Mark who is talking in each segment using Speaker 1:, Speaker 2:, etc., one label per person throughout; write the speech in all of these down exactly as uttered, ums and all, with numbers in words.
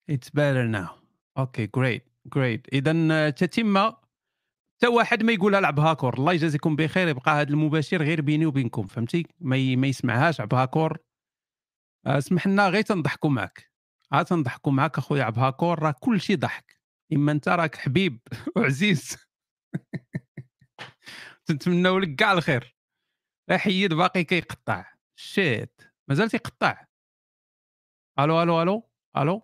Speaker 1: It's better now. Okay great, great. إذًا تتم حتى واحد ما يقولها لعب هاكور، الله يجازيكم بخير، يبقى هذا المباشر غير بيني وبينكم فهمتي؟ ما ي ما يسمعهاش عب هاكور. آآ اسمح لنا غير تنضحكوا معاك، عا تنضحكوا معاك أخويا عب هاكور، راه كلشي ضحك، إما أنت راك حبيب وعزيز تنتمناو لك كاع الخير، غير حيد باقي كيقطّع، shit مازال تيقطّع. ألو، ألو، ألو، ألو؟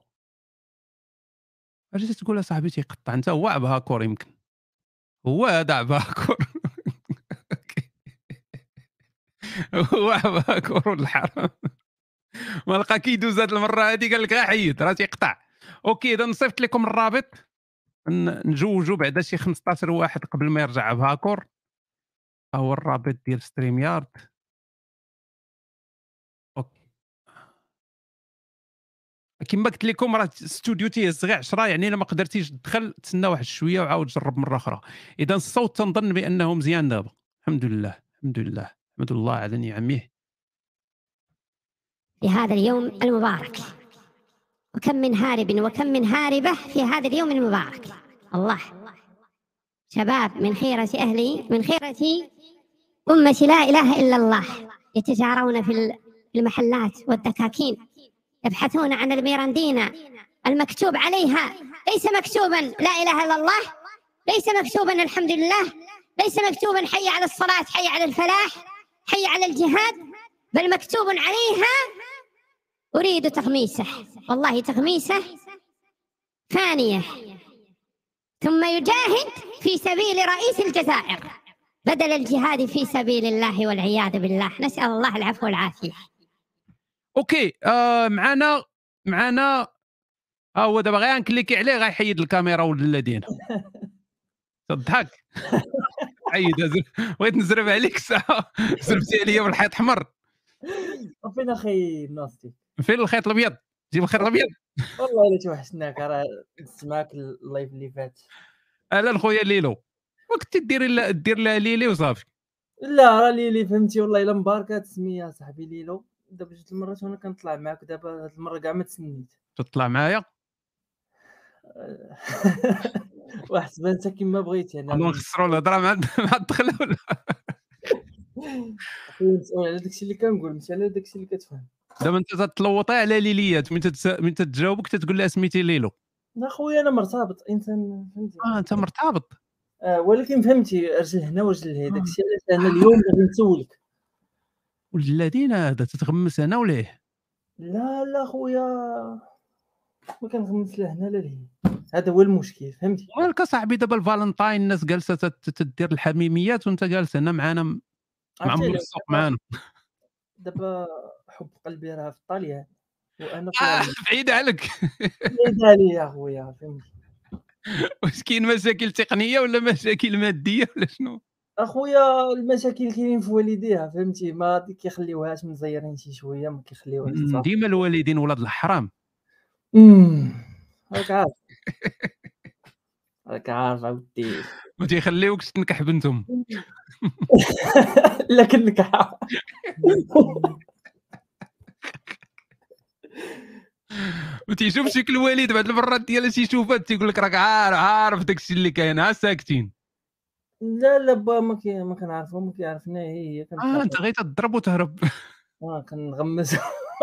Speaker 1: اش تتقول أصاحبي تيقطّع؟ أنت هو عب هاكور يمكن، هو هذا عب هاكور هو عب هاكور ولد الحرام ما لقى كيدوز هاد المرة هادي قال لك غير حيد راه تيقطع. أوكي إذا نصيفط لكم الرابط ن نجوجوا بعدا شي خمسطاش واحد قبل ما يرجع عب هاكور. ها هو الرابط ديال StreamYard. أوك كيما قلت لكم راه الستوديو تيهز غير عشرة يعني إلا ما قدرتيش تدخل تسنى واحد شوية وعاود جرّب مرة أخرى. إذا الصوت تنظن بأنه مزيان دابا، الحمد لله، الحمد لله، احمد الله على نعمه.
Speaker 2: في هذا اليوم المبارك، وكم من هارب وكم من هاربة في هذا اليوم المبارك. الله، شباب من خيرة أهلي، من خيرة أمة لا إله إلا الله، يتجارون في المحلات والدكاكين، يبحثون عن الميراندينا المكتوب عليها ليس مكتوبا لا إله إلا الله، ليس مكتوبا الحمد لله، ليس مكتوبا حي على الصلاة، حي على الفلاح، حي على الجهاد، بل مكتوب عليها أريد تغميسه، والله تغميسه ثانية، ثم يجاهد في سبيل رئيس الجزائر بدل الجهاد في سبيل الله والعياذ بالله، نسأل الله العفو والعافية.
Speaker 1: أوكي آآ معانا معانا ها هو دابا غير غنكليكي عليه غيحيد الكاميرا ولد الذين. تضحك حيدها زر بغيت نزرب عليك الساعة زربتي عليا بالحيط أحمر.
Speaker 3: وفين أخي ناصتي؟
Speaker 1: فين الخيط الأبيض؟ جيب الخيط الأبيض.
Speaker 3: والله إلا توحشناك، راه دزت معاك اللايف اللي فات.
Speaker 1: أهلًا خويا ليلو، وكنتي ديري ل دير لها ليلي وصافي.
Speaker 3: لا راه ليلي فهمتي، والله إلا مباركة هاد السمية صاحبي ليلو، دابا جوج المرات وأنا كنطلع معاك، دابا هاد المرة كاع ما تسنيت.
Speaker 1: تطلع معايا؟
Speaker 3: وحسبها أنت كيما بغيتي أنا
Speaker 1: والله
Speaker 3: م
Speaker 1: نخسروا الهضرة مع الد مع الدخلة والّا
Speaker 3: أخويا مسؤول على داك الشي اللي كنقول ماشي على داك الشي اللي كتفهم.
Speaker 1: دابا أنت تتلوطي على ليليات من تتس من تتجاوبك تتقول لها سميتي ليلو.
Speaker 3: لا خويا أنا مرتبط إنسان فهمتي.
Speaker 1: آه أنت مرتبط.
Speaker 3: آه ولكن فهمتي رجل هنا ورجل هنا، داك
Speaker 1: آه.
Speaker 3: الشي علاش أنا اليوم باغي نسولك.
Speaker 1: ولد الذين هذا تتغمس هنا وليه؟
Speaker 3: لا لا خويا ما كنغمس لا هنا لا لهنا، هذا هو المشكل فهمتي.
Speaker 1: مالك أصاحبي دابا الفالنتاين الناس جالسة تت تدير الحميميات وأنت جالس هنا معانا م
Speaker 3: عرفتي
Speaker 1: معمر
Speaker 3: علاش؟
Speaker 1: السوق
Speaker 3: دابا
Speaker 1: معانا.
Speaker 3: دابا حب قلبي راه في الطاليان وأنا في
Speaker 1: آه
Speaker 3: الألمان.
Speaker 1: بعيدة عليك.
Speaker 3: بعيدة عليا خويا فهمتي.
Speaker 1: واش كاين مشاكل تقنية والّا مشاكل مادية والّا شنو؟
Speaker 3: أخويا المشاكل كاينين في والديها فهمتي، ما كيخليوهاش مزيرين شي شوية، ما كيخليوهاش
Speaker 1: إمم،
Speaker 3: تصافى.
Speaker 1: ديما الوالدين ولاد الحرام.
Speaker 3: إمم، راك عارف، راك عارف أودي.
Speaker 1: ما تيخليوكش تنكح بنتهم.
Speaker 3: لا كنكحة.
Speaker 1: ما تيشوفش ديك الوالد بعد المرات ديالها تيشوفها تيقول لك راك عارف عارف داك الشي اللي كاين ها ساكتين.
Speaker 3: لا لا با ما كي ما كنعرفو ما كيعرفنا هي هي
Speaker 1: آه
Speaker 3: كنتلاقاو.
Speaker 1: أنت غير تضرب وتهرب.
Speaker 3: آه كنغمس.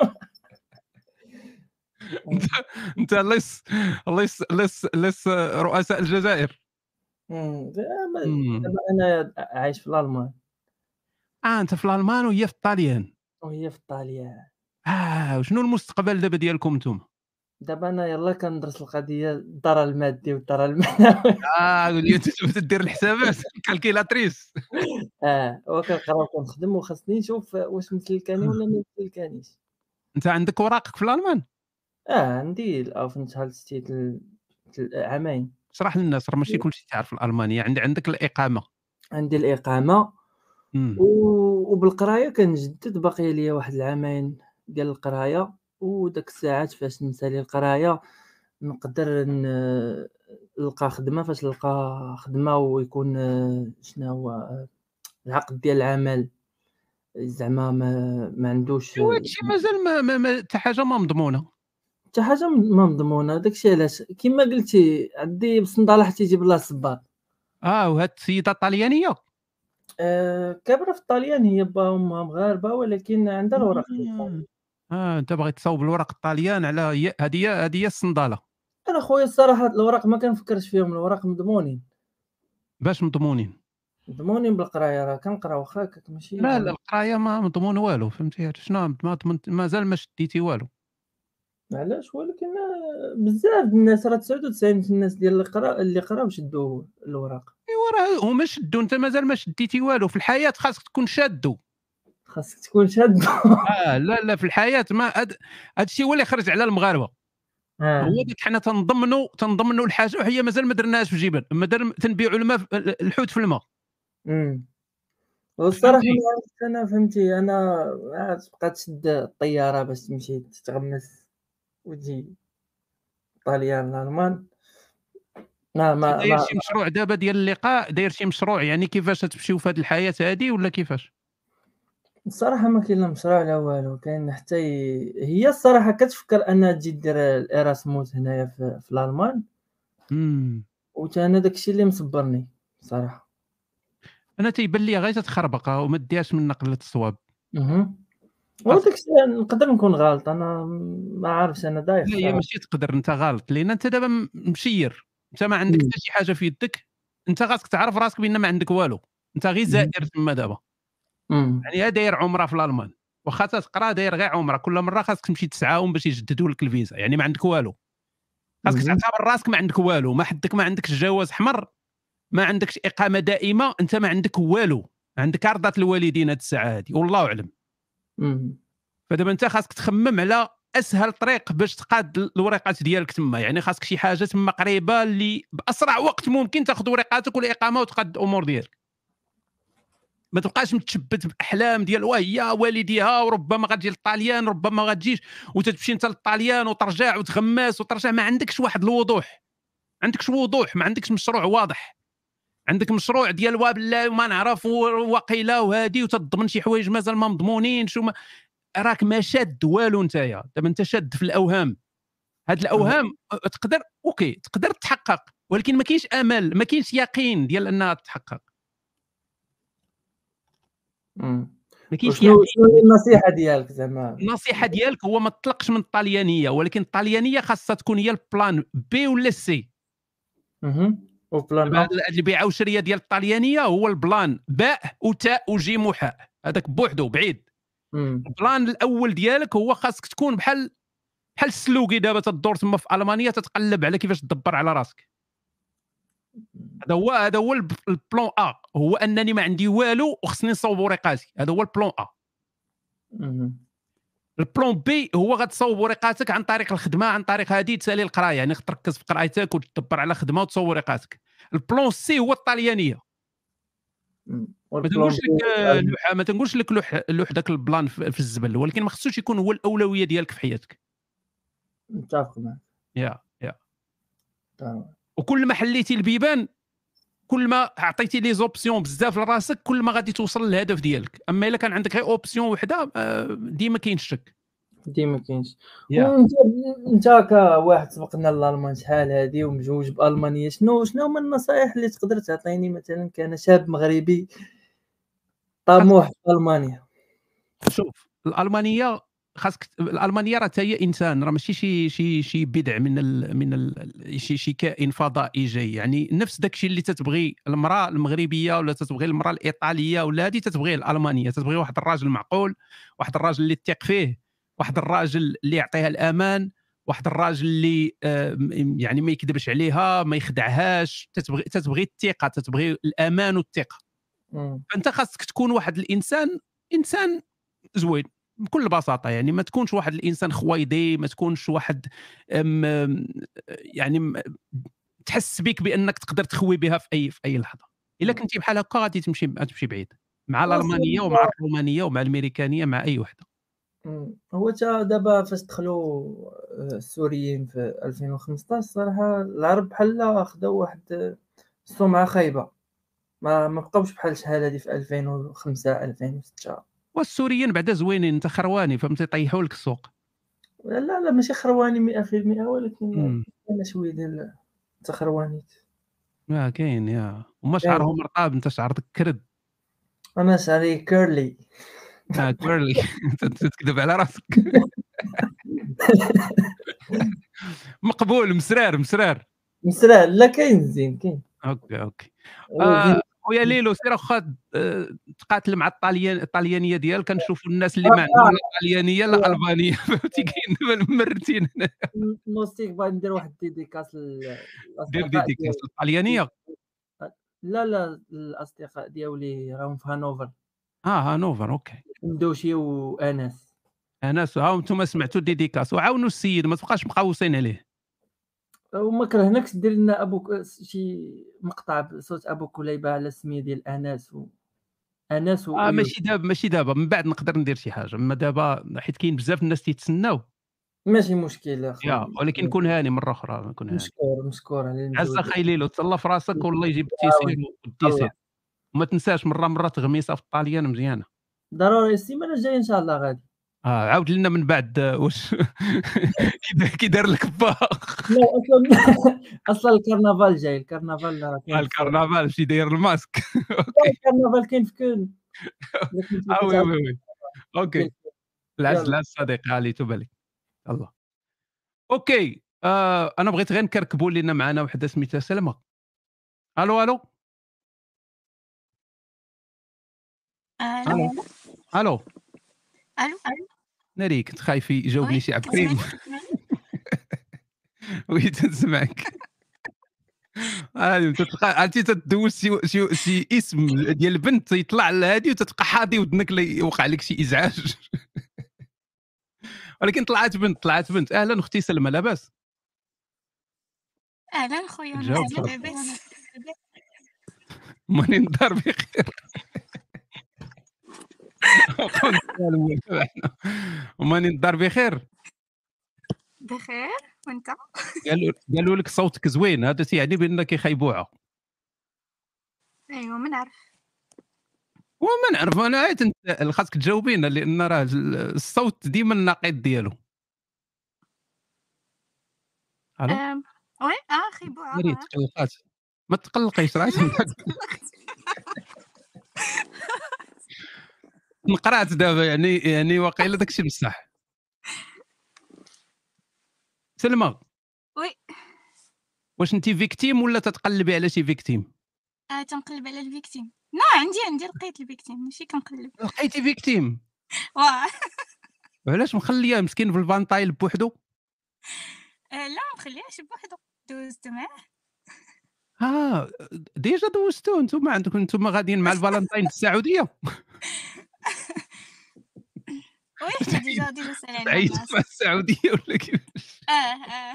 Speaker 1: أنت أنت لص لص لص لص رؤساء الجزائر.
Speaker 3: إمم، دابا
Speaker 1: إمم.
Speaker 3: دابا أنا عايش في الألمان
Speaker 1: آه أنت في الألمان وهي في الطاليان.
Speaker 3: وهي في الطاليان.
Speaker 1: آه وشنو المستقبل دابا ديالكم نتوما؟
Speaker 3: دابا أنا يلاه كندرس القضية الضرر المادي والضرر المعنوي.
Speaker 1: آه قُل لي أنت تبدا دير الحسابات كالكيلاتريس.
Speaker 3: آه، وكنقرا وكنخدم وخاصني نشوف واش مسلكاني والّا ما مسلكانيش.
Speaker 1: أنت عندك اوراقك في الألمان؟
Speaker 3: آه، عندي الأوفنتالستيت عامين.
Speaker 1: اشرح للناس راه ماشي كلشي تيعرف الألمانية، عند عندك الإقامة.
Speaker 3: عندي الإقامة
Speaker 1: إمم.
Speaker 3: و وبالقراية كنجدد باقي ليا واحد العامين ديال القراية، وداك الساعات فاش نسالي القراية نقدر ن نلقى خدمة، فاش نلقى خدمة ويكون شناهو العقد ديال العمل زعما ما ما عندوش.
Speaker 1: ايوا هاد الشي مازال ما ما ما حتى حاجة ما مضمونة.
Speaker 3: حتى حاجة م ما مضمونة، داك الشي علاش كيما قلتي عندي بالصندالة حتى يجيب لها الصباط.
Speaker 1: آه، وهاد السيدة الطليانية؟
Speaker 3: آآ كابرة في الطاليان، هي با وأمها مغاربة ولكن عندها الأوراق
Speaker 1: آه،
Speaker 3: الإيطالية.
Speaker 1: آه، أنت باغي تصاوب الورق الطليان على هي هذه هي هذه هي الصندالة،
Speaker 3: أنا خويا الصراحة هاد الأوراق ما كنفكرش فيهم، الأوراق مضمونين،
Speaker 1: باش مضمونين؟
Speaker 3: مضمونين بالقراية، راه كنقرا واخا هكاك ماشي
Speaker 1: لا، لا،
Speaker 3: زعما.
Speaker 1: القراية ما مضمون والو، فهمتي شنو ما ضمنت مازال ما شديتي والو.
Speaker 3: علاش؟ ولكن آه، بزاف د الناس، راه تسعة وتسعين في الناس ديال اللي قرا اللي قراو شدوا الأوراق.
Speaker 1: إيوا راه هما شدّوا، أنت مازال ما شديتي والو، في الحياة خاصك تكون شادّو.
Speaker 3: خاصك تكون شاد.
Speaker 1: آه، لا، لا، في الحياة ما هاد هاد الشيء هو اللي خرج على المغاربة،
Speaker 3: آه.
Speaker 1: هو داك حنا تنضمنوا تنضمنوا الحاجة وهي مازال ما درناهاش في الجبال، مادام تنبيعوا الماء ف ال الحوت في الماء،
Speaker 3: إمم. والصراحة ما
Speaker 1: فهمتي؟
Speaker 3: عرفتش أنا، فهمتي، أنا عاد تبقى تشد الطيارة باش تمشي تتغمس وتجي طاليان الألمان. ما
Speaker 1: أنت
Speaker 3: ما
Speaker 1: داير
Speaker 3: ما
Speaker 1: شي مشروع دابا ديال اللقاء، داير شي مشروع يعني كيفاش تمشيو في هاد الحياة هادي والّا كيفاش؟
Speaker 3: الصراحة ما كاين لا مشروع لا والو، كاين حتى ي هي الصراحة كتفكّر أنها تجي دير الإراسموس هنايا في في الألمان،
Speaker 1: إمم.
Speaker 3: وتا أنا داك الشي اللي مصبّرني الصراحة.
Speaker 1: أنا تيبان ليا غير تتخربق وما ديرش من نقلة الصواب،
Speaker 3: اهم.
Speaker 1: خاصك
Speaker 3: وداك الشي نقدر نكون غلط، أنا ما عارفش، أنا دايخ
Speaker 1: لا هي
Speaker 3: الصراحة.
Speaker 1: ماشي تقدر أنت غلط، لأن أنت دابا م مشيّر، أنت ما عندك
Speaker 3: إمم.
Speaker 1: حتى شي حاجة في يدك، أنت خاصك تعرف راسك بأن ما عندك والو، أنت غير
Speaker 3: اهم.
Speaker 1: زائر تما دابا،
Speaker 3: إمم.
Speaker 1: يعني غير داير عُمرة في الألمان، واخا تتقرا داير غير عُمرة، كل مرة خاصك تمشي تسعاهم باش يجددوا لك الفيزا، يعني ما عندك والو، خاصك
Speaker 3: اهم.
Speaker 1: تعتبر راسك ما عندك والو، ما حدك ما عندكش جواز أحمر، ما عندكش إقامة دائمة، أنت ما عندك والو، عندك عرضات الوالدين هاد الساعة هادي والله أعلم.
Speaker 3: إمم.
Speaker 1: فدابا أنت خاصك تخمم على أسهل طريق باش تقاد ال الوريقات ديالك تما، يعني خاصك شي حاجة تما قريبة اللي بأسرع وقت ممكن تاخذ وريقاتك والإقامة وتقاد الأمور ديالك، ما تبقاش متشبت بأحلام ديال وهي والدي ها وربما غتجي للطاليان ربما ما غاتجيش، وتتمشي أنت للطاليان وترجع وتغماس وترجع، ما عندكش واحد الوضوح، ما عندكش وضوح، ما عندكش مشروع واضح، عندك مشروع ديال وبالله وما نعرف ووقيلة وهادي وتضمن شي حوايج مازال ما مضمونينش وما راك ما شاد والو نتايا، دابا أنت شاد في الأوهام. هاد
Speaker 3: اهم.
Speaker 1: الأوهام أ تقدر أوكي، تقدر تتحقق، ولكن ما كاينش أمل، ما كاينش يقين ديال أنها تتحقق،
Speaker 3: إمم.
Speaker 1: ما كاينش
Speaker 3: وشنو شنو هي
Speaker 1: يقين.
Speaker 3: النصيحة ديالك زعما؟
Speaker 1: النصيحة ديالك هو ما تطلقش من الطليانية، ولكن الطليانية خاصها تكون هي البلان بي والّا سي.
Speaker 3: اهم. وبلان
Speaker 1: دابا هاد
Speaker 3: آ.
Speaker 1: هاد البيعة والشرية ديال الطليانية هو البلان باء وتاء وجيم وحاء، هذاك بوحدو بعيد.
Speaker 3: إمم.
Speaker 1: البلان الأول ديالك هو خاصك تكون بحال بحال السلوقي دابا تدور تما في ألمانيا تتقلب على كيفاش تدبّر على راسك. هذا هو هذا هو الب البلان أ، هو أنني ما عندي والو وخصني نصوب وريقاتي، هذا هو البلان أ.
Speaker 3: اهم.
Speaker 1: البلان بي هو غتصوب وريقاتك عن طريق الخدمة، عن طريق هذه تسالي القراية، يعني خصك تركز في قرايتك وتدبّر على خدمة وتصوب وريقاتك. البلان سي هو الطليانية،
Speaker 3: إمم.
Speaker 1: ما
Speaker 3: والبلان
Speaker 1: تنقولش
Speaker 3: بي
Speaker 1: لك آه،
Speaker 3: الألم.
Speaker 1: لوح ما تنقولش لك لوح لوح داك البلان في في الزبل، ولكن ما خصوش يكون هو الأولوية ديالك في حياتك.
Speaker 3: متّفق معاك
Speaker 1: ياه، ياه.
Speaker 3: تمامًا.
Speaker 1: وكل ما حليتي البيبان كل ما عطيتي لي زوبسيون بزاف لراسك كل ما غادي توصل للهدف ديالك، اما الا كان عندك غير اوبسيون وحده آآ ديما كاين الشك.
Speaker 3: ديما كاينش.
Speaker 1: ياه.
Speaker 3: وأنت أنت كواحد سبق لنا لألمان شحال هادي ومجوج بألمانية، شنو شنو هما النصايح اللي تقدر تعطيني مثلًا كأنا شاب مغربي
Speaker 1: خاصك
Speaker 3: طموح في ألمانيا؟
Speaker 1: شوف الألمانية خاصك ت الألمانية راه حتى هي إنسان، راه ماشي شي شي شي بِدع من ال من ال شي شي كائن فضائي جاي، يعني نفس داك الشي اللي تتبغي المرأة المغربية ولا تتبغي المرأة الإيطالية ولا هادي تتبغيه الألمانية، تتبغي واحد الراجل معقول، واحد الراجل اللي تثيق فيه، واحد الراجل اللي يعطيها الأمان، واحد الراجل اللي آآ م يعني ما يكذبش عليها، ما يخدعهاش، تتبغي تتبغي الثقة، تتبغي الأمان والثقة.
Speaker 3: إمم.
Speaker 1: فأنت خاصك تكون واحد الإنسان إنسان زوين بكل بساطة، يعني ما تكونش واحد الإنسان خويضي، ما تكونش واحد آمم، آمم، يعني م تحس بك بأنك تقدر تخوي بها في أي في أي لحظة. إلا
Speaker 3: إمم.
Speaker 1: كنتِ بحال هكا غادي تمشي غتمشي بعيد، مع
Speaker 3: هو
Speaker 1: الألمانية ومع
Speaker 3: الصراحة.
Speaker 1: الرومانية ومع الأمريكانية مع أي وحدة.
Speaker 3: إمم. هو تا دابا فاش دخلوا آآ السوريين في ألفين وخمسطاش، الصراحة العرب بحال خداو واحد السمعة خايبة، ما ما بقاوش بحال شحال هادي في ألفين وخمسة، ألفين وستة.
Speaker 1: والسوريين بعدا زوينين، أنت خرواني فهمتي يطيحوا لك السوق.
Speaker 3: لا، لا ماشي خرواني مية في المية ولكن
Speaker 1: إمم.
Speaker 3: كاينة شوية ديال التخروانيت.
Speaker 1: آه كاين ياه، هُما
Speaker 3: كاين.
Speaker 1: شعرهم رقاب أنت شعرك كرد.
Speaker 3: أنا شعري curly.
Speaker 1: آه curly أنت أنت تكذب على راسك. مقبول مسرار، مسرار.
Speaker 3: مسرع لا كاين الزين كاين.
Speaker 1: أوكي، أوكي.
Speaker 3: هو
Speaker 1: آآ
Speaker 3: زين.
Speaker 1: خويا ليلو سير واخا آآ تقاتل مع الطاليان الطليانية ديالك، كنشوفوا الناس اللي
Speaker 3: آه،
Speaker 1: ما عندهم
Speaker 3: آه،
Speaker 1: لا طليانية لا
Speaker 3: أيوه.
Speaker 1: ألبانية فهمتي كاين ممرتين هنا.
Speaker 3: ن نوستيك باغي ندير واحد الديديكاس لل
Speaker 1: دير
Speaker 3: للأصدقاء
Speaker 1: ديديكاس
Speaker 3: ديالي.
Speaker 1: للطليانية.
Speaker 3: أ لا، لا الأصدقاء ديالي راهم في هانوفر،
Speaker 1: آه هانوفر أوكي.
Speaker 3: مدوشي وأنس.
Speaker 1: أناس ها أنتم سمعتوا الديديكاس وعاونوا السيد ما تبقاش مقوّسين عليه.
Speaker 3: وما كرهناكش دير لنا أبو س شي مقطع بصوت أبو كليبة على السمية ديال أنس و أنس و
Speaker 1: آه
Speaker 3: ويوسف.
Speaker 1: ماشي دابا ماشي دابا، من بعد نقدر ندير شي حاجة، أمّا دابا حيت كاين بزاف الناس تيتسناو.
Speaker 3: ماشي مشكل
Speaker 1: ياه
Speaker 3: أخويا.
Speaker 1: ولكن كون هاني مرة أخرى كون هاني.
Speaker 3: مشكور، مشكور على
Speaker 1: عز
Speaker 3: المجهود.
Speaker 1: أخاي ليلو تهلا في راسك والله يجيب التيسير
Speaker 3: تعاون. الله.
Speaker 1: والتيسير. وما تنساش مرة مرة تغميسة في الطاليان مزيانة.
Speaker 3: ضروري السيمانة الجاية إن شاء الله غادي.
Speaker 1: آه عاود لنا من بعد آه، واش كي دا كي دار لك با.
Speaker 3: لا أصلًا أصلًا الكرنفال جاي، الكرنفال راه
Speaker 1: آه
Speaker 3: كاين في
Speaker 1: الكرنفال مشي داير الماسك
Speaker 3: لا
Speaker 1: أوكي.
Speaker 3: الكرنفال كاين في كون. إلا كنتي
Speaker 1: آه وي،
Speaker 3: كتعرف
Speaker 1: وي، وي.
Speaker 3: ديال
Speaker 1: أوكي.
Speaker 3: كون.
Speaker 1: العز
Speaker 3: يالّا.
Speaker 1: العز صديقي علي توب عليك. يلاه. أوكي. آآ أنا بغيت غير نكركبوا لينا معانا وحدة سميتها سلمى. ألو، ألو،
Speaker 4: ألو،
Speaker 1: ألو، ألو.
Speaker 4: ألو،
Speaker 1: ناري كنت خايف يجاوبني
Speaker 4: وي
Speaker 1: شي عفريت.
Speaker 4: كتسمعني؟
Speaker 1: وي تنسمعك. هادي تتلقى عرفتي تدوز شي شي شي اسم ديال البنت تيطلع لهادي وتتبقى حاضي ودنك لا يوقع لك شي إزعاج. ولكن طلعت بنت، طلعت بنت. أهلًا أختي سلمى لاباس؟
Speaker 4: أهلًا خويا
Speaker 1: جاوب
Speaker 4: ناصر
Speaker 1: صافي.
Speaker 4: لاباس؟
Speaker 1: ماني نضار بخير. خونا سالم تبعنا. وماني نضار بخير.
Speaker 4: بخير وأنت؟
Speaker 1: قالوا قالوا لك صوتك زوين، هذا تيعني بأنك خيبوعة.
Speaker 4: أيوا ما نعرف.
Speaker 1: وما نعرف أنا عاد أنت خاصك تجاوبينا لأن راه ال الصوت ديما النقيض ديالو. ألو؟
Speaker 4: آمم، وي آه خيبوعة
Speaker 1: ناري
Speaker 4: آه.
Speaker 1: تقلقات. ما تقلقيش راه
Speaker 4: لا تقلقت.
Speaker 1: نقرات دابا يعني يعني واقيلا داك الشي بصح. سلمى
Speaker 4: وي
Speaker 1: واش أنتِ victime والّا تتقلبي على شي victime؟
Speaker 4: آه تنقلب على الvictim. لا عندي عندي لقيت الvictim ماشي كنقلب.
Speaker 1: لقيتي victime
Speaker 4: واه
Speaker 1: وعلاش مخلّياه مسكين في الفانطايل بوحدو؟
Speaker 4: آآ لا ما مخليهاش بوحدو، دوزت معاه.
Speaker 1: آه ديجا دوزتوه نتوما عندكم نتوما غاديين مع الفالنتاين في السعودية؟
Speaker 4: وي حنا ديجا ديجا سالينا
Speaker 1: تعيّشوا
Speaker 4: الناس.
Speaker 1: مع السعودية والّا كيفاش؟
Speaker 4: آه، آه.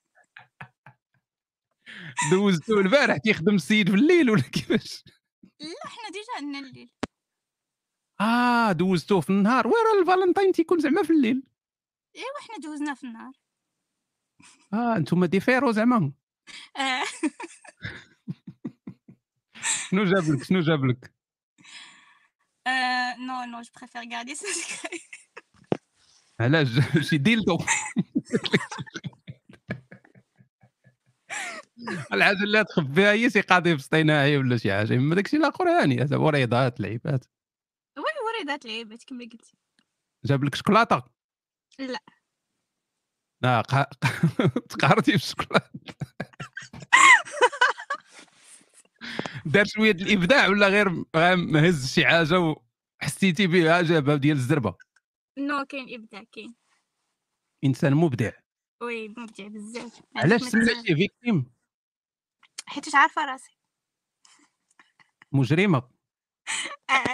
Speaker 1: دوزتوه البارح كيخدم السيد في الليل والّا كيفاش؟
Speaker 4: لا حنا ديجا عندنا الليل.
Speaker 1: آه دوزتوه في النهار، وين راه الفالنتاين تيكون زعما في الليل.
Speaker 4: إيوا حنا دوزناه في النهار.
Speaker 1: آه نتوما ديفيرو زعما.
Speaker 4: آه.
Speaker 1: شنو جاب لك، شنو جاب لك؟
Speaker 4: آآ non non je préfère garder ça secret.
Speaker 1: علاش شي ديلدو. الحاجة اللي تخبيها هي شي قضيب اصطناعي والّا شي حاجة، أمّا داك الشي الآخر هاني هذا وريضات لعيبات.
Speaker 4: وي وريضات لعيبات كما قلتِ.
Speaker 1: جاب لك شوكولاتة؟
Speaker 4: لأ.
Speaker 1: آه ق تقهرتي بالشوكولاتة. دار شوية د الإبداع والّا غير غير هز شي حاجة وحسيتي بها جابها ديال الزربة؟
Speaker 4: non كاين إبداع كاين.
Speaker 1: إنسان مبدع.
Speaker 4: وي ممتع بزاف.
Speaker 1: علاش
Speaker 4: هذاك ما ت
Speaker 1: سميتيه victime؟
Speaker 4: حيتاش عارفة راسي.
Speaker 1: مجرمة.
Speaker 4: آه.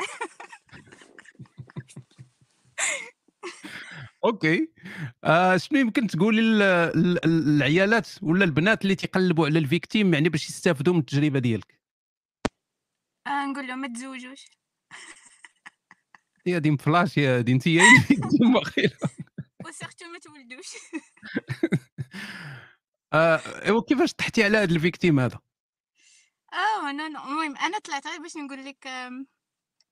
Speaker 1: أوكي. آآ شنو يمكن تقولي ل ل للعيالات والّا البنات اللي تيقلبوا على الvictime يعني باش يستافدوا من التجربة ديالك؟
Speaker 4: آه نقول لهم ما تزوجوش.
Speaker 1: يا دي مفلاش يا دي أنتِ هي الvictime واخيلا.
Speaker 4: وسيرتو ما تولدوش.
Speaker 1: آآ إيوا كيفاش طحتي على هاد الvictime هذا؟
Speaker 4: آه non non المهم أنا طلعت غير باش نقول لك آمم،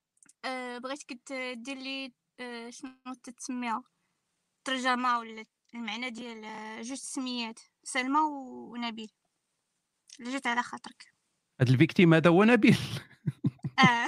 Speaker 4: آآ بغيتك ت دير لي آآ شنو تتسميها ترجمة ولا المعنى ديال آه، جوج سميات سلمى ونبيل اللي جات على خاطرك.
Speaker 1: هاد الفيكتيم هذا هو نبيل.
Speaker 4: اه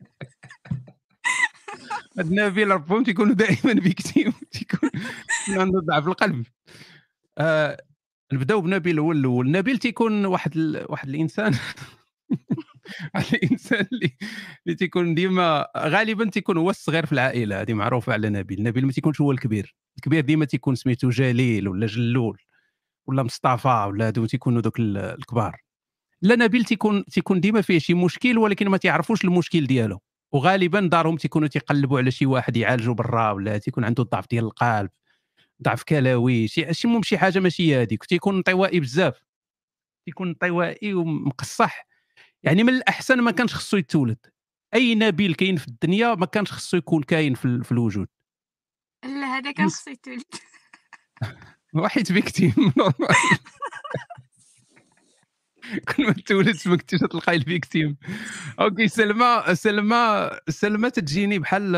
Speaker 1: هاد نبيل ربهم تيكونوا دائما فيكتيم، تيكون عنده ضعف القلب. آه نبداو بنبيل هو الاول. نبيل تيكون واحد ال... واحد الانسان واحد الانسان اللي اللي تيكون ديما غالبا تيكون هو الصغير في العائله، هذه معروفه على نبيل. نبيل ما تيكونش هو الكبير، الكبير ديما تيكون سميتو جليل ولا جلول ولا مصطفى ولا هادو تيكونوا دوك ال- الكبار. لا نبيل تيكون تيكون ديما فيه شي مشكل ولكن ما تعرفوش المشكل ديالو، وغالبا دارهم تيكونوا تيقلبوا على شي واحد يعالجوا برا، ولا تيكون عنده ضعف ديال القلب، ضعف كلوي، شي شي المهم شي حاجه ماشي هذيك. تيكون انطوائي بزاف، تيكون انطوائي ومقصح. يعني من الاحسن ما كانش خصو يتولد. اي نبيل كاين في الدنيا ما كانش خصو يكون كاين في, ال- في الوجود.
Speaker 4: لا هذا كان خصو يتولد.
Speaker 1: واحد فيكتيم نورمال. كل ما تولد ما كنتيش تلقاي الفيكتيم. اوكي سلمى سلمى سلمى تجيني بحال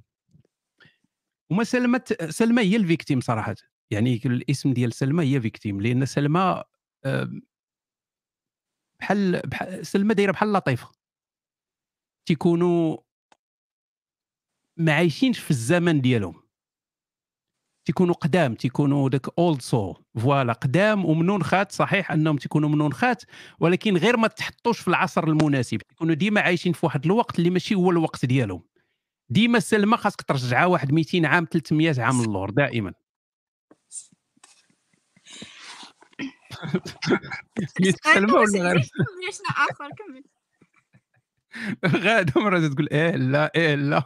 Speaker 1: وما سلمى سلمى هي الفيكتيم صراحه. يعني الاسم ديال سلمى هي فيكتيم، لان سلمى آم، بحال بحال سلمى دايره بحال لطيفه. تيكونوا ما عايشينش في الزمن ديالهم، تيكونوا قدام، تيكونوا داك اولد سول فوالا قدام ومنونخات. صحيح انهم تيكونوا منونخات ولكن غير ما تحطوش في العصر المناسب، تيكونوا ديما عايشين في واحد الوقت اللي ماشي هو الوقت ديالهم. ديما سلمى خاصك ترجعها واحد مئتين عام ثلاثمئة عام للور دائما. سميت سلمى ولا غير
Speaker 4: شنو اخر كمل.
Speaker 1: غاده مرة تقول ايه لا ايه لا.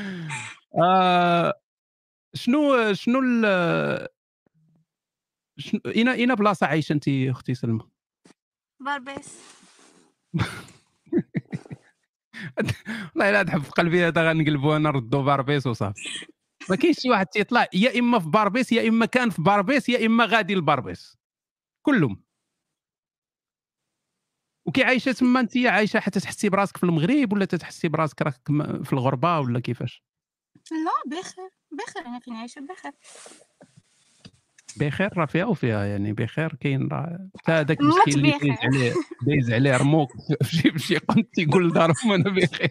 Speaker 1: آه شنو شنو ال شنو اين اين بلاصه عايشه انت اختي سلمى؟
Speaker 4: باربيس.
Speaker 1: والله الا تحب في قلبي هذا غنقلبوا انا نردوا باربيس وصافي. ما كاينش شي واحد تيطلع يا اما في باربيس يا اما كان في باربيس يا اما غادي لباربيس، كلهم. وكي عايشه تما انت عايشه حتى تحسي براسك في المغرب ولا تتحسي براسك راك م- في الغربه ولا كيفاش؟
Speaker 4: لا بخير بخير انا فين عايشه بخير.
Speaker 1: بخير راه فيها وفيها، يعني بخير كاين راه حتى هذاك
Speaker 4: موت
Speaker 1: المسكين اللي
Speaker 4: بخير.
Speaker 1: دايز عليه دايز عليه رموك في شي في شي قنت تيقول لدارهم انا بخير.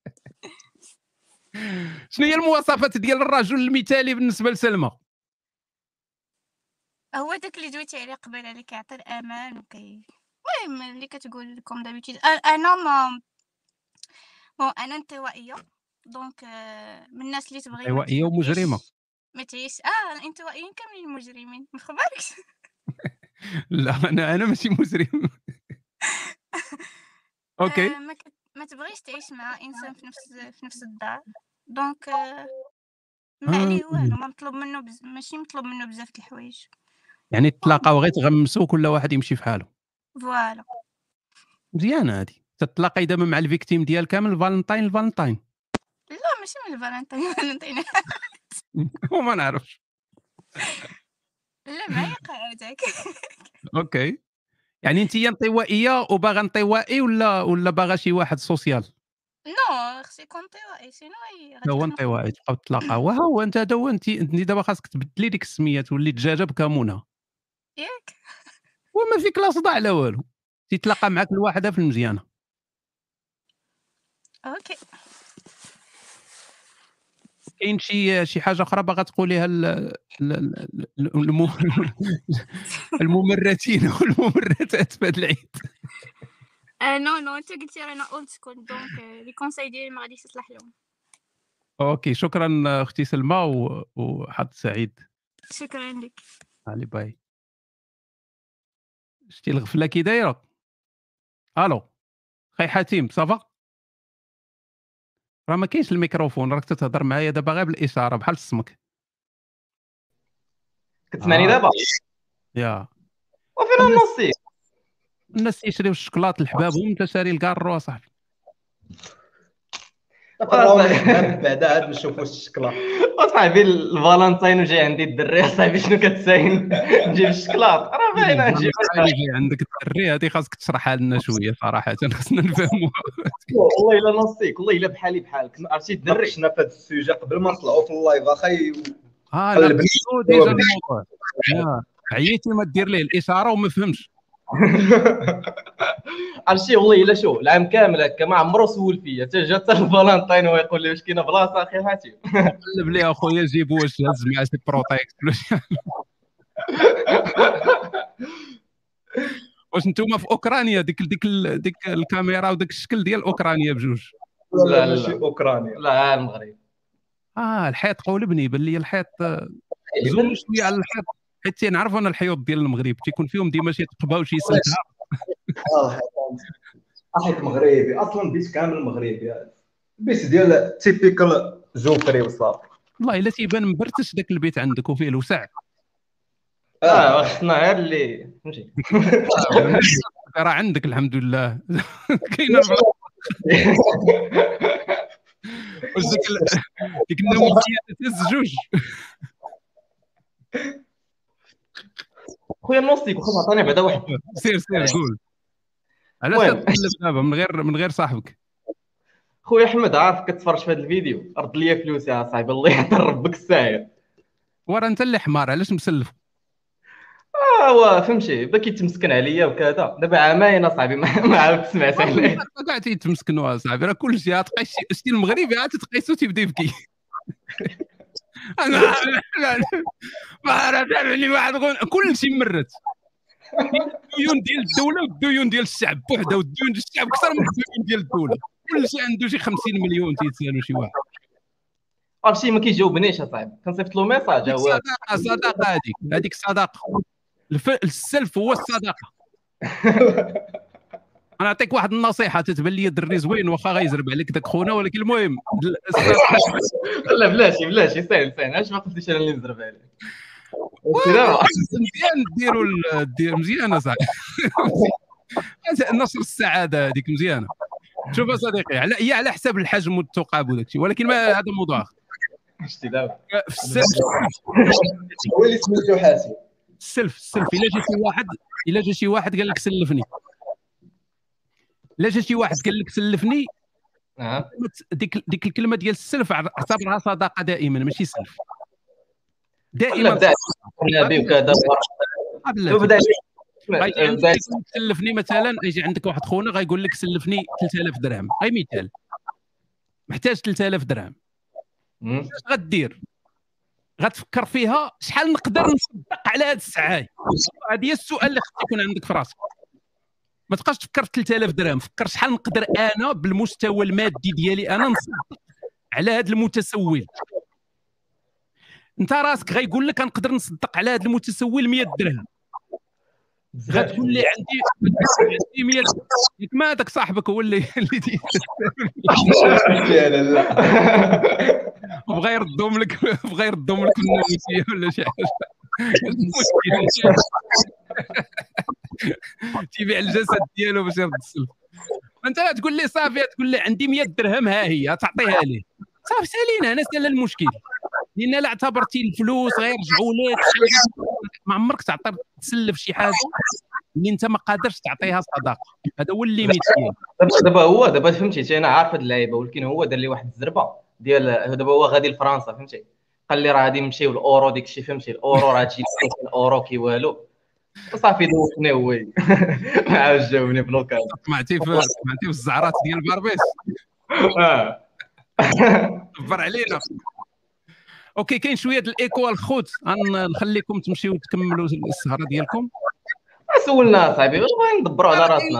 Speaker 1: شنو هي المواصفات ديال الرجل المثالي بالنسبه لسلمى؟
Speaker 4: هو داك اللي دويتي عليه قبيله اللي كيعطي الامان وكي المهم اللي كتقول لكم دابيتيد انا ما بون انا انطوائيه دونك آه، من الناس اللي تبغي ما
Speaker 1: انطوائية ومجرمة.
Speaker 4: تعيش ما تعيش اه الانطوائيين كاملين مجرمين ما خبركش.
Speaker 1: لا انا انا ماشي مجرم. اوكي
Speaker 4: آه، ما كت- ما تبغيش تعيش مع انسان في نفس في نفس الدار دونك آه، ما
Speaker 1: آه.
Speaker 4: عليه والو ما مطلوب منه بز... ماشي مطلوب منه بزاف د الحوايج
Speaker 1: يعني تتلاقاو غير تغمسوا كل واحد يمشي في حاله.
Speaker 4: فوالا.
Speaker 1: مزيانه هذه. تتلاقاي دابا مع الفيكتيم ديال كامل فالنتاين الفالنتاين.
Speaker 4: لا ماشي من الفالنتين فالنتين
Speaker 1: وما نعرفش.
Speaker 4: لا معايا قاعدك.
Speaker 1: اوكي يعني انت انطوائيه وباغا انطوائي ولا ولا باغا شي واحد سوسيال؟
Speaker 4: نو خصو يكون انطوائي سينو غادي
Speaker 1: لا هو
Speaker 4: تخنقوا.
Speaker 1: انطوائي تبقاو تتلاقاو. وها هو انت هذا هو انت انت دابا خاصك تبدلي ديك السميه تولي دجاجه بكمونه.
Speaker 4: ياك
Speaker 1: وما فيك لا صداع لا والو، تيتلاقى معاك الواحده في المزيانه.
Speaker 4: اوكي.
Speaker 1: كاين شي شي حاجه اخرى باغا تقوليها ال- ال- ال- الم- الممرتين والممرتات في هذا العيد؟
Speaker 4: آه نو نو انت قلتي رانا اولد سكول دونك آه، لي كونساي ديالي ما غاديش تصلح لهم.
Speaker 1: اوكي شكرا اختي سلمى و- وحظ سعيد.
Speaker 4: شكرا لك.
Speaker 1: علي باي. شتي الغفله كي دايره. الو خي حاتم صافا؟ راه ما كاينش الميكروفون، راك تتهضر معايا دابا غير بالاشاره بحال السمك.
Speaker 5: كتسمعني
Speaker 1: آه.
Speaker 5: دابا
Speaker 1: يا
Speaker 5: وفين النصي
Speaker 1: الناس تيشريو الشكلاط لحبابهم، انت شاري الكارو اصاحبي.
Speaker 6: بعدا عاد نشوفوا الشكلاط.
Speaker 5: اصاحبي الفالنتين وجاي عندي الدري اصاحبي شنو كتساين نجيب الشكلاط راه باينه نجيب
Speaker 1: اللي جاي عندك الدري هذه خاصك تشرحها لنا شويه صراحه خصنا نفهموها.
Speaker 5: والله الا نصيك والله الا بحالي بحالك عرفتي الدري
Speaker 6: درشنا في هذا السوجي قبل ما نطلعوا في اللايف اخي
Speaker 1: اه لا
Speaker 6: قلبني
Speaker 1: قلتو ديجا الموضوع يا عييتي ما دير ليه الاشاره وما فهمش
Speaker 5: عرفتي والله الا شو العام كامل هكا ما عمرو سول فيا حتى جا حتى الفالنتين ويقول لي واش كاينه بلاصه اخي حاتم
Speaker 1: قلب ليه اخويا جيبو واش هز مع شي بروتيكت ولا شي- واش نتوما في اوكرانيا ديك ديك ال- ديك الكاميرا وداك الشكل ديال اوكرانيا بجوج
Speaker 6: لا
Speaker 5: لا،
Speaker 6: ماشي
Speaker 5: لا.
Speaker 6: اوكرانيا.
Speaker 5: لا المغرب
Speaker 1: اه الحيط قولبني بان لي الحيط آه،
Speaker 5: إيه،
Speaker 1: زوم شويه على الحيط حيت تنعرف انا الحيوط ديال المغرب تيكون فيهم ديما شي تقبه وشي سلكه
Speaker 6: اه حيت حيت مغربي اصلا البيت كامل مغربي. البيت ديال تيبيكال جوفري وصافي.
Speaker 1: والله الا تيبان مبرتش داك البيت عندك وفيه الوسع
Speaker 5: اه خصنا غير اللي فهمتي
Speaker 1: راه عندك الحمد لله كاينه البلاصه واش ديك ال- ديك النموذجيه تهز جوج
Speaker 5: خويا النوستيك واخا عطاني بعدا واحد
Speaker 1: سير سير قول علاش
Speaker 5: المهم.
Speaker 1: تتكلم دابا من غير من غير صاحبك
Speaker 5: خويا احمد عارف كتفرج في هذا الفيديو رد لي فلوسي يا صاحبي الله يحضر ربك الساير
Speaker 1: ورا انت اللي حمار علاش مسلف
Speaker 5: اه هو فهمتي بدا كيتمسكن عليا وكذا دابا عامين اصاحبي ما ما عاود سمعت عليه
Speaker 1: كاع تيتمسكنوا اصاحبي راه كل شيء تقيس شي المغربي عاد تقيسو تيبدا يبكي انا ما راه تعرفني واحد كل شيء مرت الديون ديال الدوله والديون ديال الشعب بوحده والديون ديال الشعب اكثر من الديون ديال الدوله كل شيء عنده شي خمسين مليون تيتسالوا شي واحد
Speaker 5: عرفتي ما كيجاوبنيش اصاحبي كنصيفط له ميساج
Speaker 1: هذيك
Speaker 5: هو
Speaker 1: صداقه صداقه هذيك هذيك صداقه الف... السلف هو الصداقه انا نعطيك واحد النصيحه تتبان لي دري زوين واخا غيزرب عليك داك خونا ولكن المهم
Speaker 5: لا بلاتي بلاتي سهل سهل علاش ما قلتيش انا اللي نزرب عليك
Speaker 1: مزيان ديروا ال- دير مزيانه صاحبي نشر السعاده هذيك مزيانه شوف يا صديقي على هي على حساب الحجم والثقاب وداك الشيء ولكن ما هذا موضوع اخر
Speaker 5: شتي دابا
Speaker 1: في السلف
Speaker 6: هو اللي سميتو حاسب.
Speaker 1: السلف السلف الا جا شي واحد الا جا شي واحد قال لك سلفني الا جا شي واحد قال لك سلفني
Speaker 5: اه
Speaker 1: ديك ديك الكلمه ديال السلف اعتبرها صداقه دائما ماشي سلف
Speaker 5: ولا
Speaker 1: دائما
Speaker 5: بدا النبي وكذا
Speaker 1: قبل
Speaker 5: بدا
Speaker 1: غيجي عندك
Speaker 5: بدا
Speaker 1: سلفني مثلا يجي عندك واحد خونا غيقول لك سلفني ثلاثة آلاف درهم غير مثال محتاج ثلاثة آلاف درهم اش غدير غتفكر فيها شحال نقدر نصدق على هذا السعاي هذا هي السؤال اللي خصك يكون عندك في راسك ما تبقاش تفكر في ثلاثة آلاف درهم فكر شحال نقدر انا بالمستوى المادي ديالي انا نصدق على هذا المتسول انت راسك غيقول لك نقدر نصدق على هذا المتسول مية درهم غتقول لي عندي عندي مية ياك ما هذاك صاحبك هو اللي اللي دي-
Speaker 6: لا لا
Speaker 1: بغا يردهم لك بغا يردهم لك الناموسيه ولا شي حاجه تيبيع الجسد ديالو باش يرد السلف انت تقول لي صافي تقول لي عندي مية درهم ها هي تعطيها ليه صافي سالينا انا سال المشكل لان لا اعتبرتي الفلوس غيرجعوا لك ما عمرك تعطي تسلف شي حاجه اللي انت ما قادرش تعطيها صداقه هذا هو الليميت ديالك
Speaker 5: دابا دابا هو دابا فهمتي انا عارف هاد اللعيبه ولكن هو دار لي واحد الزربه ديال دابا هو غادي لفرنسا فهمتي قال لي راه غادي نمشيو الاورو ديك الشيء فهمتي الاورو راه هادشي الاورو كي والو صافي دوزني هو ما عاودش جاوبني بلوكاد
Speaker 1: سمعتي في سمعتي في الزعرات ديال باربيس
Speaker 5: اه
Speaker 1: كبر علينا اوكي كاين شويه د الايكو الخوت غنخليكم تمشيو تكملوا السهره ديالكم
Speaker 5: سولنا صاحبي واش بغا ندبروا على راسنا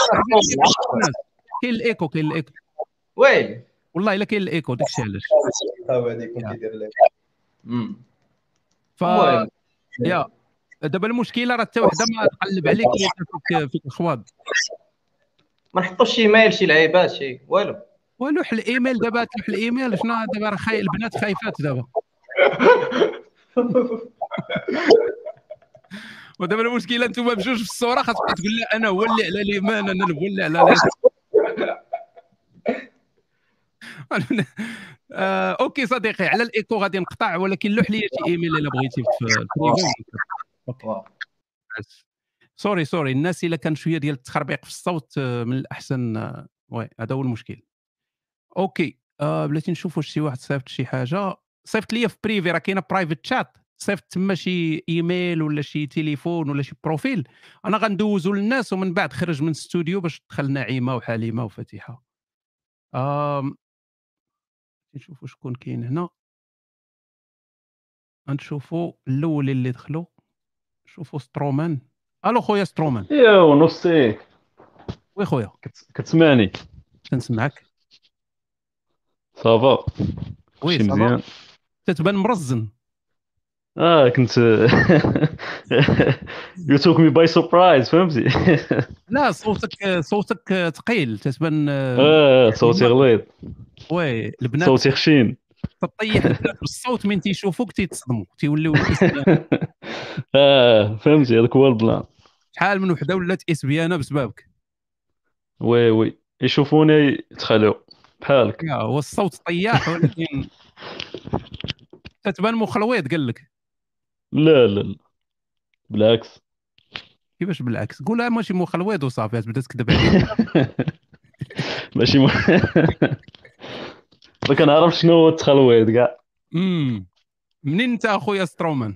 Speaker 1: كاين الايكو كاين الايكو
Speaker 5: ويلي
Speaker 1: والله الا كاين الايكو داكشي علاش
Speaker 6: هو هذيك كنت كيدير لك.
Speaker 5: امم
Speaker 1: ف
Speaker 5: المهم
Speaker 1: يا دابا المشكله راه حتى وحده ما تقلب عليك فيك فيك الخواض
Speaker 5: ما نحطوش شي مايل شي لعيبات شي والو
Speaker 1: ولوح الايميل دابا تلوح الايميل شنو دابا راه خاي البنات خايفات دابا ودابا المشكله انتم بجوج في الصوره خاصك تقول لا انا هو اللي على اليمين انا اللي هو اللي على اليسار آه، اوكي صديقي على الايكو غادي نقطع ولكن لوح لي شي ايميل الا بغيتي في البريفي اوكي سوري سوري الناس الا كان شويه ديال التخربيق في الصوت آه، من الاحسن آه، وي هذا هو المشكل اوكي آه بلاتي نشوف واش شي واحد صيفط شي حاجه صيفط ليا في بريفي، راه كاينه برايفت شات، صيفط تما شي ايميل ولا شي تليفون ولا شي بروفيل، انا غندوزو للناس ومن بعد خرج من الاستوديو باش دخل نعيمه وحليمه وفتيحه. آم... نشوفوا شكون كاين هنا، غنشوفوا الاول اللي دخلوا، شوفوا سترومان. الو خويا سترومان.
Speaker 7: يا نصي
Speaker 1: وي خويا
Speaker 7: كت- كتسمعني
Speaker 1: تنسمعك.
Speaker 7: صافا
Speaker 1: وي
Speaker 7: شي
Speaker 1: صافا،
Speaker 7: مزيان.
Speaker 1: تتبان مرزن.
Speaker 7: اه كنت you took me by surprise فهمتي.
Speaker 1: لا صوتك صوتك ثقيل، تتبان
Speaker 7: اه صوتي غليظ،
Speaker 1: وي البنات
Speaker 7: صوتي خشين.
Speaker 1: تطيح البنات بالصوت من تيشوفوك تيتصدموا تيوليو اسبيان.
Speaker 7: اه فهمتي هذاك هو البلان.
Speaker 1: شحال من وحده ولات اسبيانه بسببك.
Speaker 7: وي وي يشوفوني يتخلعوا بحالك.
Speaker 1: يا هو الصوت طياح ولكن تتبان مخلويط قال لك.
Speaker 7: لا لا لا بالعكس.
Speaker 1: كيفاش بالعكس؟ قولها ماشي مخلويط وصافي تبدا تكذب عليه.
Speaker 7: ماشي م... ما كنعرفش شنو هو التخلويط كاع.
Speaker 1: امم منين انت اخويا سترومان؟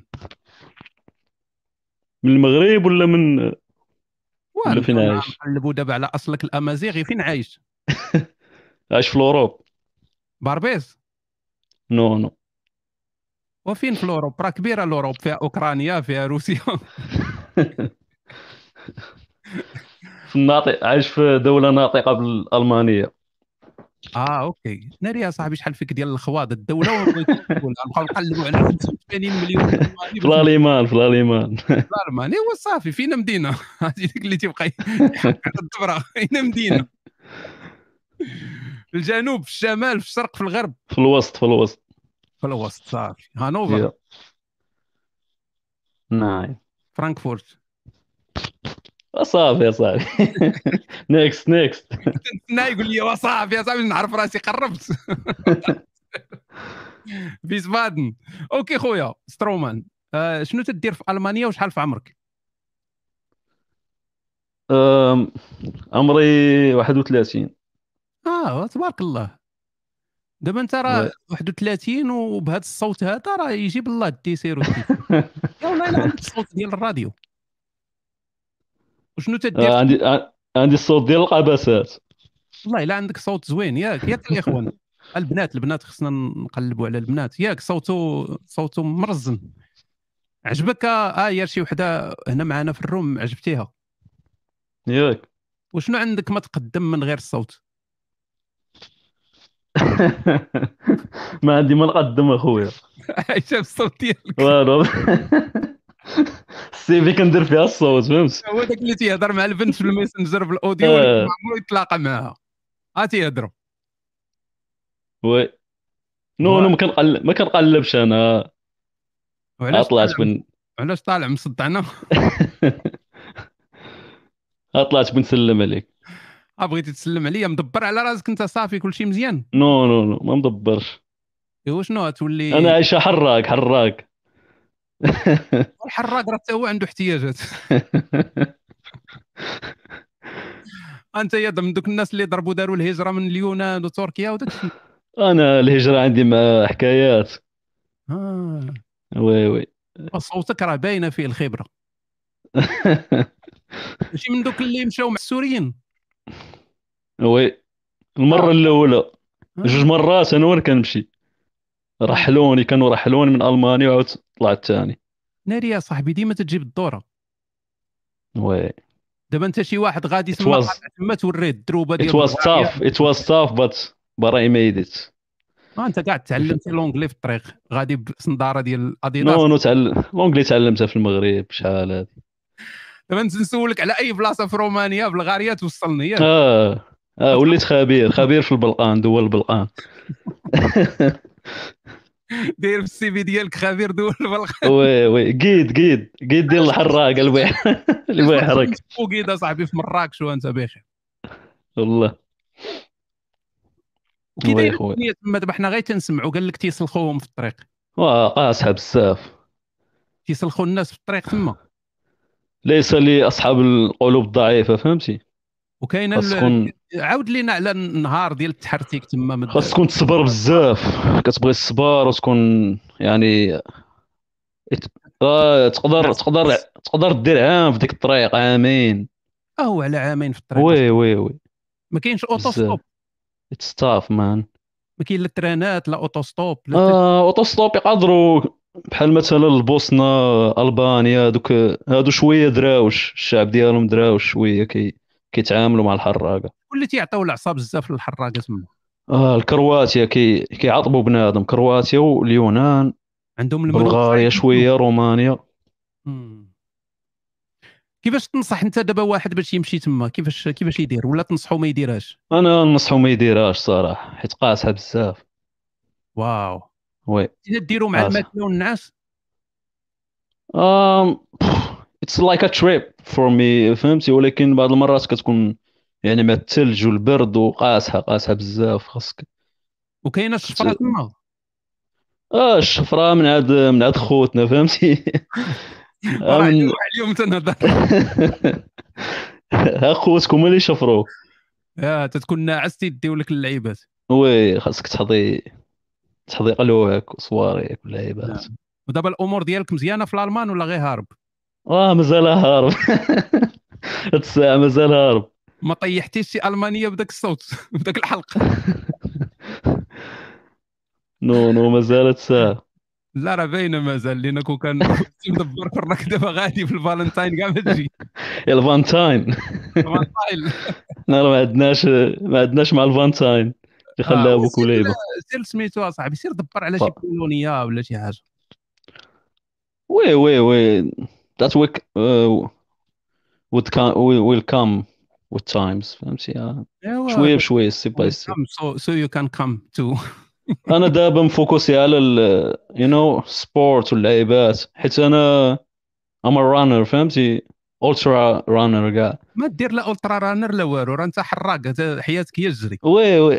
Speaker 7: من المغرب ولا من ولا فين
Speaker 1: وين
Speaker 7: عايش؟
Speaker 1: نقلبوا دابا على اصلك الامازيغي، فين عايش؟
Speaker 7: عايش في الاوروب.
Speaker 1: باربيس؟
Speaker 7: نو نو
Speaker 1: وفين في الاوروب؟ راه كبيره الاوروب، فيها اوكرانيا فيها روسيا.
Speaker 7: في الناطق، عايش في دوله ناطقه بالالمانيه.
Speaker 1: اه اوكي، ناري يا صاحبي شحال فيك ديال الخواض الدوله وما بغيتيش تقول، غنبقاو نقلبوا على خمسة وثمانين مليون الماني
Speaker 7: في الالمان في الالمان.
Speaker 1: الالماني وصافي. فينا مدينه هذه ديك اللي تيبقى يحقق الدبره. فينا مدينه في الجنوب في الشمال في الشرق في الغرب
Speaker 7: في الوسط في الوسط
Speaker 1: في الوسط. صافي هانوفر
Speaker 7: يا نعم
Speaker 1: فرانكفورت.
Speaker 7: صافي يا صاحبي. نيكست نيكست.
Speaker 1: نا يقول لي وصافي يا صاحبي نعرف راسي قربت. فيسبادن. اوكي خويا سترومان، آه شنو تدير في المانيا وشحال في عمرك؟
Speaker 7: أم، عمري واحد وثلاثين.
Speaker 1: اه تبارك الله. دابا انت راه واحد وثلاثين وبهذا الصوت هذا راه يجيب الله الديسير والديسير. يا والله الا عندك الصوت ديال الراديو. وشنو تدير؟
Speaker 7: آه، عندي ع- عندي الصوت ديال القباسات.
Speaker 1: والله الا عندك صوت زوين ياك ياك الاخوان. البنات البنات خصنا نقلبوا على البنات ياك. صوته صوته مرزن. عجبك؟ اه يا شي وحده هنا معنا في الروم عجبتيها.
Speaker 7: ياك.
Speaker 1: وشنو عندك ما تقدم من غير الصوت؟
Speaker 7: ما عندي ما نقدم اخويا.
Speaker 1: شاف الصوت ديالك
Speaker 7: والو. السي في كندير فيها الصوت فهمت.
Speaker 1: هو داك اللي تيهضر مع البنت في الميسنجر في الاوديو
Speaker 7: آه.
Speaker 1: ولكن ما عمرو يتلاقى معاها. ها تيهضروا.
Speaker 7: وي نو نو ما كنقلب ما كنقلبش انا.
Speaker 1: وعلاش
Speaker 7: طلعت
Speaker 1: طالع
Speaker 7: بن
Speaker 1: علاش طالع مصدعنا؟
Speaker 7: طلعت بنسلم عليك.
Speaker 1: اه بغيتي تسلم عليا؟ مدبر على راسك انت صافي كلشي مزيان؟
Speaker 7: نو نو نو ما مدبرش.
Speaker 1: ايوا شنو تولي؟
Speaker 7: انا عايشه حراك حراك.
Speaker 1: الحراق راه حتى هو عنده احتياجات. انت يا من دوك الناس اللي ضربوا داروا الهجره من اليونان وتركيا وداك الشيء.
Speaker 7: انا الهجره عندي مع حكايات.
Speaker 1: اه
Speaker 7: وي وي.
Speaker 1: صوتك راه باينه فيه الخبره. ماشي من دوك اللي مشاو مع السوريين.
Speaker 7: وي المره الاولى
Speaker 1: آه.
Speaker 7: جوج مرات انا وين كنمشي رحلوني كانوا رحلوني من المانيا وعاود طلعت ثاني.
Speaker 1: ناري يا صاحبي ديما تجيب الدوره.
Speaker 7: وي
Speaker 1: دابا انت شي واحد غادي
Speaker 7: It
Speaker 1: تما
Speaker 7: was-
Speaker 1: تما توريه الدروبه
Speaker 7: it
Speaker 1: ديال
Speaker 7: was tough it was tough but but I made it.
Speaker 1: آه انت قاعد تعلمتي لونجلي في الطريق غادي بصنداره ديال اديداس.
Speaker 7: نو نو تعلم لونجلي تعلمتها في المغرب شحال هذه.
Speaker 1: دابا نسولك على اي بلاصه في رومانيا بالغاريه توصلني ياك.
Speaker 7: اه اه وليت خبير خبير في البلقان دول البلقان.
Speaker 1: داير في السي في ديالك خبير دول البلقان.
Speaker 7: وي وي قيد قيد قيد ديال الحراق اللي بيح- اللي بيحرق
Speaker 1: وكيدا صاحبي في مراكش وانت بخير.
Speaker 7: والله.
Speaker 1: وكي
Speaker 7: وي
Speaker 1: داير
Speaker 7: خويا.
Speaker 1: الدنيا تما دابا حنا غير تنسمعوا قال لك تيسلخوهم في الطريق.
Speaker 7: واه قاصحه بزاف.
Speaker 1: تيسلخوا الناس في الطريق تما.
Speaker 7: ليس لي اصحاب القلوب الضعيفه فهمتي.
Speaker 1: وكاينه
Speaker 7: خاص
Speaker 1: ال-
Speaker 7: تكون
Speaker 1: عاود لينا على النهار ديال التحرتيك تما مد...
Speaker 7: خاص تكون تصبر بزاف، كتبغي الصبر وتكون يعني ات- آه، تقدر تقدر تقدر دير عام في ديك الطريق، عامين.
Speaker 1: اه على عامين في الطريق.
Speaker 7: وي وي وي
Speaker 1: ما كاينش اوتو
Speaker 7: بزاف.
Speaker 1: ستوب،
Speaker 7: اتس تاف مان.
Speaker 1: ما كاين لا ترانات لا اوتو ستوب لا ت-
Speaker 7: اه اوتو ستوب يقدروا، بحال مثلا البوسنه، البانيا، دوك هادو شويه دراوش، الشعب ديالهم دراوش شويه، كي كيتعاملوا مع الحراقه.
Speaker 1: واللي تيعطيو العصا بزاف للحراقه تما.
Speaker 7: اه الكرواتيا كي كيعاطبوا بنادم، كرواتيا واليونان،
Speaker 1: عندهم الملوك
Speaker 7: بلغاريا
Speaker 1: خايبين.
Speaker 7: شويه، رومانيا.
Speaker 1: مم. كيفاش تنصح انت دابا واحد باش يمشي تما، كيفاش كيفاش يدير، ولا تنصحو ما يديرهاش؟
Speaker 7: انا ننصحو ما يديرهاش صراحه، حيت قاصحه بزاف.
Speaker 1: واو.
Speaker 7: وي
Speaker 1: اذا ديروا مع
Speaker 7: قاصحه.
Speaker 1: الماكله والنعاس.
Speaker 7: um it's like a trip for me، فهمتي، ولكن بعض المرات كتكون يعني مع الثلج والبرد، وقاصحه قاصحه بزاف. خاصك
Speaker 1: وكاينه الشفره
Speaker 7: كت...
Speaker 1: تما.
Speaker 7: اه الشفره من عاد من عاد خوتنا، فهمتي. آه
Speaker 1: راه
Speaker 7: من
Speaker 1: اليوم اليوم تنهضر.
Speaker 7: ها خوتكم اللي شفروا.
Speaker 1: يا تتكون ناعس تيديو لك اللعيبات.
Speaker 7: وي خاصك تحضي تحضي قلوعك وصواريك واللعيبات.
Speaker 1: ودابا الامور ديالك مزيانه في الالمان ولا غير هارب؟
Speaker 7: اه مازال هارب. هاد الساعه مازال هارب.
Speaker 1: ما طيحتيش شي المانيه بداك الصوت بداك الحلق؟
Speaker 7: نو نو مازالت ساعه.
Speaker 1: لا راه باينه مازال، لان كون كان مدبر راك دابا غادي في الفالنتاين كاع ما تجي.
Speaker 7: يا الفانتاين.
Speaker 1: الفالنتاين.
Speaker 7: حنا راه ما عندناش ما عندناش مع الفانتاين اللي
Speaker 1: اه
Speaker 7: خلاه ابوك وليبه.
Speaker 1: سير سميتو اصاحبي، سير دبر على
Speaker 7: ف...
Speaker 1: شي بولونيه ولا شي حاجه.
Speaker 7: وي وي وي that we uh, would come will come with times، فهمتي. آه.
Speaker 1: ايوا
Speaker 7: شويه بشويه، ستيب باي ستيب.
Speaker 1: كم سو سو يو كان كم تو.
Speaker 7: انا دابا مفوكسي على ال يو نو سبورت واللعيبات، حيت انا ام رانر، فهمتي، الترا رانر كاع.
Speaker 1: ما دير لا الترا رانر لا والو، راه انت حراق، هذا حياتك هي الجري.
Speaker 7: وي وي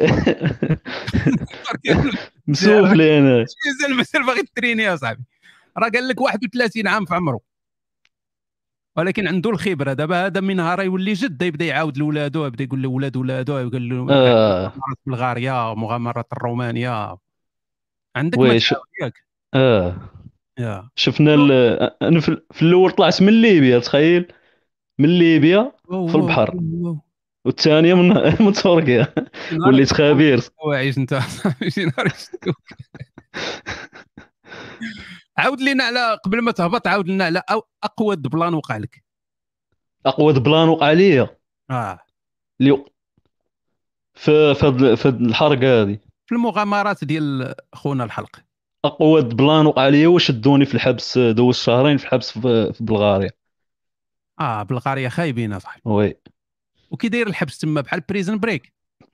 Speaker 7: مسوفلي انا.
Speaker 1: مازال مازال باغي تريني اصاحبي. راه قال لك واحد وثلاثين عام في عمره، ولكن عنده الخبره. دابا هذا من نهار يولي جد يبدا يعاود لولادو، يبدا يقول لولاد ولادو، يقول له
Speaker 7: آه.
Speaker 1: مغامرات بلغاريا، مغامرات الرومانيا. عندك ما
Speaker 7: وي ش...
Speaker 1: تعاود ياك.
Speaker 7: اه
Speaker 1: يا
Speaker 7: شفنا ال... انا في في الاول طلعت من ليبيا، تخيل، من ليبيا
Speaker 1: واو
Speaker 7: في
Speaker 1: واو
Speaker 7: البحر،
Speaker 1: واو.
Speaker 7: والثانيه من من تركيا.
Speaker 1: شي نهار
Speaker 7: وليت خبير.
Speaker 1: واعيش انت شي نهار يشتوك. عاود لينا على قبل ما تهبط، عاود لنا على أو- اقوى بلان وقع لك.
Speaker 7: اقوى بلان وقع ليا
Speaker 1: اه
Speaker 7: اللي في في هاد- في هاد الحركه هذه.
Speaker 1: في المغامرات ديال خونا الحلق.
Speaker 7: اقوى بلان وقع ليا وشدوني في الحبس، دوز شهرين في الحبس في, في بلغاريا.
Speaker 1: اه بلغاريا خايبين اصاحبي.
Speaker 7: وي
Speaker 1: وكي داير الحبس تما بحال بريزن بريك؟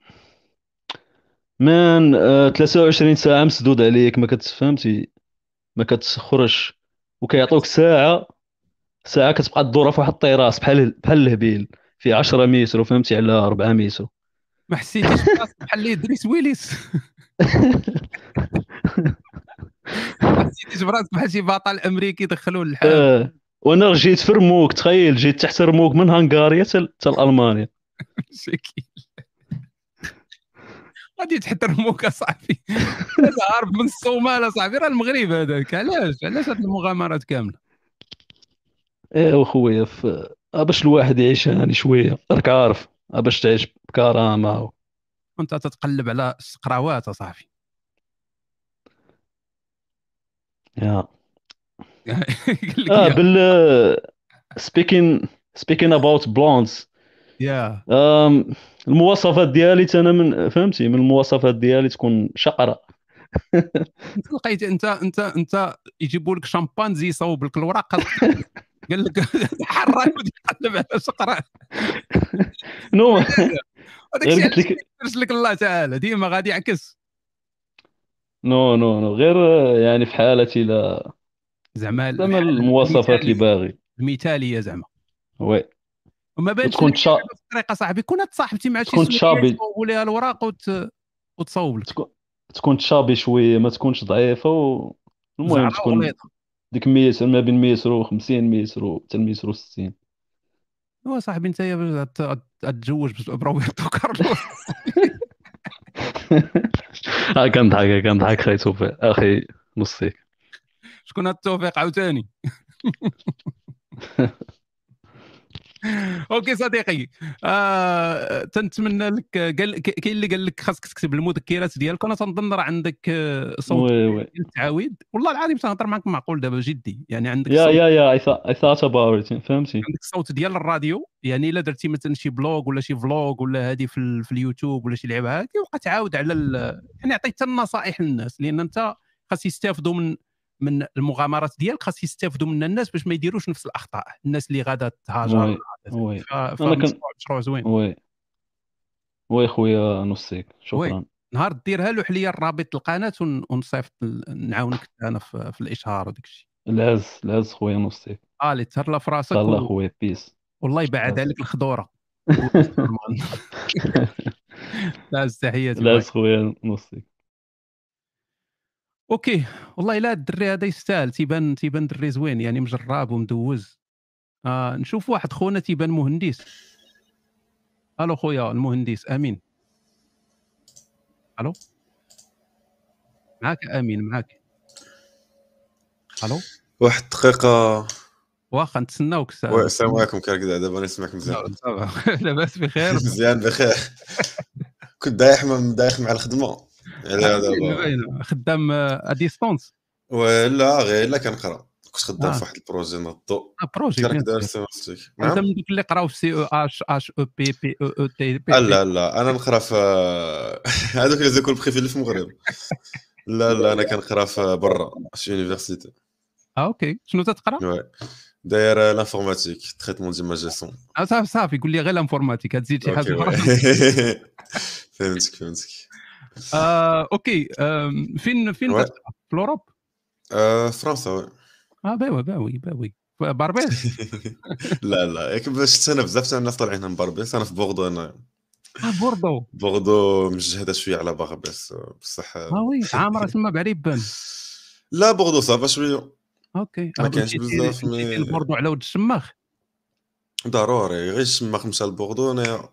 Speaker 7: مان آه ثلاثة وعشرين ساعه مسدود عليك، ما كتفهمتي، ما كتخرج، وكيعطوك ساعه ساعه كتبقى تدور في واحد الطيراس بحال بحال الهبيل، في عشرة متر، فهمتي، على أربعة متر.
Speaker 1: ما حسيتيش براسك بحال اللي ادريس ويليس؟ ما حسيتيش براسك بحال شي بطل امريكي دخلوه للحبس؟
Speaker 7: آه. وانا جيت في رموك، تخيل، جيت تحت رموك من هنغاريا حتى المانيا.
Speaker 1: شكي غادي تحترموك اصاحبي. هذا هارب من الصومال اصاحبي، راه المغرب هذاك. علاش علاش هاد المغامرات كامله؟
Speaker 7: ايه خويا، في آه، باش الواحد يعيش يعني شويه، راك عارف، آه، باش تعيش بكرامه و...
Speaker 1: وانت تتقلب على السقراوات اصاحبي.
Speaker 7: يا
Speaker 1: قال لك
Speaker 7: اه
Speaker 1: يا
Speaker 7: بال سبيكين سبيكين اباوت بلونز.
Speaker 1: يا
Speaker 7: المواصفات ديالي انا، من فهمتي، من المواصفات ديالي تكون شقره.
Speaker 1: انت لقيت انت انت انت يجيبوا لك شامبانزي يصوب لك الوراق. قال لك حراك وتقلب على سقراء.
Speaker 7: نو
Speaker 1: هذاك
Speaker 7: غير
Speaker 1: الشيء
Speaker 7: قلت لك
Speaker 1: علاش لك الله تعالى ديما غادي يعكس.
Speaker 7: نو نو نو غير آه، يعني في حالتي لا،
Speaker 1: زعما
Speaker 7: زعما
Speaker 1: الحالة
Speaker 7: المواصفات اللي
Speaker 1: المثالية.
Speaker 7: باغي.
Speaker 1: المثاليه زعما.
Speaker 7: وي
Speaker 1: وما بانش
Speaker 7: وتكون
Speaker 1: لك
Speaker 7: تشا...
Speaker 1: في الطريقه صاحبي، كون تصاحبتي مع شي
Speaker 7: تكون
Speaker 1: سوريا
Speaker 7: تشابي،
Speaker 1: يصوبوا لها الوراق وت... وتصوب لك.
Speaker 7: تكون تكون تشابي شويه، ما تكونش ضعيفه، و... المهم
Speaker 1: زعما
Speaker 7: تكون
Speaker 1: وغليظه.
Speaker 7: ديك مية ما بين متر و50 متر و حتى متر و60.
Speaker 1: هو صاحبي نتايا تتزوج بروبرتو كارلوس.
Speaker 7: اه كنضحك كنضحك خاي توفيق اخي نصيك.
Speaker 1: شكون هاد التوفيق عاوتاني؟ اوكي صديقي، آه، تنتمنى لك. قال كاين اللي قال لك خاصك تكتب المذكرات ديالك، انا تنظن راه عندك آه، صوت
Speaker 7: وي وي
Speaker 1: ديال التعاويد. والله العظيم تنهضر معك معقول دابا جدي، يعني عندك
Speaker 7: يا
Speaker 1: صوت،
Speaker 7: يا يا اي ثات اباوت فهمتي.
Speaker 1: عندك الصوت ديال الراديو. يعني الا درتي مثلا شي بلوغ ولا شي فلوغ ولا هذه في, ال- في اليوتيوب ولا شي لعبه هذه، وبقى تعاود على ال... يعني عطيت النصائح للناس، لان انت خاص يستافدوا من من المغامرات ديالك، خاص يستافدوا من الناس باش ما يديروش نفس الاخطاء، الناس اللي غادا تهاجر
Speaker 7: وي وي
Speaker 1: ف-
Speaker 7: انا كن
Speaker 1: فمشروع مشروع زوين.
Speaker 7: وي وي خويا نصيك
Speaker 1: وي
Speaker 7: شكرا.
Speaker 1: نهار ديرها لوح ليا الرابط القناه ون- ونصيفط ال- نعاونك انا في, في الاشهار وداك الشيء.
Speaker 7: العز العز خويا نصيك
Speaker 1: الي تهلا في راسك
Speaker 7: الله
Speaker 1: و...
Speaker 7: خويا بيس.
Speaker 1: والله يبعد عليك الخضوره. لا تحياتي باي.
Speaker 7: العز خويا نصيك.
Speaker 1: اوكي والله لا الدري هذا يستاهل، تيبان تيبان دري زوين يعني مجرب ومدوز. آه نشوف واحد خونا تيبان مهندس. الو خويا المهندس امين. الو معاك امين معاك. الو
Speaker 8: واحد الدقيقة.
Speaker 1: واخا نتسناوك
Speaker 8: وي
Speaker 1: ساعه.
Speaker 8: السلام عليكم كاع كذا دابا نسمعك مزيان.
Speaker 1: لاباس بخير.
Speaker 8: مزيان بخير. كنت دايح من دايح مع الخدمة على دابا.
Speaker 1: باينه خدام ا ديستونس.
Speaker 8: ولا غير لا كنقرا، كنت خدام
Speaker 1: آه.
Speaker 8: في واحد البروجي نضو
Speaker 1: اه بروجي
Speaker 8: كنت
Speaker 1: بيان
Speaker 8: داير
Speaker 1: سير.
Speaker 8: سيمستيك.
Speaker 1: انت
Speaker 8: نعم.
Speaker 1: من دوك اللي قراو في سي او اش اش او بي بي او او تي بي.
Speaker 8: لا لا انا نقرا في هذوك لي زيكول بريفي اللي في المغرب. لا لا انا كنقرا في برا في يونيفرسيتي.
Speaker 1: اه اوكي شنو تتقرا؟
Speaker 8: وي داير لانفورماتيك تريتمون ديماجيسيون.
Speaker 1: اه صافي صافي قول لي غير الانفورماتيك تزيد شي
Speaker 8: اوكي
Speaker 1: حاجه
Speaker 8: وي.
Speaker 1: اخرى.
Speaker 8: فهمتك فهمتك.
Speaker 1: آه، اوكي آم، فين فين
Speaker 8: وي.
Speaker 1: تتقرا؟ في اوروب؟
Speaker 8: آه، فرنسا وي.
Speaker 1: اه باوي باوي باوي باربيس.
Speaker 8: لا لا ياك باش انا بزاف تاع الناس طالعين من باربيس، انا في بوردو هنا.
Speaker 1: اه بوردو.
Speaker 8: بوردو مجهده شويه على باربيس بصح.
Speaker 1: اه وي عامره تما بعريبان.
Speaker 8: لا بوردو صافا شويه
Speaker 1: اوكي
Speaker 8: ما
Speaker 1: آه،
Speaker 8: كاينش
Speaker 1: مشيتي
Speaker 8: بزاف
Speaker 1: مشيتي
Speaker 8: مي
Speaker 1: لبوردو على ود الشماخ.
Speaker 8: ضروري غير الشماخ مشى لبوردو انايا.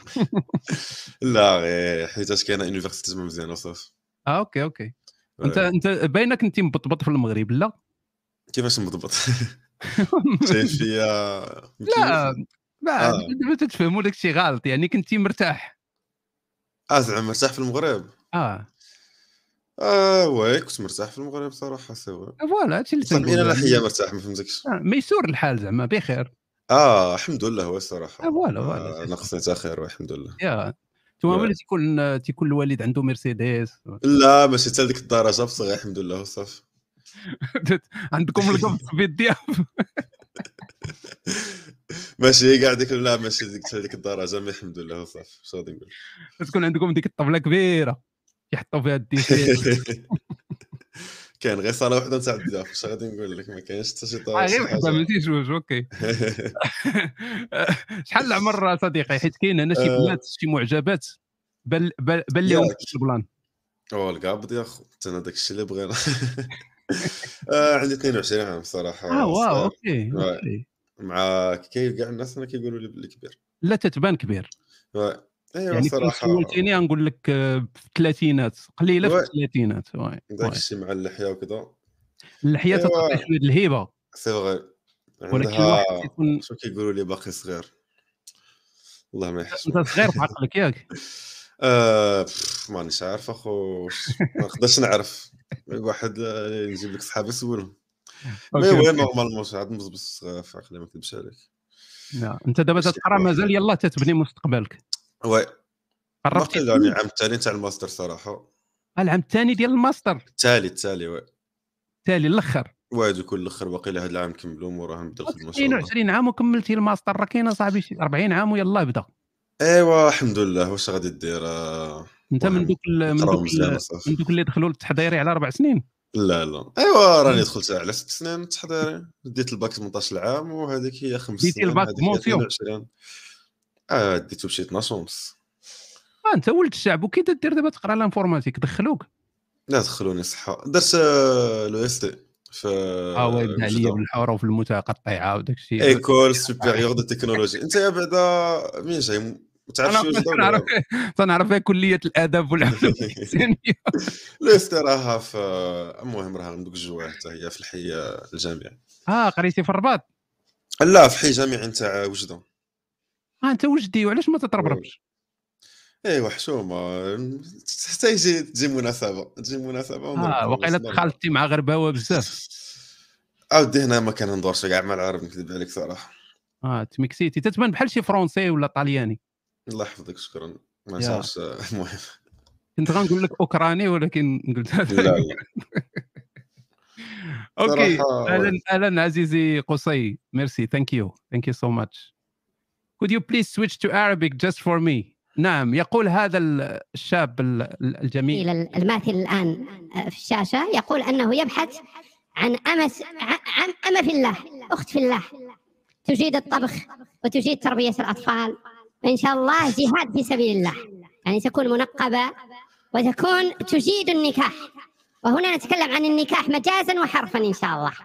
Speaker 8: لا غير حيتاش كاينه يونيفرسيتي تما مزيانه صافي.
Speaker 1: اه اوكي اوكي. انت
Speaker 8: وي.
Speaker 1: انت باينك انت مبطبط في المغرب لا؟
Speaker 8: كيفاش مضبط؟ شايف فيا
Speaker 1: لا
Speaker 8: مكيف؟
Speaker 1: بعد
Speaker 8: اه
Speaker 1: دابا تتفهموا داك الشيء غلط، يعني كنتي مرتاح.
Speaker 8: اه زعما مرتاح في المغرب.
Speaker 1: اه
Speaker 8: اه وي كنت مرتاح في المغرب صراحه سي فري.
Speaker 1: فوالا هادشي اللي
Speaker 8: بصح من
Speaker 1: تنقول
Speaker 8: اين
Speaker 1: يعني.
Speaker 8: ناحيه مرتاح ما فهمتكش.
Speaker 1: آه، ميسور الحال زعما بخير.
Speaker 8: اه الحمد لله هو الصراحه.
Speaker 1: آه فوالا فوالا
Speaker 8: آه
Speaker 1: سي سا.
Speaker 8: ناقصني تا خير الحمد لله.
Speaker 1: يا ثم
Speaker 8: وي.
Speaker 1: ولا تيكون تيكون الوالد عنده مرسيدس.
Speaker 8: لا ماشي حتى لديك الدرجه بصح غير الحمد لله وصافي.
Speaker 1: عندكم القبض في الضياف.
Speaker 8: ماشي كاع ديك لا ماشي ديك حتى لديك الدرجه مي الحمد لله وصافي اش غادي نقول.
Speaker 1: تكون عندكم ديك الطبله كبيره يحطوا فيها الديسير.
Speaker 8: كاين غير صاله وحده نتاع الضياف اش غادي نقول لك ما كاينش حتى شي
Speaker 1: آه
Speaker 8: طا-
Speaker 1: غير
Speaker 8: شي
Speaker 1: وحده
Speaker 8: حاجه.
Speaker 1: ماشي جوج اوكي. شحال العمر صديقي؟ حيت كاين هنا شي
Speaker 8: آه،
Speaker 1: بنات شي معجبات بان بان بان لهم
Speaker 8: ياك
Speaker 1: في البلان.
Speaker 8: هو الكابض يا خو حتى انا داك الشيء اللي بغينا. آه، عندي اثنين وعشرين عام
Speaker 1: اه
Speaker 8: صراحه
Speaker 1: واو
Speaker 8: صغير.
Speaker 1: اوكي
Speaker 8: وي.
Speaker 1: اوكي.
Speaker 8: مع كاين كاع الناس انا كيقولوا لي بلي كبير.
Speaker 1: لا تتبان كبير.
Speaker 8: وي. ايوا
Speaker 1: يعني كنت
Speaker 8: صراحه
Speaker 1: سولتيني غنقول لك آه، في الثلاثينات قليله في
Speaker 8: وي
Speaker 1: الثلاثينات. وي
Speaker 8: داك
Speaker 1: وي
Speaker 8: الشيء مع اللحيه وكذا.
Speaker 1: اللحيه تعطي
Speaker 8: ايوا
Speaker 1: شويه د الهيبه،
Speaker 8: سي فغي
Speaker 1: ولكن
Speaker 8: عندها
Speaker 1: الواحد تيكون
Speaker 8: شنو كيقولوا لي باقي صغير الله ما يحشم.
Speaker 1: انت صغير في عقلك ياك.
Speaker 8: آه بف، مانيش عارف اخو واش- ما نقدرش نعرف واحد آه، نجيب لك صحابي سولهم مي
Speaker 1: اوكي
Speaker 8: وين
Speaker 1: اوكي.
Speaker 8: نورمالمون عاد مزبط صغير في عقلي ما نكذبش عليك.
Speaker 1: لا انت دابا
Speaker 8: ماشي
Speaker 1: تتقرا
Speaker 8: بواحد.
Speaker 1: مازال يلاه تتبني مستقبلك.
Speaker 8: وي
Speaker 1: قربتي
Speaker 8: باقي لاني
Speaker 1: تكمل
Speaker 8: العام الثاني تاع الماستر صراحه.
Speaker 1: العام الثاني ديال الماستر
Speaker 8: التالي التالي وي
Speaker 1: التالي الاخر.
Speaker 8: وادي كل الاخر باقي لهاد العام نكملو موراها نبدا الخدمه ان شاء
Speaker 1: اثنين
Speaker 8: الله.
Speaker 1: وعشرين عام وكملتي الماستر، راه كاين صاحبي شي أربعين عام ويلاه بدا.
Speaker 8: ايوا الحمد لله واش غادي دير آه،
Speaker 1: انت من
Speaker 8: المهم
Speaker 1: دوك ال- من
Speaker 8: نقراو
Speaker 1: دوك
Speaker 8: مزيان
Speaker 1: ال- من
Speaker 8: وصافي.
Speaker 1: دوك اللي دخلوا للتحضيري على اربع سنين.
Speaker 8: لا لا ايوا راني دخلت على ست سنين تحضيري ديت الباك ثمنطاش عام وهذيك هي خمس
Speaker 1: ديتي
Speaker 8: سنين
Speaker 1: الباك
Speaker 8: هذيك هي
Speaker 1: موسيون.
Speaker 8: اثنين وعشرين. اه ديتو بشي اثناش ونص.
Speaker 1: اه انت ولد الشعب وكي دير دابا تقرا الانفورماتيك دخلوك.
Speaker 8: لا دخلوني صحه درت آه، لو اس تي في
Speaker 1: ها هو يبدا عليا
Speaker 8: وجده
Speaker 1: بالحروف المتقطعه وداك الشيء.
Speaker 8: ايكول سوبيريور دو تكنولوجي. انت يا بعدا منين جاي؟ ما تعرفش
Speaker 1: انا
Speaker 8: وجده
Speaker 1: تنعرف
Speaker 8: ولا؟
Speaker 1: تنعرف فيها كليه الادب والعلوم الانسانيه.
Speaker 8: لا استراها في المهم راه عندك الجواه حتى هي في الحي الجامعي.
Speaker 1: اه قريتي في الرباط؟
Speaker 8: لا في حي جامعي نتاع وجده.
Speaker 1: اه انت وجدي وعلاش ما تتربربش؟
Speaker 8: ايوا حشومه حتى يجي تجي مناسبه تجي مناسبه
Speaker 1: اه
Speaker 8: ونربحوا
Speaker 1: وقيلا
Speaker 8: باش نربحوا.
Speaker 1: دخلتي مع غرباوه بزاف.
Speaker 8: عاودي هنا ما كنهضرش كاع مع العرب نكذب عليك صراحه.
Speaker 1: اه تمكسيتي تتبان بحال شي فرونسي ولا طالياني.
Speaker 8: الله يحفظك شكرا ما
Speaker 1: يا.
Speaker 8: نعرفش. المهم
Speaker 1: كنت غنقول لك اوكراني ولكن قلت هذا.
Speaker 8: لا لا
Speaker 1: اوكي
Speaker 8: صراحه
Speaker 1: اهلا
Speaker 8: وي.
Speaker 1: اهلا عزيزي قصي. ميرسي ثانك يو ثانك يو سو ماتش. Could you please switch to Arabic just for me؟ نعم يقول هذا الشاب ال- ال- الجميل.
Speaker 2: إلى الماثل الآن في الشاشة يقول أنه يبحث عن أمس عن أمة في الله، أخت في الله، تجيد الطبخ وتجيد تربية الأطفال، وإن شاء الله جهاد في سبيل الله، يعني تكون منقبة وتكون تجيد النكاح. وهنا نتكلم عن النكاح مجازا وحرفا إن شاء الله.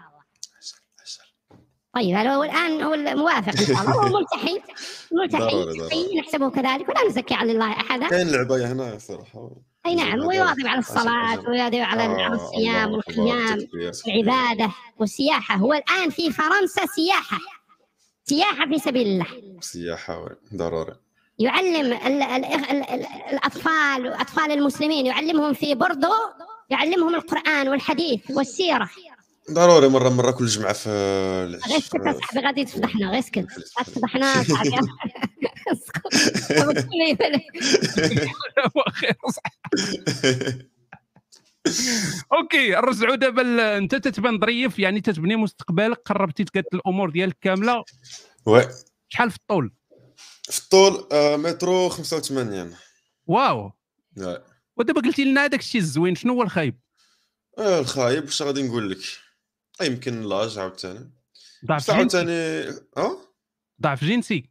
Speaker 2: طيب هو الآن هو موافق إن شاء الله، هو ملتحي ملتحي
Speaker 8: ضروري ضروري
Speaker 2: نحسبه كذلك ولا نزكي على الله أحدا.
Speaker 8: كاين لعبه هنا صراحه.
Speaker 2: أي نعم، ويواظب على الصلاة ويواظب على على الصيام والقيام والعبادة والسياحة. هو الآن في فرنسا سياحة سياحة في سبيل الله.
Speaker 8: سياحه ضروري.
Speaker 2: يعلم ال ال ال ال الأطفال وأطفال المسلمين، يعلمهم في بوردو، يعلمهم القرآن والحديث والسيرة.
Speaker 8: ضروري مره مره كل جمعه في
Speaker 2: غير سكت أصحابي غادي تفضحنا، غير سكت تفضحنا صاحبي.
Speaker 1: اوكي نرجعوا دابا ل- انت تتبان ظريف، يعني تتبني مستقبلك، قربتي تقاد الامور ديالك كامله.
Speaker 8: وي
Speaker 1: شحال في الطول؟
Speaker 8: في الطول آه، مترو خمسة وثمانين.
Speaker 1: واو.
Speaker 8: وي.
Speaker 1: ودابا قلتي لنا هذاك الشيء الزوين، شنو هو الخايب؟
Speaker 8: آه، الخايب واش غادي نقول لك؟ آه، يمكن لاج عاوتاني
Speaker 1: ضعف
Speaker 8: بصح
Speaker 1: جنسي.
Speaker 8: عاوتاني اه
Speaker 1: ضعف جنسي.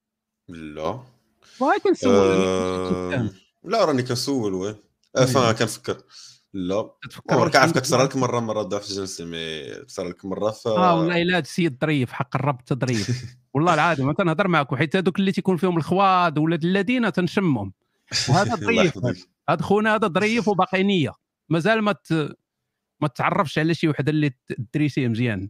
Speaker 8: لا
Speaker 1: وهاي كنسول.
Speaker 8: آه... لا راني كنسول وي آه، فا كنفكر لا
Speaker 1: تفكر
Speaker 8: عمرك عارف
Speaker 1: واش
Speaker 8: كتصرى لك مره مره ضعف الجنسي مي تصرى لك مره ف
Speaker 1: اه والله الا هذا السيد ظريف حق الرب تظريف. والله العظيم ما تنهضر معك، حيت هذوك اللي تيكون فيهم الخواض ولاد الذين تنشمهم. وهذا
Speaker 8: الله
Speaker 1: ظريف،
Speaker 8: يحفظك.
Speaker 1: هذا خونا هذا ظريف وباقي نيه، مازال ما ت... ما تعرفش على شي وحده اللي تدريسيه مزيان.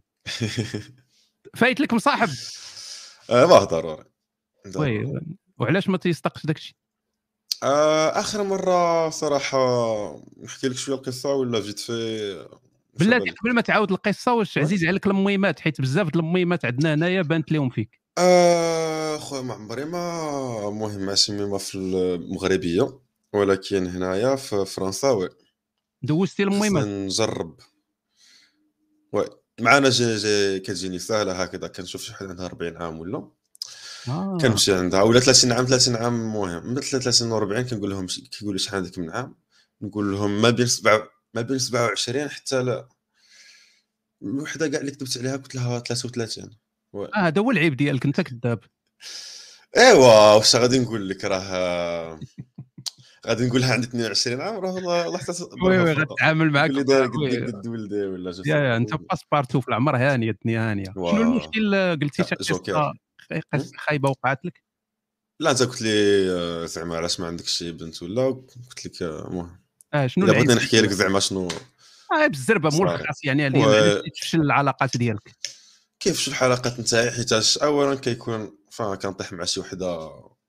Speaker 1: فايت لك مصاحب.
Speaker 8: آه، ما ضروري
Speaker 1: وي
Speaker 8: ضروري.
Speaker 1: وعلاش ما تيصدقش داكشي؟
Speaker 8: آه، اخر مره صراحه نحكي لك شويه القصه ولا جيت في
Speaker 1: بلاتي قبل ما تعاود القصه، واش عزيز عليك الميمات؟ حيت بزاف د الميمات عندنا هنايا بانت لهم فيك.
Speaker 8: آه خويا ما عمري ما مهم ماشي ميما في المغربيه، ولكن هنايا في فرنسا وي
Speaker 1: دوزتي الميمات؟
Speaker 8: خصني نجرب. وي معنا جي جي كتجيني سهله هكذا، كنشوف شي حد عندها أربعين عام ولا
Speaker 1: آه.
Speaker 8: كنمشي عندها، ولا ثلاثين عام ثلاثين عام المهم من ثلاثين و أربعين كنقول لهم كيقولوا شحال عندك من عام، نقول لهم ما بين سبعة ما بين سبعة وعشرين حتى لا الوحده كاع اللي كتبت عليها قلت لها ثلاثة وثلاثين.
Speaker 1: اه هذا هو العيب ديالك، انت كذاب.
Speaker 8: ايوا واش غادي نقول لك، راه غادي نقولها عندي اثنين وعشرين عام راه والله الله حتى
Speaker 1: وي وي غتعامل معاك
Speaker 8: اللي داير قد ولدي ولا جو
Speaker 1: يا يا انت باسبارتو في العمر هانيه الدنيا هانيه. شنو المشكل؟ قلتي شي قصه خايبه وقعت لك؟
Speaker 8: لا انت قلت لي زعما علاش ما عندكش شي بنت ولا قلت لك المهم
Speaker 1: اه شنو
Speaker 8: اللي بغيت نحكي لك زعما شنو
Speaker 1: اه بالزربه ملخص يعني عليا علاش تفشل العلاقات ديالك.
Speaker 8: كيف شو الحلقات نتاعي؟ حيتاش اولا كيكون فا كنطيح مع شي وحده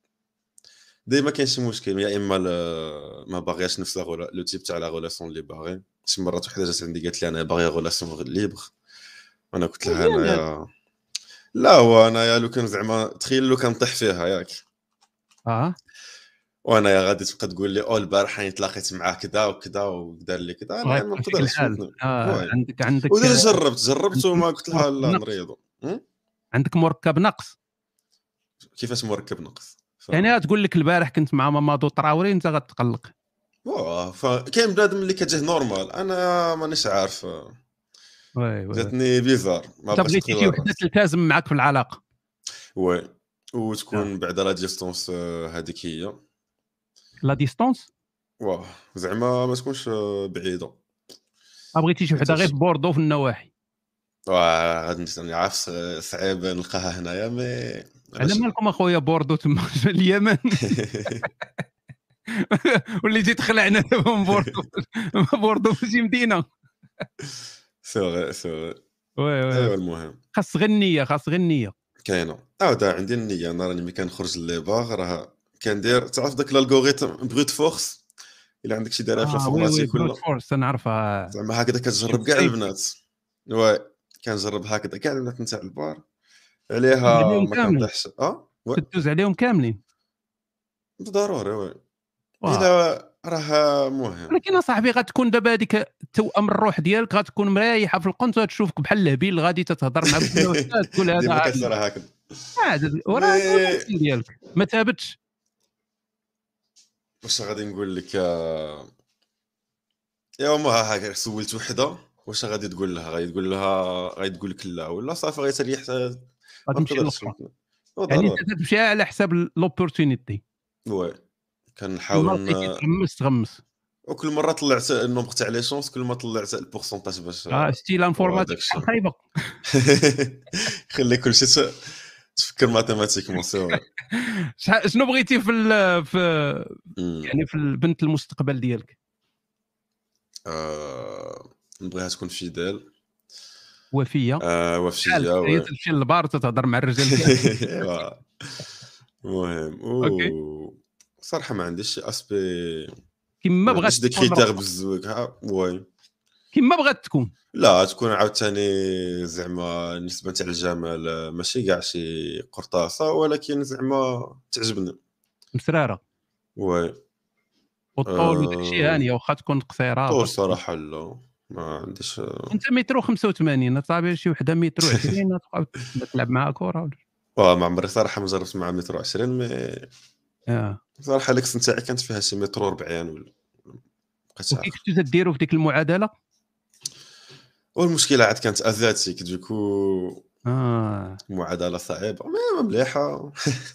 Speaker 8: ديما كاين شي مشكل، يا اما ما باغياش نفس لو تيب تاع لا ريلاسيون اللي باغي. شي مرات وحده جات عندي قالت لي انا باغي ريلاسيون ليبر، انا قلت لها انايا لا هو انايا لو كان زعما تخيل لو كنطيح فيها ياك
Speaker 1: اه
Speaker 8: وانا يا غادي تبقى تقول لي او البارح حين تلاقيت معاه كذا وكذا ودار لي كذا، انا ما نقدرش.
Speaker 1: اه عندك عندك
Speaker 8: ودرت جربت جربت وما قلت لها لا نريضو.
Speaker 1: عندك مركب نقص.
Speaker 8: كيفاش مركب نقص؟
Speaker 1: يعني تقول لك البارح كنت مع مامادو طراوري انت غتقلق.
Speaker 8: واه فكاين بنادم اللي كتجيه نورمال، انا مانيش عارف
Speaker 1: وي وي
Speaker 8: جاتني بيزار ما
Speaker 1: بغيتي شي وحده تلتزم معك في العلاقه.
Speaker 8: وي وتكون بعد لا ديستونس هذيك هي
Speaker 1: لا ديستونس.
Speaker 8: واه زعما ما تكونش بعيده.
Speaker 1: بغيتي شي وحده غير
Speaker 8: حيتاش
Speaker 1: في بوردو في النواحي.
Speaker 8: واه غادي نت- عارف صعيب نلقاها هنايا مي
Speaker 1: على
Speaker 8: علاش لا.
Speaker 1: مالكم اخويا بوردو تما في اليمن وليتي تخلعنا دابا من بوردو بوردو ماشي مدينه.
Speaker 8: سي فغي سي فغي
Speaker 1: وي وي
Speaker 8: ايوا المهم
Speaker 1: خاص غير النيه خاص غير النيه.
Speaker 8: كاينه عاود عندي النيه انا راني ملي كنخرج لي باغ راه كندير تعرف داك الالغوريثم بروت فورس الا عندك شي دايره في
Speaker 1: اه وي وي
Speaker 8: لافورماتيك
Speaker 1: بروت
Speaker 8: ولا
Speaker 1: فورس نعرفها.
Speaker 8: زعما هكذا كتجرب كاع البنات وي كنجرب هكذا كاع البنات نتاع البار
Speaker 1: تدوز
Speaker 8: عليها
Speaker 1: عليهم
Speaker 8: ما
Speaker 1: كاملين
Speaker 8: كنطيحش اه وي
Speaker 1: تدوز عليهم كاملين.
Speaker 8: ضروري وي
Speaker 1: واه.
Speaker 8: الا راه مهم
Speaker 1: ولكن اصاحبي غتكون دابا هذيك التوأم الروح ديالك غتكون مريحه في القنت وتشوفك بحال الهبيل غادي تتهضر مع بكل واحد تقول هذا
Speaker 8: ديما
Speaker 1: عاد
Speaker 8: كتصير هكذا
Speaker 1: عاد وراه
Speaker 8: مي
Speaker 1: هذا المشكل ديالك ما ثابتش.
Speaker 8: واش غادي نقول لك آه، يا ما هكا سولت وحده واش غادي تقول لها غادي تقول لها غادي تقول لك لا ولا صافي غادي تريح ما
Speaker 1: غتمشي
Speaker 8: تقدرش
Speaker 1: للأخرى.
Speaker 8: فهمتني
Speaker 1: يعني
Speaker 8: ضروري
Speaker 1: انت تمشي على حساب لوبورتونيتي.
Speaker 8: وي
Speaker 1: كل
Speaker 8: كنحاول
Speaker 1: ما
Speaker 8: ن...
Speaker 1: لقيتي تغمس تغمس.
Speaker 8: وكل مره طلعت النومبر تاع لي شونس كل ما طلعت البورسونتاج باش
Speaker 1: اه شتي
Speaker 8: هو
Speaker 1: لانفورماتيك
Speaker 8: داك الشيء
Speaker 1: خايبه.
Speaker 8: خلي كلشي ت- تفكر ماتيماتيكمون سي فري
Speaker 1: شحال- شنو بغيتي في ال- في
Speaker 8: أمم.
Speaker 1: يعني في البنت المستقبل ديالك؟
Speaker 8: آه، نبغيها تكون فيدال
Speaker 1: وفيه
Speaker 8: آه
Speaker 1: شحال
Speaker 8: وفيه
Speaker 1: هي
Speaker 8: وي
Speaker 1: تمشي للبار تتهضر مع الرجال ديالك.
Speaker 8: ايوا المهم
Speaker 1: اوكي
Speaker 8: و صراحه ما عنديش شي اسبي
Speaker 1: كيما
Speaker 8: ما
Speaker 1: بغات
Speaker 8: عنديش دي
Speaker 1: تكون
Speaker 8: كريتير
Speaker 1: روحها
Speaker 8: بزوج ها وي
Speaker 1: كيما بغات تكون.
Speaker 8: لا تكون عاوتاني زعما النسبه تاع الجمال آه، ماشي كاع شي قرطاسه ولكن زعما تعجبني
Speaker 1: مسراره
Speaker 8: وي
Speaker 1: والطول وداك الشيء
Speaker 8: أه...
Speaker 1: هانيه واخا تكون قصيره
Speaker 8: طول
Speaker 1: باش
Speaker 8: صراحه لا ما عنديش آه،
Speaker 1: انت متر خمسة وثمانين طبيعي شي وحده متر عشرين تبقى تلعب معها كره ولا
Speaker 8: واه ما عمري صراحه ما جربت مع متر عشرين مي
Speaker 1: اه.
Speaker 8: صراحه الاكس نتاعي كانت فيها شي متر أربعين ولا بقيت
Speaker 1: وكي
Speaker 8: عارف
Speaker 1: كنتو تديروا في ديك المعادله.
Speaker 8: والمشكله عاد كانت اذاتيك دوكو
Speaker 1: اه
Speaker 8: معادله صعيبه مي مليحه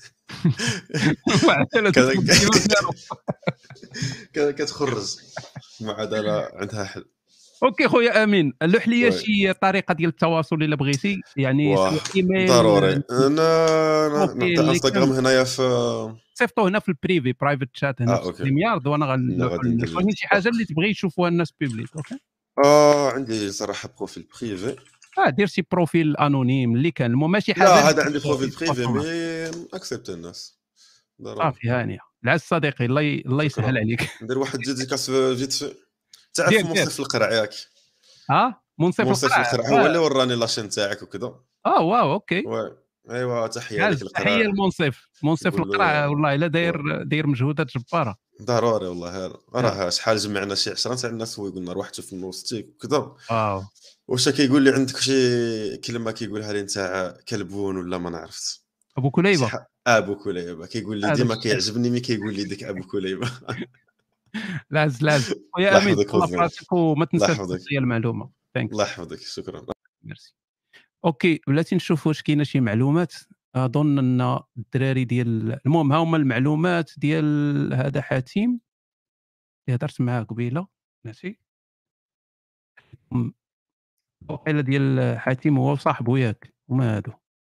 Speaker 1: معادله
Speaker 8: كذا-
Speaker 1: تطلب ديما زيرو.
Speaker 8: كذا كتخرج معادله عندها حل
Speaker 1: اوكي خويا امين لوح لي
Speaker 8: وي
Speaker 1: شي طريقه ديال التواصل الا بغيتي يعني
Speaker 8: واه
Speaker 1: سواء ايميل
Speaker 8: ضروري انا أنا
Speaker 1: بروفيل
Speaker 8: نعطي
Speaker 1: اللي
Speaker 8: انستغرام
Speaker 1: كان
Speaker 8: هنايا في
Speaker 1: صيفطوه هنا في البريفي برايفت شات هنا
Speaker 8: اه
Speaker 1: في
Speaker 8: اوكي
Speaker 1: ستريم يارد وانا
Speaker 8: لا
Speaker 1: غنلوحو
Speaker 8: غادي
Speaker 1: للناس
Speaker 8: ندير
Speaker 1: ولكن شي حاجه
Speaker 8: اوكي
Speaker 1: اللي تبغي يشوفوها الناس بيبليك. اوكي
Speaker 8: اه عندي صراحه بروفيل بريفي
Speaker 1: اه دير شي بروفيل انونيم اللي كان المهم ماشي حاجه
Speaker 8: لا
Speaker 1: اللي
Speaker 8: هذا عندي بروفيل
Speaker 1: تبغي
Speaker 8: بريفي
Speaker 1: تواصل
Speaker 8: مي اكسبت الناس ضروري
Speaker 1: صافي هانيه العز صديقي الله ي... الله يسهل
Speaker 8: شكرا
Speaker 1: عليك.
Speaker 8: ندير واحد ديديكاس فيت في تعرف
Speaker 1: دير دير
Speaker 8: منصف القرع ياك
Speaker 1: اه منصف
Speaker 8: منصف
Speaker 1: القرع
Speaker 8: القرع هو
Speaker 1: اه,
Speaker 8: اللي وراني لاشين تاعك وكذا
Speaker 1: آه واو اوكي
Speaker 8: وي ايوا تحيه لك
Speaker 1: عز تحيه
Speaker 8: القرع
Speaker 1: لمنصف منصف
Speaker 8: نقول
Speaker 1: القرع
Speaker 8: له
Speaker 1: والله الا
Speaker 8: وي.
Speaker 1: داير داير مجهودات جباره.
Speaker 8: ضروري والله هذا
Speaker 1: آه.
Speaker 8: راه شحال جمعنا شي عشرة تاع الناس وقلنا روحتوا في النوستيك وكذا
Speaker 1: واو
Speaker 8: واش كيقول لي عندك شي كلمه كيقولها لي نتاع كلبون ولا ما عرفت
Speaker 1: ابو
Speaker 8: شي
Speaker 1: كليبه
Speaker 8: ح... ابو كليبه كيقول لي
Speaker 1: هذا
Speaker 8: ديما
Speaker 1: الشيء
Speaker 8: كيعجبني مي كيقول لي ديك ابو كليبه
Speaker 1: لاز لاز خويا
Speaker 8: الله
Speaker 1: امين
Speaker 8: يحفظك
Speaker 1: الله في
Speaker 8: خويا
Speaker 1: راسك وما
Speaker 8: الله
Speaker 1: تنساش
Speaker 8: يحفظك
Speaker 1: توصي المعلومه. ثانكس
Speaker 8: الله يحفظك شكرا
Speaker 1: ميرسي. اوكي بلاتي نشوف واش كاينه شي معلومات. اظن ان الدراري ديال المهم ها هما المعلومات ديال هذا حاتم اللي هضرت معاه قبيله ماشي م- وقيله ديال حاتم هو صاحبو ياك هما هادو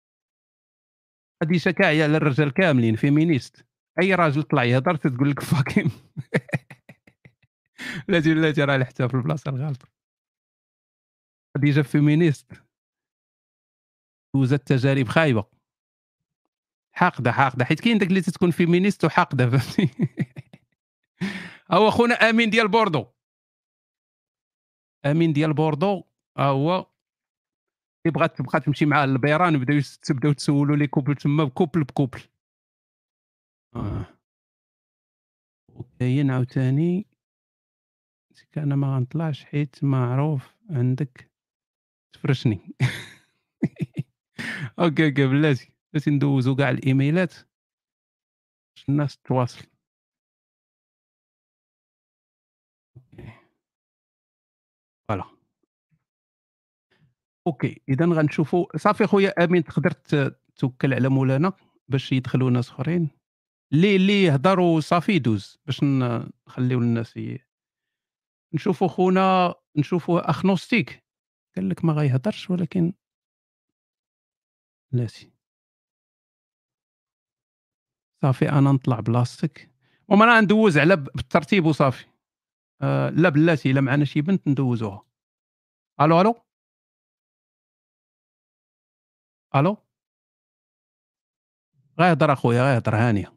Speaker 1: خديجه كاع على الرجال كاملين فيمينيست اي راجل طلع يهضر تقول لك فاكين بلاتي بلاتي راه حتى في البلاصه الغلط. خديجه فيمينيست دوزت تجارب خايبه حاقده حاقده حيت كاين داك اللي تتكون فيمينيست وحاقده فهمتي. هو خونا امين ديال بوردو امين ديال بوردو ها هو يبغى تبقى تمشي معاه للبيران بداو تبداو تسولوا لي كوبل تما بكوبل بكوبل. اه وكاين عاوتاني انا ما غنطلعش حيت معروف عندك تفرشني. اوكي اوكي بلاتي بلاتي ندوزو كاع الايميلات باش الناس تواصل. فوالا اوكي اذا غنشوفوا صافي خويا امين تقدر ت- توكل على مولانا باش يدخلوا ناس اخرين اللي اللي يهضروا صافي يدوز باش ن- نخليو الناس ي... نشوفوا خونا نشوفوا اخنوستيك قال لك ما غيهضرش ولكن بلاتي صافي انا نطلع بلاصتك وما انا ندوز على ب- بالترتيب وصافي. آه لا بلاتي الا معنا شي بنت ندوزوها. الو الو الو غيهضر اخويا غيهضر هانيه.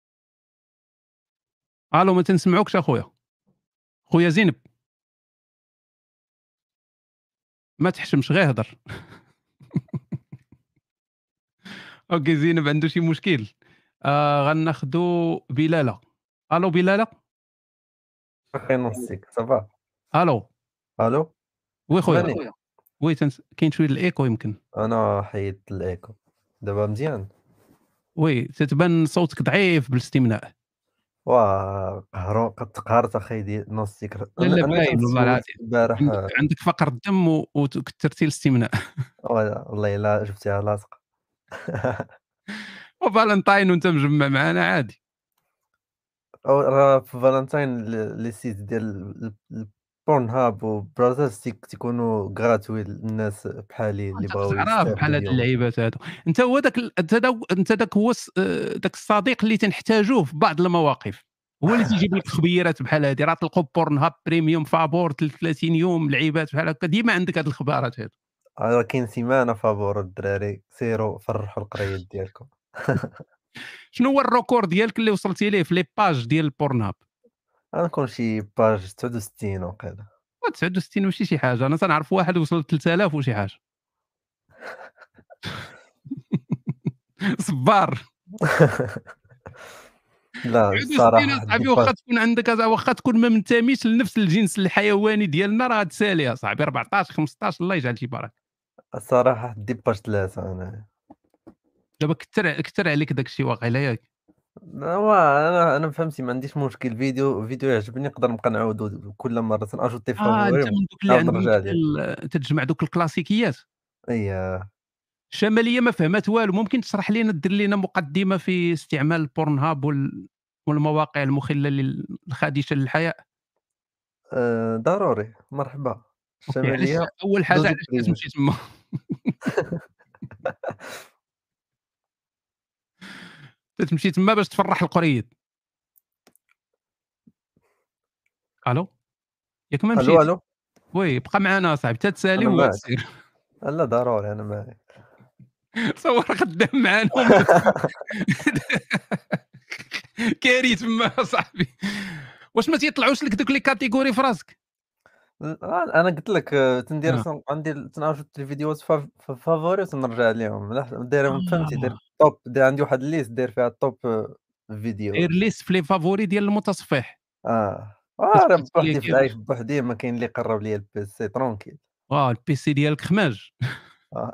Speaker 1: الو ما تنسمعوكش اخويا. خويا زينب ما تحشمش غيهضر. اوكي زينب عنده شي مشكل. آه غناخدو بلاله. الو بلاله.
Speaker 9: باقي نصيك صافا.
Speaker 1: الو
Speaker 9: الو
Speaker 1: وي خويا
Speaker 9: سمعني.
Speaker 1: وي تنس... كاين شويه الايكو يمكن.
Speaker 9: انا حيدت الايكو دابا مزيان.
Speaker 1: وي تتبان صوتك ضعيف بالاستمناء.
Speaker 9: واه قهرو قد قهرت اخي ديال نصيك.
Speaker 1: لا
Speaker 9: انا
Speaker 1: لا
Speaker 9: انا
Speaker 1: باين
Speaker 9: كنت
Speaker 1: والله
Speaker 9: سولت
Speaker 1: العظيم
Speaker 9: البارح.
Speaker 1: عندك عندك فقر الدم و... وكثرتي الاستمناء.
Speaker 9: والله الا جبتيها لاصقه.
Speaker 1: وفالنتاين وانت مجمع معانا عادي.
Speaker 9: أو راه في فالنتاين لي سيت ديال البورن هاب وبراوزرز تيك- تيكونوا غراتوي للناس بحالي اللي
Speaker 1: انت
Speaker 9: بغاو
Speaker 1: بصح عارف بحال
Speaker 9: يستافدوا
Speaker 1: هاد
Speaker 9: بهم.
Speaker 1: اللعيبات هادو انت هو داك ال- انت دا... انت داك هو الس- آه، داك الصديق اللي تنحتاجوه في بعض المواقف. هو اللي تيجيب لك خبيرات بحال هادي راه تلقوا بورن هاب بريميوم فابور ثلاثين يوم لعيبات بحال هكا ديما عندك هاد الخبارات هادو.
Speaker 9: راه كاين سيمانه فابور الدراري سيروا فرحوا القرايات ديالكم.
Speaker 1: شنو هو الريكورد ديالك اللي وصلتي ليه في لي باج ديال البورن هاب؟
Speaker 9: غنكون شي باج تسعة وستين وقيلا.
Speaker 1: تسعة وستين ماشي شي حاجه انا تنعرف واحد وصل ل ثلاثة آلاف وشي حاجه. صبار.
Speaker 9: لا
Speaker 1: تسعة وستين
Speaker 9: الصراحه
Speaker 1: اصاحبي
Speaker 9: دي
Speaker 1: واخا
Speaker 9: باج.
Speaker 1: تكون عندك واخا تكون ما منتميش لنفس الجنس الحيواني ديالنا راه تسالي اصاحبي أربعطاش خمسطاش الله يجعل شي بركه.
Speaker 9: الصراحه دي باج ثلاثه انا.
Speaker 1: دابا كثر كثر عليك داك الشيء واقيلا ياك.
Speaker 9: لا هو انا انا فهمتي ما عنديش مشكل فيديو فيديو يعجبني نقدر نبقى نعاودو كل مره تناجوتي
Speaker 1: اه انت
Speaker 9: فافوري
Speaker 1: من دوك اللي
Speaker 9: نعاود
Speaker 1: عندهم
Speaker 9: نرجع ليه.
Speaker 1: ديال تتجمع دوك الكلاسيكيات.
Speaker 9: اي
Speaker 1: الشماليه ما فهمت والو ممكن تشرح لينا دير لينا مقدمه في استعمال البورن هاب وال... والمواقع المخله للخادشه للحياء.
Speaker 9: آه، ضروري مرحبا
Speaker 1: اوكي علاش
Speaker 9: الشماليه.
Speaker 1: اول حاجه
Speaker 9: دوزو
Speaker 1: علاش
Speaker 9: بريفي.
Speaker 1: كتمشي تما؟ تتمشي تما باش تفرح القريد. الو ياك ما
Speaker 9: الو
Speaker 1: مشيتي.
Speaker 9: الو
Speaker 1: وي بقى معنا اصاحبي تتسالي
Speaker 9: انا معك.
Speaker 1: وتسير.
Speaker 9: لا ضروري انا معك.
Speaker 1: تصور خدام معانا ومدخل. كاري تما اصاحبي. واش ما تيطلعوش لك دوك لي كاتيجوري في راسك؟
Speaker 9: آه، انا قلت لك آه، تندير
Speaker 1: آه.
Speaker 9: صن- عندي تناجوت الفيديوهات فا- فا- فافوري وتنرجع لهم لا، دايرهم فهمتي داير
Speaker 1: آه.
Speaker 9: توب داير عندي واحد الليست داير فيها توب فيديو.
Speaker 1: داير ليست في لي فافوري ديال المتصفح.
Speaker 9: اه اه راه
Speaker 1: كتبقى
Speaker 9: بوحدي في
Speaker 1: تكليكي
Speaker 9: العيش
Speaker 1: باش
Speaker 9: بوحدي ما كاين اللي يقرب ليا البيسي ترونكيل.
Speaker 1: اه البيسي ديالك خماج.
Speaker 9: آه.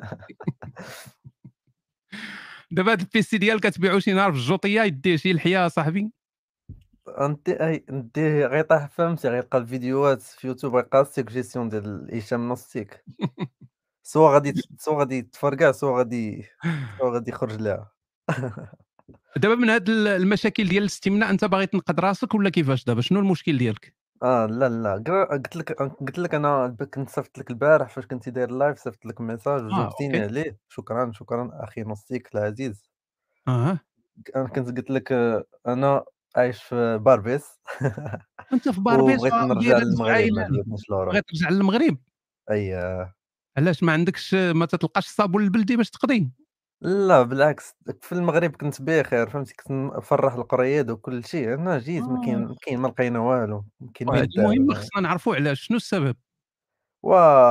Speaker 1: دابا هاد البيسي ديالك كتبيعو شي نهار في الجوطيه يديه شي لحيه صاحبي.
Speaker 9: انت اي انت غيطيح فهمتي غيلقى الفيديوهات في يوتيوب غيلقى السيكجيسيون ديال هشام نصيك سوا غادي سوا غادي يتفرقع سوا غادي سوا غادي يخرج لها.
Speaker 1: دابا من هاد ال- المشاكل ديال الاستمناء انت باغي تنقد راسك ولا كيفاش دابا شنو المشكل ديالك؟
Speaker 9: اه لا لا قرا- قلت لك قلت لك انا ب- كنت صيفط لك البارح فاش كنتي داير اللايف صيفط لك ميساج
Speaker 1: اه
Speaker 9: وجاوبتيني
Speaker 1: اوكي.
Speaker 9: عليه شكرا شكرا اخي نصيك العزيز.
Speaker 1: اها
Speaker 9: انا كنت قلت لك آه، انا عايش في باربيس.
Speaker 1: انت في باربيس
Speaker 9: وبغيت نرجع
Speaker 1: وداير هاد
Speaker 9: للمغرب ما
Speaker 1: الفعايلات
Speaker 9: عجبتنيش لوروب.
Speaker 1: بغيت ترجع للمغرب.
Speaker 9: اي
Speaker 1: علاش ما عندكش ما تتلقاش الصابون البلدي باش تقضي؟
Speaker 9: لا بالعكس في المغرب كنت بخير فهمتي كنت نفرح القريض وكل شيء انا جيت ما كاين
Speaker 1: اه
Speaker 9: ما كاين ما لقينا والو ما كاين ما
Speaker 1: وهذه
Speaker 9: يدار
Speaker 1: مهمه
Speaker 9: ما.
Speaker 1: خصنا نعرفوا علاش شنو السبب.
Speaker 9: و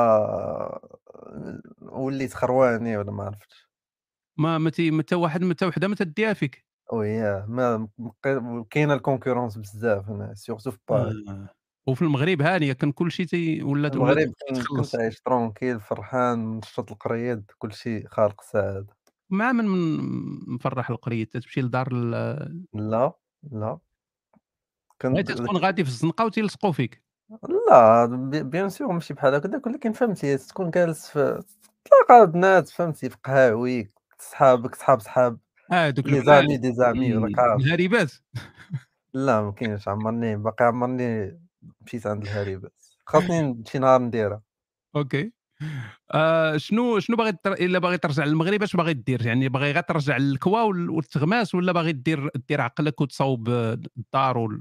Speaker 9: وليت خرواني ولا ما عرفتش.
Speaker 1: ما متى متى واحد متى وحده ما تديها فيك.
Speaker 9: وياه ما مق- كاينه الكونكورونس بزاف هنا سيرتو في باري.
Speaker 1: آه. وفي المغرب هانيه كان كل شيء تي ولا ولا
Speaker 9: المغرب كن- كنت
Speaker 1: تخلص.
Speaker 9: عايش ترونكيل فرحان نشط القريض كل شيء خارق السعاده.
Speaker 1: مع من من مفرح القرية تمشي لدار ال...
Speaker 9: لا لا
Speaker 1: غير
Speaker 9: كنت
Speaker 1: تكون غادي في الزنقه وتيلصقوا فيك.
Speaker 9: لا بي- بيان سور ماشي بحال هكذاك ولكن فهمتي تكون جالس في تلاقى بنات فهمتي في قهاوي صحابك صحاب صحاب
Speaker 1: اه دوك
Speaker 9: لي
Speaker 1: البنات.
Speaker 9: زامي دي زامي راك
Speaker 1: مم.
Speaker 9: عارف.
Speaker 1: الهريبات.
Speaker 9: لا ما كاينش عمرني باقي عمرني مشيت عند الهريبات. خاصني شي نهار نديرها.
Speaker 1: اوكي. آه شنو شنو باغي تر... الا باغي ترجع للمغرب اش باغي دير؟ يعني باغي غير ترجع للكوا وال- والتغماس، ولا باغي دير دير عقلك وتصاوب آه، الدار وال...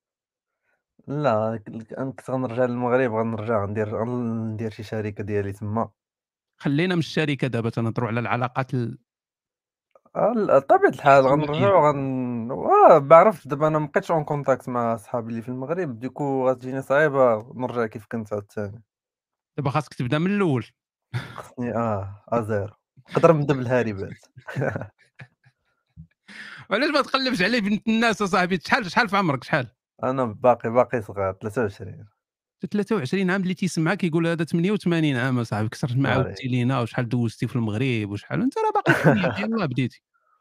Speaker 9: لا ك- انا كنت غنرجع للمغرب، غنرجع ندير ندير شي شركه ديالي تما.
Speaker 1: خلينا من الشركه دابا تنهضروا على العلاقات ال-
Speaker 9: آه، ل بطبيعة الحال
Speaker 1: الاجتماعيه.
Speaker 9: غنرجعو غن آه ما عرفتش دابا أنا ما بقيتش en contact مع صحابي اللي في المغرب، دوكو غتجيني صعيبة نرجع كيف كنت عاوتاني.
Speaker 1: دابا خاصك تبدا من الاول.
Speaker 9: خصني آه أزيرو. نقدر نبدا بالهاربات.
Speaker 1: علاش ما تقلبش عليه بنت الناس اصاحبي؟ شحال شحال في عمرك شحال؟
Speaker 9: أنا باقي باقي صغير ثلاثة وعشرين.
Speaker 1: ثلاثة وعشرين عام اللي تيسمعك يقول هذا ثمانية وثمانين عام اصاحبي، كثرت ما
Speaker 9: واري
Speaker 1: عاودتي لينا وشحال دوزتي في المغرب وشحال انت راه باقي صغير يلاه بديتي.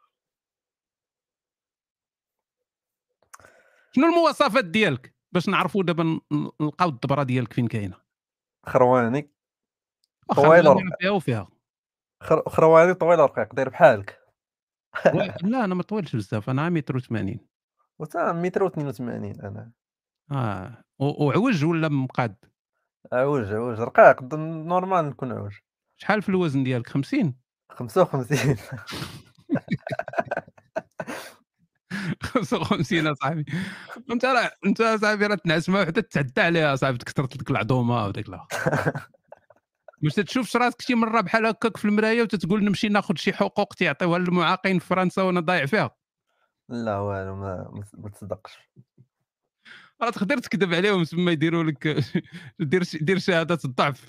Speaker 1: شنو المواصفات ديالك باش نعرفوا دابا ن- ن- نلقاو الدبره ديالك فين كاينه؟
Speaker 9: خرواني
Speaker 1: واخا
Speaker 9: طويل
Speaker 1: الغالي راه
Speaker 9: ورقيق.
Speaker 1: فيها وفيها.
Speaker 9: خر... خرواني طويل ورقيق داير بحالك.
Speaker 1: و... لا انا ما طويلش بزاف، انا متر و80.
Speaker 9: وتا متر واثنين وثمانين أنا.
Speaker 1: اه و... وعوج ولا مقاد؟
Speaker 9: عوج عوج رقيق د- نورمال نكون عوج.
Speaker 1: شحال في الوزن ديالك؟ خمسين؟
Speaker 9: خمسة وخمسين.
Speaker 1: خمسة وخمسين اصاحبي. انت راه انت اصاحبي راه تنعس ما وحده تعدى عليها اصاحبي، كثرت لك العظومه وداك لا. واش تشوفش راسك شي مره بحال هكاك في المرايه وتتقول نمشي ناخذ شي حقوق تيعطيوها للمعاقين في فرنسا وانا ضايع فيها؟
Speaker 9: لا والو ما ما ما تصدقش.
Speaker 1: راه تقدر تكذب عليهم تما يديروا لك دير ش- دير شهاده الضعف،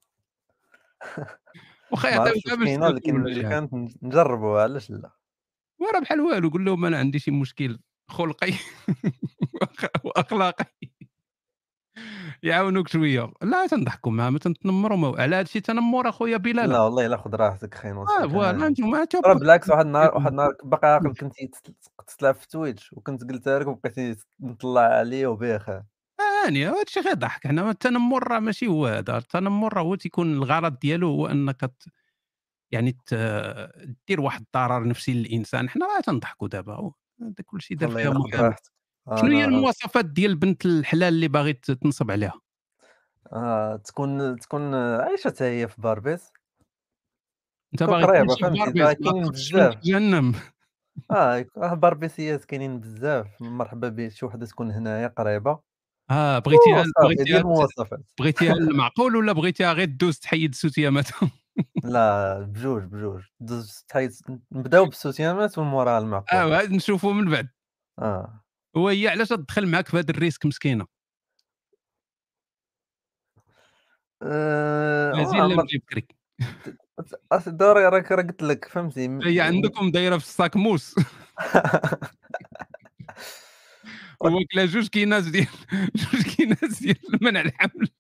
Speaker 1: واخا
Speaker 9: ما
Speaker 1: يعطيوك
Speaker 9: عرفتش
Speaker 1: غير
Speaker 9: واش
Speaker 1: باش
Speaker 9: كاينة
Speaker 1: تسوق
Speaker 9: ولكن
Speaker 1: ولا
Speaker 9: إلا
Speaker 1: شي حاجه.
Speaker 9: كانت نجربوها علاش لا.
Speaker 1: وراه بحال والو، قول لهم انا عندي شي مشكل خلقي وأخ- واخلاقي يعاونوك شويه. لا تنضحكوا معاه، ما تنتنمروا ما- على هذا الشيء تنمر اخويا بلال.
Speaker 9: لا والله إلا خذ راحتك أخي
Speaker 1: اه
Speaker 9: نوصلك
Speaker 1: فوالا
Speaker 9: أنا.
Speaker 1: انتم
Speaker 9: راه بالعكس واحد النهار واحد النهار باقي عاقل كنتي تت تلعب في تويتش وكنت قلتها لك وبقيتي نطلع عليا وبخير.
Speaker 1: هاني هذا الشيء غير ضحك. حنا التنمر راه ماشي هو هذا، التنمر راه هو تيكون الغرض ديالو هو انك ت... يعني ت... دير واحد الضرر نفسي للانسان. حنا راه تنضحكوا دابا، هذا كل شيء دار
Speaker 9: والله
Speaker 1: فيها
Speaker 9: إلا خذ
Speaker 1: محاماه.
Speaker 9: راحتك.
Speaker 1: شنو هي
Speaker 9: أنا
Speaker 1: المواصفات ديال بنت الحلال اللي باغي ت- تنصب عليها؟
Speaker 9: آه تكون تكون عايشة حتى هي في باربيس.
Speaker 1: انت
Speaker 9: تكون
Speaker 1: باغي
Speaker 9: قريبة
Speaker 1: تعيش في
Speaker 9: فهمتي
Speaker 1: باربيس،
Speaker 9: راه
Speaker 1: ما
Speaker 9: كاينين
Speaker 1: تخرجش من
Speaker 9: بزاف.
Speaker 1: جهنم.
Speaker 9: آه يك- آه باربيسيات كاينين بزاف، مرحبا بك شي وحدة تكون هنايا قريبة.
Speaker 1: اه بغيتيها
Speaker 9: وصافي
Speaker 1: بغيتيها
Speaker 9: ديال المواصفات.
Speaker 1: بغيتيها المعقول ولا بغيتيها غير دوز تحيد السوتياماتها؟
Speaker 9: لا بجوج بجوج دوز تحيد. نبداو بالسوتيامات ومن موراها المعقول.
Speaker 1: اه عاد نشوفوا من بعد.
Speaker 9: آه.
Speaker 1: وهي علاش تدخل معاك في هذا الريسك مسكينه؟
Speaker 9: آآ
Speaker 1: مزيان
Speaker 9: آه
Speaker 1: لا
Speaker 9: ما
Speaker 1: مجي بكري.
Speaker 9: ت أصل دوري راك راه قلت لك فهمتي م
Speaker 1: هي
Speaker 9: م
Speaker 1: عندكم دايره في الصاك موس وواكله جوج كيناس ديال جوج كيناس ديال منع الحمل.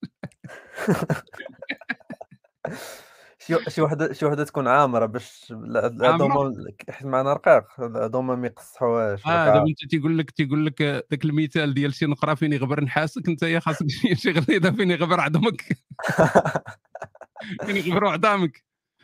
Speaker 9: شي شي وحدة شي وحدة تكون عامرة باش الع
Speaker 1: عامره.
Speaker 9: العظومة حيت معنا رقاق العظومة ما يقصحوهاش راك
Speaker 1: اه دابا
Speaker 9: عارف.
Speaker 1: انت تيقول لك تيقول لك آه، ذاك المثال ديال شي نقره فين يغبر نحاسك، انت يا خاصك شي شي غريضه فين يغبر عظمك فين يغبروا عظامك.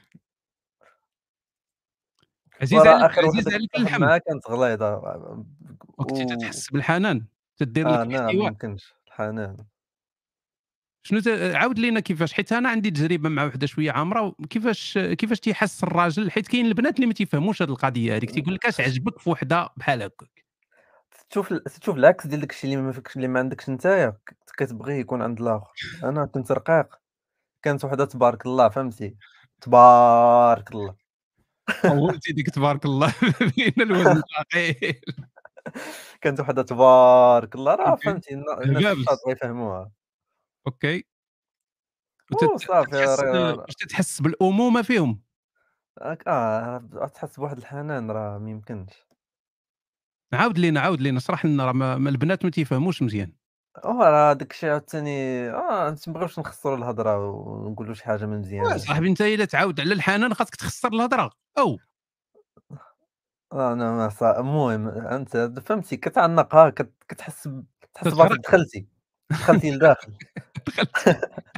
Speaker 1: عزيز
Speaker 9: وراه
Speaker 1: عليك
Speaker 9: آخر
Speaker 1: عزيز
Speaker 9: وحدة كنت
Speaker 1: عليك
Speaker 9: كنصاحب
Speaker 1: اللحم.
Speaker 9: معاها كانت غليظة
Speaker 1: وكنتي
Speaker 9: و
Speaker 1: تتحس بالحنان تدير لك
Speaker 9: آه لا
Speaker 1: الاحتواء.
Speaker 9: ميمكنش الحنان.
Speaker 1: شنو ت... عاود لينا كيفاش، حيت انا عندي تجربه مع وحده شويه عامره، كيفاش كيفاش تيحس الراجل، حيت كاين البنات اللي ما تيفهموش هذه القضيه هذيك، تيقول لك اش عجبك في وحده بحال هكاك.
Speaker 9: تشوف ال تشوف العكس ديال داك الشي اللي ما فيكش اللي ما عندكش نتايا ك كتبغيه يكون عند الآخر. أنا كنت رقيق، كانت وحدة تبارك الله فهمتي، تبارك الله.
Speaker 1: طولتي ديك تبارك الله بين الوزن ثقيل.
Speaker 9: كانت وحدة تبارك الله راه
Speaker 1: اوكي
Speaker 9: فهمتي الن الناس
Speaker 1: هبابس.
Speaker 9: الشاطرة يفهموها.
Speaker 1: اوكي. وتت...
Speaker 9: وصافي
Speaker 1: تتحس
Speaker 9: راه
Speaker 1: باش تتحس بالامومه فيهم.
Speaker 9: راك آه تحس بواحد الحنان راه ميمكنش.
Speaker 1: عاود لينا عاود لينا اشرح لنا، راه ما ما البنات ما تيفهموش مزيان.
Speaker 9: وراه داك الشي عاوتاني آه ما تنبغيوش نخسروا الهضرة ونقولوا شي حاجة ما
Speaker 1: وا
Speaker 9: مزياناش.
Speaker 1: صاحبي انت الا تعاود على الحنان خاصك تخسر الهضره او
Speaker 9: آه أنا ما ص المهم أنت فهمتي كتعنقها كت كتحس ب كتحس براسك
Speaker 1: تتغرق.
Speaker 9: دخلتي، دخلتي لداخل.
Speaker 1: دخلتي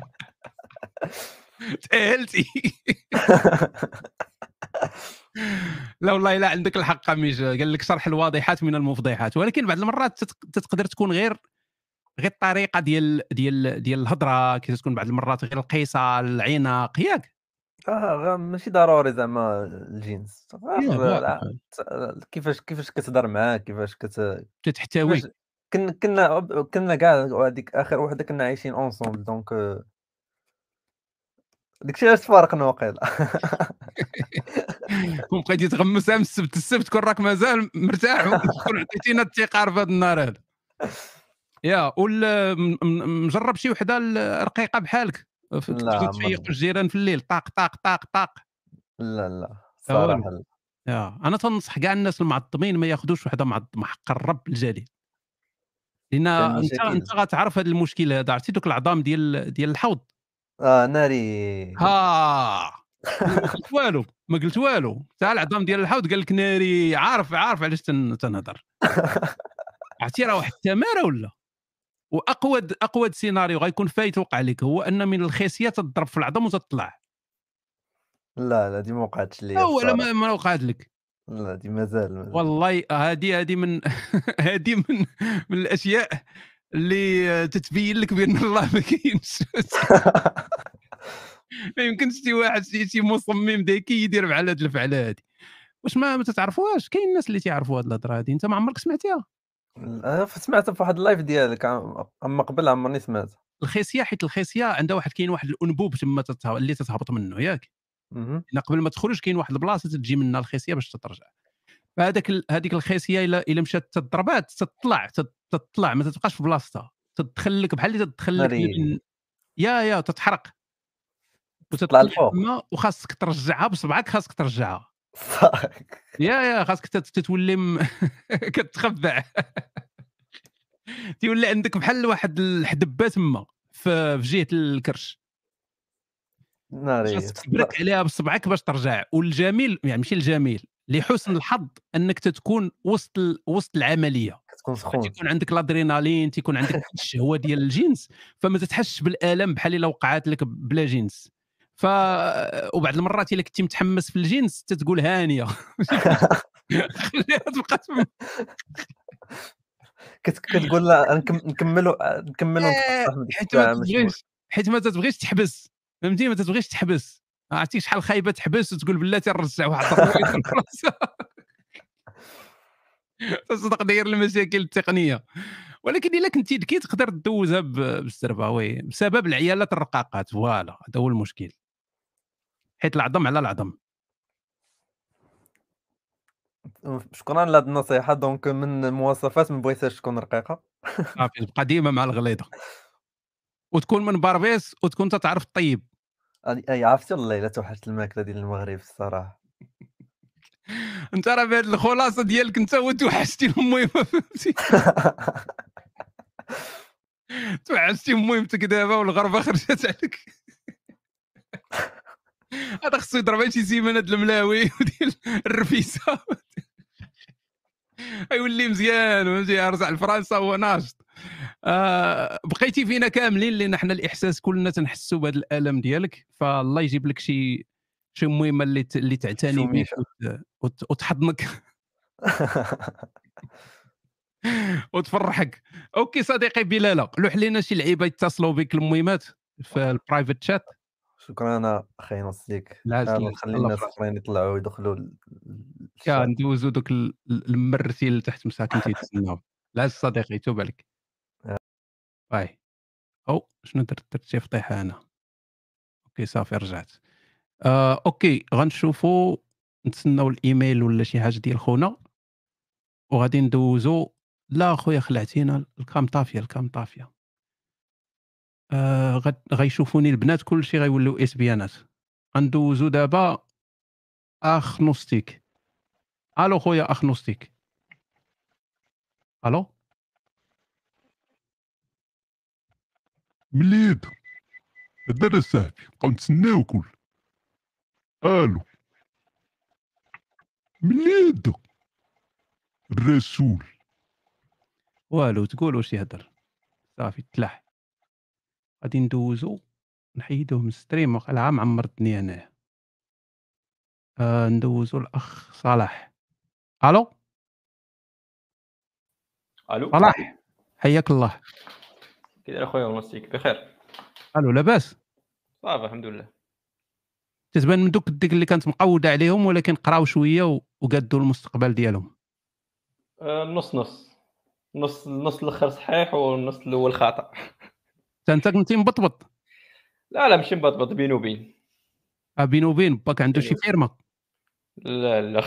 Speaker 1: تاهلتي. لا والله الا عندك الحق ميش قال لك شرح الواضحات من المفضحات، ولكن بعض المرات تت- تقدر تكون غير غير الطريقه ديال ديال ديال الهضره كي تكون بعض المرات غير القيصه العناق ياك
Speaker 9: اه غا ماشي ضروري زعما الجنس
Speaker 1: يا
Speaker 9: غير
Speaker 1: فوالا
Speaker 9: الع- ت- كيفاش كيفاش كتهضر معاه كيفاش كت
Speaker 1: تتحتوي
Speaker 9: كيفاش كنا كنا كنا كاع هذيك اخر وحده كنا عايشين اونصومبل دونك آه، داكشي علاش تفارقنا واقيلا.
Speaker 1: كون بقيتي تغمسها من السبت السبت كون راك مازال مرتاح وكون عطيتينا الثقه في هذا النهار هذا يا ولا م- م- مجرب شي وحده ال- رقيقه بحالك ف-
Speaker 9: لا
Speaker 1: تبدا
Speaker 9: عمرنا
Speaker 1: تفيق الجيران في الليل طاق طاق طاق طاق
Speaker 9: لا لا
Speaker 1: لا والو
Speaker 9: الصراحه لا.
Speaker 1: يا انا تنصح كاع الناس المعظمين ما ياخذوش وحده معظمه حق الرب الجليل لان
Speaker 9: كان
Speaker 1: انت
Speaker 9: مشاكل
Speaker 1: انت غتعرف هذا المشكل هذا عرفتي دوك العظام ديال ديال الحوض
Speaker 9: اه ناري
Speaker 1: ها ما قلت والو ما قلت والو تاع العظام ديال الحوض قال لك ناري عارف عارف علاش تن- تنهضر عرفتي راه واحد التماره ولا واقود اقود سيناريو غيكون فايت وقع لك هو ان من الخيسيه تضرب في العظم وتطلع
Speaker 9: لا لا دي ما وقعتش ليا
Speaker 1: هو لا
Speaker 9: الصراحه.
Speaker 1: ما ما وقعت لك
Speaker 9: لا دي مازال مازال
Speaker 1: والله هذه هذه من هذه من من الاشياء اللي تتبين لك بان الله ما كاينش ما يمكنش شي واحد شي شي مصمم ذكي يدير بحال هاد الفعله هذه واش ما ما تتعرفوهاش كاين الناس اللي تيعرفوا هاد الهضره هذه انت ما عمرك سمعتيها
Speaker 9: انا سمعتها في واحد اللايف ديالك عم- اما قبل عمرني سمعتها.
Speaker 1: الخيسيه حيت الخيسيه عندها واحد كاين واحد الانبوب تما تتها- اللي تتهبط منه ياك
Speaker 9: مهم.
Speaker 1: إن قبل ما تخرج كاين واحد البلاصه تجي منها الخيسيه باش تترجع فهذاك ال- هذيك الخيسيه الا الا مشات تضربات تطلع تت- تطلع ما تبقاش في بلاصتها تدخل لك بحال اللي تدخل لك
Speaker 9: ناري
Speaker 1: من يا يا تتحرق
Speaker 9: تطلع
Speaker 1: وتطلع
Speaker 9: الفوق.
Speaker 1: تما وخاصك ترجعها بصبعك خاصك ترجعها يا يا خاصك تت- تتولي م... كتخبع تيولي عندك بحال واحد الحدبه تما في في جهه الكرش
Speaker 9: ناري
Speaker 1: خاصك
Speaker 9: تطلع
Speaker 1: تبرك عليها بصبعك باش ترجع والجميل يعني ماشي الجميل لحسن الحظ انك تتكون وسط ال... وسط العمليه
Speaker 9: كتكون سخون.
Speaker 1: تيكون عندك الادرينالين تيكون عندك الشهوه ديال الجنس فما تتحسش بالالم بحال الا وقعات لك بلا جنس ف وبعض المرات الا كنتي متحمس في الجنس تتقول هانيه خليها تبقى تما
Speaker 9: كت- كتقول لا نكم- نكملوا نكملوا
Speaker 1: آه،
Speaker 9: نتفصح من ديك
Speaker 1: حيت ما
Speaker 9: الساعه ماشي مشكل.
Speaker 1: تبغيش حيت ما تبغيش تحبس فهمتي ما تبغيش تحبس عرفتي شحال خايبه تحبس وتقول بلاتي نرجع واحد الرويضه لراسها تصدق داير المشاكل التقنيه ولكن الا كنتي ذكي تقدر تدوزها ب- بالسربه وي بسبب العيالات الرقاقات فوالا هذا هو المشكل حيت العظم على العظم
Speaker 9: شكرا لهاد النصيحه دونك من المواصفات ما بغيتهاش تكون رقيقه.
Speaker 1: صافي تبقى ديما مع الغليظه وتكون من باربيس وتكون تتعرف الطيب
Speaker 9: اي أي عرفتي والله الا توحشت الماكله ديال المغرب الصراحه.
Speaker 1: انت راه بهذه الخلاصه ديالك انت هو توحشتي المهم فهمتي توحشتي مهمتك دابا والغربه خرجت عليك هذا خصو يضرب شي سيمانه د الملاوي وديال الرفيسه يولي مزيان فهمتي يرجع لفرنسا هو ناشط آه بقيتي فينا كاملين لان احنا الاحساس كلنا تنحسوا بهذا الالم ديالك فالله يجيب لك شي شي مهمه اللي ت... اللي تعتني بك
Speaker 9: شوميشه.
Speaker 1: وت... وت... وتحضنك وتفرحك اوكي صديقي بلال لوح لنا شي لعيبه يتصلوا بك المهمات في البرايفت شات
Speaker 9: شكرا اخي نصيك.
Speaker 1: لا
Speaker 9: حاول
Speaker 1: لا
Speaker 9: نخلي
Speaker 1: الله
Speaker 9: الناس
Speaker 1: فراسك
Speaker 9: الاخرين يطلعوا ويدخلوا ال-
Speaker 1: كا
Speaker 9: الشات.
Speaker 1: ندوزو دوك ال- المرتي اللي تحت مساكن تيتسناو لا صديقي توب عليك باي او شنو درت درت شي فطيحه انا اوكي صافي رجعت آه، اوكي غنشوفوا نتسناو الايميل ولا شي حاجه ديال خونا وغادي ندوزو لا خويا خلعتينا الكام طافيه الكام طافيه آه غد... غيشوفوني البنات كلشي غيوليو اسبيانات غندوزو دابا اخ نوستيك الو خويا اخ نوستيك الو
Speaker 10: مليد هذا صاحبي بقاو نتسناو كل الو مليد الرسول
Speaker 1: والو تقولوا شي هدر صافي تلاح غادي ندوزو نحيدوه من ستريم وقال عام عمرتني انايا آه ندوزو الاخ صلاح الو
Speaker 11: الو
Speaker 1: صلاح حياك الله
Speaker 11: كي داير اخويا ونصيك بخير؟
Speaker 1: الو لاباس؟
Speaker 11: صافي الحمد لله.
Speaker 1: تتبان من دوك الديك اللي كانت مقوده عليهم ولكن قراو شويه و- وقادوا المستقبل ديالهم.
Speaker 11: آه، نص نص نص النص الاخر صحيح والنص الاول خاطئ.
Speaker 1: حتى انت كنتي مبطبط.
Speaker 11: لا لا ماشي مبطبط بين وبين.
Speaker 1: آه، بيني وبين باك عنده شي
Speaker 11: بيني وبين.
Speaker 1: فيرما.
Speaker 11: لا لا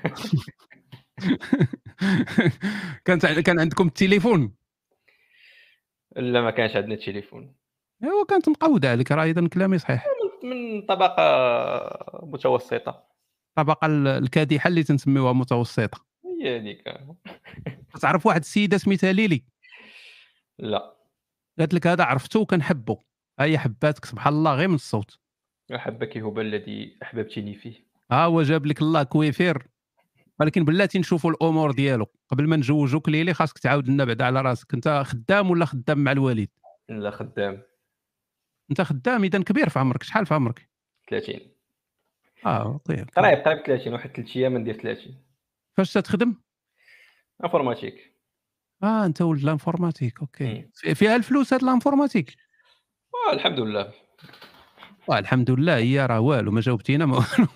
Speaker 1: كانت ع- كان عندكم التليفون.
Speaker 11: لا ما كانش عندنا تليفون.
Speaker 1: ايوا كانت مقوده عليك راه اذا كلامي صحيح.
Speaker 11: من من طبقه متوسطه.
Speaker 1: الطبقه ال- الكادحه اللي تنسميوها متوسطه.
Speaker 11: هي هذيك.
Speaker 1: تعرف واحد السيده سميتها ليلي،
Speaker 11: لا
Speaker 1: قالت لك هذا عرفته وكنحبه، هي حباتك سبحان الله غير من الصوت.
Speaker 11: احبك هو الذي احببتني فيه.
Speaker 1: ها هو جاب لك الله كويفير، ولكن بلاتي نشوفوا الامور ديالو قبل ما نجوجوك ليلي. خاصك تعاود لنا بعدا على راسك، انت خدام ولا خدام مع الوالد؟
Speaker 11: لا خدام.
Speaker 1: انت خدام اذا كبير في عمرك. شحال في عمرك؟
Speaker 11: ثلاثين.
Speaker 1: اه اوكي أوكي.
Speaker 11: قريب قريب ثلاثين واحد ثلاث ايام ندير ثلاثين.
Speaker 1: فاش تخدم؟
Speaker 11: انفورماتيك.
Speaker 1: اه انت ولد الانفورماتيك. اوكي
Speaker 11: مم.
Speaker 1: في- فيها الفلوس هاد الانفورماتيك؟
Speaker 11: آه الحمد لله.
Speaker 1: آه الحمد لله. هي راه والو ما جاوبتينا ما والو.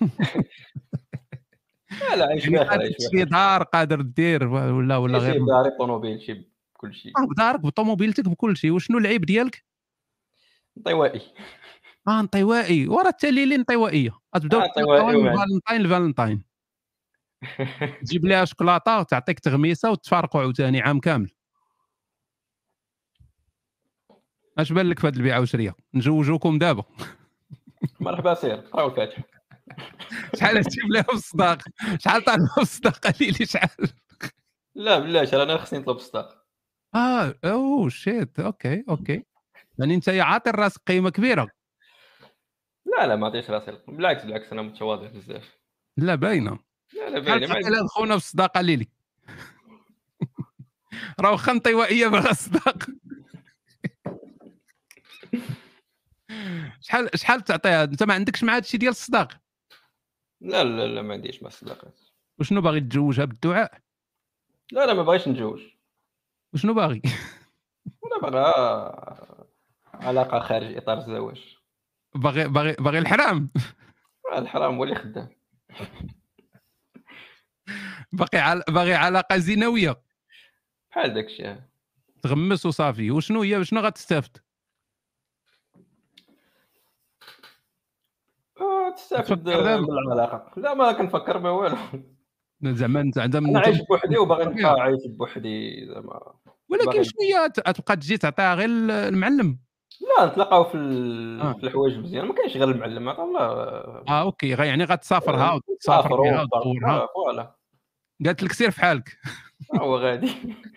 Speaker 11: لا لا عايش
Speaker 1: يعني
Speaker 11: بخير
Speaker 1: قادر
Speaker 11: عايش
Speaker 1: تشري
Speaker 11: بخير.
Speaker 1: دار، قادر دير ولا ولا
Speaker 11: شي
Speaker 1: غير
Speaker 11: داري طوموبيل شي كل شيء.
Speaker 1: آه، بدارك بطوموبيلتك بكل شيء. وشنو العيب ديالك؟
Speaker 11: انطوائي.
Speaker 1: اه انطوائي. وراه حتى ليلي انطوائيه. غتبداو
Speaker 11: اه انطوائي
Speaker 1: من
Speaker 11: ومعن.
Speaker 1: فالنتاين لفالنتاين، تجيب ليها شوكولاته وتعطيك تغميسه وتفارقوا عاوتاني عام كامل. اش بان لك في هذه البيعه وشريه؟ نجوجوكم دابا.
Speaker 11: مرحبا سير قراو الفاتحه.
Speaker 1: شحال تجيب لها في الصداق؟ شحال طالبه في الصداقه ليلي شحال؟
Speaker 11: لا بلاش انا خصني نطلب الصداق.
Speaker 1: اه اوه شيت. اوكي اوكي. يعني انت عاطي راسك قيمه كبيره.
Speaker 11: لا لا ما عطيتش راسي القيمة. بالعكس بالعكس انا متواضع بزاف.
Speaker 1: لا باينه.
Speaker 11: لا لا
Speaker 1: شحال
Speaker 11: باينه ما
Speaker 1: تعطي لهاد خونا في الصداقه ليلي؟ راه واخا انطوائيه باغا الصداق. شحال شحال تعطيها؟ انت ما عندكش مع هادشي ديال الصداق؟
Speaker 11: لا لا لا ما عنديش مع الصداقات.
Speaker 1: وشنو باغي تزوجها بالدعاء؟
Speaker 11: لا لا ما باغيش نتزوج.
Speaker 1: وشنو باغي؟
Speaker 11: انا باغا علاقه خارج اطار الزواج.
Speaker 1: باغي باغي باغي الحرام؟
Speaker 11: الحرام هو اللي خدام.
Speaker 1: باغي عل... باغي علاقه زينويه
Speaker 11: بحال داكشي.
Speaker 1: تغمس وصافي. وشنو هي شنو غتستافد؟
Speaker 11: آه، تستافد
Speaker 1: تفكر دابا؟
Speaker 11: بالعلاقه. لا ما كنفكر ما والو.
Speaker 1: زعما انت عندها
Speaker 11: انا عايش بوحدي وباغي نبقى عايش بوحدي زعما.
Speaker 1: ولكن
Speaker 11: باغي-
Speaker 1: شويه تبقى تجي تعطيها غير المعلم.
Speaker 11: لا نتلاقاو في ال...
Speaker 1: آه.
Speaker 11: في الحوايج مزيان ما كاينش غير المعلم عطا الله.
Speaker 1: اه اوكي غا يعني غتسافرها وتسافر
Speaker 11: نسافروا
Speaker 1: بها
Speaker 11: ونبارك.
Speaker 1: وتدورها.
Speaker 11: آه، فوالا
Speaker 1: قالت لك سير في حالك.
Speaker 11: ها هو غادي.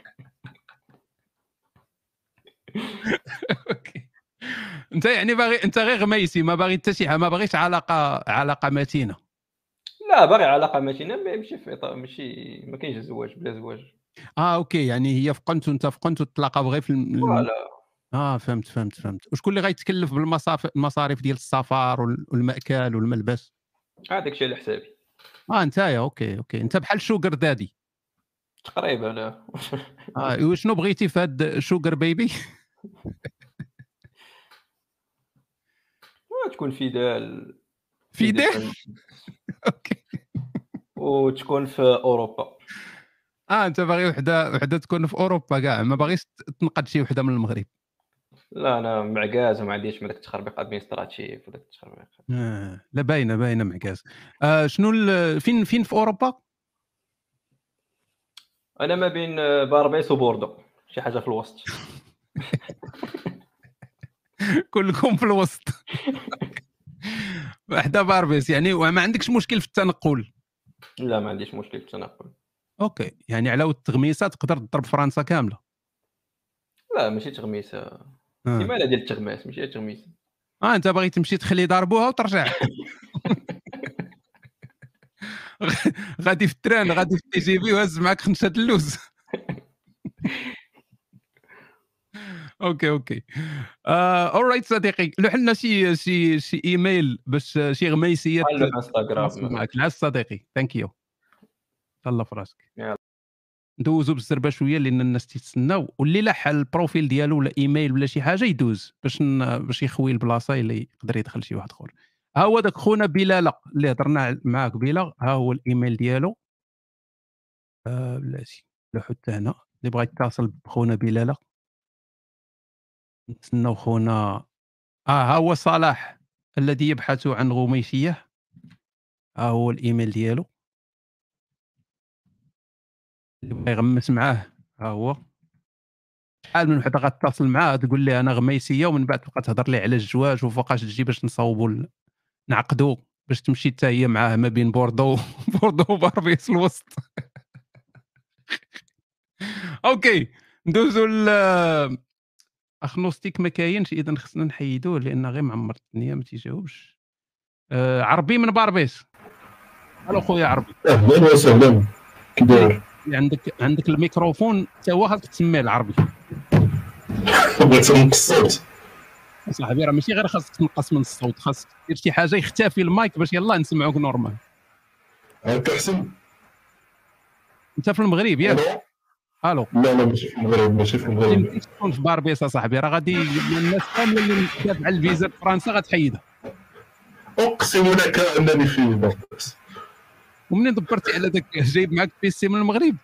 Speaker 1: اوكي. انت يعني باغي انت غير غميسي، ما باغي حتى شي حاجه، ما باغيش علاقه علاقه متينه.
Speaker 11: لا باغي علاقه ماشي ماشي في إطار- ماشي ما كاينش زواج بلا زواج.
Speaker 1: اه اوكي يعني هي فقنت وانت فقنت وتلاقاو غير في الم...
Speaker 11: فوالا
Speaker 1: اه فهمت فهمت فهمت. وشكون اللي غيتكلف بالمصاريف المصاريف ديال السفر وال- والمأكل والملبس؟
Speaker 11: هذاك الشيء على حسابي
Speaker 1: اه نتايا اوكي اوكي. انت بحال شوغر دادي.
Speaker 11: تقريبا. لا
Speaker 1: اه وشنو بغيتي في هاد شوغر بيبي؟
Speaker 11: تكون فدال
Speaker 1: فدال؟ اوكي.
Speaker 11: وتكون في اوروبا.
Speaker 1: اه انت باغي وحده وحده تكون في اوروبا كاع، ما باغيش تنقد شي وحده من المغرب.
Speaker 11: لا انا معكاز وما عنديش من داك التخربيق ادمينستراتيف وداك التخربيق.
Speaker 1: آه لا باينه باينه معكاز. آه شنو ال- فين فين في اوروبا؟
Speaker 11: انا ما بين آه، باربيس وبوردو شي حاجه في الوسط.
Speaker 1: كلكم في الوسط. وحده باربيس يعني، وما عندكش مشكل في التنقل؟
Speaker 11: لا ما عنديش مشكل في التنقل.
Speaker 1: اوكي يعني على ود التغميسه تقدر تضرب فرنسا كامله.
Speaker 11: لا ماشي تغميسه.
Speaker 1: آه.
Speaker 11: سيمانه ديال التغماس ماشي تغميسه.
Speaker 1: اه انت باغي تمشي تخلي ضربوها وترجع. غادي في التران، غادي في التي جي بي وهز معاك خنشه اللوز. اوكي اوكي. آه اورايت صديقي، لوح لنا شي شي شي ايميل باش شي غميسيات
Speaker 11: على الانستغرام
Speaker 1: معك. العز صديقي. ثانك يو. الله في راسك. ندوزو بالزربه شويه لان الناس تيتسناو، واللي لاح البروفيل ديالو ولا ايميل ولا شي حاجه يدوز باش ن... باش يخوي البلاصه اللي يقدر يدخل شي واحد اخر. ها هو داك خونا بلال اللي هضرنا معاه قبيله، ها هو الايميل ديالو. آه بلاتي لا حتى هنا اللي بغى يتصل بخونا بلال نتسناو خونا. اه ها هو صلاح الذي يبحث عن غميشيه، ها هو الايميل ديالو اللي بغى يغمس معاه. ها هو شحال من وحده غتصل معاه تقول لي انا غميسيه، ومن بعد تبقى تهضر لي على الزواج وفوقاش تجي باش نصاوبوا ال- نعقدوا باش تمشي حتى هي معاه ما بين بوردو بوردو وباربيس الوسط. اوكي ندوزو ل اخنوستيك ما كاينش، اذا خصنا نحيدوه لان غير معمر الدنيا ما تيجاوبش. آه عربي من باربيس. الو خويا عربي.
Speaker 12: اهلا وسهلا، كي داير؟
Speaker 1: عندك عندك الميكروفون حتى هو خاصك تسميه العربي.
Speaker 12: بغيت نقص الصوت.
Speaker 1: صاحبي راه ماشي غير خاصك تنقص من الصوت، خاصك دير شي حاجه يختفي المايك باش يلاه نسمعوك نورمال.
Speaker 12: هاكا احسن.
Speaker 1: انت في المغرب ياك؟ الو.
Speaker 12: لا لا ماشي في المغرب، ماشي في المغرب.
Speaker 1: يمكن تكون في باربيس اصاحبي، راه غادي الناس كامله اللي دافعه الفيزا لفرنسا غتحيدها.
Speaker 12: اقسم لك انني في باربيس.
Speaker 1: ومنين دبرتي على داك جايب معاك بيسي من المغرب؟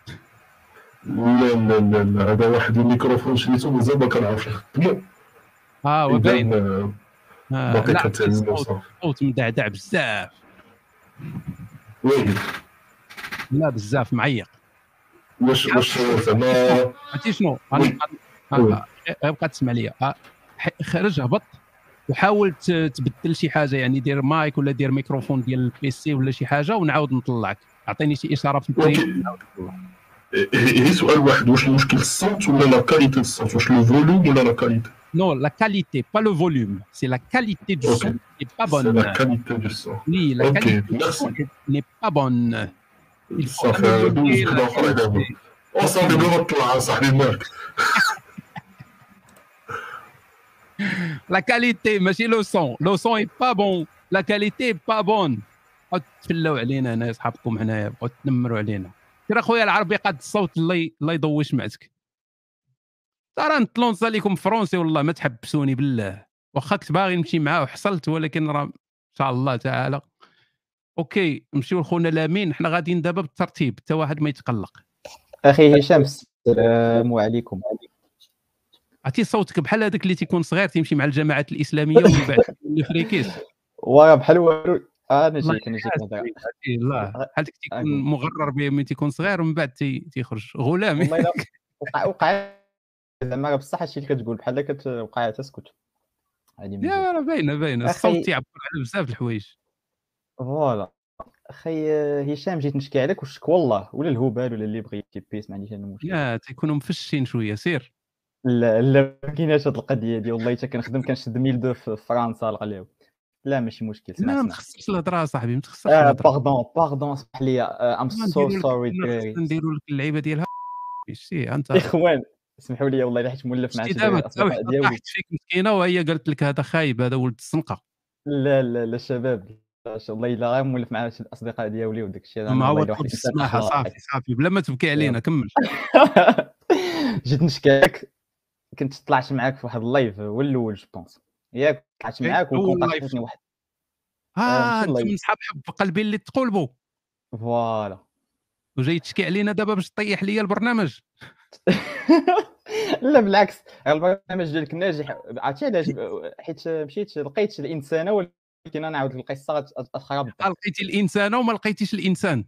Speaker 12: لا لا لا لا، هذا واحد الميكروفون شريته مازال ما كنعرفش نخدمو.
Speaker 1: اه وباين.
Speaker 12: آه باقي كنتعلم صافي.
Speaker 1: الصوت مدعدع بزاف.
Speaker 12: ويلي.
Speaker 1: لا بزاف معيق.
Speaker 12: واش واش زعما
Speaker 1: عرفتي شنو؟ غنبقى تسمع ليا. خرج هبط وحاول تبدل شي حاجه، يعني دير مايك ولا دير ميكروفون ديال البيسي ولا شي حاجه ونعاود نطلعك. اعطيني شي اشاره في البلاي نعاود نطلع.
Speaker 12: هي سؤال واحد، واش المشكل الصوت ولا لا كاليتي الصوت؟ واش لو فوليوم ولا لا كاليتي؟
Speaker 1: Non, la qualité, pas le volume. C'est la qualité du
Speaker 12: okay.
Speaker 1: son qui n'est pas bonne.
Speaker 12: C'est la qualité du son.
Speaker 1: Oui, la
Speaker 12: okay.
Speaker 1: qualité
Speaker 12: Merci.
Speaker 1: du son n'est pas bonne. Il faut
Speaker 12: صافي
Speaker 1: améliorer
Speaker 12: دوز
Speaker 1: la
Speaker 12: كل اخر دابا. وصافي بلا ما تطلع صاحبي مالك.
Speaker 1: La qualité, ماشي لو son. Le son est pas bon. La qualité est pas bonne. بقاو تفلاو علينا هنا صحابكم هنايا، بقاو تنمروا علينا. كيرا خويا العربي قاد الصوت الله الله يضوي شمعتك. ترى نتلونس عليكم فرونسي والله ما تحبسوني بالله، واخا كنت باغي نمشي معاه وحصلت، ولكن راه ان شاء الله تعالى. اوكي نمشيو لخونا لامين، حنا غاديين دابا بالترتيب حتى واحد ما يتقلق.
Speaker 13: اخي هشام السلام عليكم.
Speaker 1: عرفتي صوتك بحال هذاك اللي تيكون صغير تيمشي مع الجماعات الاسلاميه ومن بعد يولي فريكيس.
Speaker 13: وراه بحال والو. انا جيت انا جيت هذا
Speaker 1: الله بحال داك تيكون مغرر به ملي تيكون صغير ومن بعد تيخرج غلام.
Speaker 13: والله الا وقع وقع زعما بصح هادشي اللي كتقول بحال كتوقع تسكت.
Speaker 1: يا راه باينه باينه الصوت تيعبر على بزاف د الحوايج.
Speaker 13: فوالا اخي هشام جيت نشكي عليك والشك والله ولا الهبال ولا اللي بغى يبيس ما عنديش انا مشكل.
Speaker 1: يا تيكونوا مفشين شويه سير.
Speaker 13: لا لا ما كايناش هاد القضيه دي والله حتى كنخدم كنشد ميل دو في فرنسا الغلاو. لا ماشي مشكل.
Speaker 1: سمع لا ما تخصش الهضره صاحبي ما تخصش
Speaker 13: الهضره. باردون باردون اسمح لي ام سو سوري دراري.
Speaker 1: نديروا لك اللعيبه ديالها ماشي انت
Speaker 13: اخوان اسمحوا لي والله الا حيت مولف مع
Speaker 1: الاصدقاء ديالي. طاحت فيك مسكينه وهي قالت لك هذا خايب هذا ولد الزنقه.
Speaker 13: لا لا لا الشباب والله الا غير مولف مع الاصدقاء ديالي وداك الشيء.
Speaker 1: ما هو واحد السماحه صافي صافي بلا ما تبكي علينا كمل.
Speaker 13: جيت نشكي لك كنت طلعت معاك في واحد اللايف هو الاول جو بونس ياك طلعت معاك وكونتاكتني واحد
Speaker 1: اه انت من صحاب حب قلبي اللي تقولبوا.
Speaker 13: فوالا
Speaker 1: وجاي تشكي علينا دابا باش طيح ليا البرنامج.
Speaker 13: لا بالعكس البرنامج ديالك ناجح. عرفتي علاش؟ حيت مشيت لقيت الانسانه ولكن انا عاود القصه اخرى.
Speaker 1: لقيتي الانسانه وما لقيتيش الانسان.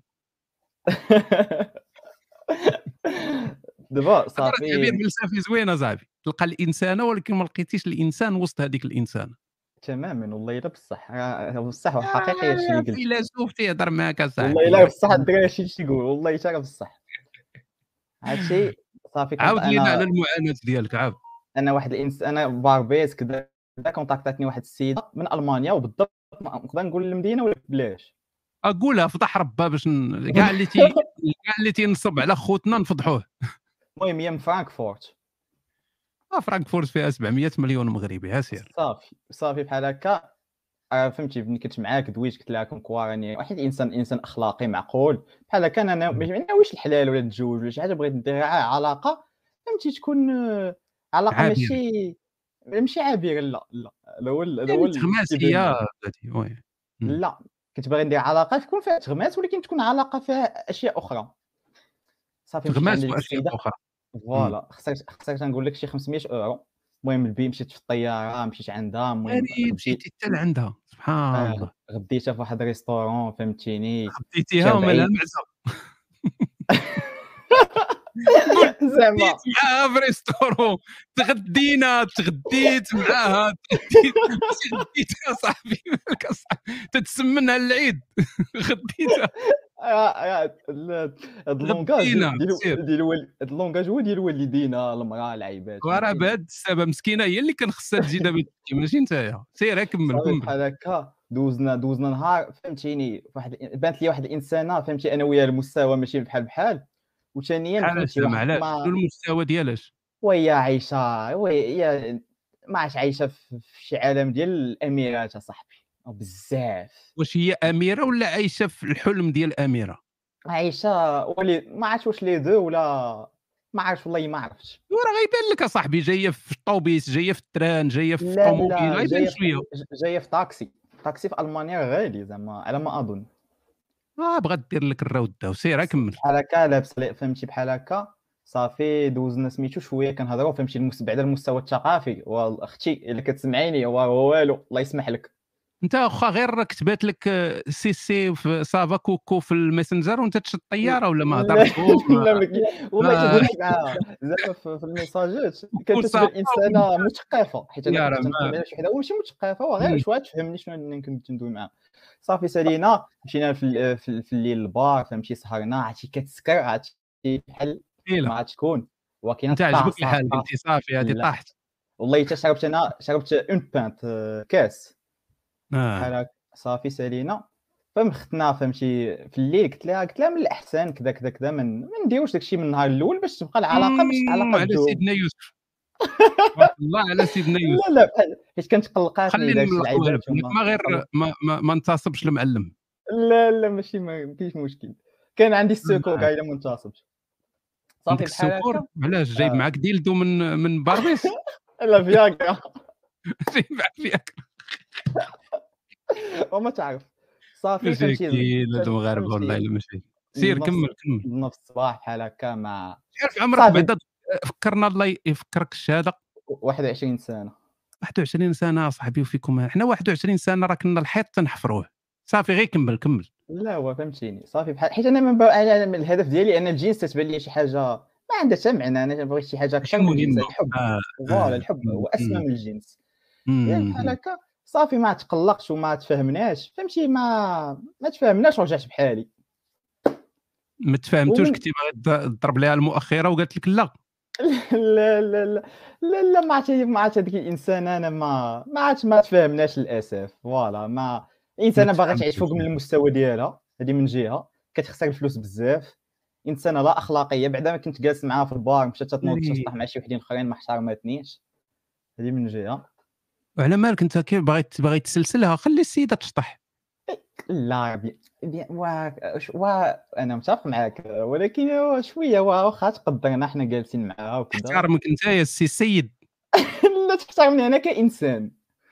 Speaker 13: دابا صافي
Speaker 1: تعبير فلسفي زوينه صاحبي. تلقى الانسانه ولكن ما لقيتيش الانسان وسط هذيك الانسانه.
Speaker 13: تماما والله الا بصح بصح حقيقي هادشي اللي قلت.
Speaker 1: فيلسوف تيهضر معاك اصاحبي
Speaker 13: والله الا بصح الدراري هادشي اللي تيقول والله حتى بصح. هادشي صافي.
Speaker 1: عاود لينا على المعاناه ديالك. عاود
Speaker 13: انا واحد الانسان انا باربيس كذا كونتاكتاتني واحد السيده من المانيا وبالضبط نقدر نقول المدينه ولا بلاش
Speaker 1: اقولها فضح ربها باش كاع اللي تي كاع اللي تينصب على خوتنا نفضحوه.
Speaker 13: المهم هي من فرانكفورت.
Speaker 1: اه فرانكفورت فيها سبعمية مليون مغربي. ها سير
Speaker 13: صافي صافي بحال هكا آه، فهمتي ملي كنت معاك دويت قلت لها كوم راني واحد الانسان انسان اخلاقي معقول بحال هكا انا ما ناويش الحلال ولا نتزوج ولا شي حاجه بغيت ندير علاقه فهمتي تكون آه، علاقه
Speaker 1: عابرة
Speaker 13: ماشي ماشي عابره لا لا هذا هو ال- هذا هو
Speaker 1: يعني
Speaker 13: اللي
Speaker 1: تغماس
Speaker 13: كيبان لي.
Speaker 1: هي بلاتي وي مم.
Speaker 13: لا كنت باغي ندير علاقه تكون فيها تغماس ولكن تكون علاقه فيها اشياء اخرى صافي مشيت
Speaker 1: تغماس
Speaker 13: عند ديك
Speaker 1: واشياء
Speaker 13: السيده
Speaker 1: اخرى مم.
Speaker 13: فوالا خسرت خسرت نقول لك شي خمسمية اورو المهم البي مشيت في الطياره مشيت عندها المهم
Speaker 1: يعني
Speaker 13: غديت
Speaker 1: مشيتي حتى لعندها سبحان
Speaker 13: آه
Speaker 1: الله
Speaker 13: غديتها في واحد الريستورون فهمتيني
Speaker 1: خديتيها
Speaker 13: كان
Speaker 1: ومالها
Speaker 13: بعيد
Speaker 1: المعزه قلت
Speaker 13: زعما
Speaker 1: غديت معاها في ريستورون تغدينا تغديت معاها تغديت ماشي غديتها صاحبي مالك أصاحبي تتسمنها العيد غديتها
Speaker 13: آه، آه، ال- هاد اللونجاج
Speaker 1: غدينا
Speaker 13: ديال
Speaker 1: سير
Speaker 13: ديال والد هاد اللونجاج هو ديال والدينا المراه العيبات
Speaker 1: وراه
Speaker 13: فهمتيني
Speaker 1: بهاد السبب مسكينه هي اللي كان خصها تجي دابا تبكي ماشي نتايا سير كمل
Speaker 13: صافي
Speaker 1: كمل
Speaker 13: بحال هكا دوزنا دوزنا نهار فهمتيني واحد بانت لي واحد الانسانه فهمتي انا وياها المستوى ماشي بحال بحال وثانيا
Speaker 1: بحال
Speaker 13: فهمتي
Speaker 1: زعما
Speaker 13: واحد
Speaker 1: علاش
Speaker 13: ما
Speaker 1: شنو المستوى ديالاش
Speaker 13: وهي عايشه وهي هي ما عادش عايشه في في شي عالم ديال الاميرات اصاحبي بزاف
Speaker 1: واش هي اميره ولا عايشه في الحلم ديال الاميره
Speaker 13: عايشه ولي ما عرفتش واش لي دو ولا ما عرفتش والله ما عرفتش
Speaker 1: وراه غيبان لك اصاحبي جايه في الطوبيس جايه في التران جايه في
Speaker 13: لا
Speaker 1: الطوموبيل
Speaker 13: لا
Speaker 1: غيبان
Speaker 13: جايه في
Speaker 1: شويه
Speaker 13: جايه في طاكسي طاكسي في المانيا غالي زعما على ما اظن
Speaker 1: اه بغات دير لك الراوده وسير كمل
Speaker 13: بحال هكا لابس لي- فهمتي بحال هكا صافي دوزنا سميتو شويه كنهضروا فهمتي المس بعد المستوى الثقافي واختي الا كتسمعيني هو هو والو الله يسمح لك
Speaker 1: انت واخا غير كتبات لك آه، سي سي في سافا كوكو في الميسنجر وانت تشد الطياره ولا ما
Speaker 13: لا
Speaker 1: هضرتو
Speaker 13: لا
Speaker 1: ما
Speaker 13: ما كي- والله
Speaker 1: ما
Speaker 13: تهضرت معاها زعما في في الميساجات كانت
Speaker 1: وصافا
Speaker 13: تتبان انسانه مثقفه حيت انا
Speaker 1: يا
Speaker 13: كنت
Speaker 1: راه
Speaker 13: تنخدم
Speaker 1: ما
Speaker 13: على شي وحده وماشي مثقفه وغير
Speaker 1: مم.
Speaker 13: شويه تفهمني شنو اللي كنت ندوي معاها صافي سالينا مشينا في ال- في, ال- في الليل البار فهمتي سهرنا عرفتي كتسكر عرفتي بحال
Speaker 1: قيله
Speaker 13: ما عرفت شكون ولكن
Speaker 1: انت
Speaker 13: طاح
Speaker 1: عجبك
Speaker 13: صافي
Speaker 1: الحال
Speaker 13: طاح
Speaker 1: قلتي صافي هذه
Speaker 13: لا
Speaker 1: طاحت
Speaker 13: والله حتى شربت انا شربت اون بانت آه، كاس بحال
Speaker 1: اه
Speaker 13: هكا صافي سالينا فمختنا فهمتي في الليل قلت لها قلت لها من الاحسن كذا كذا كذا من ما نديروش داكشي من النهار الاول باش تبقى العلاقه باش
Speaker 1: مم،
Speaker 13: العلاقه
Speaker 1: على
Speaker 13: تدوم
Speaker 1: سيدنا يوسف بارك الله على سيدنا يوسف
Speaker 13: لا لا بحال حيت كانت قلقاتني
Speaker 1: خلينا
Speaker 13: داكشي
Speaker 1: نملقوها
Speaker 13: العيبات
Speaker 1: لك
Speaker 13: هما
Speaker 1: ما غير
Speaker 13: قلق
Speaker 1: ما ما, ما انتصبش المعلم
Speaker 13: لا لا ماشي ما كاينش مشكل كان عندي السكو
Speaker 1: آه.
Speaker 13: كاع الا ما انتصبش صافي
Speaker 1: عندك
Speaker 13: بحال
Speaker 1: السكور
Speaker 13: هكا
Speaker 1: علاش جايب
Speaker 13: آه.
Speaker 1: معاك ديلدو من من باربيس
Speaker 13: لا فياكرا
Speaker 1: جايب معاك فيك
Speaker 13: وما تعرف صافي فهمتي
Speaker 1: مساكين هاد
Speaker 13: كان-
Speaker 1: المغاربه والله
Speaker 13: فهمتي
Speaker 1: الا ماشي سير
Speaker 13: نص
Speaker 1: كمل كمل
Speaker 13: نص الصباح بحال هكا مع
Speaker 1: عارف عمرك
Speaker 13: صافي
Speaker 1: بعدا فكرنا الله يفكرك الشهاده
Speaker 13: واحد وعشرين سنه
Speaker 1: واحد وعشرين سنه صاحبي وفيكم حنا واحد وعشرين سنه راه كنا الحيط تنحفروه صافي غير كمل كمل
Speaker 13: لا هو فهمتيني صافي بحال حيت انا من باب أنا من الهدف ديالي ان الجنس تتبان لي شي حاجه ما عندها حتى معنى انا بغيت شي حاجه
Speaker 1: ماشي
Speaker 13: اكثر من الجنس
Speaker 1: مهمه
Speaker 13: الحب
Speaker 1: اه
Speaker 13: فوالا
Speaker 1: اه
Speaker 13: الحب
Speaker 1: مم،
Speaker 13: هو اسمى
Speaker 1: مم،
Speaker 13: من الجنس يا بحال
Speaker 1: مم.
Speaker 13: هكا صافي ما تقلقتش وما تفهمناش فهمتي ما ما تفهمناش ورجعت بحالي
Speaker 1: ما تفاهمتوش
Speaker 13: ومن
Speaker 1: كنتي باغي تضرب لها المؤخره وقالت لك لا
Speaker 13: لا لا لا لا لا ما عرفت ما عرفت هذيك الانسانه انا ما ما عرفت ما تفاهمناش للاسف فوالا ما
Speaker 1: ما
Speaker 13: الانسانه باغا تعيش
Speaker 1: تفهمتوش
Speaker 13: فوق من المستوى ديالها هذه من جهه كتخسر الفلوس بزاف انسانه لا اخلاقيه بعدا ما كنت جالس معاها في البار مشات تنوض
Speaker 1: يعني
Speaker 13: تشطح مع شي وحدين اخرين ما احترمتنيش هذه من جهه
Speaker 1: وعلى مالك انت كيف باغي باغي تسلسلها خلي السيده تشطح
Speaker 13: لا بي... بي... وا... ش- وا... انا متفق معاك ولكن هو شويه وا- واخا تقدرنا حنا جالسين معاها وكذا
Speaker 1: احترمك انت يا السي السيد
Speaker 13: لا تحترمني انا كانسان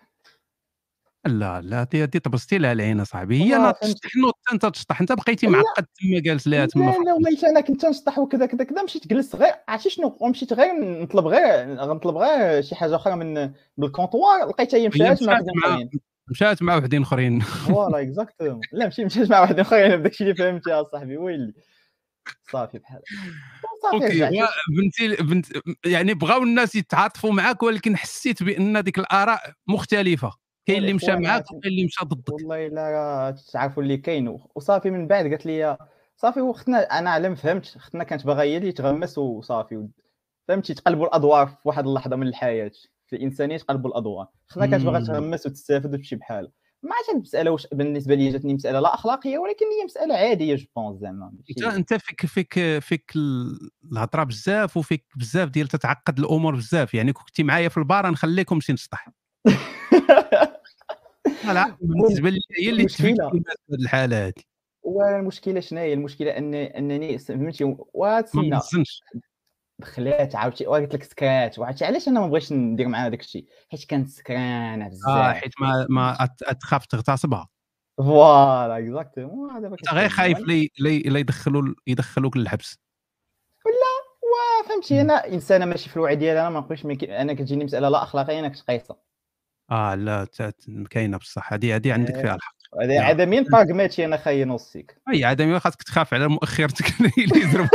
Speaker 1: لا لا هادي هادي طبستي لها العين اصاحبي هي
Speaker 13: وا
Speaker 1: ناض
Speaker 13: فهمتي
Speaker 1: تشطح نوض انت تشطح انت بقيتي
Speaker 13: لا
Speaker 1: معقد تما جالس لها تما
Speaker 13: لا
Speaker 1: فوق
Speaker 13: لا والله انا كنت نشطح وكذا كذا كذا مشيت جلست غير عرفتي شنو ومشيت غير نطلب غير غنطلب غير شي حاجه اخرى من بالكونطوار لقيتها هي
Speaker 1: هي
Speaker 13: مشات مع
Speaker 1: مشات
Speaker 13: وحدين
Speaker 1: مع
Speaker 13: اخرين
Speaker 1: مشات مع وحدين اخرين
Speaker 13: فوالا اكزاكتومون لا ماشي مشات مع وحدين اخرين بداكشي اللي فهمتي يا صاحبي ويلي صافي بحال صافي
Speaker 1: اوكي
Speaker 13: رجعت
Speaker 1: و بنتي بنت يعني بغاو الناس يتعاطفوا معاك ولكن حسيت بان ديك الاراء مختلفه كاين اللي مشى
Speaker 13: والاخوان
Speaker 1: معاك
Speaker 13: عاد
Speaker 1: وكاين اللي مشى ضدك
Speaker 13: والله الا تعرفوا اللي كاين و- وصافي من بعد قالت لي صافي وختنا انا على ما فهمت ختنا كانت باغا هي اللي تغمس وصافي و- فهمتي تقلبوا الادوار في واحد اللحظه من الحياه في الانسانيه تقلبوا الادوار ختنا كانت باغا
Speaker 1: مم.
Speaker 13: تغمس وتستافد وتمشي بحالها ما عرفت المساله واش بالنسبه لي جاتني مساله لا اخلاقيه ولكن هي مساله عاديه جو بونس زعما
Speaker 1: انت
Speaker 13: ماشي
Speaker 1: انت فيك فيك فيك ال- الهضره بزاف وفيك بزاف ديال تتعقد الامور بزاف يعني كون كنتي معايا في البار نخليكم شي نشطح لا بالنسبه لي هي اللي
Speaker 13: والمشكلة
Speaker 1: تفيد في هذه الحاله هذه.
Speaker 13: والمشكلة شناهي؟ المشكلة أن أنني فهمتي
Speaker 1: ما
Speaker 13: وتسنى
Speaker 1: منظمش.
Speaker 13: دخلات عاوتاني وقلت لك سكرات، وعرفتي علاش أنا ما بغيتش ندير معاها داك الشيء؟ حيت كانت سكرانة
Speaker 1: اه
Speaker 13: بزاف.
Speaker 1: حيت ما ما أت- تخاف تغتصبها.
Speaker 13: فوالا اكزاكتومون دابا
Speaker 1: انت غير
Speaker 13: كتفهم
Speaker 1: خايف
Speaker 13: يعني.
Speaker 1: لي لي لي يدخلوا يدخلوك للحبس.
Speaker 13: ولا وفهمتي انا انسانه ماشي في الوعي ديالي، انا ما نقولش مي- انا كتجيني مساله لا اخلاقيه انا كتقيسها.
Speaker 1: اه لا تا- تا- كاينه بصح، هذه هذه عندك فيها
Speaker 13: إيه.
Speaker 1: الحق.
Speaker 13: هذه
Speaker 1: يا
Speaker 13: عدمين باغماتي انا خاي نوصيك.
Speaker 1: اي عدمي خاصك تخاف على مؤخرتك اللي يضرب.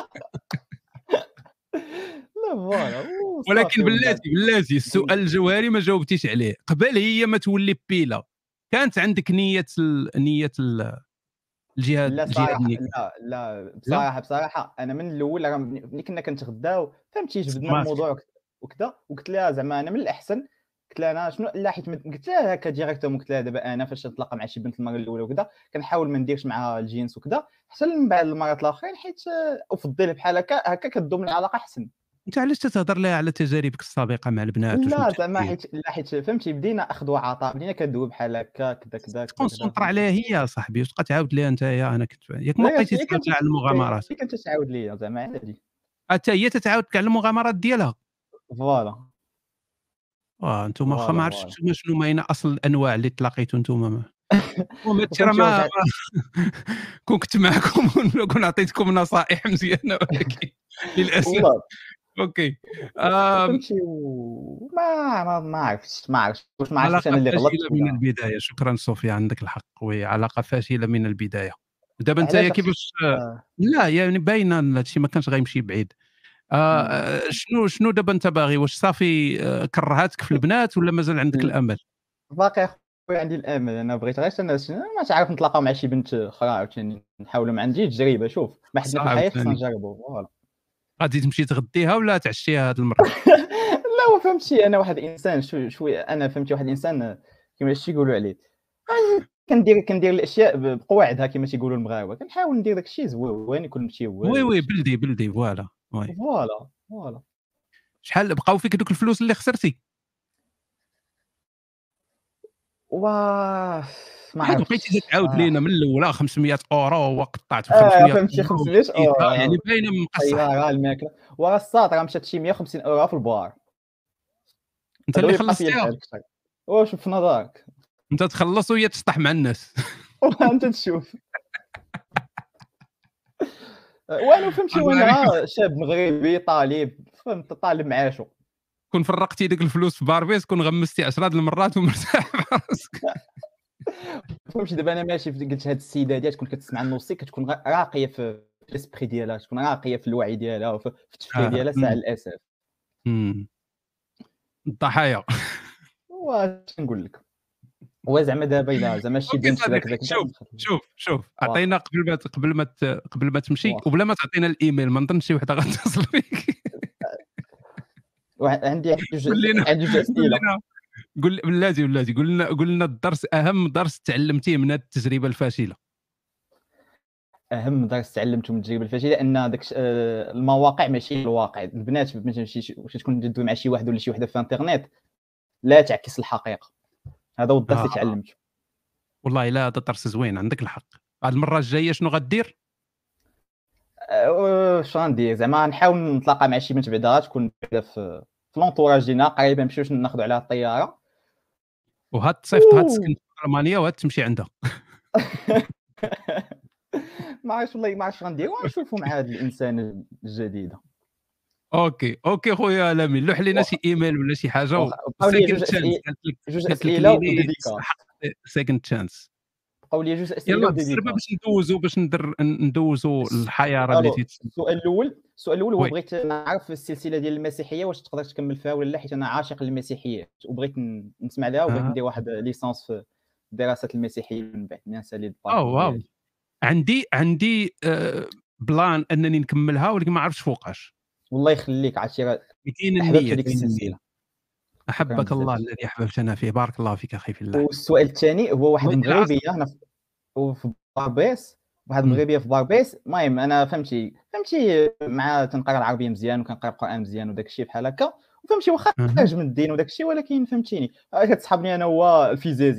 Speaker 13: لا فوالا
Speaker 1: ولكن
Speaker 13: وصافي ومن بعد
Speaker 1: بلاتي بلاتي السؤال الجوهري ما جاوبتيش عليه. قبل هي ما تولي بيلا كانت عندك نيه ال... نيه ال... الجهاد
Speaker 13: لا
Speaker 1: الجهاد
Speaker 13: صراحه
Speaker 1: نيك؟
Speaker 13: لا لا
Speaker 1: لا
Speaker 13: بصراحه بصراحه انا من الاول راه ملي كنا كنتغداو فهمتي جبدنا
Speaker 1: صدماتك.
Speaker 13: الموضوع وك- وكذا، وقلت لها زعما انا من الاحسن، قلت لها انا شنو لا حيت ما- قلت لها هكا ديريكتوم، قلت لها دابا انا فاش نتلاقى مع شي بنت المره الاولى وكذا كنحاول ما نديرش معها الجنس وكذا حتى من بعد المرات الاخرين، حيت آه، افضل بحال هكا هكا كدوم العلاقه احسن.
Speaker 1: انت علاش تتهضر لها على تجاربك السابقه مع البنات وشنو
Speaker 13: لا
Speaker 1: مشات
Speaker 13: زعما
Speaker 1: فيه؟
Speaker 13: حيت لا حيت فهمتي بدينا اخذ وعطاء، بدينا كندوي بحال هكا كذا كذا كذا
Speaker 1: تكون
Speaker 13: كذا
Speaker 1: سونطر
Speaker 13: فهمتي.
Speaker 1: عليها هي صاحبي وتبقى تعاود ليها انت يا انا كنت ياك ما
Speaker 13: لا
Speaker 1: بقيتي
Speaker 13: هي
Speaker 1: تعاود
Speaker 13: كانت
Speaker 1: لها على المغامرات.
Speaker 13: هي كانت تعاود ليا زعما عادي.
Speaker 1: حتى هي تتعاود على المغامرات ديالها.
Speaker 13: فوالا
Speaker 1: اه انتم واخا ما
Speaker 13: فوالا
Speaker 1: عرفتش
Speaker 13: فوالا
Speaker 1: نتوما شنو ماينه اصل الانواع اللي تلاقيتوا نتوما ما المهم هادشي راه
Speaker 13: وفهمتي
Speaker 1: ما
Speaker 13: وجع
Speaker 1: كون كنت معكم كون عطيتكم نصائح مزيانه ولكن للاسف.
Speaker 13: والله
Speaker 1: اوكي. آم،
Speaker 13: فهمتي وما ما ما عرفتش ما عرفتش واش ما عرفتش واش
Speaker 1: علاقه
Speaker 13: انا اللي
Speaker 1: فاشله
Speaker 13: غلطت
Speaker 1: من
Speaker 13: ولا
Speaker 1: البدايه. شكرا صوفيا عندك الحق، وي علاقه فاشله من البدايه. دابا انت
Speaker 13: علاش اختي.
Speaker 1: كيفاش؟
Speaker 13: آه.
Speaker 1: لا يعني باينه ان هادشي ما كانش غيمشي بعيد.
Speaker 13: مم.
Speaker 1: آه شنو شنو دابا انت باغي؟ واش صافي آه، كرهاتك في البنات ولا مازال عندك الامل؟
Speaker 13: باقي اخويا عندي الامل، انا بغيت غير انا ما تعرف نتلاقاو مع شي بنت اخرى عاوتاني نحاولوا ما عندي تجربه، شوف ما حدنا في
Speaker 1: صعب
Speaker 13: الحياه خصنا
Speaker 1: ثاني.
Speaker 13: نجربوا فوالا.
Speaker 1: غادي تمشي تغديها ولا تعشيها هاد المره؟
Speaker 13: لا وفهمتي انا واحد الانسان شوي شوي انا فهمتي واحد الانسان كيما شي يقولوا عليه كندير كندير الاشياء ب- بقواعدها كما تيقولوا المغاربه، كنحاول ندير داك الشيء زوين يكون شي هو
Speaker 1: وي وي
Speaker 13: داك الشيء.
Speaker 1: بلدي بلدي فوالا. وي
Speaker 13: فوالا فوالا
Speaker 1: شحال بقاو فيك دوك الفلوس اللي خسرتي؟
Speaker 13: واه ما
Speaker 1: عاد بقيتي
Speaker 13: عرفتش
Speaker 1: تعاود
Speaker 13: صراحه.
Speaker 1: لينا من الاولى خمسمية اورو وقطعت ب
Speaker 13: اه
Speaker 1: خمسمية
Speaker 13: فهمتي
Speaker 1: اورو
Speaker 13: خمسمية
Speaker 1: ومشيت. آه، يعني
Speaker 13: اورو
Speaker 1: باينه مقصح.
Speaker 13: الطياره الماكله وراه الساط راه مشات شي مية وخمسين اورو في البار،
Speaker 1: انت
Speaker 13: هذا
Speaker 1: اللي
Speaker 13: اللي بقى فيا
Speaker 1: خلصتيها؟
Speaker 13: الحال كثر. واش في نظرك؟
Speaker 1: انت تخلص وهي تسطح مع الناس.
Speaker 13: وانت تشوف وانا فهمتي
Speaker 1: الله
Speaker 13: وانا
Speaker 1: عليك.
Speaker 13: شاب مغربي طالب فهمت طالب معاشو.
Speaker 1: كون فرقتي ديك الفلوس في باربيس كون غمستي عشرة د المرات ومرتاح مع راسك.
Speaker 13: فهمتي دابا انا ماشي في- قلت هاد السيده ديال تكون كتسمع النوصي كتكون غا- راقيه في في الاسبري ديالها، تكون راقيه في الوعي ديالها وفي في التفكير
Speaker 1: آه.
Speaker 13: ديالها ساعه للاسف.
Speaker 1: امم الضحايا.
Speaker 13: واش نقول لك هو زعما دابا الا زعما شي
Speaker 1: اوكي
Speaker 13: بنت كذا
Speaker 1: صديقي،
Speaker 13: كذا كذا
Speaker 1: شوف
Speaker 13: ندخل.
Speaker 1: شوف شوف
Speaker 13: واخا
Speaker 1: عطينا قبل ما قبل ما ت- قبل ما تمشي
Speaker 13: واخا
Speaker 1: وبلا ما تعطينا الايميل، ما نظنش شي وحده غتصل بك.
Speaker 13: واحد- عندي عندي جوج
Speaker 1: قول لنا
Speaker 13: عندي جوج
Speaker 1: قول
Speaker 13: اسئله.
Speaker 1: لنا قول بلاتي بلاتي قول لنا قول لنا الدرس، اهم درس تعلمتيه من هذه التجربه الفاشله.
Speaker 13: اهم درس تعلمته من التجربه الفاشله ان داك آه، المواقع ماشي الواقع. البنات مثلا شي واش تكون تدوي مع شي واحد ولا شي وحده في الانترنت لا تعكس الحقيقه. هذا هو الدرس اللي
Speaker 1: آه.
Speaker 13: تعلمته.
Speaker 1: والله لا هذا درس زوين، عندك الحق. هاد المره الجايه شنو غدير؟
Speaker 13: أه، شنو غندير زعما نحاول نتلاقى مع شي بنت بعدا تكون بعدا في في لونطوراج ديالنا قريبه نمشيوش ناخذوا عليها الطياره.
Speaker 1: وهاد الصيف هاد تسكن في المانيا وهاد تمشي عندها.
Speaker 13: ما عرفتش والله ما عرفتش غندير ونشوفوا مع هذا الانسان الجديده.
Speaker 1: اوكي اوكي خويا لامين، لوح لنا شي ايميل ولا شي حاجه.
Speaker 13: واخا بقاو لي
Speaker 1: سيكند
Speaker 13: جوج
Speaker 1: تشانس
Speaker 13: اسئله
Speaker 1: قالت لك
Speaker 13: جوج
Speaker 1: قالت لك
Speaker 13: اسئله
Speaker 1: ليلي
Speaker 13: وديديكاس.
Speaker 1: تستحق سيكند تشانس.
Speaker 13: بقاو لي جوج اسئله
Speaker 1: يلا بالسربه
Speaker 13: وديديكاس.
Speaker 1: باش ندوزو باش ندر ندوزو الحياره اللي
Speaker 13: الو
Speaker 1: تيتسمى.
Speaker 13: السؤال الاول السؤال الاول هو
Speaker 1: وي
Speaker 13: بغيت نعرف السلسله ديال المسيحيه واش تقدر تكمل فيها ولا لا، حيت انا عاشق للمسيحيه وبغيت ن- نسمع لها وبغيت
Speaker 1: آه.
Speaker 13: ندير واحد ليسانس في دراسه المسيحيه من بعد نسالي
Speaker 1: اه
Speaker 13: الباركور
Speaker 1: واو،
Speaker 13: ديالي.
Speaker 1: عندي عندي آه بلان انني نكملها ولكن ما عرفتش فوقاش.
Speaker 13: والله يخليك عرفتي راه
Speaker 1: كاين
Speaker 13: احببت
Speaker 1: النيه
Speaker 13: ديك
Speaker 1: كاين النيه.
Speaker 13: السلسله. شكرا
Speaker 1: احبك الله
Speaker 13: بزاف.
Speaker 1: الذي احببتنا فيه. بارك الله فيك اخي في الله.
Speaker 13: والسؤال الثاني هو واحد
Speaker 1: بغيتي العصر.
Speaker 13: المغربيه هنا في وفي باربيس، واحد
Speaker 1: مم.
Speaker 13: المغربيه في باربيس. المهم انا فهمتي فهمتي مع تنقرا العربيه مزيان وكنقرا القران مزيان وداك الشيء بحال هكا وفهمتي واخا
Speaker 1: أها.
Speaker 13: خارج من الدين وداك الشيء ولكن فهمتيني آه، كتصحابني انا هو الفيزازي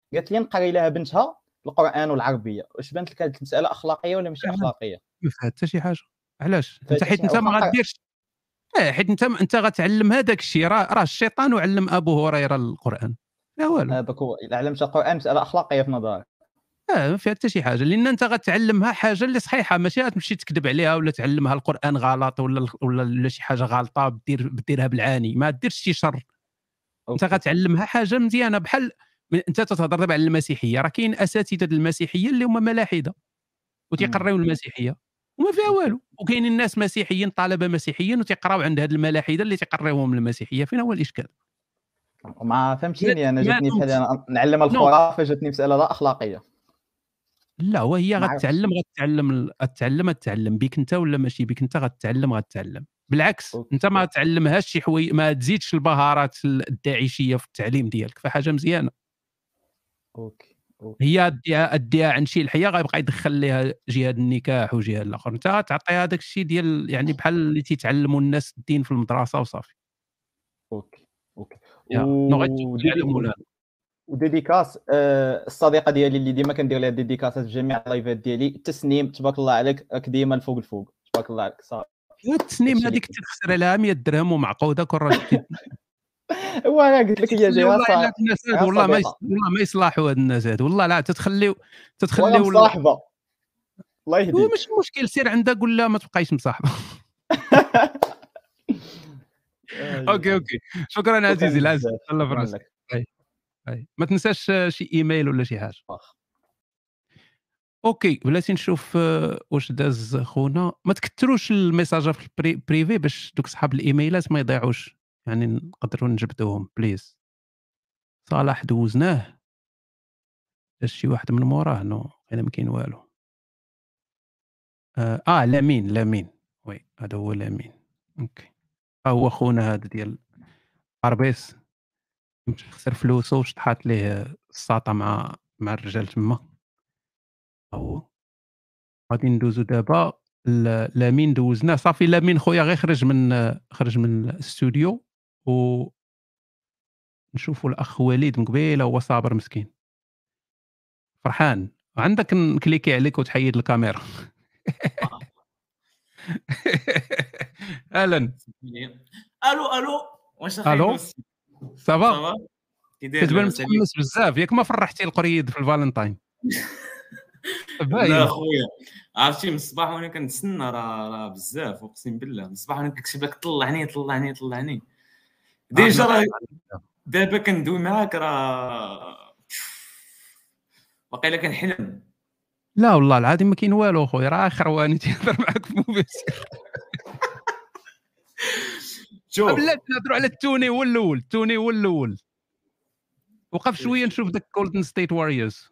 Speaker 13: قالت لي نقري لها بنتها القران والعربيه. واش بانت لك هذه المساله اخلاقيه ولا ماشي اخلاقيه؟
Speaker 1: ما فيها حتى شي حاجه. علاش؟ انت
Speaker 13: فهاد
Speaker 1: حيت
Speaker 13: الشيء
Speaker 1: انت ما
Speaker 13: واخا نقرا-
Speaker 1: غديرش اه حيت انت انت غتعلم هذاك الشيء. راه راه الشيطان وعلم ابو هريره القران. لا والو.
Speaker 13: هذاك هو الا علمت القران مساله اخلاقيه في نظرك.
Speaker 1: اه ما فيها حتى شي حاجه، لان انت غتعلمها حاجه اللي صحيحه، ماشي غتمشي تكذب عليها ولا تعلمها القران غلط ولا ولا ولا شي حاجه غلطه بدير بديرها بالعاني. ما ديرش شي شر. انت
Speaker 13: أوكي.
Speaker 1: غتعلمها حاجه مزيانه. بحال من- انت تتهضر دابا على المسيحيه، راه كاين اساتذه المسيحيه اللي هما ملاحده وتيقراو المسيحيه وما فيها والو، وكاينين الناس مسيحيين طلبه مسيحيين وتيقراو عند هاد الملاحده اللي تيقريوهم المسيحيه. فين هو الاشكال؟
Speaker 13: ما فهمتيني انا
Speaker 1: ما
Speaker 13: جاتني بحال
Speaker 1: دمت-
Speaker 13: انا نعلم الخرافه جاتني مساله لا اخلاقيه.
Speaker 1: لا وهي
Speaker 13: ما عرفتش.
Speaker 1: غتعلم غتعلم غتعلم غتعلم بك انت ولا ماشي بك انت. غتعلم غتعلم بالعكس.
Speaker 13: أوكي.
Speaker 1: انت ما تعلمهاش شي حوايج، ما تزيدش البهارات الداعشيه في التعليم ديالك، فحاجه مزيانه.
Speaker 13: اوكي اوكي
Speaker 1: هي اديها اديها عن شي الحياه غيبقى يدخل ليها جهاد النكاح وجهاد الاخر. انت غتعطيها هذاك الشيء ديال يعني بحال اللي تيتعلموا الناس الدين في المدرسه وصافي.
Speaker 13: اوكي اوكي
Speaker 1: يا نو غيتجاوب على
Speaker 13: وديدي
Speaker 1: مولانا.
Speaker 13: وديديكاس آه، الصديقه ديالي اللي ديما كندير لها ديديكاسات في جميع اللايفات ديالي. تسنيم تبارك الله عليك، راك ديما الفوق الفوق تبارك الله عليك. صافي
Speaker 1: التسنيم
Speaker 13: هادشي
Speaker 1: هذيك
Speaker 13: اللي
Speaker 1: تخسر لها مية درهم ومعقوده كل راجل.
Speaker 13: هو انا قلت لك هي جايه
Speaker 1: والله
Speaker 13: صا-
Speaker 1: الا الناس هادو
Speaker 13: غير
Speaker 1: والله ما يص-
Speaker 13: صديقه
Speaker 1: والله ما يصلحوا هاد الناس هادو. والله لا تتخليو
Speaker 13: ولا
Speaker 1: تتخليو ال-
Speaker 13: مصاحبه. الله
Speaker 1: هو
Speaker 13: يهديك.
Speaker 1: ماشي مشكل، سير عندها قول لها ما تبقايش مصاحبه. اوكي اوكي شكرا عزيزي العزيز.
Speaker 13: بزاف.
Speaker 1: الله في
Speaker 13: شكراً
Speaker 1: راسك.
Speaker 13: لك.
Speaker 1: أي. أي. ما تنساش آه، شي ايميل ولا شي حاجه.
Speaker 13: واخا.
Speaker 1: اوكي بلاتي نشوف آه، واش داز خونا. ما تكثروش الميساجات في البريفي باش دوك صحاب الايميلات ما يضيعوش، يعني نقدروا نجبدوهم بليز. صلاح دوزناه. داز شي واحد من موراه؟ نو انا ما كاين والو. اه, آه لامين لامين وي هذا هو لامين. اوكي ها هو خونا هذا ديال اربيس مشى خسر فلوسه وشطحات ليه الساطه مع مع الرجال تما. ها هو غادي ندوزو دابا ل- لامين دوزناه صافي. لامين خويا غير خرج من خرج من الاستوديو و نشوفوا الاخ وليد من قبيله هو صابر مسكين فرحان. عندك نكليكي عليك وتحيد الكاميرا. اهلا.
Speaker 14: الو الو واش
Speaker 1: الو
Speaker 14: اخي
Speaker 1: صافا
Speaker 14: صافا كي داير
Speaker 1: كتبان
Speaker 14: لاباس عليك؟
Speaker 1: متحمس بزاف ياك ما فرحتي القريد في الفالنتاين.
Speaker 14: لا
Speaker 1: باين
Speaker 14: خويا عرفتي من الصباح وانا كنتسنى راه راه بزاف اقسم بالله. من الصباح وانا كنكتب لك طلعني طلعني طلعني ديجا راه دابا كندوي معاك راه باقي لك نحلم.
Speaker 1: لا والله العظيم ما كاين والو خويا راه خرواني تيهضر معاك في مباشر.
Speaker 14: شوف
Speaker 1: بلاتي نهضروا على التوني هو الاول. التوني هو الاول. وقف شويه نشوف داك جولدن ستيت واريورز.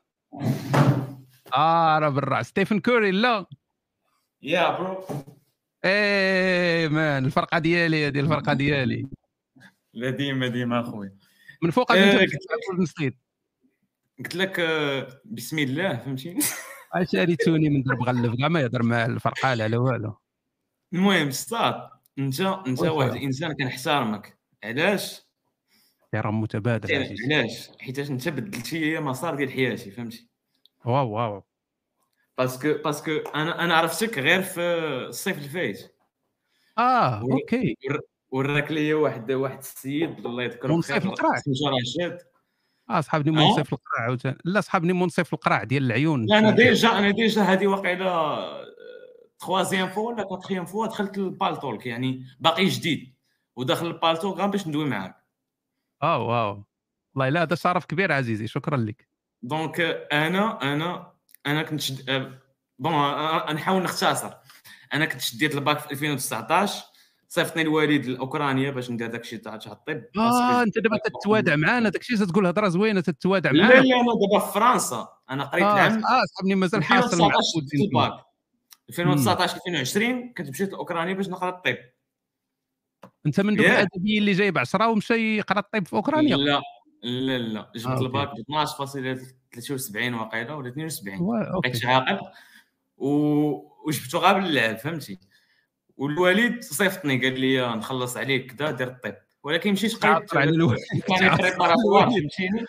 Speaker 1: اه راه بالرع ستيفن كوري. لا
Speaker 14: يا برو
Speaker 1: ايه مان الفرقه ديالي هذه الفرقه ديالي
Speaker 14: لا ديما ديما اخويا.
Speaker 1: من فوق غادي
Speaker 14: آه،
Speaker 1: انت
Speaker 14: قلت
Speaker 1: جولدن ستيت.
Speaker 14: قلت لك آه، بسم الله فهمتي.
Speaker 1: عشاري توني من درب غلف كاع ما يهضر مع الفرقه لا لا والو.
Speaker 14: المهم ستار انت انت
Speaker 1: وي
Speaker 14: واحد
Speaker 1: خويا.
Speaker 14: الانسان كنحترمك. علاش؟
Speaker 1: احترام متبادل عزيزي.
Speaker 14: علاش؟ حيت انت بدلتي لي مسار ديال حياتي فهمتي.
Speaker 1: واو واو
Speaker 14: باسكو باسكو انا انا عرفتك غير في الصيف اللي فايت.
Speaker 1: اه
Speaker 14: ور-
Speaker 1: اوكي
Speaker 14: ور- وراك ليا واحد واحد السيد الله يذكره
Speaker 1: منصف
Speaker 14: بخير
Speaker 1: القراع.
Speaker 14: سميتو رشاد.
Speaker 1: اه صحابني
Speaker 14: اه
Speaker 1: منصف القراع عاوتاني. لا صحابني منصف القراع ديال العيون.
Speaker 14: لا انا ديجا انا ديجا هذه واقيلا تخوازيام فوا ولا كاتريام فوا دخلت البالتولك يعني باقي جديد وداخل البالتولك غير باش ندوي معاك.
Speaker 1: اه واو والله لا هذا شرف كبير عزيزي شكرا لك.
Speaker 14: دونك انا انا انا كنت شد... آه، بون آه، نحاول نختصر. انا كنت شديت الباك في ألفين وتسعطاش صيفطني الوالد لاوكرانيا باش ندير داكشي تاع تاع الطب.
Speaker 1: اه انت دابا تتوادع معانا داكشي تتقول هضره زوينه تتوادع
Speaker 14: لا
Speaker 1: معانا.
Speaker 14: لا انا دابا في فرنسا انا قريت
Speaker 1: اه
Speaker 14: العام
Speaker 1: اه صحابني مازال حاصل مع
Speaker 14: ألفين وتسعطاش
Speaker 1: الدين
Speaker 14: شديت
Speaker 1: تما.
Speaker 14: الباك ألفين وتسعطاش ألفين وعشرين كنت مشيت لاوكرانيا باش نقرا الطب.
Speaker 1: انت من دوك
Speaker 14: ياك؟
Speaker 1: الادبيين اللي جايب عشرة ومشى يقرا الطب في اوكرانيا.
Speaker 14: لا لا لا
Speaker 1: آه،
Speaker 14: جبت
Speaker 1: أوكي.
Speaker 14: الباك ب اثناش فاصلة ثلاثة وسبعين واقيلا ولا اثنين وسبعين
Speaker 1: وا-
Speaker 14: بقيت
Speaker 1: اوكي
Speaker 14: عاقل و... وجبتو غير باللعب فهمتي. والوالد صيفطني قال لي نخلص عليك كذا دير الطب ولكن مشيت قريت
Speaker 1: تعطر على الوالد.
Speaker 14: كان
Speaker 1: تعطر على
Speaker 14: بريباراتوار
Speaker 1: الوالد.
Speaker 14: فهمتيني.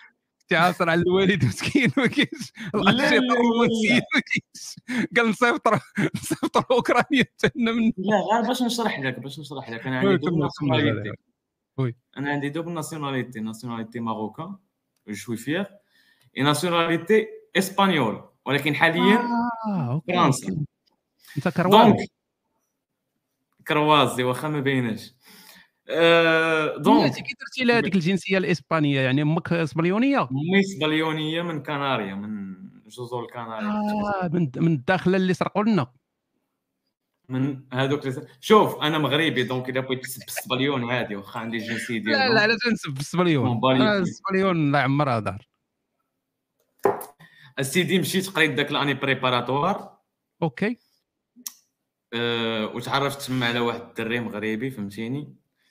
Speaker 1: تعاصر على الوالد مسكين ما كاينش
Speaker 14: لا
Speaker 1: لقى
Speaker 14: لا
Speaker 1: شي
Speaker 14: لا
Speaker 1: طلب
Speaker 14: لا
Speaker 1: السيد ما كاينش قال نصيفط نصيفط اوكرانيا تاعنا من
Speaker 14: لا غير باش نشرح لك باش نشرح لك انا عندي
Speaker 1: وي
Speaker 14: دوبل
Speaker 1: كمل كمل
Speaker 14: ناسيوناليتي
Speaker 1: عليها. وي
Speaker 14: انا عندي دوبل ناسيوناليتي ناسيوناليتي ماروكان جو سوي فير اي ناسيوناليتي اسبانيول ولكن حاليا
Speaker 1: اه اوكي
Speaker 14: فرنسا
Speaker 1: اوكي انت كروان
Speaker 14: دونك كروازي واخا ما بايناش أه دونك
Speaker 1: بلاتي كي درتي لها هذيك الجنسيه الاسبانيه يعني امك اسبانيونيه
Speaker 14: ميس بليونيه من كناريا من جزر الكناريا
Speaker 1: اه من من الداخله اللي سرقوا لنا
Speaker 14: من هذوك اللي- شوف انا مغربي دونك الا بغيت تسب السبليون عادي واخا عندي الجنسيه
Speaker 1: لا
Speaker 14: ديالهم
Speaker 1: لا علاش نسب السبليون
Speaker 14: مون بالي
Speaker 1: انا
Speaker 14: فيه.
Speaker 1: السبليون لا عمرها دار
Speaker 14: السيدي مشيت قريت داك لاني بريباراتوار
Speaker 1: اوكي
Speaker 14: أه وتعرفت تما على واحد الدري مغربي فهمتيني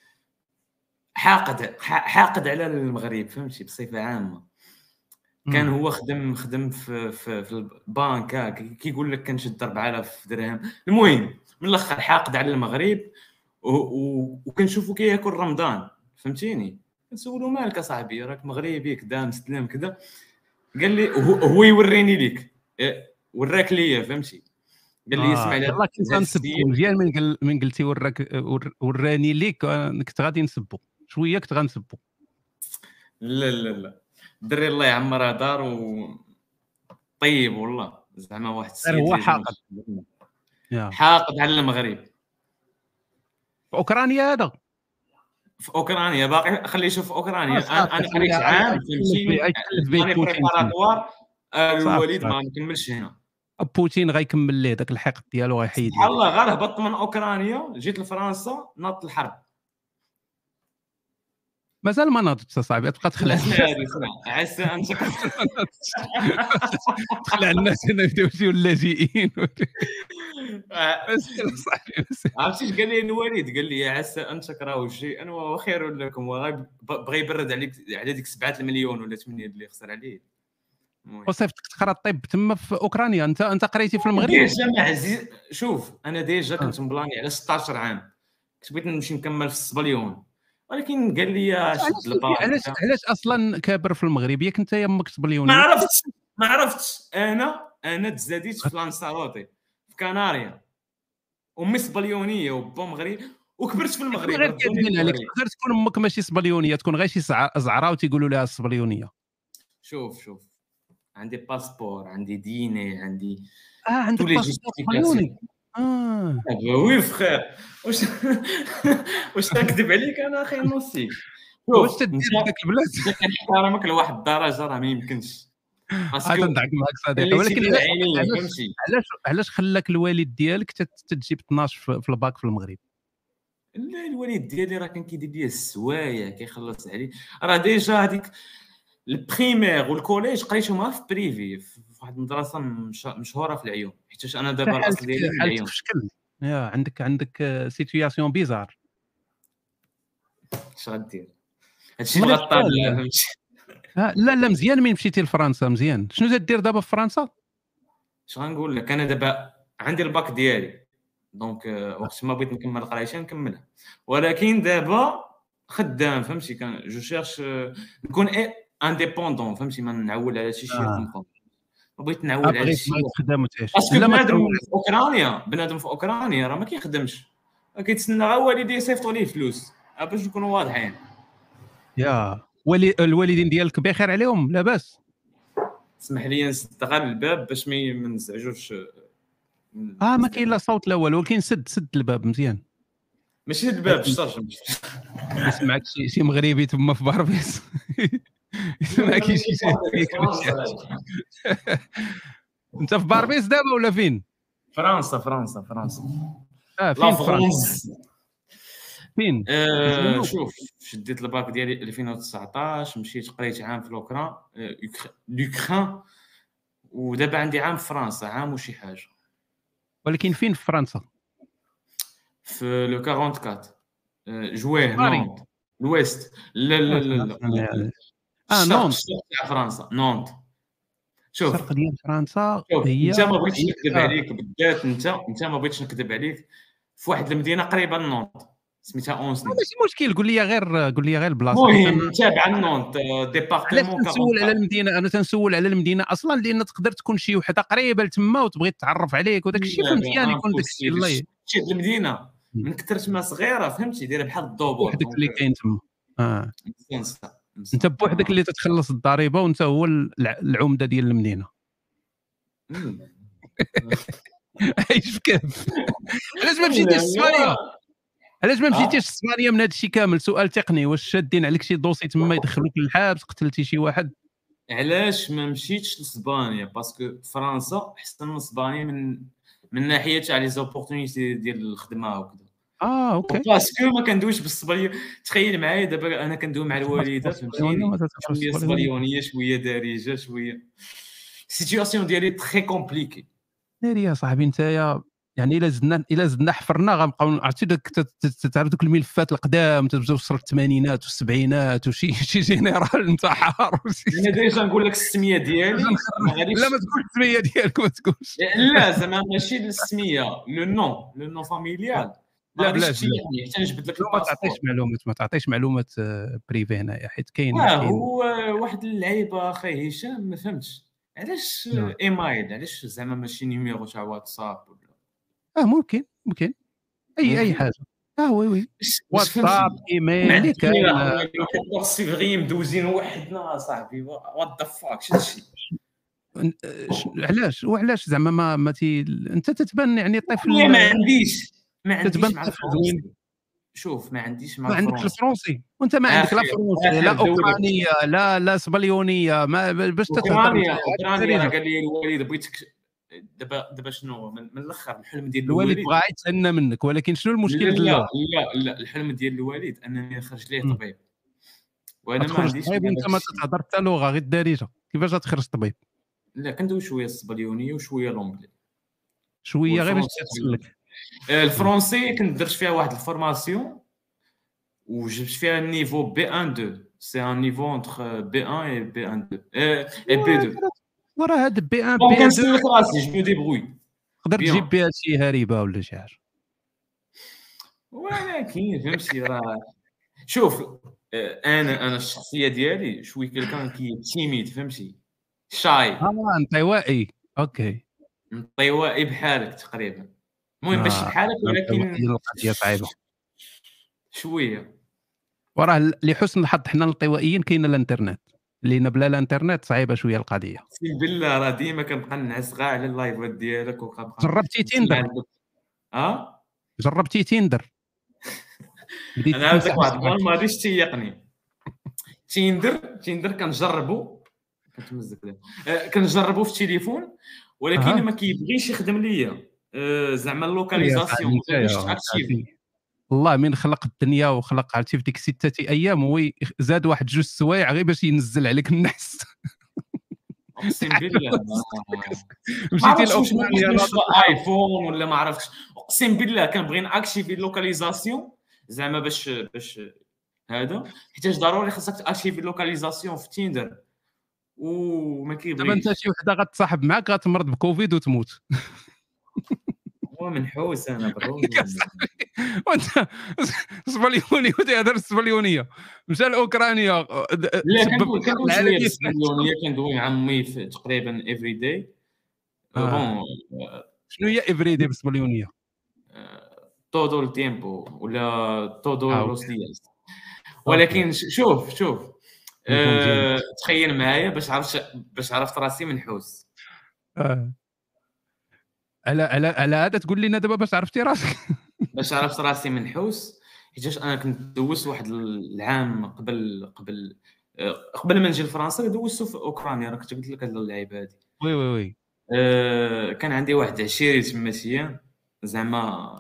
Speaker 14: حاقد ح- حاقد على المغرب فهمتي بصفه عامه كان
Speaker 1: مم.
Speaker 14: هو خدم خدم في في, في البنك هاك كيقول لك كنشد أربعة آلاف درهم المهم من الاخر حاقد على المغرب و- و- وكنشوفو كياكل رمضان فهمتيني كنسولو مالك اصاحبي راك مغربي كدا مسلم كدا قال لي هو, هو يوريني ليك إيه، وراك ليا فهمتي قال لي اسمع
Speaker 1: اه
Speaker 14: لهاد
Speaker 1: يلا كنت
Speaker 14: هاد
Speaker 1: غنسبو
Speaker 14: السيد
Speaker 1: مزيان من قل من قلتي وراك ور- وراني ليك آه، كنت غادي نسبو شويه كنت غنسبو
Speaker 14: لا لا لا الدري الله يعمرها دار و طيب والله زعما واحد
Speaker 1: غير
Speaker 14: السيد
Speaker 1: هو
Speaker 14: اللي
Speaker 1: حاقد
Speaker 14: جا
Speaker 1: يا
Speaker 14: حاقد على المغرب
Speaker 1: في اوكرانيا هذا
Speaker 14: في اوكرانيا باقي خليه يشوف في اوكرانيا
Speaker 1: اه
Speaker 14: انا
Speaker 1: صافي
Speaker 14: انا قريت
Speaker 1: خليها
Speaker 14: عام
Speaker 1: غيتكلف به
Speaker 14: فهمتيني
Speaker 1: غيتكلف به
Speaker 14: راني
Speaker 1: بوتين تما
Speaker 14: بريباراتوار آه،
Speaker 1: صافي
Speaker 14: الوليد ما
Speaker 1: صافي
Speaker 14: نكملش هنا
Speaker 1: بوتين غيكمل ليه داك الحقد ديالو غيحيد
Speaker 14: سبحان
Speaker 1: ليه
Speaker 14: الله غير هبطت من اوكرانيا جيت لفرنسا ناضت الحرب
Speaker 1: مازال ما ناضتش اصاحبي تبقى تخلع
Speaker 14: اسمع
Speaker 1: الناس
Speaker 14: هذه اسمع عسى انت
Speaker 1: تخلع الناس هنا يبداو يجيو اللاجئين
Speaker 14: آه،
Speaker 1: مسكين اصاحبي مسكين.
Speaker 14: عرفتي اش قال لي الوليد قال لي يا عسى ان تكرهوا شيئا وهو خير لكم وغا- بغى يبرد عليك على ديك سبعة المليون ولا ثمانية اللي خسر عليه المهم
Speaker 1: وصيفطك تقرا الطب تما في اوكرانيا انت انت قريتي في المغرب
Speaker 14: ديجا ما عزيز شوف انا ديجا
Speaker 1: آه.
Speaker 14: كنت مبلاني على ستطاش عام كنت بغيت نمشي نكمل في السبليون ولكن قال لي
Speaker 1: علاش
Speaker 14: شد الباك
Speaker 1: علاش علاش اصلا كابر في المغرب ياك انت يا امك
Speaker 14: ما
Speaker 1: سبليونيه
Speaker 14: عرفتش ما عرفتش انا انا تزاديت في لانساروتي في كناريا امي سبليونيه وبا مغربي وكبرت في المغرب
Speaker 1: غير
Speaker 14: ردوني
Speaker 1: كاتبين عليك
Speaker 14: للمغرب.
Speaker 1: تقدر تكون امك ماشي سبليونيه تكون غير شي زع- زعراء وتيقولوا لها السبليونيه
Speaker 14: شوف شوف عندي باسبور عندي ديني عندي
Speaker 1: اه عندك
Speaker 14: tous les
Speaker 1: باسبور سبليوني
Speaker 14: justifications.
Speaker 1: اه
Speaker 14: آه، وي فخير واش واش نكذب عليك انا اخي نصي
Speaker 1: واش
Speaker 14: شوف
Speaker 1: تدير
Speaker 14: انت
Speaker 1: في ذاك البلاد
Speaker 14: انت كنحترمك لواحد الدرجه راه ما يمكنش
Speaker 1: اه
Speaker 14: باسكو
Speaker 1: تندعك معك صديقي
Speaker 14: اللي
Speaker 1: ولكن
Speaker 14: تيدير
Speaker 1: علاش
Speaker 14: عينيا
Speaker 1: علاش
Speaker 14: فهمتي
Speaker 1: علاش علاش خلاك الوالد ديالك تت- تجيب اثناش في في الباك في المغرب
Speaker 14: لا الوالد ديالي راه كان كيدير لي السوايع كيخلص علي راه ديجا هذيك البريمير والكوليج قريتهم غير في بريفي في واحد المدرسه مش- مشهوره في العيون حيت انا دابا
Speaker 1: حالتك
Speaker 14: الاصل ديالي من
Speaker 1: حالتك
Speaker 14: العيون
Speaker 1: في شكل يا عندك عندك سيتوياسيون بيزار
Speaker 14: اش غدير هادشي
Speaker 1: ولا
Speaker 14: مغطى
Speaker 1: سؤال.
Speaker 14: فهمتي
Speaker 1: آه، لا لا مزيان من مشيتي لفرنسا مزيان شنو تدير دابا في فرنسا
Speaker 14: اش غنقول لك انا دابا عندي الباك ديالي دونك آه، وقت ما بغيت نكمل قرايتي نكملها ولكن دابا خدام فهمتي كان جو شيرش آه، نكون اي انديبوندون فهمتي ما نعول على شي شي
Speaker 1: آه.
Speaker 14: كومبون بغيت
Speaker 1: آه،
Speaker 14: نعول على
Speaker 1: بغيت
Speaker 14: شي
Speaker 1: بغيت تخدم وتعيش
Speaker 14: باسكو
Speaker 1: لا ما
Speaker 14: بنادم
Speaker 1: تعول
Speaker 14: في اوكرانيا بنادم في اوكرانيا راه ما كيخدمش راه كيتسنى غير والديه يصيفطوا ليه فلوس آه، باش نكونوا واضحين
Speaker 1: يا ولي الوالدين ديالك بخير عليهم لاباس
Speaker 14: اسمح لي نسد غير الباب باش ما ما نزعجوش آه، من
Speaker 1: اه ما
Speaker 14: الناس
Speaker 1: كاين لا صوت لا والو ولكن سد سد الباب مزيان
Speaker 14: ماشي هاد الباب الشرج
Speaker 1: يسمعك شي شي مغربي تما في باربيس يسمعك شي شي انت في باربيس دابا ولا فين؟
Speaker 14: فرنسا فرنسا فرنسا
Speaker 1: اه
Speaker 14: لا
Speaker 1: فين في فرنسا؟
Speaker 14: فرونس
Speaker 1: فين؟
Speaker 14: آه
Speaker 1: الجنوب؟
Speaker 14: شوف شديت الباك ديالي ألفين وتسعطاش مشيت قريت عام في لوكران آه، يوكر- لوكران ودابا عندي عام في فرنسا عام وشي حاجه
Speaker 1: ولكن فين في فرنسا؟
Speaker 14: في لو أربعة وأربعين آه، جويه
Speaker 1: باري.
Speaker 14: نونت الويست لا لا لا لا
Speaker 1: اه
Speaker 14: الشرق
Speaker 1: نونت
Speaker 14: الشرق تاع فرنسا نونت شوف
Speaker 1: الشرق ديال فرنسا
Speaker 14: شوف
Speaker 1: هي
Speaker 14: انت ما بغيتش
Speaker 1: هي-
Speaker 14: نكذب
Speaker 1: آه.
Speaker 14: عليك بالذات انت انت ما بغيتش نكذب عليك في واحد المدينه قريبه لنونت سميتها اونسني.
Speaker 1: ماشي مشكل، قول لي غير قول لي غير البلاصه.
Speaker 14: المهم تابعه نونت
Speaker 1: علاش
Speaker 14: ديبارتمون
Speaker 1: تنسول على
Speaker 14: أربعة وأربعين.
Speaker 1: المدينه؟ انا تنسول على المدينه اصلا لان تقدر تكون شي وحده قريبه لتما وتبغي تتعرف عليك وداك الشيء،
Speaker 14: لا
Speaker 1: فمزيان
Speaker 14: لا
Speaker 1: يكون داك الشيء. الله
Speaker 14: امبوسيبل. شي المدينه من كثرت ما صغيره فهمتي دايره بحال الضبور
Speaker 1: بوحدك اللي كاين تما. اه
Speaker 14: مزيان.
Speaker 1: انت بوحدك اللي تتخلص الضريبه وانت هو الع- العمده ديال المدينه. عايش كيف؟ علاش ما مشيتيش لاسبانيا؟ علاش ما مشيتيش لاسبانيا من هذا الشيء كامل؟ سؤال تقني، واش شادين عليك شي دوسي تما يدخلوك للحبس، قتلتي شي واحد؟
Speaker 14: علاش ما مشيتش لاسبانيا؟ باسكو فرنسا احسن من اسبانيا من من ناحيه تاع لي زوبورتونيتي ديال الخدمه وكذا.
Speaker 1: اه اوكي.
Speaker 14: باسكو ما كندويش بالصباليه. تخيل معايا دابا انا كندوي مع الوالده فهمتيني، شويه صباليونيه شويه دارجه شويه السيتوياسيون ديالي تري كومبليكي.
Speaker 1: ناري يا صاحبي نتايا، يعني الا زدنا الا زدنا حفرنا غنبقاو عرفتي داك تعرف دوك الملفات القدام توصل الثمانينات والسبعينات وشي شي جينيرال انتحار وشي.
Speaker 14: انا ديجا نقول لك السميه ديالي ما غاديش.
Speaker 1: لا ما تقولش السميه ديالك، ما تقولش.
Speaker 14: لا زعما ماشي السميه، لو نون لو نون فاميليال.
Speaker 1: لا بلاش
Speaker 14: يعني حتى نجبد لك
Speaker 1: ما تعطيش معلومات، ما تعطيش معلومات بريفي هنايا حيت كاين.
Speaker 14: اه هو واحد اللعيبه اخي هشام ما فهمتش علاش ايمايل، علاش زعما ماشي نيميرو تاع واتساب ولا.
Speaker 1: اه ممكن ممكن اي اي حاجه. اه وي وي واتساب ايميل اللي كان.
Speaker 14: أربعطاش فيفري مدوزين وحدنا صاحبي، وات ذا فاك شتي.
Speaker 1: علاش وعلاش زعما ما ما تي انت تتبان يعني طفل.
Speaker 14: ما عنديش ما عنديش
Speaker 1: تتبان
Speaker 14: مع
Speaker 1: طفل
Speaker 14: الفرنسي.
Speaker 1: زوين.
Speaker 14: شوف ما عنديش مع
Speaker 1: ما عندكش
Speaker 14: الفرنسي
Speaker 1: الفرنسي وانت ما عندك لا فرنسي لا اوكرانيه لا لا اسبانيونيه، ما باش تتهضر.
Speaker 14: اوكرانيا اوكرانيا راه قال لي الوالد بغيتك دابا دابا شنو من, من الاخر الحلم ديال
Speaker 1: الوالد
Speaker 14: الوالد
Speaker 1: بغا يتسنى منك، ولكن شنو المشكل؟
Speaker 14: لا لا لا, لا الحلم ديال الوالد انني نخرج ليه طبيب، وانا ما عنديش.
Speaker 1: طيب وانت ما تتهضر حتى لغه غير الدارجه، كيفاش غتخرج طبيب؟
Speaker 14: لا كندوي شويه الصبليونيه وشويه لونجلي
Speaker 1: شويه غير باش تسلك.
Speaker 14: الفرنسي كنت درت فيها واحد الفورماسيون وجبت فيها النيفو بي واحد اثنين، سي ان نيفو انتر بي واحد اي بي واحد اثنين اي بي اثنين.
Speaker 1: وراه هاد بي واحد
Speaker 14: دونك
Speaker 1: بي
Speaker 14: كنسلك راسي جو ديبروي.
Speaker 1: تقدر تجيب بها شي هريبه ولا شي حاجه،
Speaker 14: ولكن فهمتي راه شوف انا انا الشخصيه ديالي شويه كان كي تيميد فهمتي شاي.
Speaker 1: اه انطوائي. اوكي
Speaker 14: انطوائي بحالك تقريبا. المهم ماشي بحالك ولكن
Speaker 1: القضيه صعيبه
Speaker 14: شويه.
Speaker 1: وراه لحسن الحظ حنا الانطوائيين كاين الانترنت، لينا بلا الانترنت صعيبه شويه القضيه.
Speaker 14: اقسم بالله راه ديما كنبقى نعس غا على اللايفات ديالك وكنبقى.
Speaker 1: جربتي تيندر؟
Speaker 14: اه
Speaker 1: جربتي تيندر؟
Speaker 14: انا عندك واحد البلان ما غاديش تيقني. تيندر تيندر كنجربو كنتمزك آه كنجربو في التليفون ولكن أه. ما كيبغيش يخدم ليا آه زعما اللوكاليزاسيون ما كيبغيش اكتيف.
Speaker 1: والله من خلق الدنيا وخلق عرفتي في ديك ستة ايام هو زاد واحد جوج سوايع غير باش ينزل عليك النحس.
Speaker 14: اقسم بالله
Speaker 1: مشيتي لاوكرانيا
Speaker 14: ايفون ولا ما عرفتش. اقسم بالله كنبغي ناكتيفي اللوكاليزاسيون زعما باش باش هذا حيت ضروري خاصك تاكتيفي اللوكاليزاسيون في تيندر وما كيبغيش.
Speaker 1: دابا انت شي وحده غتصاحب معاك غتمرض بكوفيد وتموت.
Speaker 14: هو منحوس انا بالروز
Speaker 1: وانت اسبانيوني وتهضر الاسبانيونيه مشى لاوكرانيا.
Speaker 14: لا كندوي كندوي شويه بالاسبانيونيه كندوي مع امي تقريبا افري داي. بون
Speaker 1: شنو هي افري داي بالاسبانيونيه؟
Speaker 14: todo el tiempo ولا todo los días. ولكن شوف شوف أه تخيل معايا باش عرفت باش عرفت راسي منحوس.
Speaker 1: اه على على على هذا تقول لنا دابا باش عرفتي راسك.
Speaker 14: باش عرفت راسي منحوس حيت انا كنت دوزت واحد العام قبل قبل قبل ما نجي لفرنسا دوزته في اوكرانيا. راه كنت قلت لك هاد اللعيبه هادي.
Speaker 1: وي وي وي
Speaker 14: أه كان عندي واحد عشيري تما سيام زعما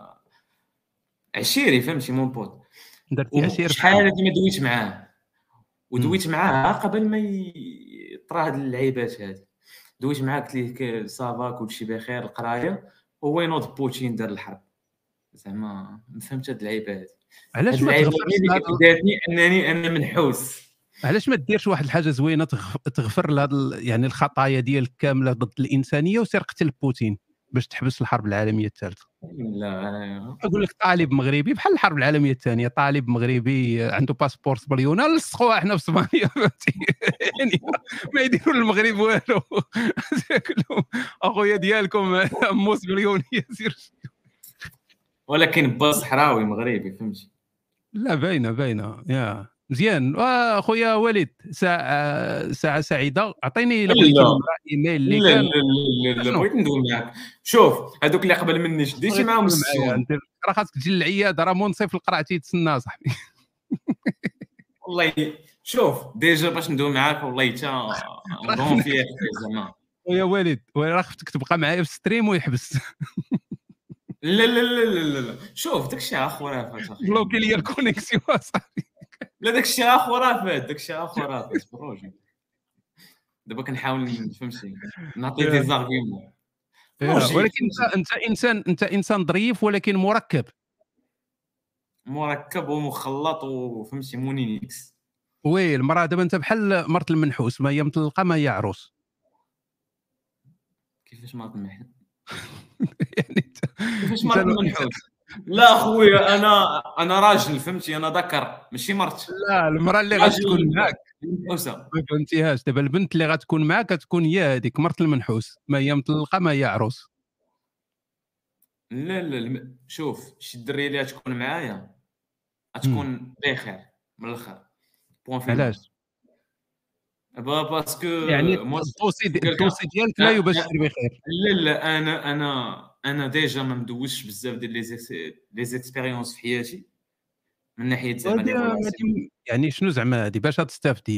Speaker 14: عشيري فهمتي مون بوت.
Speaker 1: درتي عشير
Speaker 14: شحال هادي ما دويت معاه ودويت معاه قبل ما يطرا هاد اللعيبات هادي. دويت معاه قلت ليه صافا كلشي بخير القرايه هو ينوض بوتين دار الحرب زعما ما فهمت هاد اللعيبه هادي.
Speaker 1: علاش ما
Speaker 14: تغفرش داتني انني انا منحوس؟
Speaker 1: علاش ما ديرش واحد الحاجه زوينه تغفر لهاد يعني الخطايا ديالك كامله ضد الانسانيه وسير قتل بوتين باش تحبس الحرب العالميه الثالثه؟
Speaker 14: لا
Speaker 1: اقول لك طالب مغربي بحال الحرب العالميه الثانيه، طالب مغربي عنده باسبور سبليون نلصقوها حنا في اسبانيا فهمتي يعني ما يديروا للمغرب والو كلهم اخويا ديالكم مو سبليونيه سير.
Speaker 14: ولكن با صحراوي مغربي فهمتي.
Speaker 1: لا باينه باينه يا مزيان. اخويا وليد ساعه ساعه سعيده. اعطيني الا بغيتي
Speaker 14: لا
Speaker 1: من ايميل اللي
Speaker 14: لا
Speaker 1: كان
Speaker 14: لا لا لا
Speaker 1: شنو
Speaker 14: بغيت ندوي معاك. شوف هذوك اللي قبل مني شديتي
Speaker 1: بغيت
Speaker 14: معاهم
Speaker 1: تدخل معايا
Speaker 14: السون.
Speaker 1: انت راه خاصك تجي للعياده، راه منصف القرع تيتسنى صاحبي.
Speaker 14: والله شوف ديجا باش ندوي معاك والله حتى نغون فيها زعما.
Speaker 1: ويا وليد راه خفتك تبقى معايا في ستريم ويحبس.
Speaker 14: لا لا لا لا لا شوف داكشي غا خرافات اخي.
Speaker 1: بلوكي ليا الكونيكسيون صاحبي.
Speaker 14: لا داكشي غا خرافات داكشي غا خرافات بروجي. دابا كنحاول فهمتي نعطي دي زارغيومون بروجي.
Speaker 1: ولكن انت انت انسان انت انسان ظريف ولكن مركب
Speaker 14: مركب ومخلط وفهمتي مونينيكس.
Speaker 1: وي المراه دابا انت بحال مرت المنحوس، ما هي مطلقه ما هي عروس.
Speaker 14: كيفاش مرت المنحوس؟
Speaker 1: يعني
Speaker 14: كيفاش مرت المنحوس؟ لا خويا انا انا راجل فهمتي، انا ذكر ماشي مرت.
Speaker 1: لا المراه اللي غتكون معاك
Speaker 14: منحوسه
Speaker 1: ما فهمتيهاش. دابا البنت اللي غتكون معاك غتكون هي هذيك مرت المنحوس، ما هي مطلقه ما هي عروس.
Speaker 14: لا لا شوف شي الدريه اللي غتكون معايا غتكون بخير من الاخر بوان فينال.
Speaker 1: علاش؟
Speaker 14: با باسكو
Speaker 1: يعني الدوسي الدوسي ديالك لا يبشر بخير.
Speaker 14: لا لا انا انا انا ديجا ما مدوزش بزاف ديال لي زيكسبيريونس في حياتي من ناحيه زعما لي فولاسيون.
Speaker 1: يعني شنو زعما هادي باش تستافدي؟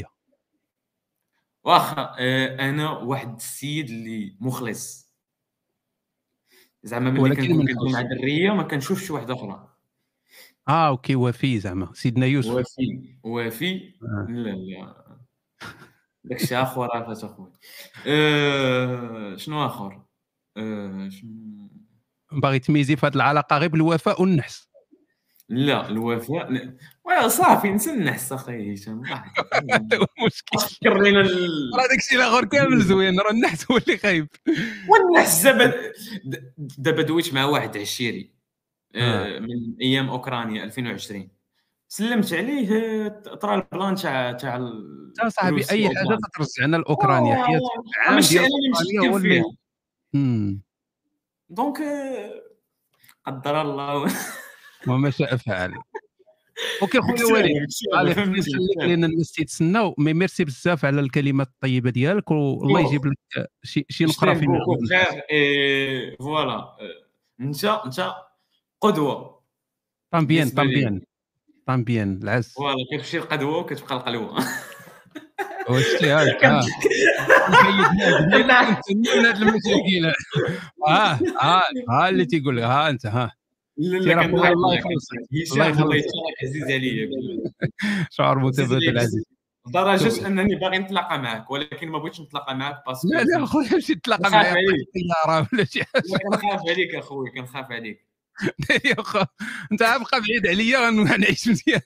Speaker 14: واخا انا واحد السيد اللي مخلص زعما ملي كنكون كندوي مع دريه ما كنشوفش شي واحده اخرى.
Speaker 1: اه اوكي وفي زعما سيدنا يوسف
Speaker 14: وفي وفي
Speaker 1: آه.
Speaker 14: لا لا داكشي اخر عرفت اخويا. أه شنو اخر أه شنو
Speaker 1: باغي تميزي في هذه العلاقه غير بالوفاء والنحس؟
Speaker 14: لا الوفاء ن... واه صافي نسى النحس اخي هشام
Speaker 1: المشكل
Speaker 14: فكر لينا
Speaker 1: راه داكشي الاخر كامل زوين، راه النحس هو اللي خايب.
Speaker 14: والنحس دابا دابا دويت مع واحد عشيري أه من ايام اوكرانيا ألفين وعشرين سلمت عليه طرا البلان تاع تاع
Speaker 1: تا صاحبي اي حاجه ترجعنا لاوكرانيا حياتك عام ديال اوكرانيا هو اللي امم
Speaker 14: دونك قدر الله
Speaker 1: وما شاء فعل. اوكي خويا وليد غادي نخليك لان الناس تيتسناو. مي ميرسي بزاف على الكلمات الطيبه ديالك والله يجيب لك شي شي نقره فين
Speaker 14: خير اي فوالا. انت انت قدوه
Speaker 1: طامبيان طامبيان طامبيان العز
Speaker 14: فوالا كتمشي القدوه وكتبقى القلوه.
Speaker 1: واش شتي هاك ها نحيد من هاد المشاكل. ها ها ها اللي تيقول ها انت ها
Speaker 14: لا لا الله يخلصك الله يخليك عزيز عليا
Speaker 1: شعور متبادل عزيز
Speaker 14: لدرجه انني باغي نتلاقى معك ولكن ما بغيتش نتلاقى معك باسكو
Speaker 1: لا لا اخويا مشي تلاقى معايا طياره ولا شي حاجه.
Speaker 14: كنخاف عليك اخويا كنخاف عليك
Speaker 1: يا خو انت بقى بعيد عليا غنعيش مزيان.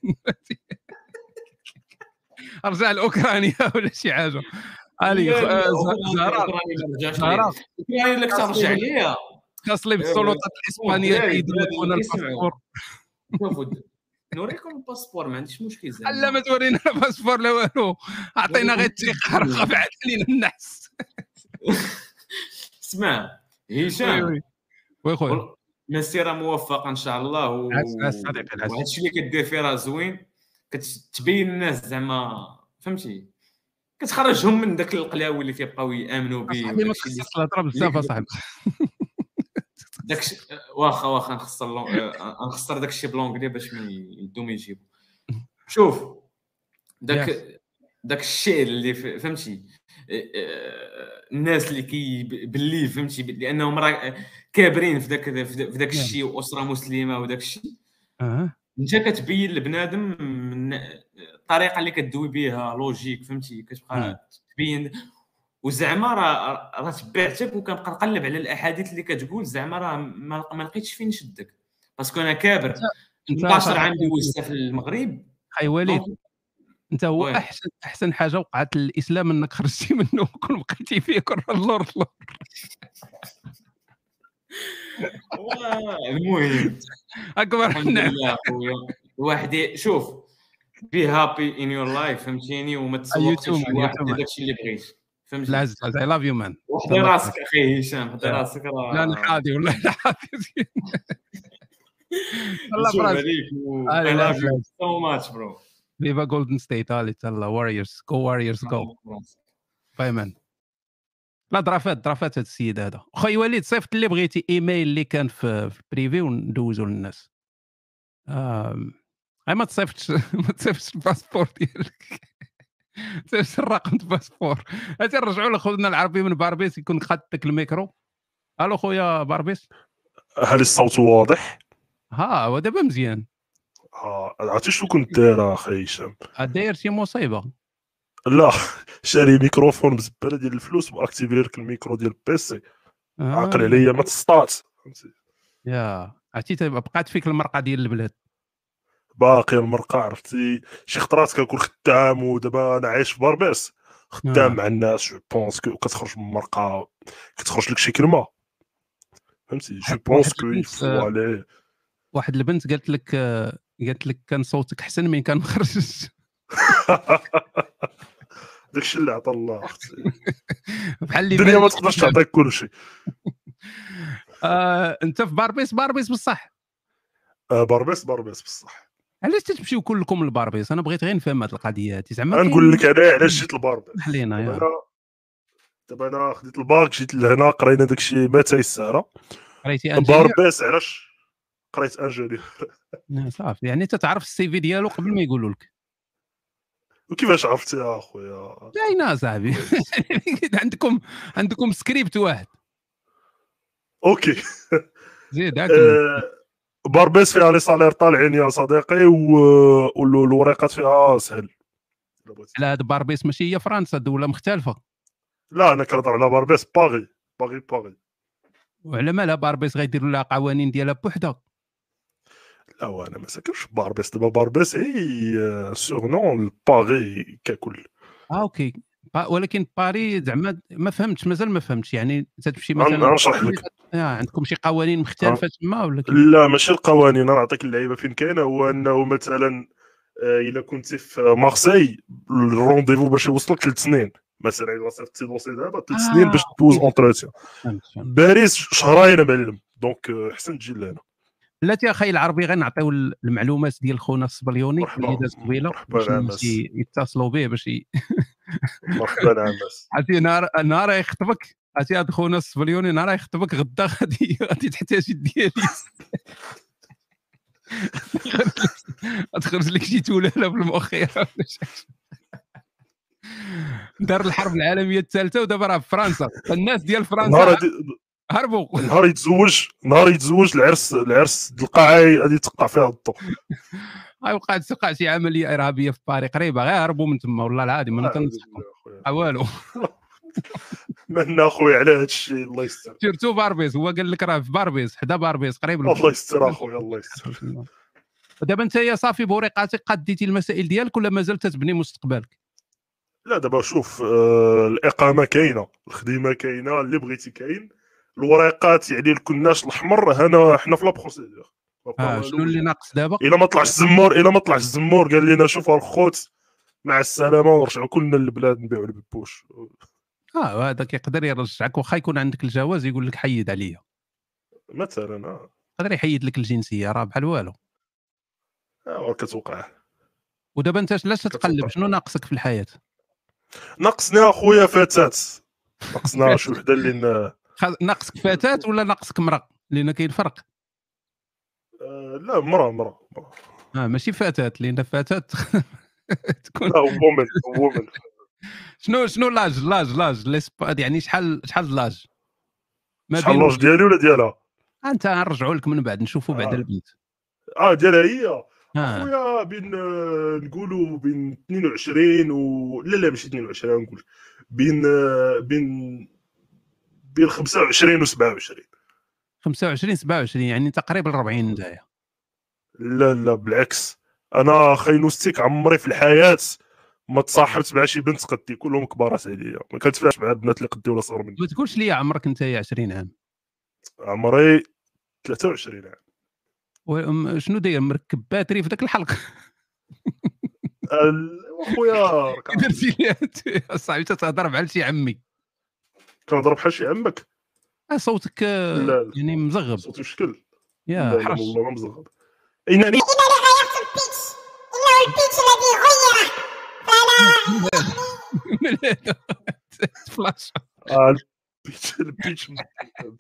Speaker 1: ارجع لاوكرانيا ولا شي حاجه. علي زهراء
Speaker 14: زهراء اوكرانيا اللي كترجع ليا
Speaker 1: خاص لي بالسلطات الاسبانيه يديروا الباسبور.
Speaker 14: شوفوا نوريكم الباسبور ما عنديش مشكل زعما.
Speaker 1: لا ما تورينا الباسبور لا والو، عطينا غير الثقه راه بعد علينا النحس.
Speaker 14: اسمع هشام
Speaker 1: وي خويا
Speaker 14: مسيره موفقه ان شاء الله و... وهذا الشيء اللي كدير فيه راه زوين، كتبين الناس زعما فهمتي كتخرجهم من داك القلاوي اللي كيبقاو يامنوا به.
Speaker 1: صاحبي ما تخصصش الهضره بزاف اصاحبي.
Speaker 14: داكشي واخا واخا نخسر نخسر داكشي بلونغلي باش ما يدوم يجيبوا. شوف داك داك الشعر اللي فهمتي الناس اللي كي باللي فهمتي لانهم راه كابرين في داك في داك الشيء واسره مسلمه وداك الشيء.
Speaker 1: اه
Speaker 14: انت كتبين لبنادم من الطريقه اللي كدوي بها لوجيك فهمتي كتبقى تبين وزعما راه راه تبعتك وكنبقى نقلب على الاحاديث اللي كتقول زعما راه ما لقيتش فين نشدك باسكو انا كابر ثمنطاش عام دوزتها في المغرب.
Speaker 1: اي وليد انت هو وي. احسن احسن حاجه وقعت للاسلام انك خرجتي منه وكون بقيتي فيه كره اللور اللور.
Speaker 14: المهم
Speaker 1: اكبر
Speaker 14: الحمد
Speaker 1: نعم
Speaker 14: لله خويا واحد ي- شوف بي هابي ان يور لايف فهمتيني وما تسوقش
Speaker 1: يوتيوب
Speaker 14: لشي واحد
Speaker 1: يوتيوب
Speaker 14: دير داكشي اللي بغيتي فهمتي
Speaker 1: العز اي لاف يو مان
Speaker 14: وحدي راسك اخي هشام حدي راسك
Speaker 1: لا
Speaker 14: راه
Speaker 1: الحادي ولا الحادي الله
Speaker 14: نشوف
Speaker 1: براسك
Speaker 14: عليك و
Speaker 1: هذا
Speaker 14: اي لاف
Speaker 1: العز
Speaker 14: يو
Speaker 1: العز
Speaker 14: سو ماتش برو
Speaker 1: فيفا جولدن ستيت هالي تهلا واريورز جو واريورز جو باي مان لا درافات درافات هذا السيد هذا خويا وليد صيفط اللي بغيتي ايميل اللي كان في في البريفي وندوزو للناس آم، هاي ما تصيفطش ما تصيفطش الباسبور ديالك تصيفط الرقم الباسبور اجي نرجعوا لخونا العربي من باربيس يكون خد داك الميكرو الو خويا باربيس
Speaker 15: هل الصوت واضح؟
Speaker 1: ها هو دابا مزيان
Speaker 15: اه عرفتي شنو كنت داير اخي هشام؟
Speaker 1: داير شي مصيبه
Speaker 15: لا شاري ميكروفون بزباله ديال الفلوس واكتيفي لك الميكرو ديال البيسي عاقل
Speaker 1: آه.
Speaker 15: عليا ما تسطات فهمتي
Speaker 1: يا عرفتي بقات فيك المرقه ديال البلاد
Speaker 15: باقي المرقه عرفتي شي خطرات كنكون خدام ودابا انا عايش في باربيس خدام
Speaker 1: آه.
Speaker 15: مع الناس جو بونس كو كتخرج من المرقه كتخرج لك شي كلمه فهمتي جو بونس كو يفو عليه
Speaker 1: واحد البنت قالت لك آه، قالت لك كان صوتك احسن من كان مخرج
Speaker 15: داكشي اللي عطا الله اختي
Speaker 1: بحال اللي
Speaker 15: الدنيا
Speaker 1: بان
Speaker 15: ما
Speaker 1: لك
Speaker 15: تقدرش
Speaker 1: قدام.
Speaker 15: تعطيك كلشي
Speaker 1: آه، انت في باربيس باربيس بصح
Speaker 15: آه، باربيس باربيس بصح
Speaker 1: علاش تتمشيو كلكم لباربيس انا بغيت غير نفهم هذه القضيه هذه زعما
Speaker 15: نقول لك انا علاش جيت لباربيس
Speaker 1: حلينا
Speaker 15: دابا
Speaker 1: يا
Speaker 15: انا دابا انا خديت الباك جيت لهنا قرينا داكشي متى السهره
Speaker 1: قريتي انجينير
Speaker 15: باربيس علاش قريت انجينير
Speaker 1: آه، صافي يعني انت تعرف السي في ديالو قبل ما يقولوا لك
Speaker 15: وكيفاش عرفتي يا اخويا
Speaker 1: باينه صاحبي عندكم عندكم سكريبت واحد
Speaker 15: اوكي
Speaker 1: زيد هاك
Speaker 15: آه، باربيس فيها لي صالير طالعين يا صديقي والوريقات فيها سهل
Speaker 1: على هاد باربيس ماشي هي فرنسا دوله مختلفه
Speaker 15: لا انا كنهضر على باربيس باغي باغي باغي
Speaker 1: وعلى مالها باربيس غيديروا لها قوانين ديالها بوحدها
Speaker 15: لا وانا ما ساكنش في باربيس دابا باربيس هي سورنون باغي ككل
Speaker 1: اه اوكي با ولكن باري زعما ما فهمتش مازال ما فهمتش يعني تمشي
Speaker 15: غن-
Speaker 1: مثلا
Speaker 15: غنشرح لك.
Speaker 1: آه عندكم شي قوانين مختلفه تما ولا كيف؟
Speaker 15: لا ماشي القوانين انا نعطيك اللعيبه فين كاينه هو انه مثلا آه، الا كنتي في مارسي الرونديفو باش يوصلك ثلاث سنين مثلا الا صيفطتي دوسي دابا ثلاث
Speaker 1: آه،
Speaker 15: سنين باش دوز
Speaker 1: أوكي.
Speaker 15: اونتروتيان
Speaker 1: فهمت فهمت
Speaker 15: باريس شهرين معلم دونك آه، احسن تجي لهنا
Speaker 1: بلاتي اخي العربي غير نعطيو المعلومات ديال خونا الصبليوني
Speaker 15: مرحبا.
Speaker 1: اللي داز قبيله
Speaker 15: مرحبا
Speaker 1: باش الناس
Speaker 15: عباس.
Speaker 1: ي- يتصلوا به باش ي...
Speaker 15: مرحبا عباس
Speaker 1: عرفتي نهار نهار يخطبك عرفتي هاد خونا الصبليوني نهار يخطبك غدا غادي غادي تحتاج الدياليز تخرج لك شي تولاله بالمؤخره دار الحرب العالميه الثالثه ودابا راه في فرنسا الناس ديال
Speaker 15: نهار
Speaker 1: فرنسا
Speaker 15: هادي-
Speaker 1: هربوا
Speaker 15: نهار يتزوج نهار يتزوج العرس العرس القاعه غادي تقطع فيها الضو
Speaker 1: هاي وقعت تقع شي عمليه ارهابيه في باري قريبه غير هربوا من تما والله العظيم انا كنصحكم والو
Speaker 15: منا اخويا على هذا الشيء الله يستر
Speaker 1: سيرتو باربيز هو قال لك راه في باربيز حدا باربيز قريب
Speaker 15: الله يستر اخويا الله يستر
Speaker 1: دابا انت يا صافي بوريقاتك قديتي المسائل ديالك ولا مازال تتبني مستقبلك؟
Speaker 15: لا دابا شوف آه الاقامه كاينه الخدمه كاينه اللي بغيتي كاين الوريقات يعني الكناش الاحمر هنا حنا في لا بروسيدور
Speaker 1: اه شنو اللي ناقص دابا؟
Speaker 15: الا ما طلعش الزمور الا ما طلعش الزمور قال لنا شوفوا الخوت مع السلامه ونرجعوا كلنا للبلاد نبيعوا الببوش
Speaker 1: اه هذا كيقدر يرجعك واخا يكون عندك الجواز يقول لك حيد عليا
Speaker 15: مثلا اه
Speaker 1: يقدر يحيد لك الجنسيه راه بحال والو
Speaker 15: اه كتوقع
Speaker 1: ودابا انت علاش تتقلب شنو ناقصك في الحياه؟
Speaker 15: ناقصنا اخويا فتاه ناقصنا شي وحده اللي ن-
Speaker 1: خ- ناقصك فتاه ولا ناقصك امراه؟ لان كاين فرق
Speaker 15: آه لا مرة مرة مرة.
Speaker 1: اه ماشي فتاه لان فتاه تكون
Speaker 15: لا وومن وومن
Speaker 1: شنو شنو لاج لاج لاج ليسب- يعني شحال شحال لاج ما
Speaker 15: شحال
Speaker 1: بين
Speaker 15: لاج ديالي ولا ديالها؟
Speaker 1: انت نرجعوا لك من بعد نشوفوا بعد
Speaker 15: آه.
Speaker 1: البنت
Speaker 15: اه ديالها هي
Speaker 1: اه
Speaker 15: اخويا بين آه، نقولوا بين اثنين وعشرين و لا لا ماشي اثنين وعشرين نقول بين آه، بين بين خمسة وعشرين و سبعة وعشرين
Speaker 1: خمسة وعشرين سبعة وعشرين يعني تقريبا أربعين نتايا
Speaker 15: لا لا بالعكس انا خاينوستيك عمري في الحياه ما تصاحبت مع شي بنت قدي كلهم كبارات عليا ما كنتفاهمش مع البنات اللي قدي ولا صغر مني
Speaker 1: ما تقولش لي عمرك انت عشرين عام
Speaker 15: عمري ثلاثة وعشرين عام.
Speaker 1: و- شنو داير مركب باتري في ذاك الحلقه؟
Speaker 15: ال- واخويا راك عارف
Speaker 1: درتي لي اصاحبي تتهضر بحال شي عمي.
Speaker 15: كنهضر بحال شي عمك.
Speaker 1: آه، صوتك آه،
Speaker 15: لا لا
Speaker 1: يعني مزغب
Speaker 15: صوتي مشكل.
Speaker 1: يا
Speaker 15: لا لا
Speaker 1: حرش.
Speaker 15: والله ما مزغب. انني
Speaker 2: إنني غيرت البيتش، إنه البيتش الذي غير، فلا
Speaker 1: من هذا فلاش.
Speaker 15: آه، البيتش البيتش مزغب.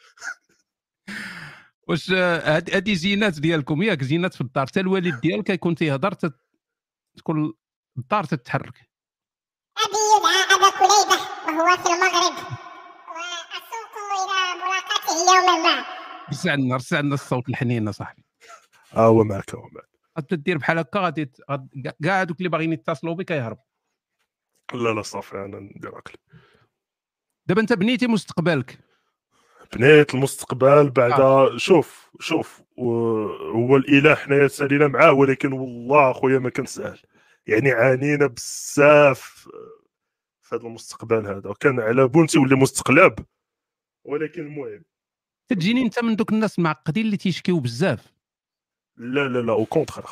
Speaker 1: واش آه، هاد- هادي زينات ديالكم ياك زينات في الدار، حتى الوالد ديالك كيكون تيهضر تت- تكون الدار تتحرك.
Speaker 2: أبي يدعى أبا كليبة وهو في المغرب، وأسوق إلى ملاقاته يوما ما.
Speaker 1: رسع لنا رسع لنا الصوت الحنين اصاحبي.
Speaker 15: ها هو معك هو معك.
Speaker 1: غادي دير بحال هكا غادي ت- غاد- كاع هذوك اللي باغيين يتصلوا بك يهربوا.
Speaker 15: لا لا صافي انا ندير عقلي.
Speaker 1: دابا انت بنيتي مستقبلك.
Speaker 15: بنيت المستقبل بعد. شوف شوف و- هو الاله حنايا سالينا معاه، ولكن والله اخويا ما كان سهل. يعني عانينا بزاف في هذا المستقبل هذا، وكان على بونتي ولا مستقلب، ولكن المهم.
Speaker 1: تجيني انت من دوك الناس المعقدين اللي تيشكيو بزاف.
Speaker 15: لا لا لا او كونتخ.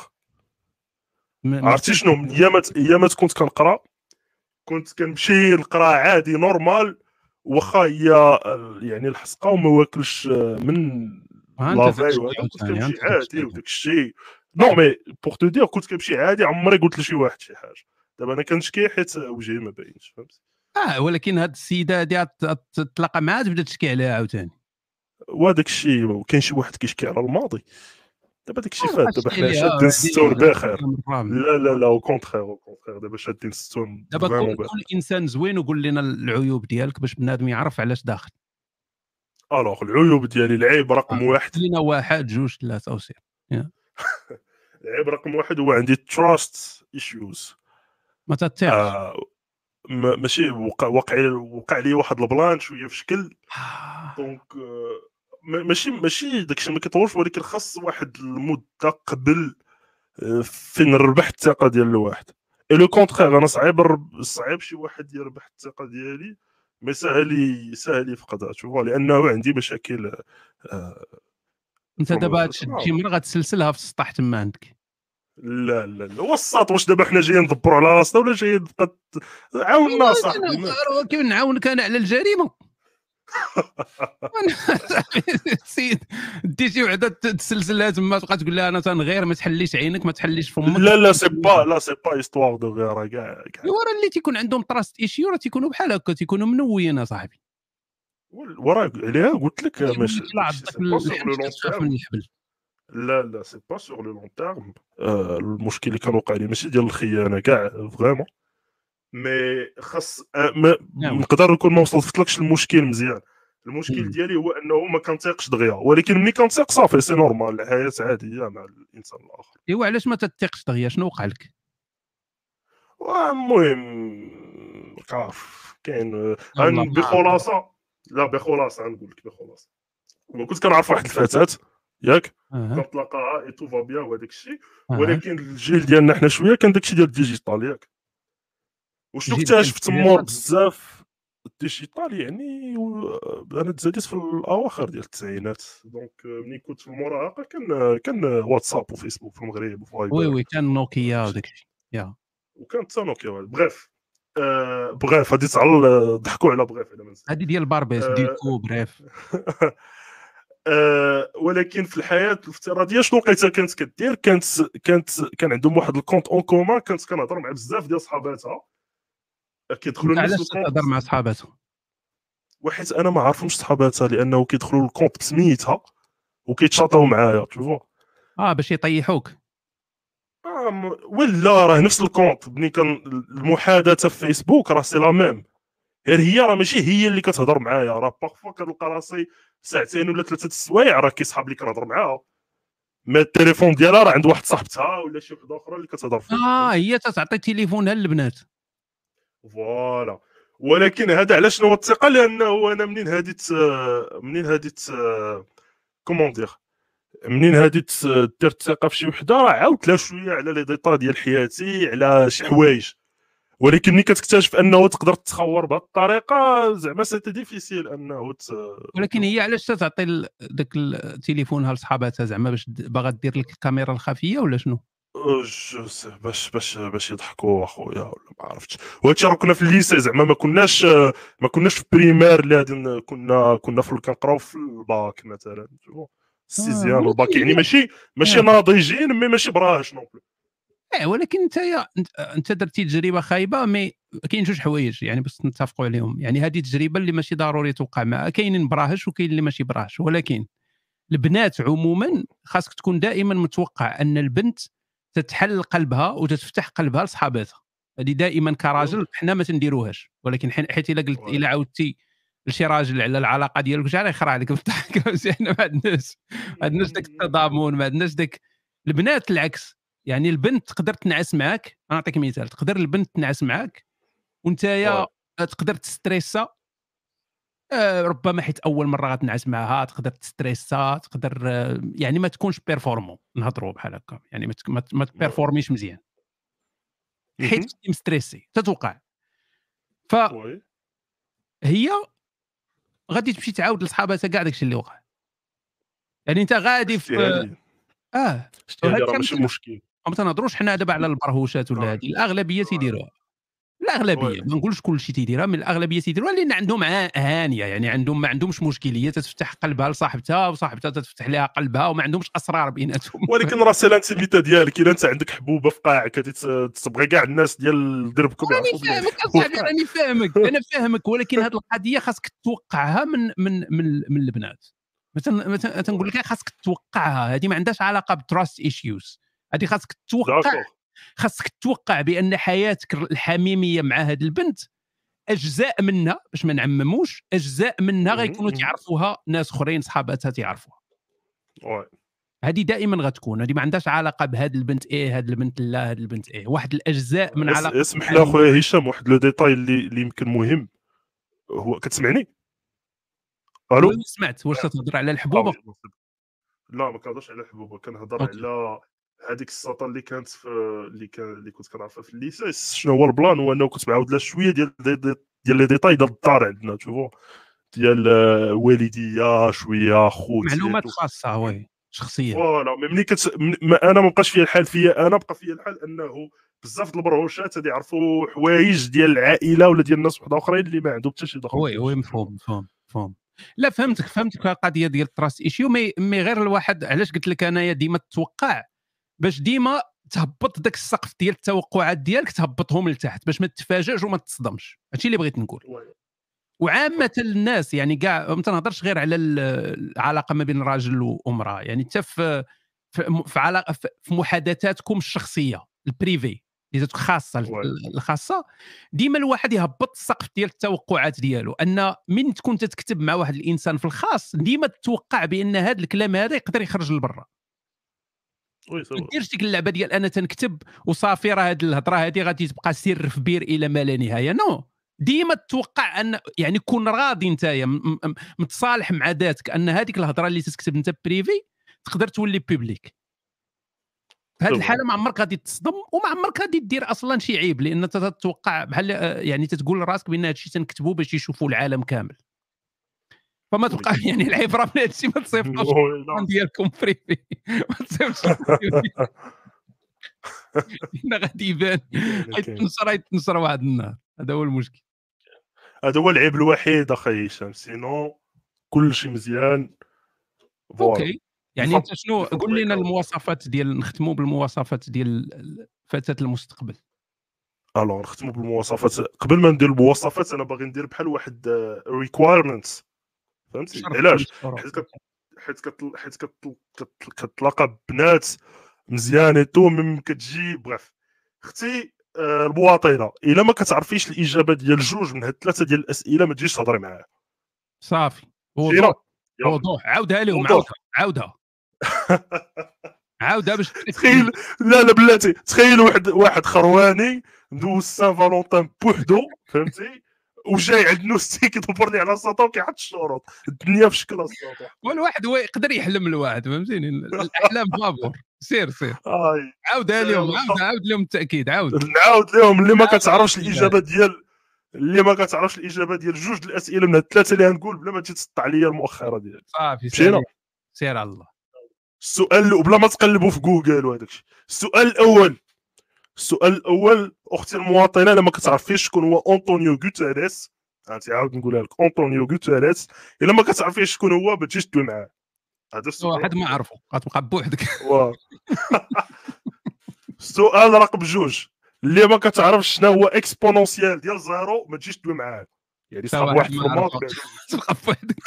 Speaker 1: م- ما
Speaker 15: عرفتي شنو؟ من ايامات ايامات كنت كنقرا، كنت كنمشي نقرا عادي نورمال، واخا هي آه، يعني الحسقه وما واكلش آه، من
Speaker 1: ها انت
Speaker 15: لافاي
Speaker 1: تتشكي
Speaker 15: وهذا، كنت
Speaker 1: عاوتاني، ها
Speaker 15: كنمشي
Speaker 1: انت
Speaker 15: عادي
Speaker 1: تتشكي.
Speaker 15: وداك الشيء. نو مي بوغ تو دير كنت كنمشي عادي، عمري قلت لشي واحد شي حاجه. دابا انا كنشكي حيت وجهي ما باينش، فهمت؟
Speaker 1: اه ولكن هاد السيده هادي غت- تتلاقى معها تبدا تشكي عليها عاوتاني.
Speaker 15: وهذاك الشيء، وكاين شي واحد كيشكي على الماضي. دابا داك الشيء
Speaker 1: آه،
Speaker 15: فات، دابا
Speaker 1: شكي
Speaker 15: حنا
Speaker 1: عليها
Speaker 15: شادين
Speaker 1: وهادي
Speaker 15: الستون بخير.
Speaker 1: مرام.
Speaker 15: لا لا لا او كونتخير او كونتخير، دابا شادين الستون
Speaker 1: دابا
Speaker 15: فريمون
Speaker 1: كل
Speaker 15: بخير.
Speaker 1: كل انسان زوين وقول لنا العيوب ديالك باش بنادم يعرف علاش داخل.
Speaker 15: الوغ العيوب ديالي، العيب رقم
Speaker 1: آه،
Speaker 15: واحد،
Speaker 1: قول لنا واحد جوج ثلاثه وسير. يا.
Speaker 15: العيب رقم واحد هو عندي تراست ايشوز.
Speaker 1: ما تثقش.
Speaker 15: آه ما- ماشي وقع وقع وقع لي واحد البلان شويه في شكل، دونك آه، ما- ماشي ماشي داكشي ما كيطولش، ولكن خاص واحد المده قبل آه، فين نربح الثقه ديال الواحد. اي لو كونتخير، انا صعيب الرب- صعيب شي واحد يربح الثقه ديالي، مي ساهل ي- ساهل يفقدها، شوف، لانه عندي مشاكل. آه،
Speaker 1: انت
Speaker 15: فما-
Speaker 1: دابا تشد شي مره غتسلسلها في السطح تما عندك.
Speaker 15: لا لا لا وسط. واش دابا حنا جايين ندبروا على راسنا ولا جايين تبقى ت- عاوننا صاحبي؟ ما-
Speaker 1: كيف نعاونك انا على الجريمه؟ سيد دي شي وحده تسلسلها تما تبقى تقول لها انا تنغير، ما تحليش عينك ما تحليش فمك.
Speaker 15: لا لا سي با لا سي با استوار دو غيره كاع كاع.
Speaker 1: ايوا راه اللي تيكون عندهم تراست ايشيو راه تيكونوا بحال هكا، تيكونوا منويين اصاحبي.
Speaker 15: وراه عليها قلت لك
Speaker 1: يقول
Speaker 15: ماشي
Speaker 1: لك لا عضك
Speaker 15: سي با سور لو
Speaker 1: الحبل
Speaker 15: لون
Speaker 1: كتخاف
Speaker 15: تيرم.
Speaker 1: من الحبل.
Speaker 15: لا لا سي با سور لو لون تيرم. آه، المشكل اللي كان وقع لي ماشي ديال الخيانه كاع فريمون، مي خاص آه، ما
Speaker 1: نعم.
Speaker 15: نقدر نكون ما وصلتلكش المشكل مزيان. المشكل
Speaker 1: مم.
Speaker 15: ديالي هو انه ما كنثيقش دغيا، ولكن ملي كنثيق صافي سي نورمال، الحياه عاديه مع الانسان الاخر.
Speaker 1: ايوا علاش ما تتيقش دغيا؟ شنو وقع لك؟
Speaker 15: المهم عارف كاين
Speaker 1: يلا
Speaker 15: عن
Speaker 1: ما
Speaker 15: بخلاصه. لا بخلاصه نقول لك بخلاصه، كنت كنعرف واحد الفتاه ياك،
Speaker 1: أه.
Speaker 15: كنطلقها اي تو فا بيان وهذاك الشيء،
Speaker 1: أه.
Speaker 15: ولكن الجيل ديالنا حنا شويه كان داك الشيء ديال الديجيتال ياك. وشنو
Speaker 1: جيل
Speaker 15: اكتشفت
Speaker 1: ديال
Speaker 15: مور
Speaker 1: الديجيتال.
Speaker 15: بزاف الديجيتال يعني و- انا تزاديت في الاواخر ديال التسعينات، دونك ملي كنت في المراهقه كان كان واتساب وفيسبوك في المغرب وفايبر
Speaker 1: وي وي كان نوكيا وداك الشيء. يا
Speaker 15: وكانت حتى نوكيا. بريف آه بغيف هادي تعال ضحكوا على بغيف على ما نسيت.
Speaker 1: هذه ديال باربيس
Speaker 15: آه،
Speaker 1: ديكو بريف.
Speaker 15: آه، ولكن في الحياه الافتراضيه شنو لقيتها كانت كدير، كانت كانت كان عندهم واحد الكونت اون كومان، كانت كنهضر مع بزاف ديال صحاباتها كيدخلوا
Speaker 1: انت
Speaker 15: نفس
Speaker 1: علاش
Speaker 15: الكونت.
Speaker 1: تهضر مع صحاباتهم؟
Speaker 15: وحيت انا ما عارفهمش صحاباتها، لانه كيدخلوا الكونت بسميتها وكيتشاطاو معايا تشوفوا.
Speaker 1: اه باش يطيحوك.
Speaker 15: آه م- ولا راه نفس الكونت، بني كان المحادثه في فيسبوك راه سي لا ميم، غير هي راه ماشي هي اللي كتهضر معايا، راه باغفوا كنلقى راسي ساعتين ولا ثلاثه السوايع راه كيسحاب لي كنهضر معاها، ما التليفون ديالها راه عند واحد صاحبتها ولا شي وحده اخرى اللي كتهضر فيه.
Speaker 1: اه هي تتعطي تليفونها للبنات.
Speaker 15: فوالا. ولكن هذا علاش هو الثقه، لانه انا منين هاديت منين هاديت كومون دير منين هاديت دير الثقه في شي وحده راه عاودت لها شويه على لي ديتا ديال حياتي، على شي حوايج، ولكن ملي كتكتشف انه تقدر تخور بهذه الطريقه زعما سي ديفيسيل انه ت...
Speaker 1: ولكن هي علاش تعطي ال- داك التليفونها لصحاباتها زعما باش د- باغا دير لك الكاميرا الخفيه ولا شنو؟
Speaker 15: أه، جو سي باش باش باش يضحكوا اخويا ولا ما عرفتش. وهادشي راه كنا في الليسي زعما ما كناش ما كناش في بريمير اللي غادي ن- كنا كنا في كنقراو في الباك مثلا
Speaker 1: آه،
Speaker 15: السيزيام الباك
Speaker 1: ولكن
Speaker 15: يعني
Speaker 1: هي
Speaker 15: ماشي ماشي
Speaker 1: آه.
Speaker 15: ناضجين مي ماشي براهش نو بلو.
Speaker 1: اه ولكن انت يا انت, انت درتي تجربه خايبه مي كاين جوج حوايج يعني باش نتفقوا عليهم. يعني هذه تجربه اللي ماشي ضروري توقع معها، كاينين براهش وكاين اللي ماشي براهش. ولكن البنات عموما خاصك تكون دائما متوقع ان البنت تتحل قلبها وتتفتح قلبها لصحاباتها. هذه دائما كراجل حنا ما تنديروهاش، ولكن حين- حيت الا قلت الا عاودتي لشي راجل على العلاقه ديالك واش راه يخرع عليك بالضحك. حنا ما عندناش ما عندناش داك التضامن، ما عندناش داك. البنات العكس، يعني البنت تقدر تنعس معاك. نعطيك مثال، تقدر البنت تنعس معاك وانت يا تقدر تستريسا. آه، ربما حيت اول مره غتنعس معها تقدر تستريسا، تقدر آه، يعني ما تكونش بيرفورمون، نهضروا بحال هكا يعني ما تك- ما ت- ما تبيرفورميش مزيان حيت كنتي مستريسي تتوقع.
Speaker 15: وي
Speaker 1: فهي غادي تمشي تعاود لصحاباتها كاع داكشي اللي وقع. يعني انت غادي
Speaker 15: شتي
Speaker 1: في
Speaker 15: هادي
Speaker 1: اه
Speaker 15: شتي هادي
Speaker 1: وهادشي
Speaker 15: راه ماشي
Speaker 1: مثلا
Speaker 15: مشكل.
Speaker 1: ما تنهضروش حنا دابا على البرهوشات ولا هذه، الاغلبيه تيديروها. الاغلبيه ما نقولش كل شيء تيديرها، من الاغلبيه تيديروها لان عندهم ع- هانيه، يعني عندهم ما عندهمش مشكليه تتفتح قلبها لصاحبتها وصاحبتها تتفتح لها قلبها وما عندهمش اسرار بيناتهم.
Speaker 15: ولكن راه سي لانتيميتي ديالك الا انت عندك حبوبه في قاعك غادي تبغي كاع الناس ديال دربكم
Speaker 1: راني
Speaker 15: يعرفوا بلي
Speaker 1: فاهمك
Speaker 15: حبوبة
Speaker 1: اصاحبي،
Speaker 15: في
Speaker 1: راني فاهمك انا فاهمك. ولكن هذه القضيه خاصك توقعها من من من, من البنات. مثلا مثلا تنقول لك خاصك توقعها، هذه ما عندهاش علاقه بتراست ايشيوز. هذه خاصك توقع،
Speaker 15: داكوغ
Speaker 1: خاصك توقع بان حياتك الحميميه مع هذه البنت اجزاء منها، باش ما نعمموش، اجزاء منها غيكونوا تعرفوها ناس اخرين صحاباتها تعرفوها.
Speaker 15: وي
Speaker 1: هذه دائما غتكون، هذه ما عندهاش علاقه بهذه البنت ايه هذه البنت لا هذه البنت ايه، واحد الاجزاء من
Speaker 15: اس-
Speaker 1: علاقه
Speaker 15: اسمح لي اخويا هشام واحد لو ديتاي اللي اللي يمكن مهم. هو كتسمعني؟ الو
Speaker 1: وي سمعت. واش تهضر على
Speaker 15: آه
Speaker 1: الحبوبه؟
Speaker 15: وي، لا ما كنهضرش على الحبوبه، كنهضر
Speaker 1: اوكي
Speaker 15: على هذيك السطر اللي كانت في اللي كان اللي كنت كنعرفها في الليسيس. شنو هو البلان؟ هو انه كنت معاود لها شويه ديال دي دي ديال لي ديتاي ديال الدار عندنا تشوفوا ديال آه، والديه شويه خوتي
Speaker 1: معلومات
Speaker 15: تو
Speaker 1: خاصه وي شخصيه.
Speaker 15: فوالا. مي ملي كت م- ما انا ما بقاش فيا الحال فيا انا بقى فيا الحال انه بزاف د البرهوشات هادي يعرفوا حوايج ديال العائله ولا ديال الناس وحده اخرين اللي ما عندهم حتى شي دخل
Speaker 1: وي وي مفهوم مفهوم مفهوم. لا فهمتك فهمتك في القضيه ديال التراست ايشيو. مي مي غير الواحد علاش قلت لك انايا ديما تتوقع، باش ديما تهبط داك السقف ديال التوقعات ديالك، تهبطهم لتحت باش ما تتفاجئش وما تصدمش. هادشي اللي بغيت نقول. وعامه الناس يعني كاع ما تنهضرش غير على ال- العلاقه ما بين راجل وامراه، يعني حتى في في في, علاقة في في محادثاتكم الشخصيه البريفي اللي تكون خاصه
Speaker 15: وي
Speaker 1: الخاصه، ديما الواحد يهبط السقف ديال التوقعات ديالو. ان من تكون تتكتب مع واحد الانسان في الخاص ديما تتوقع بان هذا الكلام هذا يقدر يخرج لبرا.
Speaker 15: وي سي
Speaker 1: ما
Speaker 15: فري.
Speaker 1: ديرش ديك اللعبه ديال انا تنكتب وصافي راه هذه الهضره هذه غادي تبقى سر في بير الى ما لا نهايه. نو، ديما تتوقع ان يعني كون راضي نتايا م- م- متصالح مع ذاتك ان هذيك الهضره اللي تكتب انت بريفي تقدر تولي بوبليك. في هذه
Speaker 15: سي فري.
Speaker 1: الحاله ما عمرك غادي تصدم وما عمرك غادي دير اصلا شي عيب، لان انت تتوقع بحال آه، يعني تتقول لراسك بان هذا الشيء تنكتبوه باش يشوفوا العالم كامل. فما
Speaker 15: وي
Speaker 1: تبقى يعني العبره من هذا الشيء ما تصيفطوش
Speaker 15: وي
Speaker 1: التليفون
Speaker 15: لا
Speaker 1: ديالكم بريفي. ما تصيفطوش بريفي. هنا غادي يبان
Speaker 15: كاين كاين
Speaker 1: غيتنشر غيتنشر واحد النهار. هذا هو المشكل.
Speaker 15: هذا هو العيب الوحيد اخي هشام، سينو كل شيء مزيان. فوالا
Speaker 1: اوكي يعني
Speaker 15: بفضل
Speaker 1: انت شنو قول لنا
Speaker 15: بفضلك.
Speaker 1: المواصفات ديال نختموا بالمواصفات ديال فتاة المستقبل.
Speaker 15: الوغ نختموا بالمواصفات. قبل ما ندير المواصفات انا باغي ندير بحال واحد ريكوايرمنتس، فهمتي
Speaker 1: شرط
Speaker 15: علاش؟
Speaker 1: الشروط.
Speaker 15: حيت كت... حيت كت... حيت كت... كت... كتلاقى بنات مزيان تو ميم كتجي بغاف اختي آه، المواطنه الا ما كتعرفيش الاجابه ديال جوج من هاد الثلاثه ديال الاسئله ما تجيش تهضري معاها.
Speaker 1: صافي وضوح
Speaker 15: مشينا يلا
Speaker 1: وضوح. عاودها لهم،
Speaker 15: وضوح.
Speaker 1: عاودها عاودها عاودها باش
Speaker 15: تخيل لا لا بلاتي تخيل واحد واحد خرواني ندوز سان فالونتان بوحدو فهمتي وجاي عند نوستي كيدبر لي على السطو وكيحط الشروط الدنيا في شكل السطو.
Speaker 1: والواحد هو يقدر يحلم الواحد فهمتيني الاحلام فابور سير سير
Speaker 15: اي
Speaker 1: عاودها لهم عاود عاود لهم التاكيد عاود
Speaker 15: نعاود لهم اللي ما كتعرفش الاجابه ديال اللي ما كتعرفش الاجابه ديال جوج الاسئله من الثلاثه اللي غنقول بلا ما تجي تسطع عليا المؤخره ديالك.
Speaker 1: صافي
Speaker 15: مشينا
Speaker 1: سير على الله.
Speaker 15: السؤال وبلا ما تقلبوا في جوجل وهذاك الشيء. السؤال الاول السؤال الاول اختي المواطنه الا ما كتعرفيش شكون هو انطونيو غوتيريس، عرفتي عاود نقولها لك انطونيو غوتيريس، الا ما كتعرفيش شكون هو ما تجيش تدوي معاه. هذا السؤال
Speaker 1: واحد ما عرفو غتبقى بوحدك.
Speaker 15: السؤال رقم جوج اللي ما كتعرفش شنو هو اكسبونونسيال ديال زيرو ما تجيش تدوي معاه، يعني صاحب واحد في الماط
Speaker 1: تبقى بوحدك.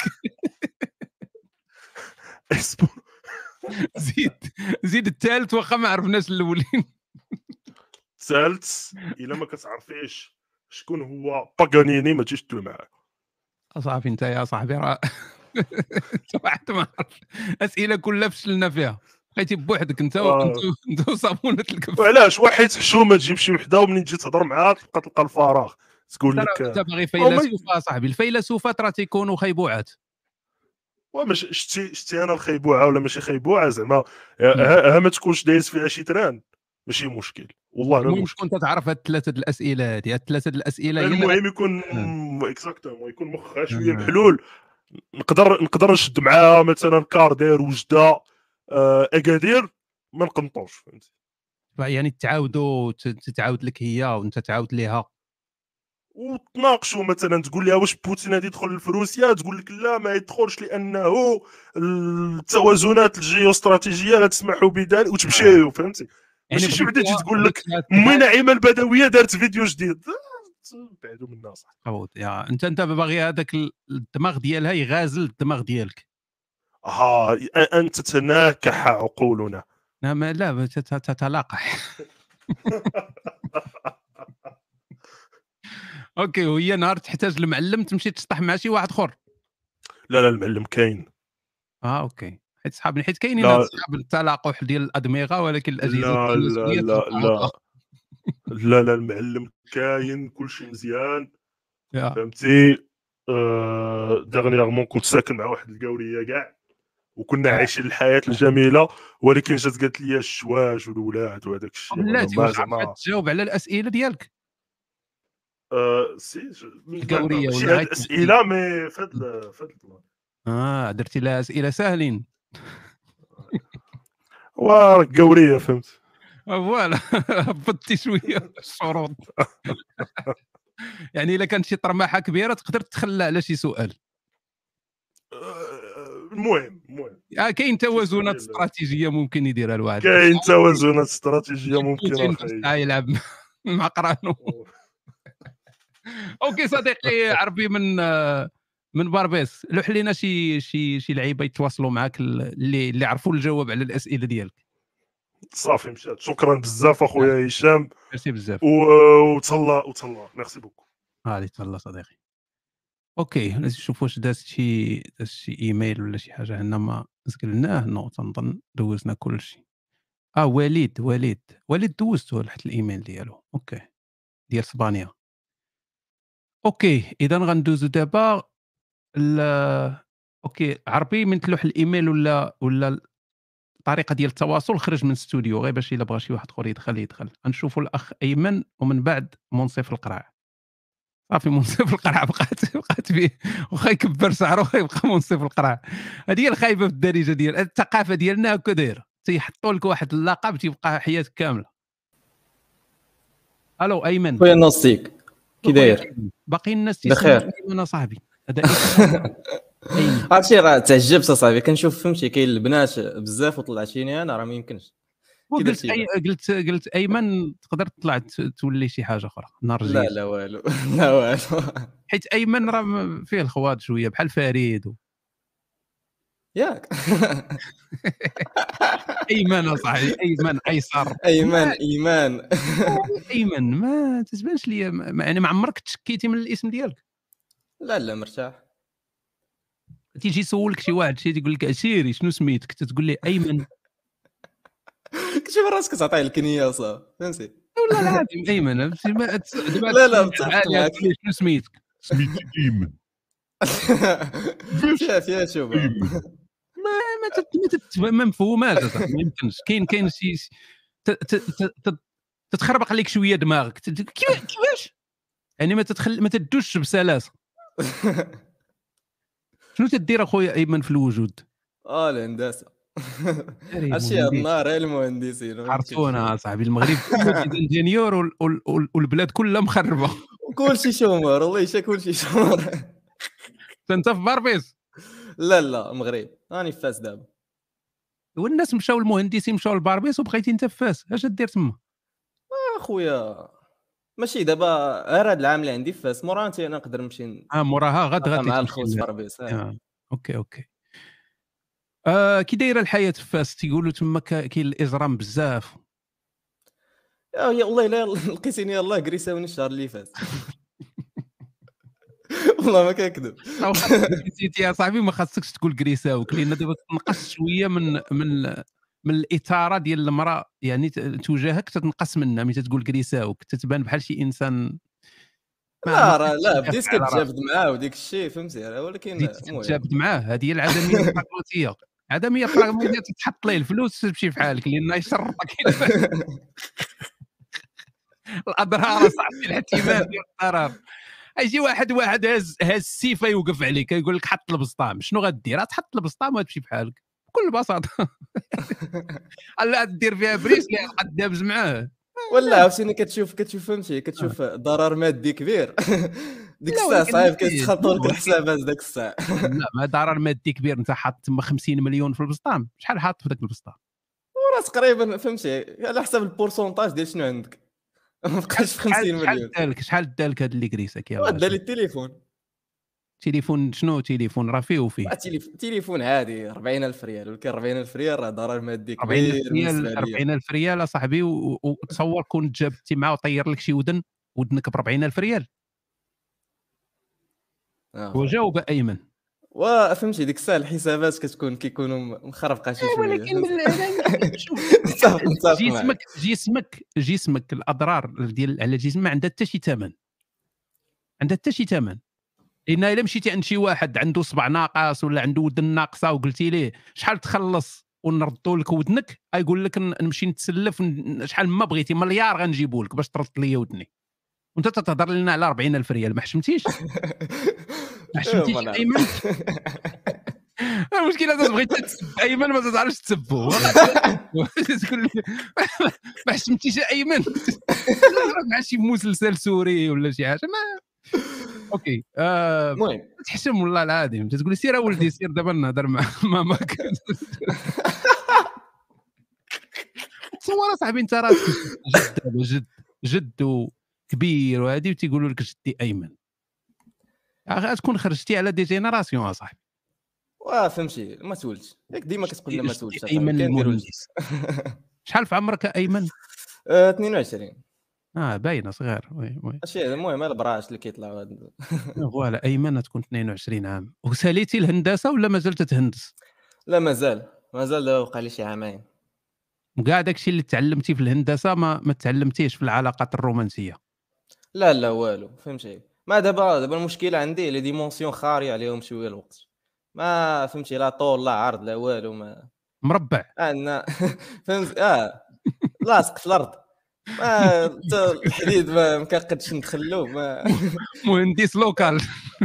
Speaker 1: زيد زيد الثالث واخا ما عرفناش الاولين.
Speaker 15: الثالث الا ما كتعرفيش شكون هو باغانيني ما تجيش تدوي معاه.
Speaker 1: صافي انت يا صاحبي راه واحد ما عرف اسئله كلها فشلنا فيها بقيتي بوحدك انت انت وصابونه الكف.
Speaker 15: وعلاش واحد حشومه تجيب شي وحده ومنين تجي تهضر معاها تبقى تلقى الفراغ تقول لك
Speaker 1: انت باغي فيلسوفه صاحبي. الفيلسوفات راه تيكونوا خيبوعات.
Speaker 15: ومش شتي شتي انا الخيبوعه ولا ماشي خيبوعه زعما ها ما تكونش دايز فيها شي تران ماشي مشكل والله ما مشكل.
Speaker 1: كنت تعرف هاد ثلاثه الاسئله هذه هاد ثلاثه الاسئله
Speaker 15: المهم يكون اكزاكتومون يكون مخها شويه محلول نقدر نقدر نشد معاها مثلا كاردير وجده اكادير ما نقنطوش فهمتي.
Speaker 1: يعني تعاودوا تتعاود لك هي وانت تعاود ليها
Speaker 15: وتناقشوا مثلا تقول لها واش بوتين غادي يدخل لفروسيا تقول لك لا ما يدخلش لانه التوازنات الجيوستراتيجيه لا تسمح بذلك وتمشيو فهمتي. ماشي شي وحده تجي تقول لك امي نعيمه البدويه دارت فيديو جديد بعدوا منا صح.
Speaker 1: يا انت انت باغي هذاك الدماغ ديالها يغازل الدماغ ديالك.
Speaker 15: ها انت تتناكح عقولنا.
Speaker 1: لا ما لا تتلاقح. اوكي وهي نهار تحتاج المعلم تمشي تسطح مع شي واحد اخر.
Speaker 15: لا لا المعلم كاين.
Speaker 1: اه اوكي حيت صحابني حيت كاينين هاد صحاب التلاقح ديال الادمغه ولكن الاجهزه
Speaker 15: لا لا لا لا لا لا المعلم كاين كلشي مزيان فهمتي. آه دغنيغمون كنت ساكن مع واحد القاوريه كاع وكنا عايشين الحياه الجميله ولكن جات قالت لي الشواج والولاد وهذاك الشيء.
Speaker 1: لا ما تجاوب على الاسئله ديالك.
Speaker 15: آه سي
Speaker 1: القاوريه
Speaker 15: شي هاد الاسئله مي فهاد فهاد
Speaker 1: اه درتي لها اسئله ساهلين.
Speaker 15: وراك قاوريه فهمت.
Speaker 1: فوالا هبطتي شويه الشروط. يعني الا كانت شي طرماحه كبيره تقدر تخلى على شي سؤال.
Speaker 15: المهم المهم
Speaker 1: اه كاين توازنات استراتيجيه ممكن يديرها الواحد.
Speaker 15: كاين توازنات استراتيجيه ممكن
Speaker 1: اخي يلعب مع قرانو. اوكي صديقي عربي من من باربيس لوح لينا شي شي شي لعيبه يتواصلوا معك اللي اللي عرفوا الجواب على الاسئله ديالك.
Speaker 15: صافي مشات. شكرا بزاف اخويا هشام.
Speaker 1: ميرسي بزاف
Speaker 15: وتهلا وتهلا ميرسي بوكو.
Speaker 1: هادي تهلا صديقي. اوكي لازم نشوف واش داز شي داز شي ايميل ولا شي حاجه عندنا ما سجلناه. نو تنظن دوزنا كل شيء. اه وليد وليد وليد دوزتو لحد الايميل ديالو. اوكي ديال اسبانيا. اوكي اذا غندوزو دابا اوكي عربي من تلوح الايميل ولا ولا الطريقه ديال التواصل خرج من الاستوديو غير باش الا بغى شي واحد اخر يدخل يدخل. غنشوفوا الاخ ايمن ومن بعد منصف القرع. صافي منصف القرع بقات بقات فيه واخا يكبر شعره يبقى منصف القرع. هذه هي الخايبه في الدارجه ديال الثقافه ديالنا هكا دايره تيحطوا لك واحد اللقب تيبقى حياتك كامله. الو ايمن
Speaker 16: خويا نوستيك كي داير؟
Speaker 1: باقي الناس
Speaker 16: بخير
Speaker 1: انا صاحبي هذا
Speaker 16: هادشي راه تعجبت اصاحبي كنشوف فهمتي كاين البنات بزاف وطلعتيني انا راه ما يمكنش.
Speaker 1: قلت أي... قلت قلت ايمن تقدر تطلع تولي شي حاجه اخرى نهار
Speaker 16: لا لا والو لا والو
Speaker 1: حيت ايمن راه فيه الخواد شويه بحال فريد و...
Speaker 16: ياك
Speaker 1: ايمن اصاحبي ايمن ايسر
Speaker 16: ايمن ايمان
Speaker 1: ايمن ما تتبانش ليا يعني ما عمرك تشكيتي من الاسم ديالك؟
Speaker 16: لا لا مرتاح.
Speaker 1: تيجي يسولك شي واحد شي تيقول لك عشيري شنو سميتك تقول لي ايمن
Speaker 16: كتشوف راسك تعطيه الكنيه صافي فهمتي
Speaker 1: والله العظيم ايمن فهمتي ما
Speaker 16: لا لا
Speaker 1: شنو سميتك
Speaker 10: سميتي ايمن
Speaker 16: فيها فيها شوف
Speaker 10: ايمن
Speaker 1: ما ما تت- ما تت- ما مفهوماش أصاحبي، ما يمكنش. كاين كاين شي شي- ت- ت- ت- ت- تتخربق عليك شويه دماغك. ت- ت- كيفاش كيفاش يعني ما تدخل ما تدوش بسلاسه. شنو تدير اخويا ايمن في الوجود؟
Speaker 16: اه الهندسه
Speaker 1: داري
Speaker 16: هادشي هاد
Speaker 1: مهندس.
Speaker 16: النهار غير المهندسين ما يمكنش.
Speaker 1: خرطونا صاحبي، المغرب كله انجينيور وال- وال- وال- والبلاد كلها مخربه.
Speaker 16: وكلشي شومر والله حتى كلشي شومر.
Speaker 1: انت في باربيس
Speaker 16: لا لا المغرب راني في فاس دابا.
Speaker 1: والناس مشاو المهندسين مشاو لباربيس وبقيتي انت في فاس. اش دير تما؟
Speaker 16: اخويا ماشي دابا غير هاد العام اللي عندي في فاس، مورا انت انا نقدر نمشي
Speaker 1: اه موراها غد
Speaker 16: نلقى
Speaker 1: غادي
Speaker 16: مع
Speaker 1: تمشي
Speaker 16: الخوت
Speaker 1: ل-
Speaker 16: في باربيس. آه.
Speaker 1: آه. اوكي اوكي. آه كي دايره الحياه في فاس؟ تيقولوا تما كا- كاين الاجرام بزاف.
Speaker 16: يا يا والله الا لقيتيني يلاه كريساوني الشهر اللي فات. والله ما كنكذب.
Speaker 1: أو خاصك نسيتي يا صاحبي، ما خاصكش تقول كريساوك، لان دابا تنقص شويه من من من الاثاره ديال المراه، يعني ت- تجاهك تتنقص منها ملي تقول كريساوك، تتبان بحال شي انسان ما-
Speaker 16: لا
Speaker 1: ما
Speaker 16: راه
Speaker 1: خصكش
Speaker 16: لا
Speaker 1: تدافع
Speaker 16: بديت
Speaker 1: على راسك.
Speaker 16: كتجابد معاه وديك الشيء فهمتي راه، ولكن
Speaker 1: بديت
Speaker 16: المهم
Speaker 1: تتجابد معاه. هذه هي العدميه البراغماتيه. عدميه براغماتيه تحط ليه الفلوس تمشي في حالك، لان يشرطك الاضرار صاحبي، الاحتمال ديال الضرر. يجي واحد واحد هاز هاز السيفه يوقف عليك يقول لك حط البسطام، شنو غدير؟ تحط البسطام وتمشي بحالك بكل بساطه. لا دير فيها بريس اللي قد دابز معاه.
Speaker 16: ولا عاوتاني كتشوف كتشوف فهمتي كتشوف ضرر مادي كبير. ديك
Speaker 1: لا
Speaker 16: الساعه
Speaker 1: ولكن
Speaker 16: صعيب
Speaker 1: ماشي-
Speaker 16: كتخلطوا لك
Speaker 1: ولكن-
Speaker 16: الحسابات داك الساعه.
Speaker 1: لا ما ضرر مادي كبير. انت حاط تما خمسين مليون في البسطام، شحال حاط في ذاك البسطام؟
Speaker 16: وراه تقريبا فهمتي على حسب البورسونتاج ديال شنو عندك. ما بقاش في خمسين
Speaker 1: شحال
Speaker 16: مليون.
Speaker 1: دالك شحال دالك هاد اللي كريسك يلاه؟
Speaker 16: ودا لي التليفون.
Speaker 1: تليفون شنو تليفون راه فيه وفيه؟
Speaker 16: آه، تليف- تليفون عادي أربعين ألف ريال، ولكن أربعين ألف ريال راه ضرر مادي
Speaker 1: أربعين
Speaker 16: كبير
Speaker 1: ألف ريال
Speaker 16: بالنسبه ليا.
Speaker 1: أربعين ألف ريال اصاحبي، و- و- وتصور كنت جابتي معاه وطير لك شي ودن ودنك ب أربعين ألف ريال.
Speaker 16: آه،
Speaker 1: وجاوب ايمن.
Speaker 16: وفهمتي ديك الساعه الحسابات كتكون كيكونوا مخربقه شي شويه.
Speaker 1: ولكن
Speaker 16: فهمتي؟
Speaker 1: شوف
Speaker 16: متفق متفق معك.
Speaker 1: جسمك جسمك جسمك الاضرار ديال على الجسم ما عندها حتى شي ثمن، عندها حتى شي ثمن. لان الا مشيتي عند شي واحد عنده صبع ناقص ولا عنده ودن ناقصه وقلتي ليه شحال تخلص ونردوا لك ودنك، يقول لك ن- نمشي نتسلف ن- شحال ما بغيتي مليار غنجيبوا لك باش ترد لي ودني، وانت تتهضر لنا على أربعين ألف ريال. ما حشمتيش؟ ما حشمتيش
Speaker 16: ما نعرف.
Speaker 1: ايمن؟ المشكله تبغي تسب ايمن ما تعرفش تسبه. تقول لي ما حشمتيش ايمن؟ مع شي مسلسل سوري ولا شي حاجه ما اوكي. آه،
Speaker 16: المهم
Speaker 1: تحشم والله العظيم. تقول لي سير اولدي سير دابا نهضر مع ماماك. تصور صاحبي انت راسك جد دابا جد جد كبير وهادي وتيقولوا لك جدي ايمن، غتكون خرجتي على دي جينيراسيون اصاحبي.
Speaker 16: وفهمتي ما تولدش ياك ديما كتقول لنا ما
Speaker 1: جدي
Speaker 16: تولدش
Speaker 1: ايمن المهندس. شحال في عمرك ايمن؟
Speaker 16: آه، اثنين وعشرين.
Speaker 1: اه باينه صغير. وي وي
Speaker 16: ماشي المهم البراش اللي كيطلعوا هاد.
Speaker 1: فوالا ايمن تكون اثنين وعشرين عام. وساليتي الهندسه ولا مازال تتهندس؟
Speaker 16: لا مازال مازال دابا وقع لي شي عامين.
Speaker 1: وكاع داكشي اللي تعلمتي في الهندسه ما ما تعلمتيش في العلاقات الرومانسيه؟
Speaker 16: لا لا والو فهمتي. ما دابا دابا المشكله عندي لي ديمونسيون خاريه عليهم شويه الوقت. ما فهمتي لا طول لا عرض لا والو ما
Speaker 1: مربع
Speaker 16: انا فهمت اه لاصق في الارض. ما تا الحديد ما مكاقدش ندخلو ما
Speaker 1: مهندس لوكال.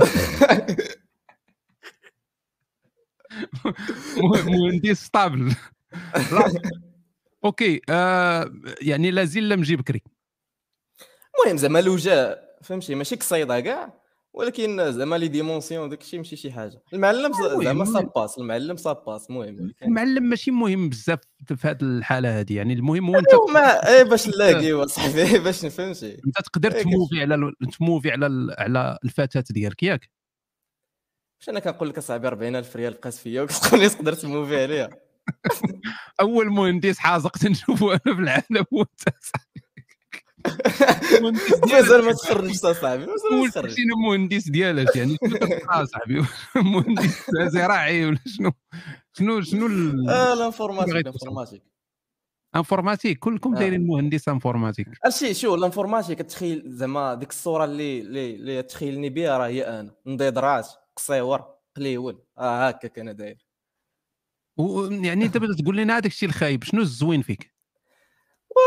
Speaker 1: مهندس ستابل. اوكي. آه يعني لازال لم نجي بكري.
Speaker 16: المهم زعما لو جا فهمتي ماشي قصيده كاع، ولكن زعما لي ديمونسيون داكشي ماشي شي حاجه. المعلم زعما صاباس المعلم صاباس المهم.
Speaker 1: المعلم ماشي مهم بزاف في هذه الحاله هذه، يعني المهم هو انت
Speaker 16: ما اي باش نلاقيو صاحبي باش فهمتي
Speaker 1: انت تقدر تموفي على ال- تموفي على ال- على الفتاه ديالك ياك.
Speaker 16: واش انا كنقول لك اصاحبي أربعين ألف ريال بقات فيا وكتقول لي تقدر تموفي عليها.
Speaker 1: اول مهندس حازق تنشوفه انا في العالم هو انت.
Speaker 16: مازال ما تخرجش اصاحبي مازال ما تخرجش.
Speaker 1: شنو المهندس ديالك يعني؟ شنو كتبقى صاحبي؟ مهندس زراعي ولا شنو؟ شنو شنو ال-
Speaker 16: اه الانفورماتيك الانفورماتيك
Speaker 1: انفورماتيك كلكم
Speaker 16: آه.
Speaker 1: دايرين مهندس انفورماتيك.
Speaker 16: هادشي شو الانفورماتيك كتخيل زعما ديك الصوره اللي اللي اللي تخيلني بها راه هي انا نضيضرات قصيور قليول اه هكاك انا داير.
Speaker 1: ويعني دابا تقول لنا هذاك الشيء الخايب شنو الزوين فيك؟
Speaker 16: و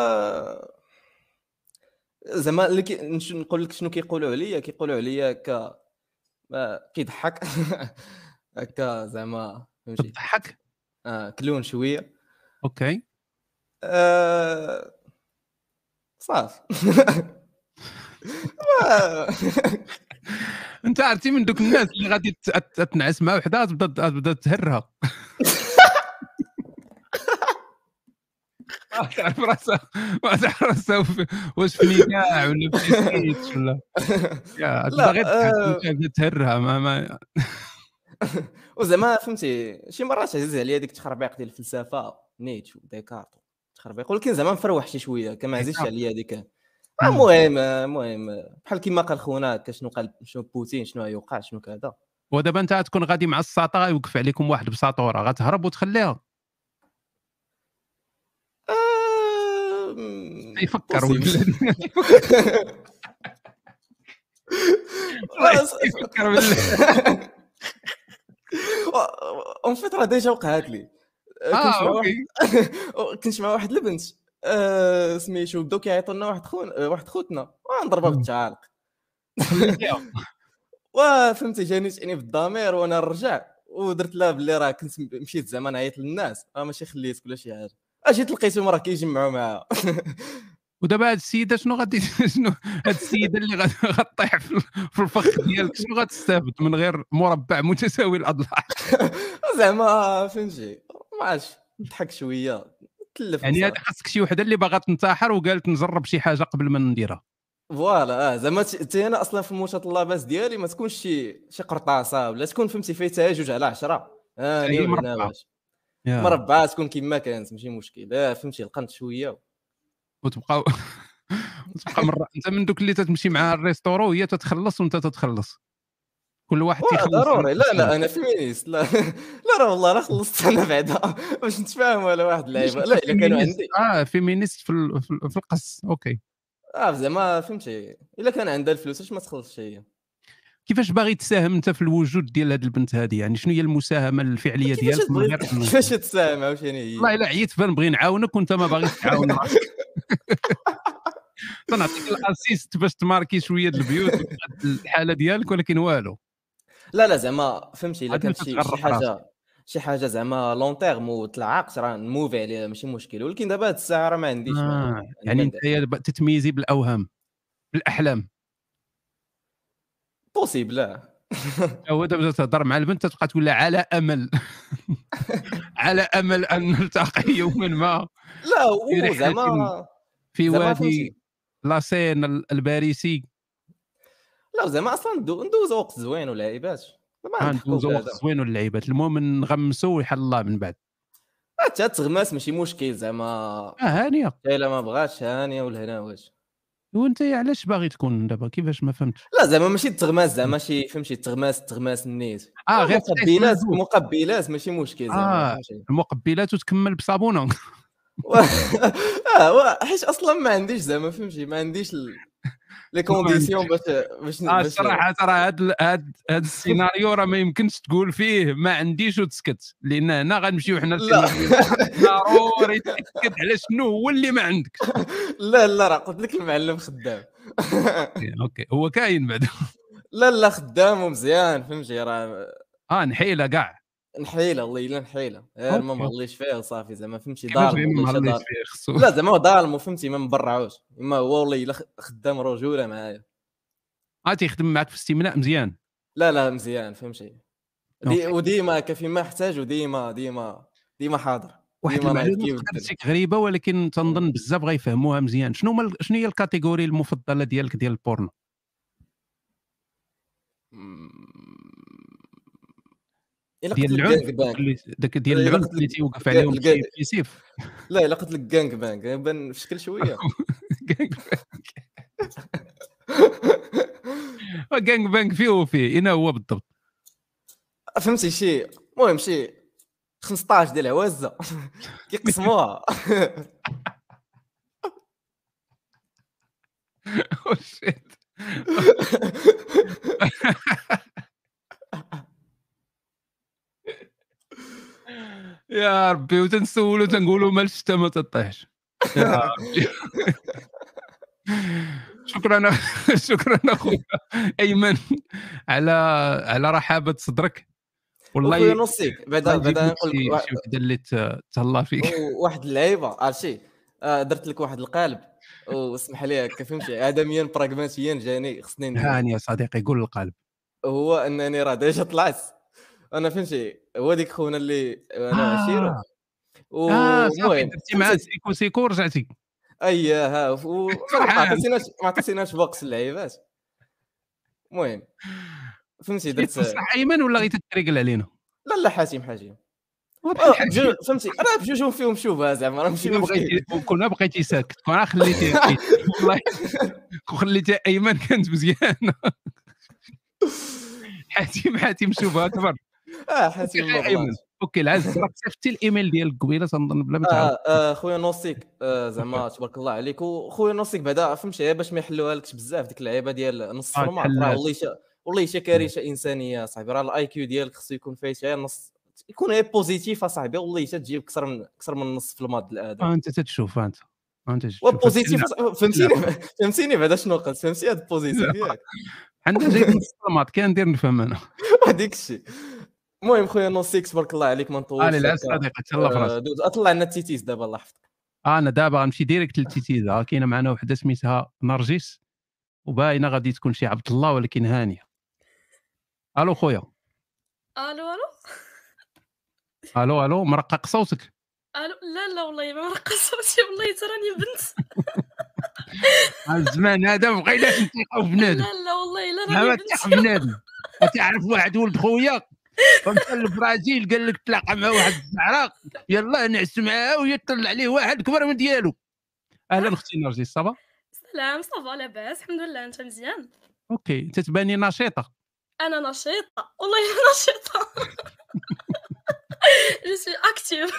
Speaker 16: زعما اللي كي... نش- نقول لك شنو كيقولوا عليا كيقولوا عليا هكا ما كيضحك هكا زعما فهمتي
Speaker 1: تضحك
Speaker 16: اه كلون شويه
Speaker 1: اوكي
Speaker 16: آه... صافي ما-
Speaker 1: انت عرفتي من دوك الناس اللي غادي ت- ت- تنعس مع وحده تبدا تبدا تهرها ما تعرف راسها ما تعرف راسها في- واش في نكاح ولا في سكيتش ولا يا تبدا
Speaker 16: لا
Speaker 1: غير
Speaker 16: آه...
Speaker 1: تضحك تبدا تهرها ما, ما
Speaker 16: وزعما فهمتي شي مرات عزيز عليا ديك التخربيق ديال الفلسفه نيتشه وديكارت تخربيق ولكن زعما مفروح شي شويه كما عزيزش عليا ديك
Speaker 1: مم.
Speaker 16: المهم المهم بحال كيما قال خونا هكا شنو قال شنو بوتين شنو يوقع شنو كذا
Speaker 1: ودابا انت غتكون غادي مع الساطا يوقف عليكم واحد بساطوره غتهرب وتخليها يفكر ولا يفكر بالله
Speaker 16: اون فيت راه ديجا وقعت لي كنت
Speaker 1: اه
Speaker 16: مع
Speaker 1: اوكي
Speaker 16: واحد كنت مع واحد البنت آه، سميتو بداو كيعيطوا لنا واحد خون آه، واحد خوتنا ونضربها
Speaker 1: مم.
Speaker 16: بالتعالق
Speaker 1: خليتيها
Speaker 16: وفهمتي جاني تاني في الضمير وانا نرجع ودرت لها باللي راه كنت مشيت زعما نعيط للناس راه ماشي خليت ولا شي حاجه اجيت لقيتهم راه كيجمعوا معاها
Speaker 1: ودابا هاد السيده شنو غادي شنو هاد السيده اللي غادي غطيح في في الفخ ديالك شنو غتستافد من غير مربع متساوي الاضلاع
Speaker 16: زعما فهمتي ما عرفتش نضحك شويه تلف
Speaker 1: يعني هاد
Speaker 16: بصراحه
Speaker 1: خاصك شي وحده اللي باغا تنتحر وقالت نجرب شي حاجه قبل ما نديرها
Speaker 16: فوالا اه زعما حتى انا اصلا في المتطلبات ديالي ما تكونش شي شي قرطاسه ولا تكون فهمتي فيه حتى جوج على عشرة هاني
Speaker 1: هي
Speaker 16: وهنا
Speaker 1: مربعه
Speaker 16: واش
Speaker 1: يا
Speaker 16: مربعه تكون كيما كانت ماشي مشكل اه فهمتي لقنت شويه
Speaker 1: وتبقى وتبقى مره انت من دوك اللي تتمشي معاها الريستورو وهي تتخلص وانت تتخلص كل واحد
Speaker 16: واه
Speaker 1: تيخلص
Speaker 16: ضروري لا
Speaker 1: نفسه.
Speaker 16: لا انا فيمينيست لا لا راه والله لا خلصت انا بعدا باش نتفاهم على واحد
Speaker 1: علاش
Speaker 16: اللعيبه
Speaker 1: انت
Speaker 16: لا الا كانوا
Speaker 1: فيمينيست
Speaker 16: عندي
Speaker 1: اه فيمينيست في ال- في ال- في القص اوكي
Speaker 16: اه زعما فهمتي الا كان عندها الفلوس اش ما تخلصش هي
Speaker 1: كيفاش باغي تساهم انت في الوجود ديال هذه البنت هذه يعني شنو هي المساهمه الفعليه
Speaker 16: كيفاش
Speaker 1: ديالك من
Speaker 16: تبغي
Speaker 1: غير أن-
Speaker 16: كيفاش تساهم عاوتاني هي
Speaker 1: والله الا عييت فنبغي نعاونك وانت ما باغيش تعاون راسك تنعطيك الاسيست باش تماركي شويه د البيوت وتبقى الحاله ديالك ولكن والو
Speaker 16: لا لا زعما فهمتي الا
Speaker 1: غادي
Speaker 16: كانت شي شي
Speaker 1: تتغرق راسك
Speaker 16: حاجه شي حاجه زعما لون تيرم وتلعقت راه نموفي عليها ماشي مشكل ولكن دابا هاد الساعه راه ما عنديش ما
Speaker 1: آه.
Speaker 16: عندي
Speaker 1: يعني
Speaker 16: ما
Speaker 1: انت
Speaker 16: ندير
Speaker 1: دابا تتميزي بالاوهام بالاحلام
Speaker 16: بوسيبل اه
Speaker 1: هو دابا تهضر مع البنت تبقى تقول لها على امل على امل ان نلتقي يوما ما
Speaker 16: لا
Speaker 1: في
Speaker 16: و
Speaker 1: رحله
Speaker 16: زعما
Speaker 1: في
Speaker 16: زعما
Speaker 1: وادي
Speaker 16: فهمتي
Speaker 1: لاسين الباريسي
Speaker 16: لا زعما اصلا ندو- ندوزو وقت زوين ولعيبات ما نضحكوا
Speaker 1: غندوزو وقت
Speaker 16: كذا
Speaker 1: زوين واللعيبات المهم نغمسوا ويحل الله من بعد
Speaker 16: حتى تغماس ماشي مشكل زعما
Speaker 1: اه هانيه
Speaker 16: الا ما بغاتش هانيه والهنا واش
Speaker 1: وانت علاش باغي تكون دابا كيفاش ما فهمتش
Speaker 16: لا زعما ماشي التغماس زعما شي فهمتي التغماس تغماس النيت
Speaker 1: اه غير تقيس
Speaker 16: مقبلات
Speaker 1: المندوب
Speaker 16: مقبلات ماشي مشكل زعما
Speaker 1: اه
Speaker 16: فهمتي
Speaker 1: المقبلات وتكمل بصابونه
Speaker 16: و- اه و- حيت اصلا ما عنديش زعما فهمتي ما عنديش ال- لي
Speaker 1: ما عندكش
Speaker 16: كونديسيون باش باش
Speaker 1: اه
Speaker 16: باش
Speaker 1: الصراحه ترى هاد ال- هاد هاد السيناريو راه ما يمكنش تقول فيه ما عنديش وتسكت لان هنا غنمشيو حنا
Speaker 16: لا
Speaker 1: للسيناريو ضروري تاكد على شنو هو اللي ما عندكش
Speaker 16: لا لا راه قلت لك المعلم خدام
Speaker 1: اوكي أوكي. هو كاين بعد
Speaker 16: لا لا خدام ومزيان فهمتي راه
Speaker 1: اه نحيله كاع
Speaker 16: نحيله الله الا نحيله غير ما
Speaker 1: اوكي
Speaker 16: مغليش فيه وصافي زعما فهمتي
Speaker 1: كيفاش
Speaker 16: ظالم
Speaker 1: غير
Speaker 16: ولا
Speaker 1: ما
Speaker 16: شي
Speaker 1: مغليش
Speaker 16: ظالم
Speaker 1: فيه خصو
Speaker 16: لا زعما هو ظالم وفهمتي ما مبرعوش اما هو والله الا خ- خدام رجوله معايا
Speaker 1: اه تيخدم معك في الاستمناء مزيان
Speaker 16: لا لا مزيان فهمتي دي
Speaker 1: اوكي
Speaker 16: وديما كيف ما احتاج وديما ديما ديما حاضر
Speaker 1: واحد
Speaker 16: ديما نايض
Speaker 1: المعلومه
Speaker 16: كيف
Speaker 1: تقدر
Speaker 16: الدرب
Speaker 1: تجيك غريبه ولكن تنظن بزاف غيفهموها مزيان شنو هما ال- شنو هي الكاتيجوري المفضله ديالك ديال البورنو
Speaker 16: الا
Speaker 1: ديال
Speaker 16: قلت لك
Speaker 1: العنف
Speaker 16: جانج
Speaker 1: دوك
Speaker 16: بانك
Speaker 1: اللي داك ديال
Speaker 16: الا
Speaker 1: العنف
Speaker 16: قلت
Speaker 1: اللي
Speaker 16: لك
Speaker 1: تيوقف
Speaker 16: الجا-
Speaker 1: عليهم
Speaker 16: الجا-
Speaker 1: شي شي سيف
Speaker 16: لا الا قلت لك جانج بانك بان في شكل شويه
Speaker 1: جانج بانك فيه وفيه اين هو بالضبط
Speaker 16: فهمتي شي المهم شي خمسطاش ديال العوازه كيقسموها.
Speaker 1: Oh shit. يا ربي وتنسولو تنقولوا مال الشتا ما تطيحش. يا ربي. شكرا شكرا اخويا ايمن على على رحابه صدرك. والله
Speaker 16: وخويا نوصيك بعدا
Speaker 1: الله يجيب
Speaker 16: بعدا
Speaker 1: لك
Speaker 16: نقول
Speaker 1: شي
Speaker 16: لك
Speaker 1: شي وحده اللي ت- تهلا فيك.
Speaker 16: واحد اللعيبه عرفتي آه، درت لك واحد القالب واسمح لي هكا فهمتي ادميا براغماتيا جاني خصني ندير
Speaker 1: هاني يا صديقي قول القلب.
Speaker 16: هو انني راه ديجا طلعت انا فهمتي هو ديك خونا اللي انا عشيرو
Speaker 1: اه اه صافي
Speaker 16: ومهم
Speaker 1: درتي معاه
Speaker 16: فهمتي
Speaker 1: سيكو سيكو ورجعتي
Speaker 16: اييه ها وما
Speaker 1: فرحان.
Speaker 16: عطيتيناش ما عطيتيناش بوكس اللعيبات. المهم فهمتي
Speaker 1: شي
Speaker 16: درت
Speaker 1: تنصح ايمن ولا غير تتريقل علينا؟
Speaker 16: لا لا حاتم حاتم
Speaker 1: واضح
Speaker 16: آه،
Speaker 1: الحال.
Speaker 16: بجوج فهمتي راه بجوجهم فيهم شوبه زعما راه ماشي
Speaker 1: كنا
Speaker 16: مشكل.
Speaker 1: بغيتي كنا بغيتي ساكت كنا خليتيه بعيد. والله كون خليتي ايمن كانت مزيانه. حاتم حاتم شوف اكبر.
Speaker 16: اه
Speaker 1: اوكي
Speaker 16: حاتم
Speaker 1: غير
Speaker 16: ما
Speaker 1: ايمن
Speaker 16: بلاش.
Speaker 1: اوكي العز راك صيفطتي الايميل ديالك قبيله تنظن بلا ما تعاود.
Speaker 16: اه آه، خويا نوصيك آه، زعما تبارك الله عليك وخويا نوصيك بعدا فهمتي باش ما يحلوها لكش بزاف ديك اللعيبه ديال نص
Speaker 1: آه،
Speaker 16: فرمات راه
Speaker 1: تحلات.
Speaker 16: والله شا والله شي كارثه انسانيه صاحبي راه الاي كيو ديالك خصو يكون فيه غير نص يكون غير بوزيتيف اصاحبي والله حتى تجيب اكثر من اكثر من نص في الماد الادم
Speaker 1: آه، انت تتشوف انت انت تشوف
Speaker 16: وبوزيتيف فهمتيني فهمتيني بعدا شنو قلت فهمتي هذا بوزيتيف ياك
Speaker 1: عندنا جايب نص المات كان ندير نفهم انا.
Speaker 16: هذيك الشيء. المهم خويا نوصيك تبارك الله عليك ما
Speaker 1: علي
Speaker 16: نطولش
Speaker 1: العز
Speaker 16: هكا.
Speaker 1: صديقي تهلا في
Speaker 16: آه،
Speaker 1: راسك.
Speaker 16: دوز اطلع لنا التيتيز دابا الله يحفظك.
Speaker 1: انا دابا غنمشي ديريكت للتيتيزا كاينه معنا وحده سميتها نرجس وباينه غادي تكون شي عبد الله ولكن هانيه. الو خويا.
Speaker 17: الو الو
Speaker 1: الو الو مرقق صوتك.
Speaker 17: الو لا لا والله ما مرقص صوتي والله تراني بنت.
Speaker 1: الزمان هذا ما بغيناش نتيقوا بنادم.
Speaker 17: لا لا والله لا
Speaker 1: لا
Speaker 17: راني
Speaker 1: ما
Speaker 17: بنت.
Speaker 1: تيق بنادم. تعرف واحد ولد خويا فمشى للبرازيل قال لك تلاقى مع واحد الزعراء يلا نعس معاه ويطلع عليه واحد كبر من ديالو. اهلا اختي نرجس صافا.
Speaker 17: سلام صافا لاباس الحمد لله انت مزيان.
Speaker 1: اوكي تتباني نشيطه.
Speaker 17: انا نشيطه والله انا نشيطه. جو سوي اكتيف.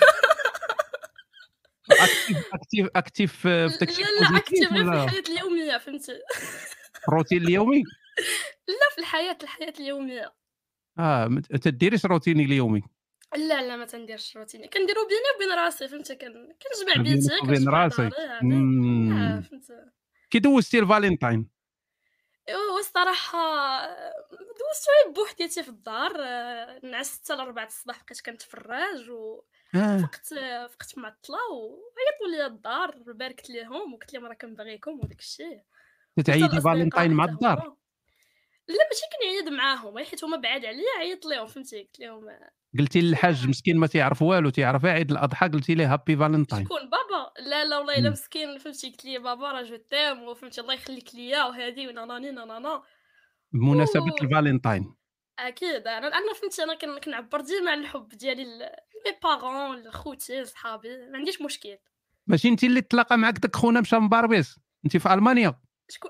Speaker 1: اكتيف اكتيف اكتيف في داكشي
Speaker 17: لا لا اكتيف
Speaker 1: بوزيتيف
Speaker 17: غير في
Speaker 1: ولا
Speaker 17: الحياه اليوميه فهمتي.
Speaker 1: الروتين اليومي.
Speaker 17: لا في الحياه الحياه اليوميه.
Speaker 1: اه ما تديريش روتيني اليومي.
Speaker 17: لا لا ما تنديرش روتيني كنديرو بيني وبين راسي فهمتي كن... كنجمع
Speaker 1: بينك
Speaker 17: بيتي
Speaker 1: وبين
Speaker 17: كنشبع
Speaker 1: راسك.
Speaker 17: داري هادي اه
Speaker 1: مم.
Speaker 17: فهمتي.
Speaker 1: كي دوزتي الفالنتاين.
Speaker 17: ايوا الصراحه دوزت غير بوحديتي في الدار آه، نعست حتى لربعة الصباح بقيت كنتفرج و
Speaker 1: اه
Speaker 17: فقت فقت معطله وعيطوا لي الدار باركت ليهم وقلت لهم راه كنبغيكم وداك الشيء.
Speaker 1: تتعيدي فالنتاين مع الدار.
Speaker 17: لا ماشي كنعيد معاهم حيت هما بعاد عليا عيطت لهم فهمتي قلت لهم آه،
Speaker 1: قلتي للحاج مسكين ما تيعرف والو تيعرف عيد الاضحى قلتي ليه هابي فالنتاين.
Speaker 17: شكون بابا لا لا والله الا
Speaker 1: مم.
Speaker 17: مسكين فهمتي قلت لي بابا راه جو تيم وفهمتي الله يخليك ليا وهذه وناناني نانانا.
Speaker 1: بمناسبه
Speaker 17: أوه.
Speaker 1: الفالنتاين.
Speaker 17: اكيد انا انا فهمتي انا كن- كنعبر ديما على الحب ديالي ل- لي بارون لخوتي لصحابي ما عنديش مشكل.
Speaker 1: ماشي انت اللي تلاقى معك داك خونا مشى من باربيس انت في المانيا.
Speaker 17: شكون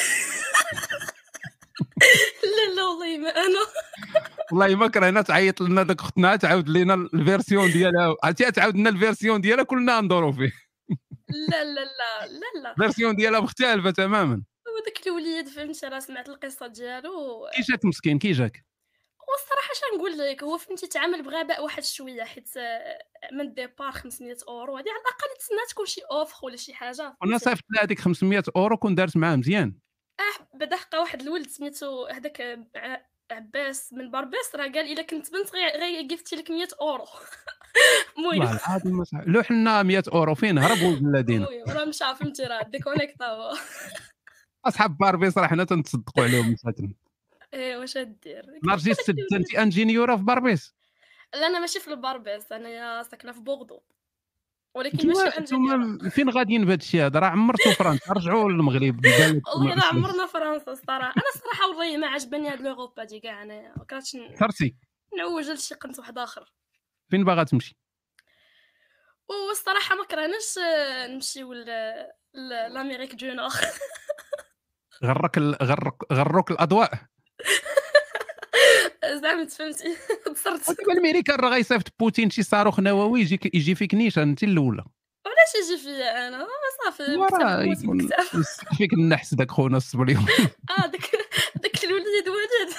Speaker 17: لا لا والله ما انا.
Speaker 1: والله ما كرهنا تعيط لنا داك اختنا تعاود لنا الفيرسيون ديالها عرفتي تعاود لنا الفيرسيون ديالها كلنا ندورو فيه.
Speaker 17: لا لا لا لا لا
Speaker 1: الفيرسيون ديالها مختلفه تماما.
Speaker 17: وداك الوليد فهمتي راه سمعت القصه ديالو
Speaker 1: كي جاك مسكين كي جاك.
Speaker 17: والصراحه اش نقول لك هو فهمتي تعامل بغباء واحد شويه حيت آه، من الديبار خمسمية اورو هذه على الاقل تسنى تكون شي اوفر ولا شي حاجه
Speaker 1: وانا
Speaker 17: فهمتي.
Speaker 1: صيفط لها هذيك خمسمية اورو كون دارت معاه مزيان.
Speaker 17: اه بعدا حقا واحد الولد سميتو هذاك ع- عباس من باربيس راه قال الا كنت بنت غير غي قفتي لك مية اورو.
Speaker 1: والله
Speaker 17: المهم
Speaker 1: العظيم ما صح- لو حنا مية اورو فين هرب ولد الذين.
Speaker 17: المهم راه مشى فهمتي راه ديكونيكتا هو.
Speaker 1: اصحاب باربيس راه حنا تنتصدقوا عليهم مساكن.
Speaker 17: ايه واش دير.
Speaker 1: نرجس سد انت انجينيوره في باربيس.
Speaker 17: لا انا ماشي في الباربيس انا ساكنه في بوغدو ولكن
Speaker 1: نتوما
Speaker 17: ماشي انجينيور.
Speaker 1: نتوما فين غاديين بهذا الشيء هذا راه عمرتوا فرنسا رجعوا للمغرب البلد.
Speaker 17: والله راه عمرنا فرنسا الصراحه انا الصراحه والله ما عجبني هاد لوروبا دي كاع انا ما كرهتش ن-
Speaker 1: صرتي
Speaker 17: نعوج لشي قنت واحد اخر.
Speaker 1: فين باغا تمشي.
Speaker 17: والصراحه ما كرهناش آه، نمشيو ل ل- لامريك دو نور.
Speaker 1: غرك ال... غرك غروك الاضواء.
Speaker 17: زعما فهمتي تصرت
Speaker 1: ودابا الامريكان راه غيصيفط بوتين شي صاروخ نووي يجي يجي فيك نيشان انت الاولى.
Speaker 17: علاش يجي فيا انا صافي
Speaker 1: وراه
Speaker 17: مكتب موت
Speaker 1: يكون
Speaker 17: مكتب
Speaker 1: يسق فيك النحس داك خونا الصبر اليوم.
Speaker 17: اه داك داك الوليد وليد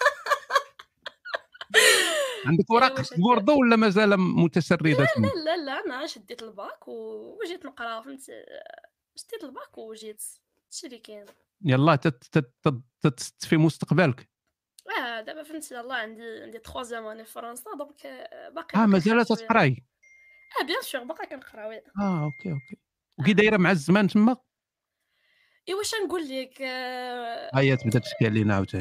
Speaker 1: عندك وراق
Speaker 17: ايوا شد
Speaker 1: بوردو ولا مازال متشرده
Speaker 17: لا
Speaker 1: تما؟
Speaker 17: لا لا لا انا شديت الباك و- وجيت نقرا فهمتي شديت الباك وجيت هادشي اللي كاين.
Speaker 1: يلاه تت- تت- تت- تتست في مستقبلك.
Speaker 17: اه دابا فهمتي يلاه عندي عندي تخوازيام اني في فرنسا دونك آه، باقي
Speaker 1: اه
Speaker 17: باقي
Speaker 1: مازال
Speaker 17: نخرج شويه.
Speaker 1: تتقراي.
Speaker 17: اه بيان سور باقي كنقرا وي.
Speaker 1: اه اوكي اوكي. وكي دايره مع الزمان تما؟
Speaker 17: ايوا واش نقول لك آه،
Speaker 1: ها هي تبدا تشكي علينا عاوتاني.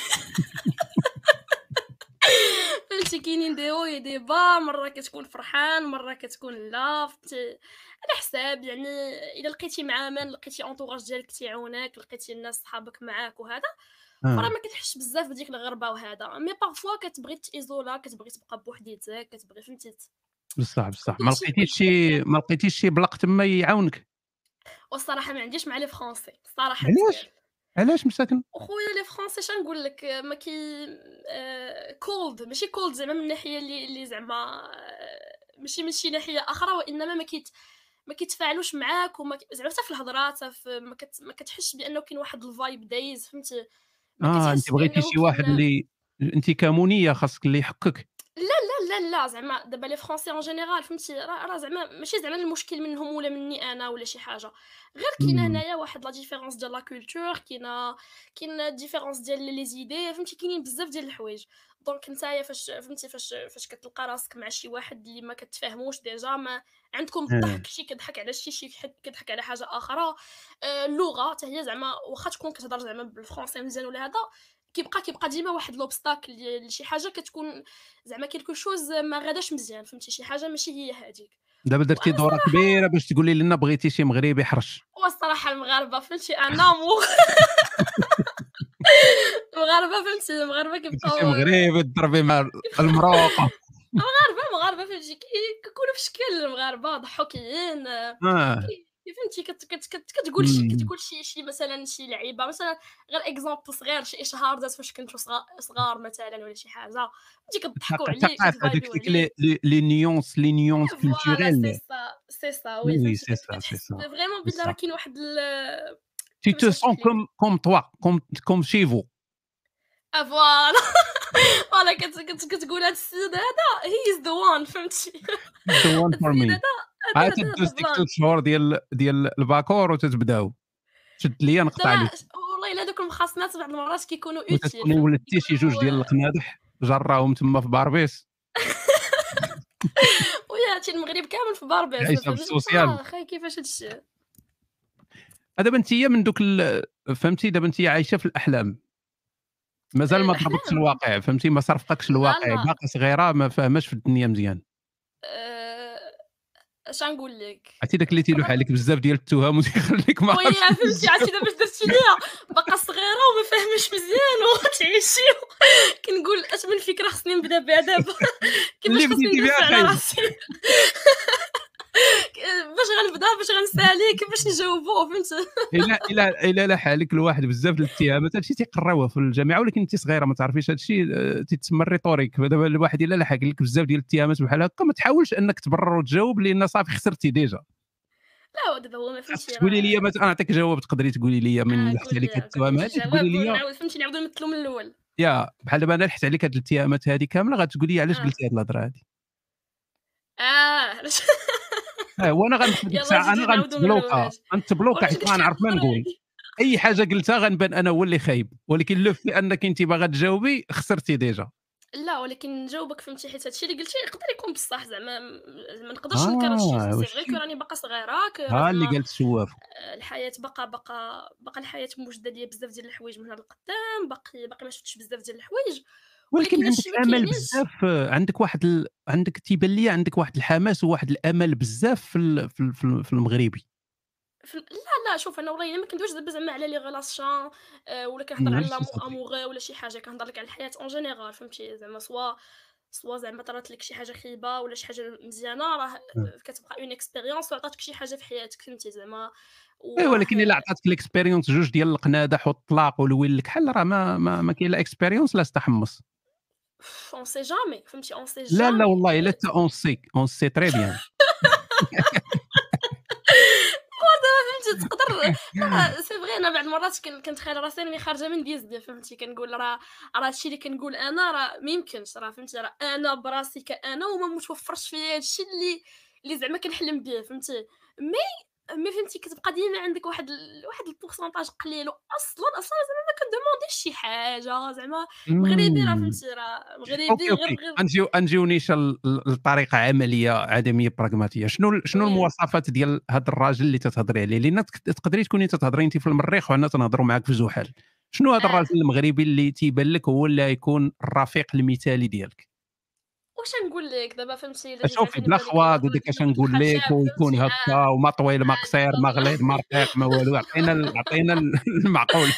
Speaker 17: فهمتي كاينين دي وي دي با، مره كتكون فرحان مره كتكون لا فهمتي على حساب يعني الا لقيتي مع من لقيتي انطوراج ديالك تيعاونك لقيتي الناس صحابك معاك وهذا فراه
Speaker 1: اه
Speaker 17: ما كتحسش بزاف بديك الغربه وهذا مي بارفوا كتبغي تيزولا كتبغي تبقى بوحديتك كتبغي فهمتي ت-
Speaker 1: بصح بصح ما
Speaker 17: كلشي
Speaker 1: لقيتيش
Speaker 17: كلشي
Speaker 1: شي
Speaker 17: ديال
Speaker 1: ما لقيتيش شي بلاق تما يعاونك.
Speaker 17: والصراحه ما عنديش مع لي فرونسي الصراحه
Speaker 1: علاش
Speaker 17: تقال
Speaker 1: علاش مساكن؟
Speaker 17: وخويا لي فرونسي شنقول لك ما كي كولد ماشي كولد زعما من الناحيه اللي اللي زعما آه، ماشي من شي ناحيه اخرى وانما ما كيت ما كيتفاعلوش معاك وما ك- زعما حتى في الهضره حتى في ما, كت... ما كتحسش بانه كاين واحد الفايب دايز فهمتي ما
Speaker 1: اه انت
Speaker 17: كتحسش
Speaker 1: بغيتي
Speaker 17: بانه
Speaker 1: شي واحد
Speaker 17: كاين
Speaker 1: اللي انت كمونيه خاصك اللي يحكك.
Speaker 17: لا لا لا لا زعما دابا لي فرونسي اون جينيرال فهمتي راه راه زعما ماشي زعما المشكل منهم ولا مني انا ولا شي حاجه غير كاينه
Speaker 1: مم.
Speaker 17: هنايا واحد لا ديفيرونس ديال لا كولتور كاينه كاين ديفيرونس ديال لي زيدي فهمتي كاينين بزاف ديال الحوايج دونك نتايا فاش فهمتي فاش فاش كتلقى راسك مع شي واحد اللي ما كتفاهموش ديجا ما عندكم
Speaker 1: آه.
Speaker 17: الضحك شي كضحك على شي شي حد كضحك على حاجه اخرى آه، اللغه حتى هي زعما واخا تكون كتهضر زعما بالفرنسي مزيان ولا هذا كيبقى كيبقى ديما واحد لوبستاكل لشي حاجه كتكون زعما كيلكو شوز ما غاداش مزيان فهمتي شي حاجه ماشي هي هذيك
Speaker 1: دابا درتي
Speaker 17: وانا
Speaker 1: دوره كبيره باش تقولي لنا بغيتي شي مغربي حرش.
Speaker 17: والصراحه المغاربه فهمتي انا مو المغاربه فهمتي المغاربه
Speaker 1: انت
Speaker 17: كيبقاو
Speaker 1: شي مغربي تضربي مع المروقه.
Speaker 17: المغاربه المغاربه فهمتي كي- كيكونوا في شكل المغاربه ضحوكيين
Speaker 1: اه
Speaker 17: كي- فهمتي كت كت كت كتقول شي
Speaker 1: مم.
Speaker 17: كتقول شي شي مثلا شي لعيبه مثلا غير اكزامبل صغير شي اشهار دات فاش كنتو صغار, صغار مثلا ولا شي حاجه فهمتي كتضحكوا عليه
Speaker 1: الثقافه هذوك
Speaker 17: كتفايبوا
Speaker 1: ديك
Speaker 17: عليه
Speaker 1: لي لي- لي نيونس لي نيونس
Speaker 17: فوالا سي
Speaker 1: كولتوريل.
Speaker 17: سا سي سا
Speaker 1: وي
Speaker 17: وي
Speaker 1: وي
Speaker 17: فهمتي
Speaker 1: سي
Speaker 17: كت-
Speaker 1: سا سي
Speaker 17: كتحس
Speaker 1: سا
Speaker 17: فريمون
Speaker 1: سي
Speaker 17: بلي راه
Speaker 1: سا.
Speaker 17: كاين واحد ال-
Speaker 1: Tu
Speaker 17: كيفاش
Speaker 1: te
Speaker 17: نشرح
Speaker 1: sens
Speaker 17: لك
Speaker 1: comme comme toi, comme comme chez vous.
Speaker 17: اه فوالا فوالا كت كت كتقول هاد السيد هذا هي از ذا وان فهمتي
Speaker 1: The one for
Speaker 17: السيد
Speaker 1: me.
Speaker 17: هذا هذا
Speaker 1: عاد
Speaker 17: هذا
Speaker 1: تدوز
Speaker 17: هذا
Speaker 1: ديك ثلاث
Speaker 17: بلان
Speaker 1: شهور ديال ديال الباكور وتتبداو شد ليا نقطع
Speaker 17: دابا
Speaker 1: عليك
Speaker 17: والله الا دوك المخاصنات بعض المرات كيكونوا اوتيل
Speaker 1: وتتكوني
Speaker 17: فهمتي
Speaker 1: ولدتي شي جوج ديال القنادح جراهم تما في باربيس
Speaker 17: ويا هادشي المغرب كامل في باربيس
Speaker 1: عايشه في
Speaker 17: فهمتي
Speaker 1: السوسيال.
Speaker 17: اه خاي كيفاش هادشي
Speaker 1: دابا انت من دوك ال- فهمتي دابا انت عايشه في الاحلام مازال ما ضربكش
Speaker 17: الاحلام
Speaker 1: الواقع فهمتي ما صرفقكش
Speaker 17: لا
Speaker 1: الواقع
Speaker 17: لا
Speaker 1: باقي صغيره ما فاهماش في الدنيا مزيان.
Speaker 17: آه، اش غنقول لك
Speaker 1: عرفتي داك اللي تيلوح عليك بزاف ديال التهم وتيخليك ما
Speaker 17: ويا
Speaker 1: عرفتش
Speaker 17: فهمتي عرفتي دابا اش درتي ليا باقا صغيره وما فاهمش مزيان وتعيشي كنقول اش من فكره خصني نبدا بها دابا كيفاش
Speaker 1: اللي
Speaker 17: خصني
Speaker 1: بديتي
Speaker 17: ندافع
Speaker 1: بها
Speaker 17: على
Speaker 1: خايب.
Speaker 17: راسي باش غنبدا باش غنسالي كيفاش نجاوبو فهمتي
Speaker 1: الا الا الا لاح عليك الواحد بزاف ديال الاتهامات هادشي تيقراوها في الجامعه ولكن انت صغيره ما تعرفيش هادشي آه، تيتسمى الريتوريك دابا الواحد الا لاح لك بزاف ديال الاتهامات بحال هكا ما تحاولش انك تبرر وتجاوب لان صافي خسرتي ديجا.
Speaker 17: لا دابا هو ما
Speaker 1: خاصك
Speaker 17: فهمتي
Speaker 1: تقولي لي مثلا نعطيك جواب تقدري تقولي لي من
Speaker 17: اه
Speaker 1: لحت
Speaker 17: قول
Speaker 1: عليك
Speaker 17: لي
Speaker 1: هاد
Speaker 17: قول لي
Speaker 1: الاتهامات
Speaker 17: شي
Speaker 1: تقولي
Speaker 17: جواب
Speaker 1: لي
Speaker 17: ونعاود فهمتي نعاودو نمثلو من الاول
Speaker 1: يا بحال دابا انا لحت عليك هاد الاتهامات هذه كامله غتقولي علاش
Speaker 17: اه
Speaker 1: قلتي هاد الهضره هذه.
Speaker 17: اه علاش
Speaker 1: اه وانا غنبقى ديك
Speaker 17: يلا
Speaker 1: الساعه
Speaker 17: جيتي
Speaker 1: انا
Speaker 17: نعاودو من الاول
Speaker 1: غنتبلوكا
Speaker 17: اجي
Speaker 1: غنتبلوكا
Speaker 17: وعلاش
Speaker 1: حيت ما
Speaker 17: قلتي
Speaker 1: نعرف ما
Speaker 17: هاد الهضره
Speaker 1: نقول
Speaker 17: هادي
Speaker 1: اي حاجه قلتها غنبان انا هو اللي خايب ولكن لو في انك انت باغا تجاوبي خسرتي ديجا.
Speaker 17: لا ولكن نجاوبك فهمتي حيت هادشي اللي قلتي يقدر يكون بصح زعما ما نقدرش ننكر هادشي
Speaker 1: اه
Speaker 17: سي
Speaker 1: واش
Speaker 17: فري كو راني باقا صغيره كو
Speaker 1: ها اللي
Speaker 17: زعما
Speaker 1: قالت السواف.
Speaker 17: آه، الحياه باقا باقا باقا الحياه موجوده ليا بزاف ديال الحوايج من هنا لقدام باقي باقي ما شفتش بزاف ديال الحوايج
Speaker 1: ولكن
Speaker 17: ولكن
Speaker 1: عندك
Speaker 17: هادشي ما
Speaker 1: امل
Speaker 17: كيعنيش
Speaker 1: بزاف عندك واحد ال... عندك تيبان لي عندك واحد الحماس وواحد الامل بزاف في ال... في, ال... في, ال... في المغربي.
Speaker 17: في... لا لا شوف انا والله ما كندويش دابا زعما على لي غلاسيون آه، ولا كنهضر
Speaker 1: مم،
Speaker 17: على
Speaker 1: هادشي
Speaker 17: لامو
Speaker 1: صافي.
Speaker 17: اموغي ولا شي حاجه كنهضر لك على الحياه اون جينيرال فهمتي زعما سوا سوا زعما طرات لك شي حاجه خايبه ولا شي حاجه مزيانه راه
Speaker 1: مم.
Speaker 17: كتبقى اون اكسبيريونس وعطاتك شي حاجه في حياتك فهمتي زعما
Speaker 1: اي
Speaker 17: وراه
Speaker 1: ولكن الا عطاتك الاكسبيريونس جوج ديال القنادح والطلاق والويل الكحل راه ما ما, ما كاين لا اكسبيريونس لا استحمص.
Speaker 17: اون سي جامي فهمتي اون سي
Speaker 1: لا
Speaker 17: جامي
Speaker 1: لا والله الا حتى اون سي اون سي تري بيان.
Speaker 17: فهمتي تقدر لا سي فغي. انا بعض المرات كنتخيل راسي راني خارجه من ديزني فهمتي كنقول راه راه هادشي اللي كنقول انا راه ما يمكنش راه فهمتي راه انا براسي كانا وما متوفرش فيا هادشي اللي اللي زعما كنحلم به فهمتي. مي مي فهمتي كتبقى ديما عندك واحد ال... واحد البورسونتاج قليل اصلا اصلا زعما ما كندومونديش شي حاجه زعما مغربي راه فهمتي راه مغربي
Speaker 1: اوكي
Speaker 17: غير
Speaker 1: اوكي
Speaker 17: غير
Speaker 1: انجيو انجيو نيشان الطريقه عمليه عدميه براغماتيه. شنو شنو
Speaker 17: وي.
Speaker 1: المواصفات ديال هذا الراجل اللي تتهضري عليه؟ لان تك- تقدري تكوني تتهضري انت في المريخ وحنا تنهضروا معاك في زحل. شنو هذا
Speaker 17: اه
Speaker 1: الراجل المغربي اللي تيبان لك هو اللي يكون الرفيق المثالي ديالك؟
Speaker 17: واش نقول لك دابا فهمتي الا جيت
Speaker 1: شوفي
Speaker 17: عاوتاني
Speaker 1: بلا
Speaker 17: بهذيك
Speaker 1: خواض
Speaker 17: الهضره
Speaker 1: وديك اش
Speaker 17: ديال
Speaker 1: نقول
Speaker 17: واحد
Speaker 1: لك
Speaker 17: الخشب
Speaker 1: ويكون
Speaker 17: فهمتي
Speaker 1: هكا
Speaker 17: اه
Speaker 1: وما طويل ما
Speaker 17: اه
Speaker 1: قصير
Speaker 17: لا
Speaker 1: ما
Speaker 17: لا
Speaker 1: غليظ ما رقيق ما والو. عطينا ال- عطينا ال- المعقول.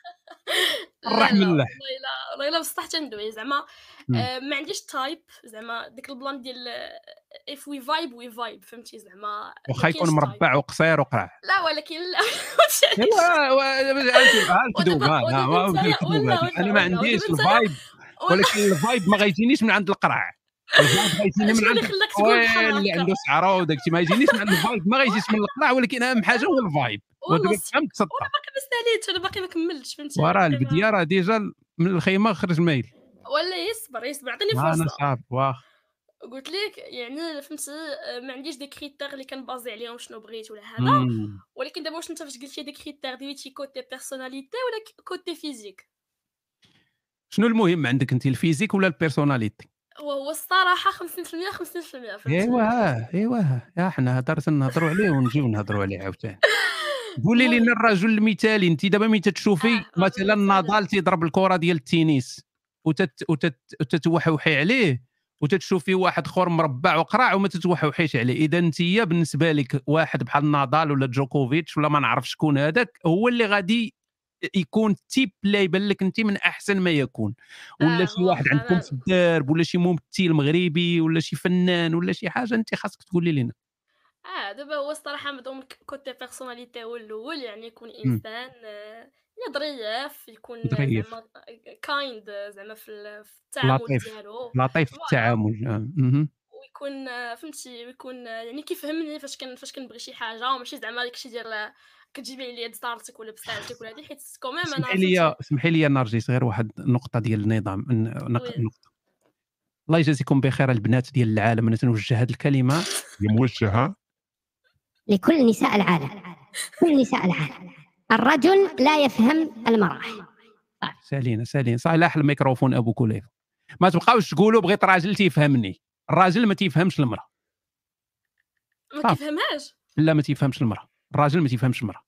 Speaker 1: الرح
Speaker 17: لا لا
Speaker 1: ملح.
Speaker 17: والله الا والله الا بصح تندوي زعما
Speaker 1: مم.
Speaker 17: آه، ما عنديش تايب زعما ديك البلان ديال اف وي فايب وي فايب فهمتي زعما ما
Speaker 1: واخا يكون
Speaker 17: كاينش تايب.
Speaker 1: مربع وقصير وقرع.
Speaker 17: لا ولكن لا
Speaker 1: ايوا وا- الكذوب
Speaker 17: ودابا
Speaker 1: ها لا
Speaker 17: ودابا
Speaker 1: ما
Speaker 17: نتايا
Speaker 1: الكذوب
Speaker 17: ولا
Speaker 1: هذا.
Speaker 17: ولا
Speaker 1: انا ما
Speaker 17: ولا
Speaker 1: عنديش
Speaker 17: ودابا نتايا
Speaker 1: الفايب،
Speaker 17: ولا
Speaker 1: ولكن الفايب ما غيجينيش من عند القرع. الفايب غيجيني من
Speaker 17: شنو
Speaker 1: عند
Speaker 17: اللي خلاك تقول بحال
Speaker 1: الطويل اللي
Speaker 17: هكا؟
Speaker 1: عنده شعره وداك الشيء. ما يجينيش من عند الفايب، ما غيجيش من القرع، ولكن اهم حاجه هو الفايب.
Speaker 17: والله
Speaker 1: ودابا
Speaker 17: ص-
Speaker 1: فهمت تصدق
Speaker 17: وانا باقي ما ساليتش انا باقي ما كملتش فهمتي
Speaker 1: وراه
Speaker 17: باقي
Speaker 1: البديه
Speaker 17: ما
Speaker 1: راه ديجا من الخيمه خرج مايل.
Speaker 17: ولا يصبر يصبر عطيني
Speaker 1: ما انا
Speaker 17: فرصه.
Speaker 1: صعب واخ.
Speaker 17: قلت لك يعني فهمتي آه، ما عنديش دي كريتير اللي كنبازي عليهم شنو بغيت ولا هذا.
Speaker 1: مم.
Speaker 17: ولكن دابا واش انت فاش قلتي دي كريتير ديتي كوتي بيرسوناليتي ولا ك- كوتي فيزيك؟
Speaker 1: شنو المهم عندك انت، الفيزيك ولا البيرسوناليتي؟
Speaker 17: هو هو الصراحه خمسين بالمية خمسين بالمية فهمتي.
Speaker 1: ايوا ايوا يا حنا هضرت نهضروا عليه ونجيو نهضروا عليه عاوتاني. قولي لي
Speaker 17: المهم
Speaker 1: الرجل المثالي. انت دابا ملي تتشوفي
Speaker 17: اه رجل
Speaker 1: مثلا
Speaker 17: مثالي
Speaker 1: نادال تيضرب الكره ديال التنس وتت وتت وتتوحوحي عليه، وتتشوفي واحد اخر مربع وقرع وما تتوحوحيش عليه، اذا انت بالنسبه لك واحد بحال نادال ولا جوكوفيتش ولا ما نعرف شكون هذاك هو اللي غادي يكون التيب اللي يبان لك انت من احسن ما يكون، ولا
Speaker 17: اه
Speaker 1: شي واحد
Speaker 17: واخا
Speaker 1: عندكم
Speaker 17: انا
Speaker 1: في الدرب ولا شي ممثل مغربي ولا شي فنان ولا شي حاجه، انت خاصك تقولي لنا.
Speaker 17: اه دابا هو الصراحه مدوم كوتي بيرسوناليتي هو الاول يعني يكون
Speaker 1: مم.
Speaker 17: انسان آه، ظريف يكون
Speaker 1: ظريف
Speaker 17: زعما كايند زعما في ال- في التعامل
Speaker 1: لطيف
Speaker 17: ديالو
Speaker 1: لطيف في
Speaker 17: فوالا
Speaker 1: التعامل. آه، مهم.
Speaker 17: ويكون آه، فهمتي ويكون آه، يعني كيفهمني فاش كن فاش كنبغي شي حاجه وماشي زعما داكشي ديال آه، كتجيبي لي بصارتك ولا بسالتك ولا هادي حيت كوميم انا
Speaker 1: اسمحي لي
Speaker 17: فهمتي
Speaker 1: اسمحي لي يا نرجس غير واحد النقطه ديال النظام ن- نق-
Speaker 17: وي
Speaker 1: نقطه. الله يجازيكم بخير البنات ديال العالم. انا تنوجه هذه الكلمه
Speaker 10: هي موجهه
Speaker 2: لكل نساء العالم، كل نساء العالم. الرجل لا يفهم المرأة.
Speaker 1: سالينا سالينا صالح الميكروفون ابو كليف. ما تبقاوش تقولوا بغيت راجل تيفهمني، الراجل ما تيفهمش المراه.
Speaker 17: ما
Speaker 1: صافي
Speaker 17: كيفهمهاش.
Speaker 1: لا ما تيفهمش المراه، الراجل ما تيفهمش المراه.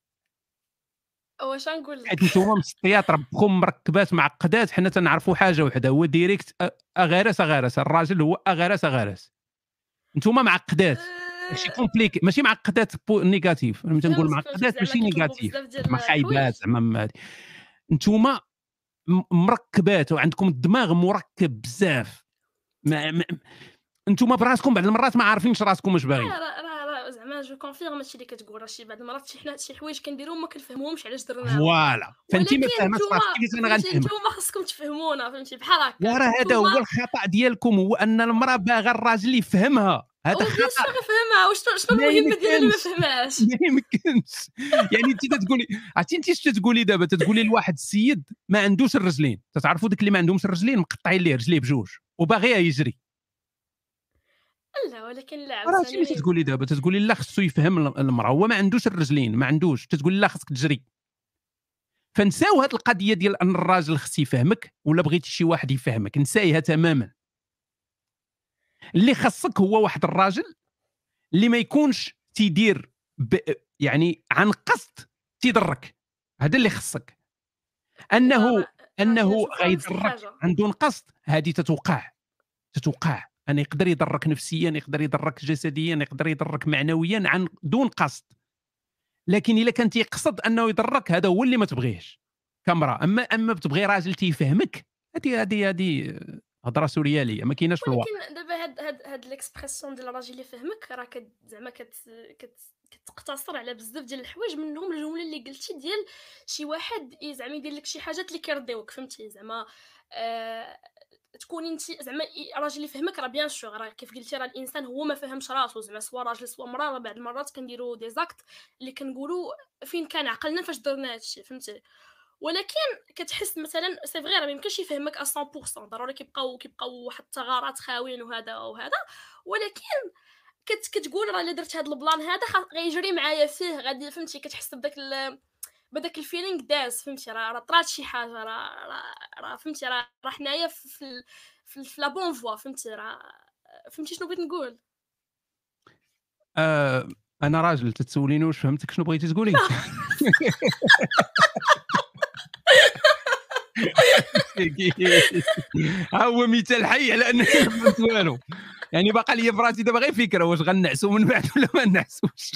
Speaker 17: واش غنقول
Speaker 1: حيت
Speaker 17: لك
Speaker 1: نتوما مسطيات ربكم مركبات معقدات. حنا تنعرفوا حاجه وحده هو ديريكت أ- اغارس اغارس. الراجل هو اغارس اغارس. نتوما معقدات ماشي كومبليك، ماشي معقدات بو نيجاتيف. انا تنقول
Speaker 17: فهمت فهمت
Speaker 1: معقدات
Speaker 17: زعما
Speaker 1: ماشي
Speaker 17: كيطلبوا
Speaker 1: نيجاتيف،
Speaker 17: بزاف ديال
Speaker 1: ما خايبات
Speaker 17: الحوايج.
Speaker 1: زعما ما هادي. نتوما م- مركبات وعندكم الدماغ مركب بزاف. ما ما- نتوما براسكم بعض المرات ما عارفينش راسكم واش باغيين.
Speaker 17: راه راه راه راه زعما جو كونفيرم هادشي اللي كتقول راه شي بعض المرات شي حنا شي حوايج كنديروهم ما كنفهموهمش علاش درناهم.
Speaker 1: فوالا فانت ما
Speaker 17: ولكن
Speaker 1: فاهماش
Speaker 17: نتوما
Speaker 1: راسك كيفاش انا
Speaker 17: فهمتي
Speaker 1: غنفهمك.
Speaker 17: نتوما خاصكم تفهمونا فهمتي بحال هكا
Speaker 1: وراه هذا
Speaker 17: نتوما
Speaker 1: هو الخطا ديالكم، هو ان المراه باغا الراجل يفهمها. هذا
Speaker 17: وبيان
Speaker 1: خطا.
Speaker 17: سور يفهمها واش شنو
Speaker 1: ما
Speaker 17: المهمه ديالها اللي ما
Speaker 1: يمكنش
Speaker 17: فهمهاش.
Speaker 1: ما يمكنش. يعني انت تقولي عرفتي انت اش تقولي دابا؟ تقولي لواحد السيد ما عندوش الرجلين، تتعرفوا داك اللي ما عندهمش الرجلين مقطعين ليه رجليه بجوج وباغيه يجري.
Speaker 17: لا ولكن لا
Speaker 1: راه هادشي
Speaker 17: عاوتاني
Speaker 1: اللي تتقولي دابا. تتقولي لا خصو يفهم المراه، هو ما عندوش الرجلين ما عندوش، تتقولي لا خصك تجري. فنساو هاد القضيه ديال ان الراجل خص يفهمك ولا بغيتي شي واحد يفهمك، نسايها تماما. اللي خصك هو واحد الراجل اللي ما يكونش تيدير ب... يعني عن قصد تيضرك. هذا اللي خصك. انه انه غيضرك عن دون قصد، هذه تتوقع تتوقع ان يقدر يضرك نفسيا، يقدر يضرك جسديا، يقدر يضرك معنويا عن دون قصد. لكن الا كان تيقصد انه يضرك هذا هو اللي ما تبغيهش كامراه. اما اما بتبغي راجل تيفهمك، هذه هذه هذه هضره سورياليه ما كايناش في الواقع.
Speaker 17: ولكن دابا هاد هاد هاد ليكسبرسيون ديال الراجل اللي يفهمك راه كت زعما كت كت كتقتصر على بزاف ديال الحوايج، منهم الجمله اللي قلتي ديال شي واحد زعما يدير لك شي حاجات اللي كيرضيوك فهمتي زعما آه تكون انت زعما راجل يفهمك، راه بيان سور راه كيف قلتي راه الانسان هو ما فهمش راسو، زعما سوا راجل سوا مراه، راه بعض المرات كنديروا دي زاكت اللي كنقولوا فين كان عقلنا فاش درنا هادشي، فهمتي؟ ولكن كتحس مثلا سي فغي راه ما يمكنش يفهمك مية بالمية، ضروري كيبقاو كيبقاو واحد الثغرات خاوين وهذا وهذا، ولكن كت كتقول راه الا درت هذا البلان هذا غيجري معايا فيه غادي، فهمتي؟ كتحس بداك بداك الفيلينغ داز، فهمتي؟ راه راه طرات شي حاجه، راه راه راه فهمتي؟ راه راه حنايا في في, في لا بون فوا، فهمتي؟ راه فهمتي شنو بغيت نقول؟
Speaker 1: آه انا راجل تتسوليني واش فهمتك شنو بغيتي تقولي. ها هو مثال حي على انني ما فهمت والو، يعني باقا لي في راسي دابا غير فكره واش غنعسو من بعد ولا ما نعسوش.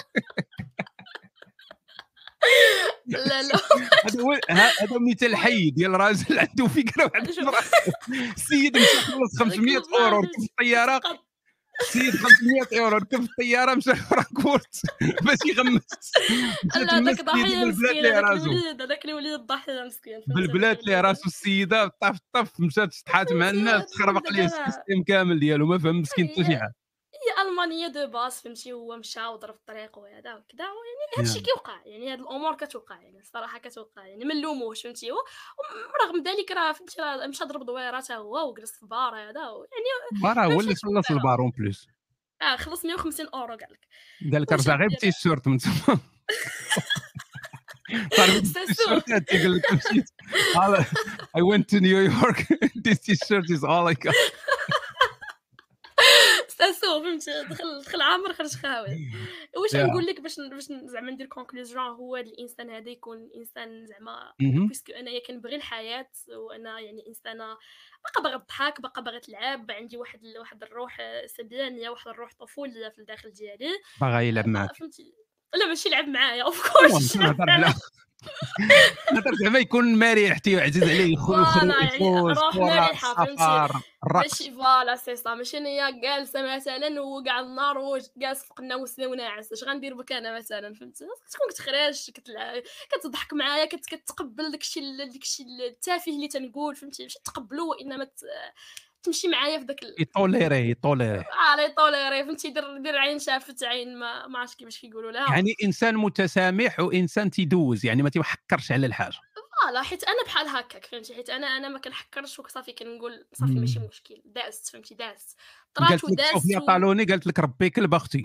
Speaker 17: لا لا
Speaker 1: هذا هو هذا مثال حي ديال راجل عنده فكره واحد السيد مشى خلص خمسمية اورو ركب في الطياره، السيد خمسمية اورو ركب في الطياره مشى لفرانكفورت باش يغمس،
Speaker 17: لا هذاك ضحيه مسكين، هذاك الوليد هذاك الوليد ضحيه مسكين،
Speaker 1: بالبلاد اللي راسو السيده طاف طاف مشات شطحات مع الناس، تخربق عليه السيستيم كامل ديالو، ما فهم مسكين حتى شي حاجه.
Speaker 17: هي المانيه دو باس، فهمتي؟ هو مشى وضرب الطريق وهذا وكذا، يعني هادشي كيوقع، يعني هاد الامور كتوقع، يعني الصراحه كتوقع، يعني ما نلوموش، فهمتي؟ ورغم ذلك راه فهمتي راه مشى ضرب دويره حتى هو وجلس في بار هذا، يعني
Speaker 1: راه هو اللي خلص البارون بلوس،
Speaker 17: اه خلص مية وخمسين اورو قال لك،
Speaker 1: قال لك رجع غير بالتيشيرت من تما. صار بالتيشيرت قال لك مشيت I went to New York this t-shirt is all I got.
Speaker 17: ساسو فهمتي؟ دخل دخل عامر خرج خاوي. واش نقول لك باش باش زعما ندير كونكلوزيون، هو هذا الانسان هذا يكون انسان زعما بيسكو انايا كنبغي الحياه، وانا يعني انسانه باقا باغا تضحك، باقا باغا تلعب، عندي واحد واحد الروح سبيانيه، واحد الروح طفوليه في الداخل ديالي،
Speaker 1: باغا يلعب معاك،
Speaker 17: فهمتي؟ لا ماشي يلعب معايا اوف كورس،
Speaker 1: نهضر زعما يكون مريح حتى عزيز عليه يخرج
Speaker 17: يفوز روح مريحه، فهمتي؟ ماشي فوالا سي صا، ماشي انايا جالسه مثلا وكاع النهار جالس فوق الناموس وناعس، اش غندير بك انا مثلا، فهمتي؟ تكون كتخرج كتلعب كتضحك معايا، كتقبل داكشي داكشي التافه اللي تنقول، فهمتي؟ ماشي تقبلو وانما تمشي معايا في داك
Speaker 1: يطوليري يطوليري
Speaker 17: اه لا يطوليري، فهمتي؟ دير دير عين شافت عين ما ما عرفتش كيفاش كيقولوا لها،
Speaker 1: يعني انسان متسامح وانسان تيدوز، يعني ما تيحكرش على الحاجه،
Speaker 17: فوالا حيت انا بحال هكاك، فهمتي؟ حيت انا انا ما كنحكرش وصافي كنقول صافي ماشي مشكل، دازت، فهمتي؟ دازت طرات ودازت.
Speaker 1: صوفيا طالوني قالت لك ربي كلب اختي.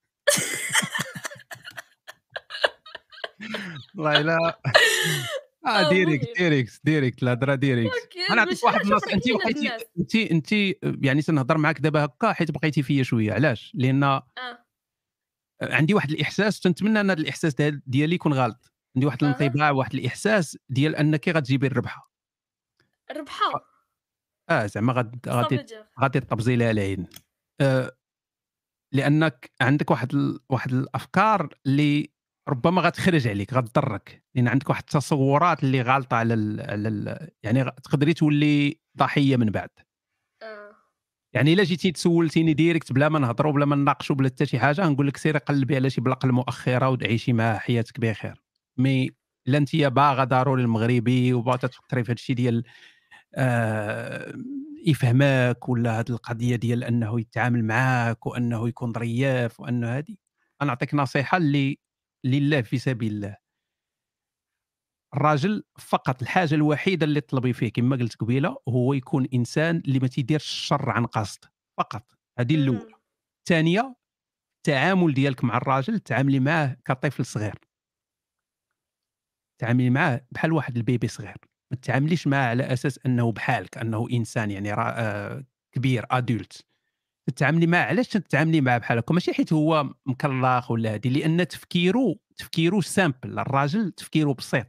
Speaker 1: والله لا اه ديريكت ديريكت ديريكت الهضره ديريكت. انا نعطيك واحد النص، انت بقيتي انت انت يعني تنهضر معاك دابا هكا حيت بقيتي فيا شويه، علاش؟ لان
Speaker 17: آه.
Speaker 1: عندي واحد الاحساس، تنتمنى ان هذا الاحساس ديالي يكون غلط، عندي واحد الانطباع، واحد الاحساس ديال انك غتجيبي الربحه.
Speaker 17: الربحه
Speaker 1: اه زعما غادي غادي غادي تطبزي لها العين، آه لانك عندك واحد ال... واحد الافكار اللي ربما غتخرج عليك، غتضرك، لان عندك واحد التصورات اللي غالطه على ال... على ال... يعني تقدري تولي ضحيه من بعد.
Speaker 17: آه.
Speaker 1: يعني الا جيتي تسولتيني ديريكت بلا ما نهضروا بلا ما نناقشوا بلا حتى شي حاجه، نقول لك سيري قلبي على شي بلاقه المؤخره وعيشي مع حياتك بخير. مي لا انت باغا ضروري المغربي وباغا تفكري في هذا الشيء ديال آه يفهمك، ولا هذه القضيه ديال انه يتعامل معاك وانه يكون ضرياف وانه هذه، انا نعطيك نصيحه اللي لله في سبيل الله. الراجل فقط الحاجه الوحيده اللي طلبي فيه كما قلت قبيله هو يكون انسان اللي ما تيديرش الشر عن قصد فقط، هذه الاولى. الثانيه التعامل ديالك مع الراجل تعاملي معاه كطفل صغير، تعاملي معاه بحال واحد البيبي صغير، ما تعامليش معاه على اساس انه بحالك، انه انسان يعني آه كبير ادولت. تتعاملي معاه علاش تتعاملي معاه بحال هكا؟ ماشي حيت هو مكلاخ ولا هذه، لان تفكيره تفكيره سامبل، الراجل تفكيره بسيط.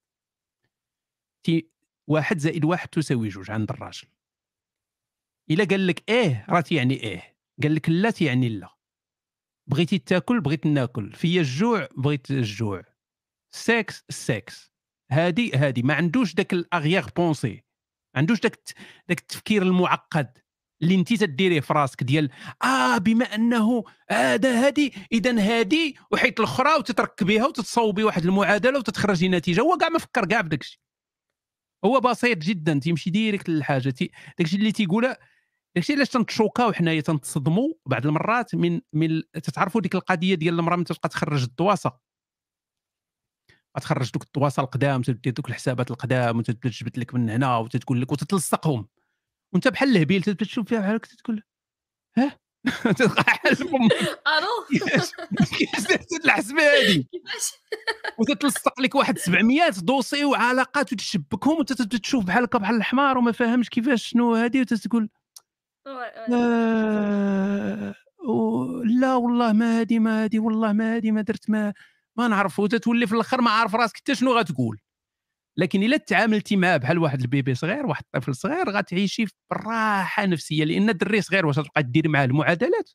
Speaker 1: تي واحد زائد واحد تساوي جوج عند الراجل. الا قال لك ايه راه تيعني ايه، قال لك لا تيعني لا. بغيتي تاكل بغيت ناكل، فيا الجوع بغيت الجوع، سكس سكس، هادي هادي. ما عندوش داك الاغيغ بونسي، ما عندوش داك داك التفكير المعقد اللي انت تديريه في راسك ديال اه بما انه هذا هادي اذا هادي وحيت الاخرى وتتركبيها وتتصوبي واحد المعادله وتتخرجي نتيجه. هو كاع ما فكر كاع بداك الشيء. هو بسيط جدا، تيمشي ديريكت للحاجه. تي... داكشي اللي تيقولها، داكشي علاش تنتشوكاو حنايا، تنتصدموا بعض المرات من من تتعرفوا ديك القضيه ديال المراه من تبقى تخرج الدواسه، غتخرج دوك الدواسه القدام، تدير دوك الحسابات القدام وتبدا تجبد لك من هنا وتتقول لك وتتلصقهم، وانت بحال الهبيل تبدا تشوف فيها بحال هكا تقول ها تلقى حل فمك
Speaker 17: الو
Speaker 1: كيفاش كيفاش درت هاد الحسبه هادي،
Speaker 17: كيفاش
Speaker 1: وتتلصق لك واحد سبعمية دوسي وعلاقات وتشبكهم وتتبدا تشوف بحال هكا بحال الحمار وما فاهمش كيفاش شنو هادي، وتتقول
Speaker 17: وي وي
Speaker 1: آه و- لا والله ما هادي ما هادي والله ما هادي ما درت ما ما نعرف، وتتولي في الاخر ما عارف راسك حتى شنو غتقول. لكن الا تعاملتي معاه بحال واحد البيبي صغير، واحد الطفل صغير، غتعيشي بالراحه نفسيه، لان الدري صغير واش تبقى ديري معاه المعادلات؟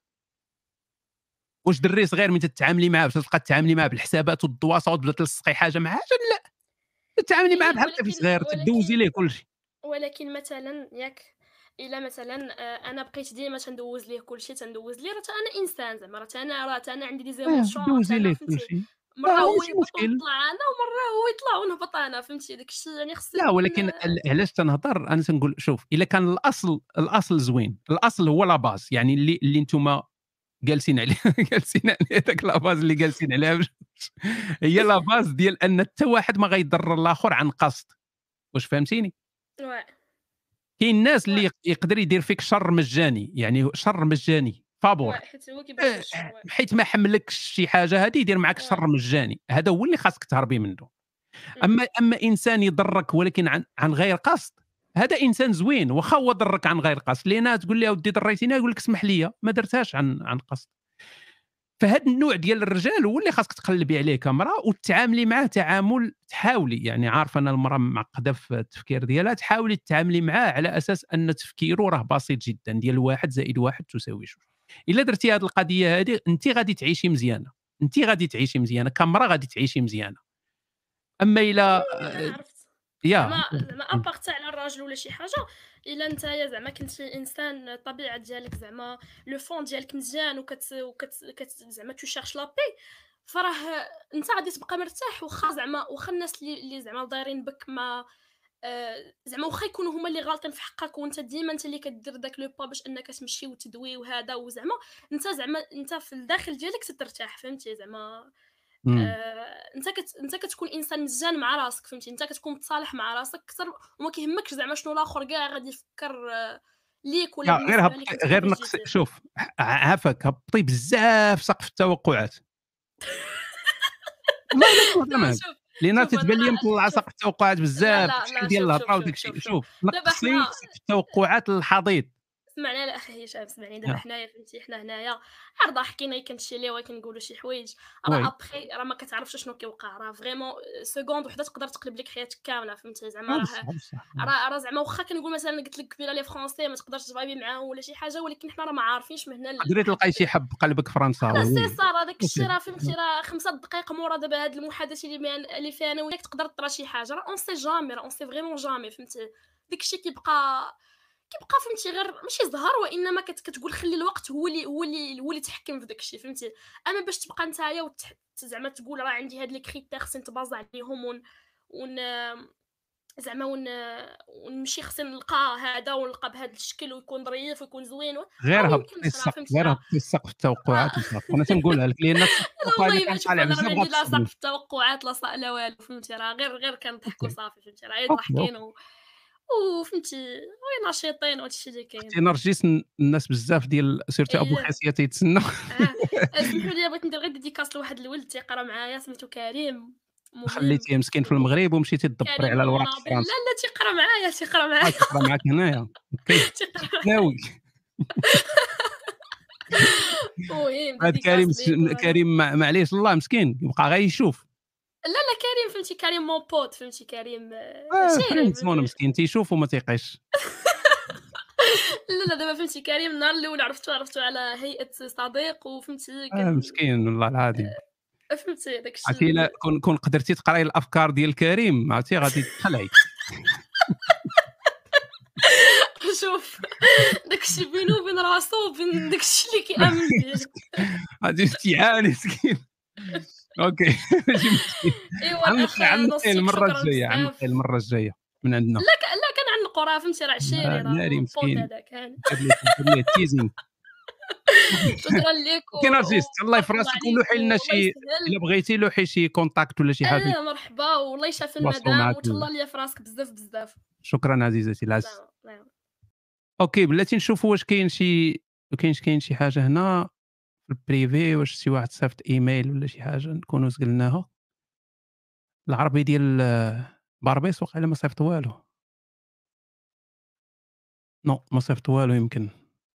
Speaker 1: واش دري صغير من تتعاملي معاه باش تبقى تتعاملي معاه بالحسابات والدواسه وتبدا تلصقي حاجه مع حاجه؟ لا، تتعاملي معاه
Speaker 17: إيه
Speaker 1: بحال طفل
Speaker 17: ولكن
Speaker 1: صغير، تدوزي
Speaker 17: ولكن
Speaker 1: ليه كلشي.
Speaker 17: ولكن مثلا ياك الا مثلا آه، انا بقيت ديما تندوز ليه كلشي تندوز ليه، راه تا انا انسان زعما، راه تا انا راه تا انا عندي دي
Speaker 1: اه
Speaker 17: زيموشن، راه تا
Speaker 1: دوزي
Speaker 17: انا
Speaker 1: ليه
Speaker 17: فهمتي
Speaker 1: كلشي،
Speaker 17: مره
Speaker 1: اه
Speaker 17: هو
Speaker 1: ماشي
Speaker 17: يهبط
Speaker 1: مشكل.
Speaker 17: ونطلع انا، ومره هو يطلع ونهبط انا، فهمتي داكشي يعني خص
Speaker 1: لا
Speaker 17: يكون
Speaker 1: ولكن ال- علاش تنهضر انا تنقول شوف، الا كان الاصل الاصل زوين، الاصل هو لا باز، يعني اللي اللي نتوما جالسين عليه جالسين عليه داك لا باز اللي جالسين عليها بجوج. هي لا باز ديال ان حتى واحد ما غيضر الاخر عن قصد. واش فهمتيني؟
Speaker 17: وي
Speaker 1: كاين الناس
Speaker 17: وي
Speaker 1: اللي يق- يقدر يدير فيك شر مجاني، يعني شر مجاني فابور،
Speaker 17: وي حيت هو كيبغيش
Speaker 1: آه،
Speaker 17: وي
Speaker 1: حيت ما حملكش شي حاجه هذه يدير معك
Speaker 17: وي
Speaker 1: شر مجاني، هذا هو اللي خاصك تهربي منه.
Speaker 17: مم.
Speaker 1: اما اما انسان يضرك ولكن عن عن غير قصد، هذا انسان زوين واخا هو ضرك عن غير قصد، لان تقول له ودي ضريتيني يقول لك اسمح لي ما درتهاش عن عن قصد. فهاد النوع ديال الرجال هو اللي خاصك تقلبي عليه كامراه وتعاملي معاه تعامل، تحاولي يعني عارفه ان المراه معقده في التفكير ديالها، تحاولي تتعاملي معاه على اساس ان تفكيره راه بسيط جدا، ديال واحد زائد واحد تساوي جوج. الا درتي هاد القضيه هذه انت غادي تعيشي مزيانه، انت غادي تعيشي مزيانه كامراه، غادي تعيشي مزيانه. اما الا
Speaker 17: انا عرفت
Speaker 1: يا
Speaker 17: زعما زعما ابارت على الراجل ولا شي حاجه، الا نتايا زعما كنتي انسان الطبيعه ديالك زعما لو فون ديالك مزيان وكت وكت كت زعما تو شيرش لا بي، فراه انت غادي تبقى مرتاح، واخا زعما واخا الناس اللي اللي زعما دايرين بك ما آه، زعما واخا يكونوا هما اللي غالطين في حقك، وانت ديما انت اللي كدير داك لو با باش انك تمشي وتدوي وهذا، وزعما انت زعما انت في الداخل ديالك ترتاح، فهمتي زعما
Speaker 1: مم.
Speaker 17: آه، انت كت... انت كتكون انسان مزيان مع راسك، فهمتي انت كتكون متصالح مع راسك اكثر، وما كيهمكش زعما شنو الاخر كاع غادي يفكر آه، ليك ولا
Speaker 1: لا غير
Speaker 17: بالنسبه
Speaker 1: هبطي،
Speaker 17: لك انت
Speaker 1: غير
Speaker 17: كيفاش
Speaker 1: نقص،
Speaker 17: جيتي.
Speaker 1: شوف ع- عافاك هبطي بزاف سقف التوقعات. والله الا كنت
Speaker 17: لا
Speaker 1: معاك،
Speaker 17: شوف
Speaker 1: لان
Speaker 17: شوف انا
Speaker 1: تتبان لي مطلعه
Speaker 17: شوف
Speaker 1: سقف التوقعات
Speaker 17: لا
Speaker 1: بزاف،
Speaker 17: لا
Speaker 1: داكشي
Speaker 17: لا
Speaker 1: ديال
Speaker 17: شوف
Speaker 1: الهضره
Speaker 17: شوف
Speaker 1: وداك
Speaker 17: شوف
Speaker 1: الشيء.
Speaker 17: شوف
Speaker 1: شوف
Speaker 17: دابا
Speaker 1: نقصي
Speaker 17: حنا
Speaker 1: سقف التوقعات للحضيض.
Speaker 17: سمعنا لا اخي هشام، سمعني دابا
Speaker 1: يا.
Speaker 17: حنايا فهمتي حنا هنايا عرضه حكينا كنمشي ليه وكنقولوا شي حوايج، راه
Speaker 1: وي
Speaker 17: ابخي راه ما كتعرفش شنو كيوقع، راه فريمون سكوند وحده تقدر تقلب لك حياتك كامله، فهمتي زعما
Speaker 1: آه
Speaker 17: راه
Speaker 1: بصح بصح آه.
Speaker 17: راه راه زعما واخا كنقول مثلا قلت لك قبيله لي فرونسي ما تقدرش تفايبي معاهم ولا شي حاجه، ولكن حنا راه ما عارفينش من هنا
Speaker 1: تقدري
Speaker 17: لحد
Speaker 1: تلقاي شي حب قلبك
Speaker 17: راه
Speaker 1: فرنساوي.
Speaker 17: سي صار هذاك الشيء،
Speaker 1: ماشي.
Speaker 17: راه فهمتي راه خمسة دقائق مورا دابا هاد المحادثه اللي بين اللي فيها انا وياك تقدر طرا شي حاجه، راه اون سي جامي، راه اون سي فريمون جامي، فهمتي داك الشيء كيبقى كيبقى فهمتي غير ماشي زهر، وانما كت كتقول خلي الوقت هو اللي هو اللي هو اللي يتحكم في داك الشيء، فهمتي. اما باش تبقى نتايا وتح... زعما تقول راه عندي هاد لي كريتير خصني نتبازا عليهم ون ون زعما ون ونمشي خصني نلقى هذا ونلقى بهذا الشكل ويكون ظريف ويكون زوين و... راه
Speaker 1: غير
Speaker 17: ما
Speaker 1: هبطي
Speaker 17: يمكنش، راه
Speaker 1: السقف،
Speaker 17: فهمتي
Speaker 1: غير
Speaker 17: راه
Speaker 1: هبطي السقف التوقعات وصافي. انا تنقولها لك لان السقف
Speaker 17: لا
Speaker 1: التوقعات اللي
Speaker 17: والله
Speaker 1: كان
Speaker 17: ما شوف
Speaker 1: طالع
Speaker 17: انا راه ما
Speaker 1: بزاف
Speaker 17: عندي لا
Speaker 1: غتصدمي.
Speaker 17: سقف التوقعات لا صا لا والو، فهمتي راه غير غير كنضحكوا
Speaker 1: اوكي
Speaker 17: صافي، فهمتي راه غير
Speaker 1: اوكي
Speaker 17: ضاحكين
Speaker 1: اوكي.
Speaker 17: و... وفهمتي وي ناشطين وهادشي اللي كاين.
Speaker 1: اختي نرجس الناس بزاف ديال سيرتو ابو
Speaker 17: اييه
Speaker 1: حاسيه تيتسنى.
Speaker 17: اه اسمحوا لي بغيت ندير غير ديديكاس لواحد الولد تيقرا معايا سميتو كريم، مهم
Speaker 1: خليتيه مسكين في المغرب ومشيتي تدبري
Speaker 17: كريم
Speaker 1: على الوراق في
Speaker 17: المناضل، لا
Speaker 1: فرنسا.
Speaker 17: لا تيقرا معايا تيقرا
Speaker 1: اه
Speaker 17: معايا
Speaker 1: تقرا معاك هنايا اوكي
Speaker 17: تيقرا معايا
Speaker 1: ناوي.
Speaker 17: المهم
Speaker 1: هاد كريم
Speaker 17: ديديكاس ليك وهذا.
Speaker 1: كريم مع- معليش الله مسكين يبقى غير يشوف.
Speaker 17: لا لا كريم فهمتي كريم مون بوت، فهمتي كريم آه،
Speaker 1: اه
Speaker 17: شيري
Speaker 1: فريندز وانا
Speaker 17: فهمتي.
Speaker 1: مسكين تيشوف وما تيقيش.
Speaker 17: لا لا دابا فهمتي كريم النهار الاول عرفتو عرفتو على هيئه صديق، وفهمتي
Speaker 1: اه
Speaker 17: كان
Speaker 1: مسكين والله العظيم.
Speaker 17: فهمتي داك
Speaker 1: عرفتي الا
Speaker 17: الشيء.
Speaker 1: كون كون قدرتي تقراي الافكار ديال كريم عرفتي غادي تخلعي.
Speaker 17: شوف داك الشيء بينو وبين راسو وبين داك الشيء اللي كيامن به.
Speaker 1: غادي تيعاني مسكين. اوكي ماشي مشكل.
Speaker 17: ايوا الاخ
Speaker 1: عنقي عنقي
Speaker 17: نصيك
Speaker 1: المره
Speaker 17: شكرا
Speaker 1: الجايه،
Speaker 17: بزاف.
Speaker 1: عنقي المره الجايه. من عندنا
Speaker 17: لا ك... لا كنعنقوا راه فهمتي راه عشيري
Speaker 1: لا
Speaker 17: راه
Speaker 1: ناري
Speaker 17: البوط
Speaker 1: مسكين
Speaker 17: هذاك هاني
Speaker 1: دار لي دار لي تيزين
Speaker 17: شكرا لك
Speaker 1: كاين ارتيست الله في
Speaker 17: وبارك الله
Speaker 1: راسك
Speaker 17: عليك
Speaker 1: ولوحي لنا
Speaker 17: والله
Speaker 1: شي
Speaker 17: يسهل.
Speaker 1: الا بغيتي لوحي شي كونتاكت ولا شي حاجه
Speaker 17: اه مرحبا والله يشافي
Speaker 1: تواصلوا
Speaker 17: المدام
Speaker 1: معك
Speaker 17: وتهلا ليا في راسك بزاف بزاف.
Speaker 1: شكرا عزيزتي العز
Speaker 17: لا لا
Speaker 1: اوكي بلاتي نشوفوا واش كاين شي كاينش كاين شي حاجه هنا في البريفي واش شي واحد صيفط ايميل ولا شي حاجه نكونوا سقلناها العربي ديال آه، باربيس وقيلا ما صيفط والو نو ما صيفط والو يمكن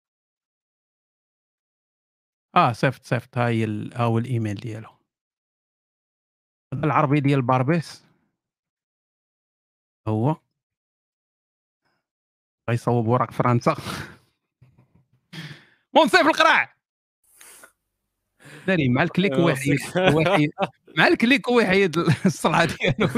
Speaker 1: اه صيفط صيفط ها هي ال- ها هو الايميل ديالو هذا العربي ديال باربيس هو غيصوب وراك فرنسا منصف القراع داري مع الكليك هو يحيد هو يحيد مع الكليك هو يحيد الصلعه ديالو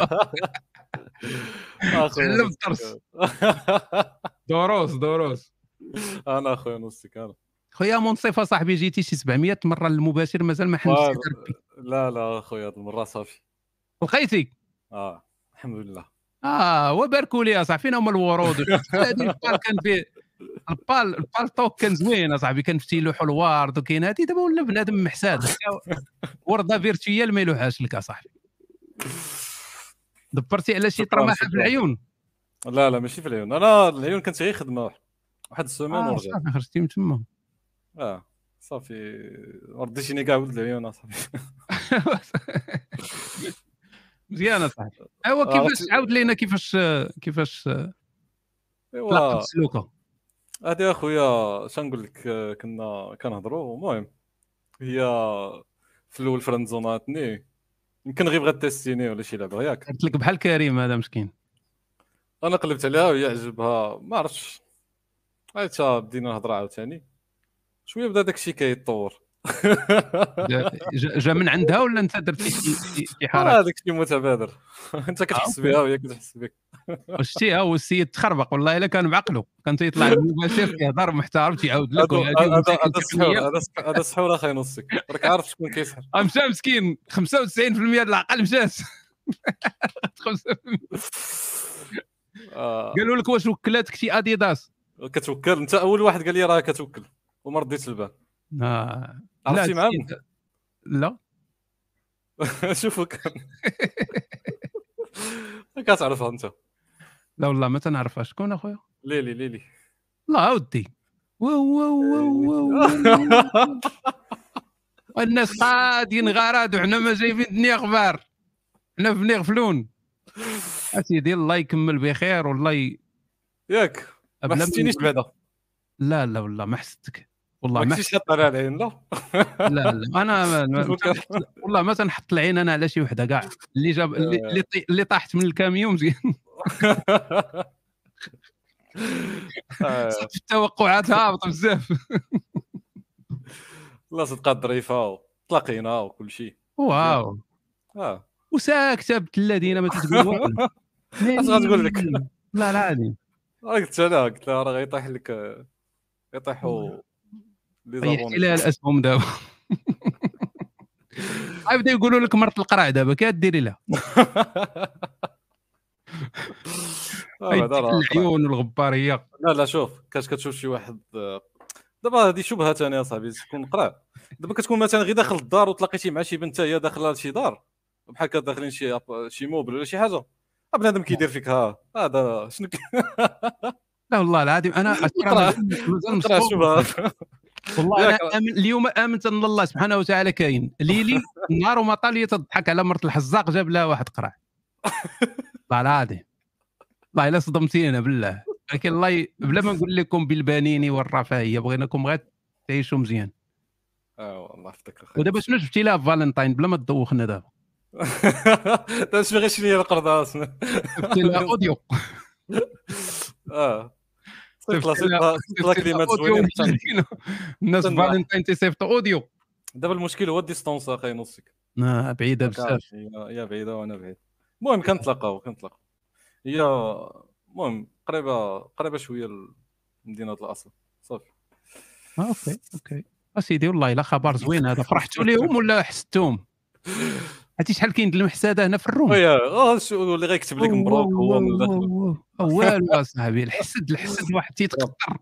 Speaker 1: تعلم الدرس دروس دروس
Speaker 18: انا اخويا نصك انا
Speaker 1: خويا منصف صاحبي جيتي شي سبعمية مره للمباشر مازال ما حنستك ربي
Speaker 18: لا لا اخويا هاد المره صافي
Speaker 1: لقيتي
Speaker 18: اه الحمد لله
Speaker 1: اه وباركوا لي اصاحبي فينا هما الورود هذه البال كان فيه البال البالطوك كان زوين اصاحبي كان في لوحو الوارد وكاين هادي دابا ولا بنادم محساد ورده فيرتويال ما يلوحهاش لك اصاحبي دبرتي على شي
Speaker 18: شكراً،
Speaker 1: طرماحه في
Speaker 18: شكراً.
Speaker 1: العيون
Speaker 18: لا لا ماشي في العيون انا العيون كنت غير خدمه واحد السيمين
Speaker 1: آه
Speaker 18: ورجعت
Speaker 1: صافي خرجتي من تما
Speaker 18: اه صافي رديتيني كاع ولد العيون اصاحبي
Speaker 1: مزيان اصاحبي ايوا
Speaker 18: آه،
Speaker 1: كيفاش
Speaker 18: عرفتي-
Speaker 1: عاود لينا كيفاش كيفاش
Speaker 18: ايوا
Speaker 1: تلاقت السلوكه
Speaker 18: هادي اخويا شنقول لك آه، كنا كنهضروا المهم هي في الاول فرند زوناتني يمكن غير بغات تيستيني ولا شي لعبه ياك
Speaker 1: قلت لك بحال كريم هذا مسكين
Speaker 18: انا قلبت عليها وهي عجبها ما عرفتش عيطها بدينا نهضر عاوتاني شويه بدا داكشي كيتطور
Speaker 1: جا, جا, جا من عندها ولا انت درتي شي شي- شي
Speaker 18: اه
Speaker 1: حركه
Speaker 18: داكشي متبادر انت كتحس
Speaker 1: أوكي.
Speaker 18: بها وهي كتحس بك
Speaker 1: شتيها هو السيد تخربق والله الا كان بعقله كان تيطلع المباشر كيهضر محترم تيعاود لك
Speaker 18: هذا
Speaker 1: وهادي
Speaker 18: هذا
Speaker 1: ومشاكل
Speaker 18: هذا السحور
Speaker 1: تقنيه
Speaker 18: هذا السح- هذا السحور اخي نصك راك عارف شكون كيسحر
Speaker 1: مشى مسكين خمسة وتسعين بالمية د العقل مشات خمسة بالمية.
Speaker 18: آه.
Speaker 1: قالوا لك واش وكلاتك شي اديداس
Speaker 18: كتوكل انت اول واحد قال لي راه كتوكل وما رديتش البال
Speaker 1: آه.
Speaker 18: عرفتي
Speaker 1: لا
Speaker 18: معاهم
Speaker 1: السيد- لا
Speaker 18: شوفوا كان كتعرفها انت
Speaker 1: لا والله ما تنعرفها شكون اخويا
Speaker 18: ليلي ليلي
Speaker 1: لا ودي واو واو واو واو الناس قادين غراد وحنا ما جايبين الدنيا اخبار حنا في نغفلون اسيدي الله يكمل بخير والله ي...
Speaker 18: ياك ما
Speaker 1: بلا
Speaker 18: حسيتينيش
Speaker 1: من-
Speaker 18: بعدا
Speaker 1: لا لا والله ما حسيتك والله
Speaker 18: ما
Speaker 1: ما
Speaker 18: كنتيش حاط على العين لا
Speaker 1: لا لا انا ما ما
Speaker 18: شوفوا كان-
Speaker 1: تنحط- والله ما تنحط العين انا على شي وحده كاع اللي جاب اللي اللي, طي... اللي طاحت من الكاميون مزيان
Speaker 18: آه.
Speaker 1: صافي التوقعات هابطه بزاف
Speaker 18: لا صدقات ظريفه تلاقينا وكل شيء
Speaker 1: واو
Speaker 18: اه
Speaker 1: وساكته بنت الذين ما تتقول والو
Speaker 18: اش غتقول لك
Speaker 1: لا لا عادي
Speaker 18: آه، قلت انا قلت لها راه غيطيح لك آه، يطيحوا لي
Speaker 1: طيحتي
Speaker 18: زابوني
Speaker 1: لها الاسهم دابا غيبداو يقولوا لك مرت القرع دابا كي ديري لها
Speaker 18: آه،
Speaker 1: غيديك
Speaker 18: بعدا راه
Speaker 1: العيون والغباريه
Speaker 18: لا لا شوف كاش كتشوف شي واحد آه، دابا هذه شبهه ثانيه اصاحبي تكون قرع دابا كتكون مثلا غير داخل الدار وتلاقيتي مع شي بنت هي داخله لشي دار بحال كا داخلين شي شي موبل ولا شي حاجه بنادم كيدير فيك ها هذا شنو كي-
Speaker 1: لا والله العظيم انا أسرع
Speaker 18: القرع
Speaker 1: مازال- مازال
Speaker 18: القرع
Speaker 1: مصطوب.
Speaker 18: شبهه
Speaker 1: والله انا
Speaker 18: ياك.
Speaker 1: آمن اليوم امنت ان الله سبحانه وتعالى كاين ليلي النهار وما طال هي تضحك على مرت الحزاق جاب لها واحد قرع والله العظيم والله الا صدمتينا بالله لكن الله ي... بلا ما نقول لكم بالبنين والرفاهيه بغيناكم غير تعيشوا مزيان
Speaker 18: اه والله يفتك الخير
Speaker 1: ودابا شنو جبتي لها في فالنتاين بلا ما تدوخنا دابا
Speaker 18: دابا شنو غير شري القرضاس
Speaker 1: جبتي لها اوديو
Speaker 18: اه صيفط لها
Speaker 1: صيفط لها-
Speaker 18: صيفط لها- صيفط لها
Speaker 1: صيفط لها
Speaker 18: كلمات
Speaker 1: أوديو
Speaker 18: زوينين حتى
Speaker 1: مزيانين. الناس في
Speaker 18: استنى.
Speaker 1: فالنتاين تيصيفطوا اوديو
Speaker 18: دابا المشكل هو الديستونس اخي نصك
Speaker 1: آه بعيده
Speaker 18: راك
Speaker 1: بزاف
Speaker 18: عارف هي هي بعيده وانا بعيد المهم كنتلاقاو كنتلاقاو هي المهم قريبه قريبه شويه لمدينه الاصل صافي
Speaker 1: آه اوكي اوكي اسيدي والله الا خبر زوين هذا فرحتوا ليهم ولا حستوهم عرفتي شحال كاين د المحساده هنا في الروم
Speaker 18: ويا اه شو اللي غيكتب لك مبروك هو من الداخل
Speaker 1: والو اصاحبي الحسد الحسد واحد تيتقطر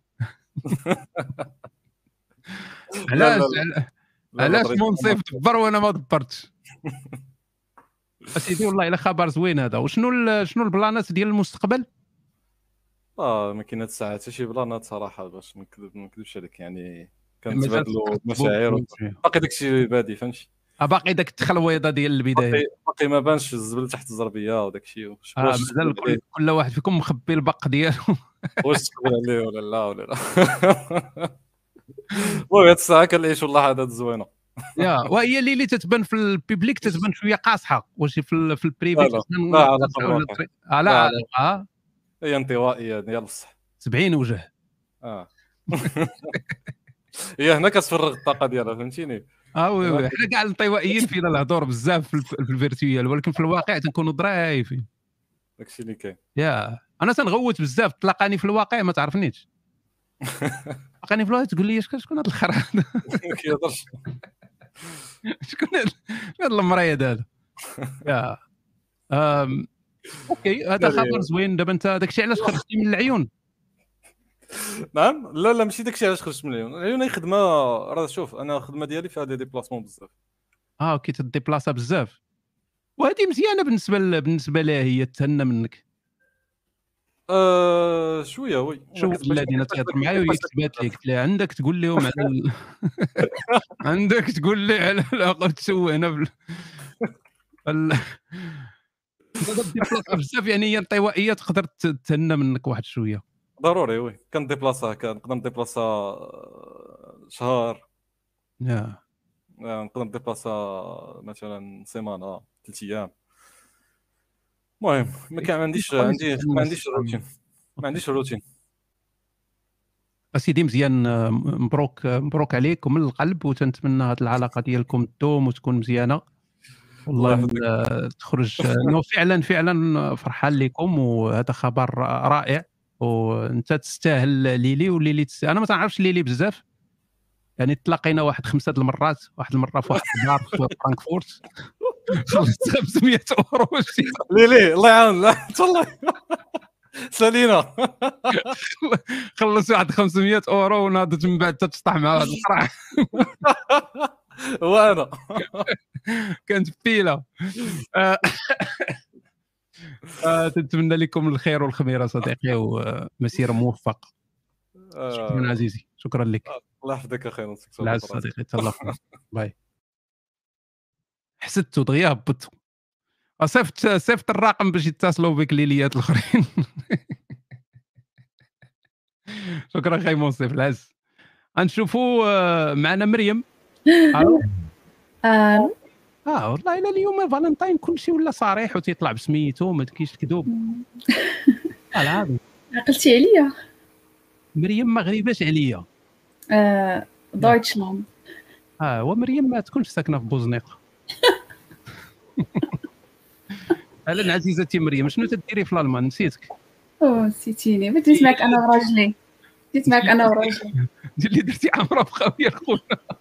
Speaker 1: علاش علاش منصف دبر وانا ما دبرتش اسيدي والله الا خبر زوين هذا. وشنو شنو البلانات ديال المستقبل؟
Speaker 18: اه ما كاين هاد الساعات حتى شي بلانات صراحه باش نكذب ما نكذبش عليك يعني كنتبادلوا مشاعر باقي داكشي بادي فهمتي
Speaker 1: باقي داك التخلويضه ديال البدايه
Speaker 18: باقي, باقي ما بانش الزبل تحت الزربيه وداك الشيء
Speaker 1: آه مازال كل, كل واحد فيكم مخبي البق ديالو
Speaker 18: واش تقبل عليه ولا لا ولا لا المهم هاد الساعه كنعيشوا اللحظات زوينه
Speaker 1: يا وهي اللي اللي تتبان في البيبليك تتبان شويه قاصحه واش في في البريفي
Speaker 18: لا
Speaker 1: لا لا لا
Speaker 18: هي انطوائيه ديال بصح
Speaker 1: سبعين وجه
Speaker 18: اه هي هنا كتفرغ الطاقه ديالها فهمتيني.
Speaker 1: اه وي وي حنا كاع الانطوائيين فينا الهضور بزاف في الفيرتويال ولكن في الواقع تنكونوا ضرايفين
Speaker 18: داكشي اللي كاين.
Speaker 1: يا انا تنغوت بزاف تلاقاني في الواقع ما تعرفنيش تلاقاني في الواقع تقول لي شكون هذا الخرا هذا
Speaker 18: ما كيهضرش
Speaker 1: شكون هذا المريض هذا يا أم... اوكي هذا خبر زوين. دابا انت داكشي علاش خرجتي من العيون؟
Speaker 18: نعم لا لا ماشي داكشي علاش خرجت من العيون. العيون هي خدمه راه شوف انا الخدمه ديالي فيها دي ديبلاسمون بزاف.
Speaker 1: اه اوكي تديبلاصا بزاف وهذه مزيانه بالنسبه ل... بالنسبه لها هي تهنى منك
Speaker 18: آه شويه وي.
Speaker 1: شو الذين تهضر معايا ويكتبات لي قلت لها عندك تقول لهم على ال... عندك تقول لي على الاقل تسوي هنا بال... ال... بزاف يعني هي انطوائيه تقدر تهنى منك واحد شويه
Speaker 18: ضروري وي. كنديبلاصا كنقدر نديبلاصا شهر
Speaker 1: يا
Speaker 18: نقدر نديبلاصا مثلا سيمانه ثلاث ايام. المهم ما كان عنديش عندي ما عنديش روتين ما عنديش روتين
Speaker 1: اسيدي مزيان. مبروك مبروك عليك ومن القلب وتنتمنى هذه العلاقه ديالكم تدوم وتكون مزيانه والله تخرج انه فعلا فعلا فرحان لكم وهذا خبر رائع وانت تستاهل ليلي وليلي تستاهل. انا ما تعرفش ليلي بزاف يعني تلاقينا واحد خمسه د المرات واحد المره في واحد الدار في فرانكفورت خلصت خمسمية اورو
Speaker 18: ليلي الله يعاون لا والله سالينا
Speaker 1: خلص واحد خمسمية اورو وناضت من بعد تتشطح مع هذا القرع
Speaker 18: وانا
Speaker 1: كانت بيله تنتمنى لكم الخير والخميره صديقي ومسيره موفقه. شكرا عزيزي شكرا لك.
Speaker 18: الله يحفظك اخي نصك
Speaker 1: لا صديقي تهلا باي. حسدتو دغيا هبطتو صيفط صيفط الرقم باش يتصلوا بك ليليات الاخرين شكرا خاي منصف العز. غنشوفوا معنا مريم.
Speaker 19: الو
Speaker 1: اه والله الا اليوم فالنتاين كلشي ولا صريح وتيطلع بسميتو ما كاينش الكذوب. اه العظيم
Speaker 19: عقلتي عليا
Speaker 1: مريم مغرباش عليا.
Speaker 19: آه دويتشلاند.
Speaker 1: اه ومريم ما تكونش ساكنه في بوزنيق. اهلا عزيزتي مريم شنو تديري في الالمان؟ نسيتك.
Speaker 19: اوه نسيتيني بديت معك انا وراجلي بديت معك انا وراجلي
Speaker 1: دير اللي درتي عمره بخاويه خونا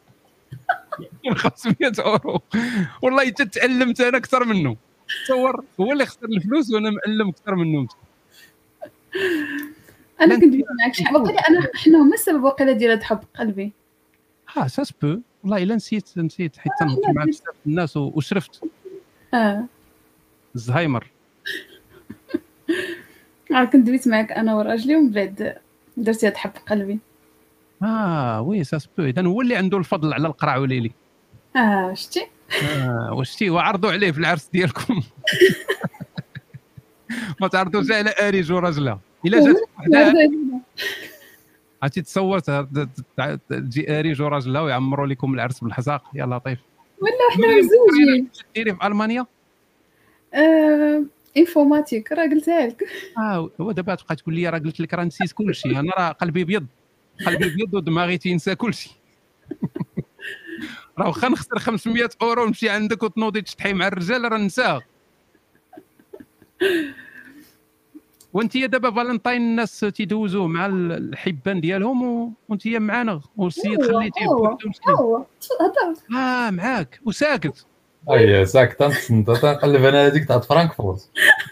Speaker 1: خمسمية اورو والله حتى تعلمت انا اكثر منه. تصور هو اللي خسر الفلوس وانا معلم اكثر منه.
Speaker 19: انا كنت معك شحال وقيلا انا حنا هما السبب وقيلا ديال هاد حب قلبي.
Speaker 1: ها ساس بو والله الا نسيت نسيت حيت تنهضر مع بزاف الناس وشرفت
Speaker 19: اه
Speaker 1: الزهايمر.
Speaker 19: اه كنت دويت معك انا وراجلي ومن بعد درتي هاد حب قلبي.
Speaker 1: اه وي ساس بو اذا هو اللي عنده الفضل على القرع وليلي.
Speaker 19: اه شتي
Speaker 1: اه وشتي وعرضوا عليه في العرس ديالكم ما تعرضوش على اريج وراجلها الا جات وحده عرفتي تصورت تجي اريج وراجلها ويعمروا لكم العرس بالحزاق يا لطيف.
Speaker 19: ولا حنا مزوجين.
Speaker 1: ديري في المانيا
Speaker 19: آه انفورماتيك راه قلتها لك.
Speaker 1: اه هو دابا تبقى تقول لي راه قلت لك راه نسيت كلشي. انا راه قلبي ابيض قلبي ابيض ودماغي تينسى كلشي. راه واخا نخسر خمسمية اورو ونمشي عندك وتنوضي تشطحي مع الرجال راه نساها. وانت دابا فالنتاين الناس تيدوزوه مع الحبان ديالهم وانت معانا والسيد خليتيه
Speaker 19: هو هو هضر
Speaker 1: اه معاك وساكت.
Speaker 20: اي ساك تنصنت تنقلب انا هذيك تاع فرانكفورت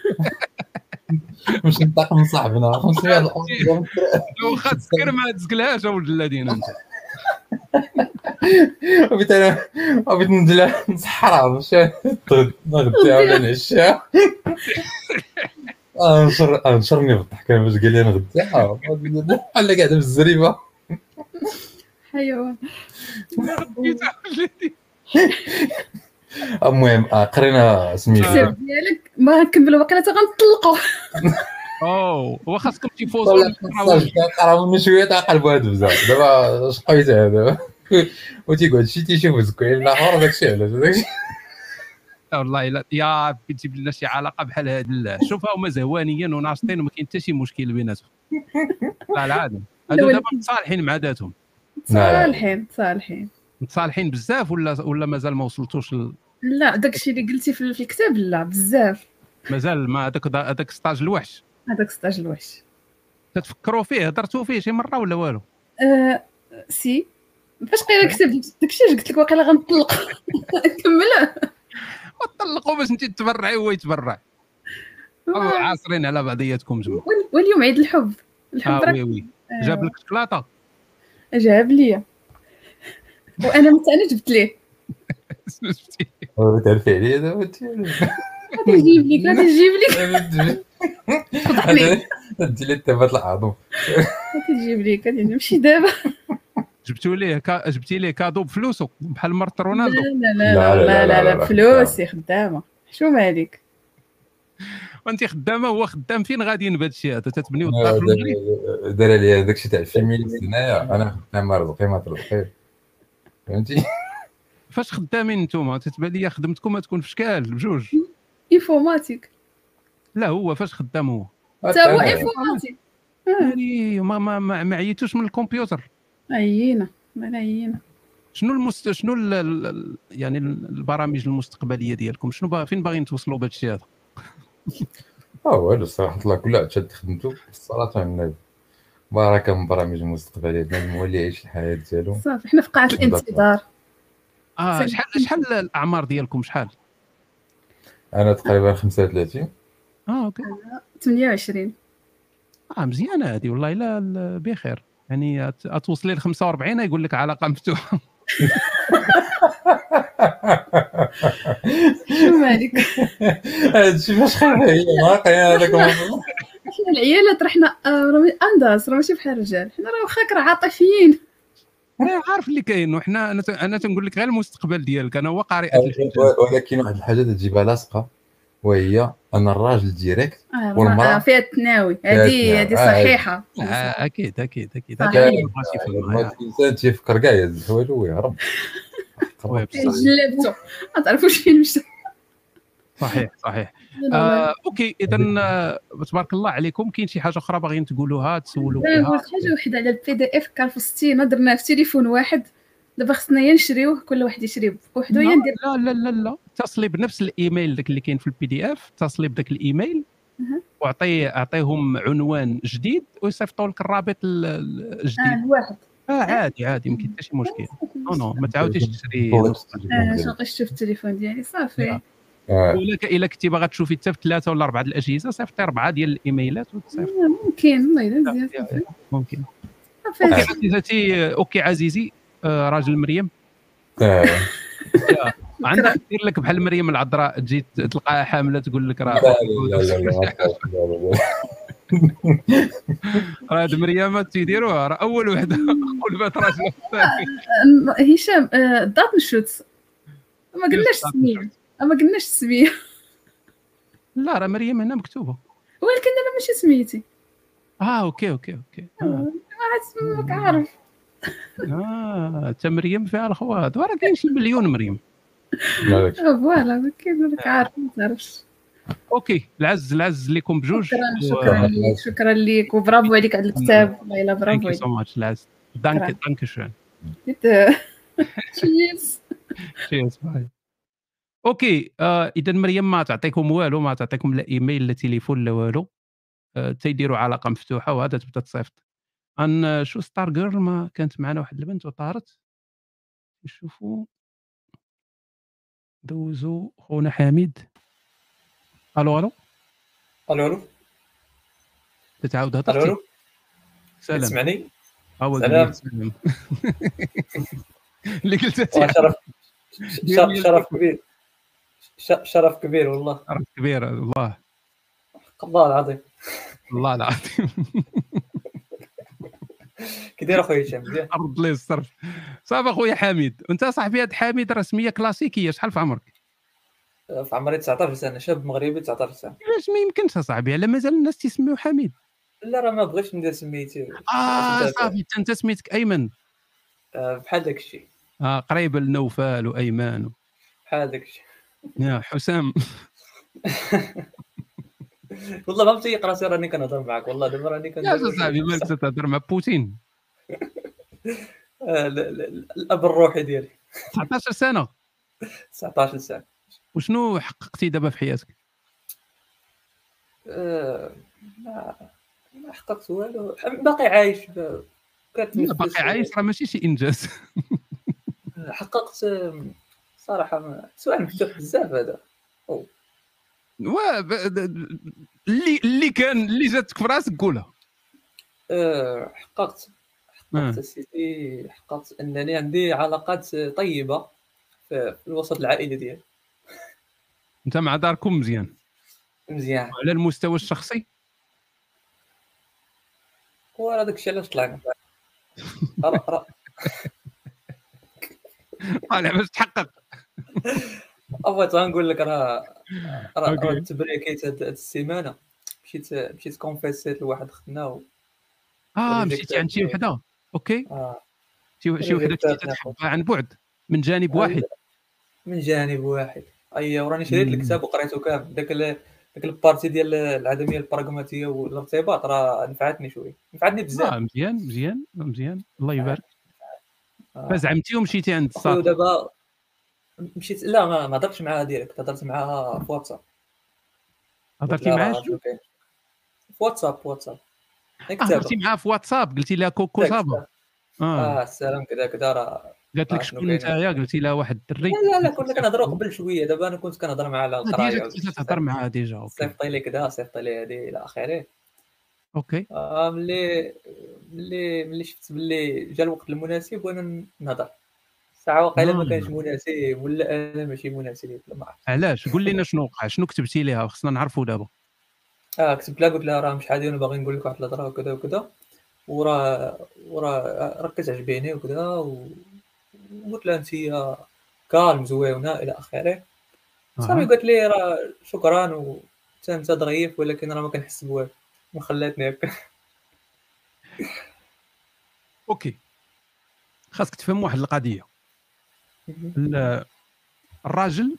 Speaker 20: مش نطاق من صاحبنا خمسمية الأورو
Speaker 1: لو خد سكر ما تسكلهاش اولد الذين انت.
Speaker 20: وبيت انا وبيت ندلع نصحرها باش نغديها ولا نعشاها. اه نشر نشرني بالضحك باش قال لي نغديها بحال قاعده بالزريبه.
Speaker 19: حيوان.
Speaker 20: المهم قرينا سميتو
Speaker 19: الحساب ديالك ما نكملوا باقي تا غنطلقوا.
Speaker 1: اوه هو خاصكم تيفوزوا
Speaker 20: قراو من شويه تقلبوا هاد بزاف دابا شقيت هذا وتيقعد شي تيشوف زكوين الاخر داكشي علاش داكشي.
Speaker 1: والله لا يا ربي تجيب لنا شي علاقه بحال هاد لا شوف هما زهوانيين وناشطين وما كاين حتى شي مشكل بيناتهم. لا العاده هادو دابا متصالحين مع ذاتهم.
Speaker 19: صالحين صالحين
Speaker 1: متصالحين بزاف ولا ولا مازال ما وصلتوش ل...
Speaker 19: لا داكشي اللي قلتي في الكتاب لا بزاف
Speaker 1: مازال ما هذاك هذاك ستاج الوحش
Speaker 19: هذاك ستاج الوحش
Speaker 1: تتفكروا فيه هضرتوا فيه شي مره ولا والو؟
Speaker 19: أه سي فاش قرينا الكتاب داكشي قلت لك واقيلا غنطلق كملها
Speaker 1: طلقوا باش انت تتبرعي وهو يتبرع عاصرين على بعضياتكم جمع.
Speaker 19: واليوم عيد الحب الحب
Speaker 1: اه وي وي جاب لك شوكولاته
Speaker 19: جاب لي وانا مت انا جبت ليه
Speaker 20: تعرفي عليا دابا انت
Speaker 19: غادي نجيب لك غادي نجيب لك
Speaker 20: انت اللي تبات العظم
Speaker 19: غادي نجيب لك غادي نمشي دابا.
Speaker 1: جبتوا ليه كا... جبتي ليه كادو بفلوسو بحال مرت رونالدو؟
Speaker 19: لا لا لا لا لا, لا بفلوسي خدامه حشومه هذيك
Speaker 1: وانت خدامه هو خدام فين غاديين بهذا الشيء هذا تتبنيو الدار في
Speaker 20: المغرب دار عليا داكشي تاع الفيمينيست هنايا انا خدام ما رزقي ما ترزقي فهمتي.
Speaker 1: فاش خدامين نتوما تتبان لي خدمتكم تكون في شكال بجوج
Speaker 19: انفورماتيك.
Speaker 1: لا هو فاش خدام هو
Speaker 19: حتى هو انفورماتيك
Speaker 1: يعني ما ما ما عييتوش من الكمبيوتر
Speaker 19: عيينا ما عيينا.
Speaker 1: شنو المست شنو ال... ال... يعني البرامج المستقبليه ديالكم شنو با... فين باغيين توصلوا بهذا الشيء هذا؟
Speaker 20: اه والو الصراحه الله كل عاد شاد خدمته الصلاه على النبي بركه من برامج المستقبليه بنادم هو اللي يعيش الحياه ديالو
Speaker 19: صافي حنا في قاعه الانتظار.
Speaker 1: اه شحال شحال الاعمار ديالكم شحال؟
Speaker 20: انا تقريبا خمسة وثلاثين.
Speaker 1: اه اوكي
Speaker 19: ثمانية وعشرين.
Speaker 1: اه مزيانه هذه والله لا بخير يعني توصلي ل خمسة وأربعين يقول لك علاقه مفتوحه.
Speaker 19: شو مالك
Speaker 20: هادشي فاش خايفه هي واقعي هذاك
Speaker 19: حنا العيالات رحنا انداس راه ماشي بحال الرجال حنا راه واخا راه عاطفيين.
Speaker 1: انا عارف اللي كاين وحنا انا انا تنقول لك غير المستقبل ديالك انا هو قارئ
Speaker 20: ولكن واحد الحاجه تجيبها لاصقه وهي ان الراجل ديريكت
Speaker 19: آه والمراه فيها التناوي هذه هذه صحيحه.
Speaker 1: آه اكيد اكيد اكيد
Speaker 20: الانسان تيفكر كاع يهز حوالو ويهرب
Speaker 19: جلبته ما تعرفوش فين مشى.
Speaker 1: صحيح صحيح آه، اوكي اذا آه، تبارك الله عليكم. كاين شي حاجه اخرى باغيين تقولوها تسولوا فيها؟
Speaker 19: نقول حاجه وحده على البي دي اف كان في ستين درناه في تليفون واحد دابا خصنا يا نشريوه كل واحد يشري بوحدو يا ندير
Speaker 1: لا لا لا لا اتصلي بنفس الايميل داك اللي كاين في البي دي اف اتصلي بداك الايميل واعطي اعطيهم عنوان جديد ويصيفطوا لك الرابط الجديد.
Speaker 19: اه الواحد
Speaker 1: اه عادي عادي ما كاين حتى شي مشكل. نو نو ما تعاوديش تشري
Speaker 19: نص اه شنو شفت التليفون ديالي صافي.
Speaker 1: ولا الا كنتي باغا تشوفي حتى في ثلاثه ولا اربعه الاجهزه صيفطي اربعه ديال الايميلات وتصيفط.
Speaker 19: ممكن والله الا مزيان
Speaker 1: ممكن. عزيزتي اوكي عزيزي آه راجل مريم عندك دير لك بحال مريم العذراء تجي تلقاها حامله تقول لك راه
Speaker 20: لا لا لا
Speaker 1: هاد مريم تيديروها راه اول وحده قلبات راجل
Speaker 19: هشام دات نشوت ما قلناش السميه ما قلناش السميه.
Speaker 1: لا راه مريم هنا مكتوبه
Speaker 19: ولكن انا ماشي سميتي.
Speaker 1: اه اوكي اوكي اوكي
Speaker 19: ما عاد سمك عارف.
Speaker 1: اه حتى مريم فيها الخوات راه كاين شي مليون مريم.
Speaker 19: فوالا ما كاين راك عارف ما تعرفش.
Speaker 1: اوكي العز العز لكم بجوج.
Speaker 19: شكرا شكرا لك شكرا لك وبرافو عليك على الكتاب والله الا برافو
Speaker 1: عليك. سو ماتش العز دانك دانك شون.
Speaker 19: تشيرز
Speaker 1: تشيرز باي. اوكي آه اذا مريم ما تعطيكم والو ما تعطيكم لا ايميل لا تليفون لا والو آه تيديروا علاقه مفتوحه وهذا تبدا تصيفط. ان شو ستار جيرل ما كانت معنا واحد البنت وطارت نشوفوا دوزو خونا حميد. الو الو
Speaker 21: الو الو
Speaker 1: تتعاود
Speaker 21: الو
Speaker 1: هضرتي.
Speaker 21: الو
Speaker 1: سلام.
Speaker 21: تسمعني؟
Speaker 1: هو
Speaker 21: سلام.
Speaker 1: قال لي سلام. اللي قلت
Speaker 21: واه شرف ش- شرف كبير ش- شرف كبير والله.
Speaker 1: شرف كبير والله.
Speaker 21: حق الله العظيم.
Speaker 1: والله العظيم.
Speaker 21: كي داير اخويا هشام؟ مزيان.
Speaker 1: رد لي الصرف. صافي اخويا حميد، وانت صاحبي هاد حميد رسميه كلاسيكيه، شحال في عمرك؟
Speaker 21: في عمري تسعطاش سنه، شاب مغربي تسعطاش سنه.
Speaker 1: علاش ما يمكنش اصاحبي؟ على مازال الناس تيسميو حميد.
Speaker 21: لا راه ما بغيتش ندير سميتي.
Speaker 1: اه صافي انت انت سميتك ايمن.
Speaker 21: آه، بحال داك الشيء.
Speaker 1: اه قريب لنوفال وايمان و...
Speaker 21: بحال داك الشيء.
Speaker 1: يا حسام.
Speaker 21: والله ما متيق راسي راني كنهضر معاك، والله دابا راني
Speaker 1: يا
Speaker 21: كندير
Speaker 1: صاحبي مالك تهضر مع بوتين.
Speaker 21: آه، ال- ال- الاب الروحي ديالي.
Speaker 1: تسعطاش سنه.
Speaker 21: تسعطاش سنه.
Speaker 1: وشنو حققتي دابا في حياتك؟
Speaker 21: آه، ما ما حققت والو، باقي عايش ب- كنتنفس.
Speaker 1: باقي عايش راه ماشي شي انجاز.
Speaker 21: حققت آه، صراحه ما- سؤال مفتوح بزاف هذا. أو.
Speaker 1: و ب- د- اللي اللي كان اللي جاتك في راسك قولها.
Speaker 21: آه، حققت
Speaker 1: آه.
Speaker 21: حققت سيدي، حققت انني عندي علاقات طيبه في في الوسط العائلي ديالي.
Speaker 1: انت مع داركم مزيان.
Speaker 21: مزيان.
Speaker 1: على المستوى الشخصي
Speaker 21: وراه داك الشيء علاش طلعنا. راه راه
Speaker 1: طالع باش تحقق.
Speaker 21: بغيت غنقول لك راه راه
Speaker 1: أوكي.
Speaker 21: راه التبريكيت هاد هاد السيمانه مشيت مشيت كونفيسيت لواحد خدنا و
Speaker 1: اه مشيتي عند شي وحده. اوكي.
Speaker 21: اه
Speaker 1: شي شي وحده كنتي
Speaker 21: ريفيرتات
Speaker 1: تحبها عن بعد من جانب واحد.
Speaker 21: من جانب واحد. اي وراني شريت
Speaker 1: مم.
Speaker 21: الكتاب وقريته كامل. داك ال- داك البارتي ديال العدميه البراغماتيه والارتباط راه نفعتني شويه، نفعتني
Speaker 1: اه
Speaker 21: بزاف.
Speaker 1: مزيان مزيان مزيان الله يبارك.
Speaker 21: آه.
Speaker 1: فزعمتي ومشيتي عند
Speaker 21: اخويا
Speaker 1: الساطر.
Speaker 21: دابا مشيت. لا ما ما هضرتش معاها ديريكت، هضرت معاها في واتساب.
Speaker 1: هضرتي
Speaker 21: قلت لها
Speaker 1: معاها
Speaker 21: راه
Speaker 1: شنو؟
Speaker 21: كاين في واتساب في واتساب. هي
Speaker 1: آه، هضرتي
Speaker 21: كتابه.
Speaker 1: معاها في واتساب قلتي لها كوكو
Speaker 21: داك
Speaker 1: صافا.
Speaker 21: السلام.
Speaker 1: اه
Speaker 21: اه السلام كذا كذا راه
Speaker 1: قالت
Speaker 21: راه
Speaker 1: لك
Speaker 21: شنو
Speaker 1: شكون
Speaker 21: كاين.
Speaker 1: نتايا؟ قلتي لها واحد الدري.
Speaker 21: لا لا لا كنا كنهضروا قبل شويه. دابا انا كنت كنهضر معها على
Speaker 1: آه،
Speaker 21: القرايه
Speaker 1: ديجا كنتي تهضر معاها ديجا. اوكي
Speaker 21: صيفطي لي كذا صيفطي لي هذه الى اخره.
Speaker 1: اوكي.
Speaker 21: آه ملي ملي ملي شفت باللي جا الوقت المناسب وانا نهضر. ساعه واقيلا ما كانش
Speaker 1: آه.
Speaker 21: مناسب ولا انا ماشي مناسب ولا ما عرفت.
Speaker 1: علاش؟ قول لنا شنو وقع، شنو كتبتي ليها خصنا نعرفوا دابا.
Speaker 21: اه كتبت لها قلت لها راه مش عادي، انا باغي نقول لك واحد الهضره وكذا وكذا، وراه وراه راه كتعجبيني وكذا و- وقلت لها انت كالم زوينه الى اخره. صافي
Speaker 1: اها
Speaker 21: قالت لي راه شكرا و حتى انت ظريف ولكن راه ما كنحس بوالو وخلاتني هكا.
Speaker 1: اوكي. خاصك تفهم واحد القضيه. ال- الراجل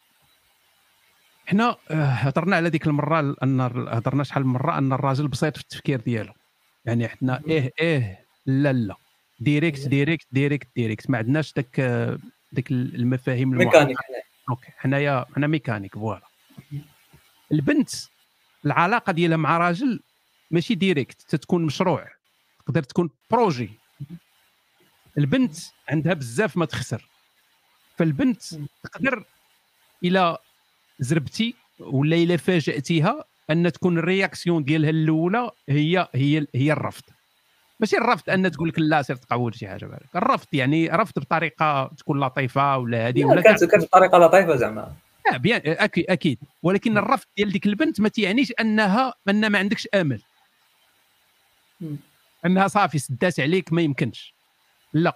Speaker 1: حنا آه، هضرنا على ديك المره ان هضرنا شحال من مره ان الراجل بسيط في التفكير ديالو. يعني حنا ايه ايه لا لا ديريكت ديريكت ديريكت ديريكت ما عندناش داك آه، داك المفاهيم
Speaker 21: ميكانيك
Speaker 1: المعقده.
Speaker 21: حنا.
Speaker 1: اوكي حنايا حنا ميكانيك فوالا. البنت العلاقه ديالها مع راجل ماشي ديريكت، تتكون مشروع، تقدر تكون بروجي. البنت عندها بزاف ما تخسر، فالبنت تقدر الى زربتي ولا الى فاجاتيها ان تكون الرياكسيون ديالها الاولى هي هي هي الرفض. ماشي الرفض ان تقول لك لا سير تقعد شي حاجه بالك، الرفض يعني رفض بطريقه تكون لطيفه ولا هذه
Speaker 21: لا
Speaker 1: ولا
Speaker 21: كانت كانت بطريقه لطيفه زعما.
Speaker 1: اه بيان اكيد اكيد، ولكن الرفض ديال ديك البنت ما تيعنيش انها ان ما عندكش امل،
Speaker 21: مم.
Speaker 1: انها صافي سدات عليك ما يمكنش. لا،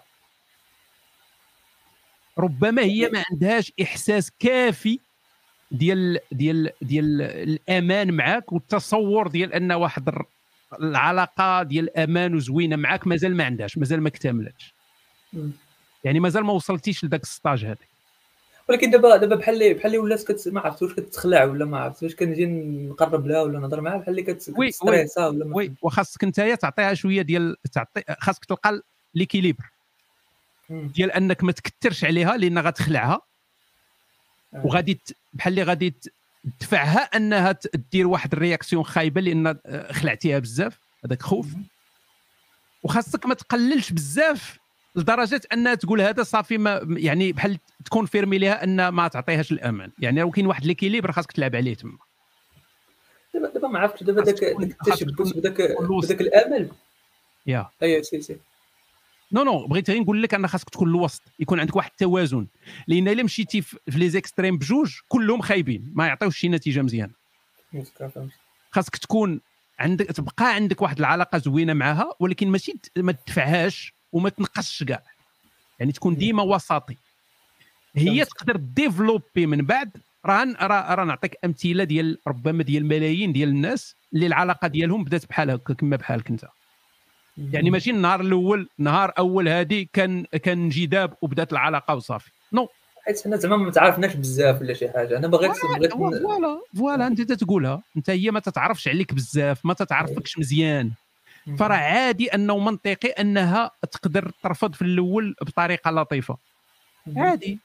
Speaker 1: ربما هي ما عندهاش احساس كافي ديال ديال ديال الامان معك والتصور ديال ان واحد الر- العلاقه ديال امان وزوينه معك مازال ما عندهاش، مازال ما اكتملتش،
Speaker 21: مم.
Speaker 1: يعني مازال ما وصلتيش لذاك السطاج هذاك.
Speaker 21: ولكن دابا دابا بحال اللي بحال اللي ولات كت ما عرفت واش كتخلع ولا ما عرفت واش كنجي نقرب لها ولا نهضر معاها بحال اللي كت-
Speaker 1: وي وي
Speaker 21: كتستريسا ولا ما.
Speaker 1: وي وخاصك نتايا تعطيها شويه ديال تعطي، خاصك تلقى ليكيليبر
Speaker 21: مم.
Speaker 1: ديال انك ما تكثرش عليها لان غتخلعها،
Speaker 21: آه.
Speaker 1: وغادي ت- بحال اللي غادي ت- تدفعها انها ت- دير واحد الرياكسيون خايبه لان آه، خلعتيها بزاف، هذاك خوف. وخاصك ما تقللش بزاف لدرجه انها تقول هذا صافي ما يعني بحال تكون فيرمي ليها ان ما تعطيهاش الامان. يعني لو كاين واحد ليكيليبر خاصك تلعب عليه تما.
Speaker 21: دابا دابا ما عرفتش دابا داك داك التشبث بداك بداك الامل.
Speaker 1: يا
Speaker 21: ايوا سي سي
Speaker 1: نو نو بغيت غير نقول لك ان خاصك تكون الوسط، يكون عندك واحد التوازن، لان الا مشيتي في لي زيكستريم بجوج كلهم خايبين ما يعطيوش شي نتيجه مزيانه. خاصك تكون عندك تبقى عندك واحد العلاقه زوينه معها، ولكن ماشي ما تدفعهاش وما تنقصش كاع، يعني تكون ديما وسطي. هي تقدر ديفلوبي من بعد. راه راه راه نعطيك امثله ديال ربما ديال ملايين ديال الناس اللي العلاقه ديالهم بدات بحال هكا كما بحالك انت. يعني ماشي النهار الاول نهار اول هادي كان كان انجذاب وبدات العلاقه وصافي. نو
Speaker 21: حيت حنا زعما ما تعرفناش بزاف ولا شي حاجه. انا بغيت بغيت
Speaker 1: فوالا فوالا انت تتقولها، انت هي ما تتعرفش عليك بزاف، ما تتعرفكش مزيان، فراه عادي انه منطقي انها تقدر ترفض في الاول بطريقه لطيفه. عادي.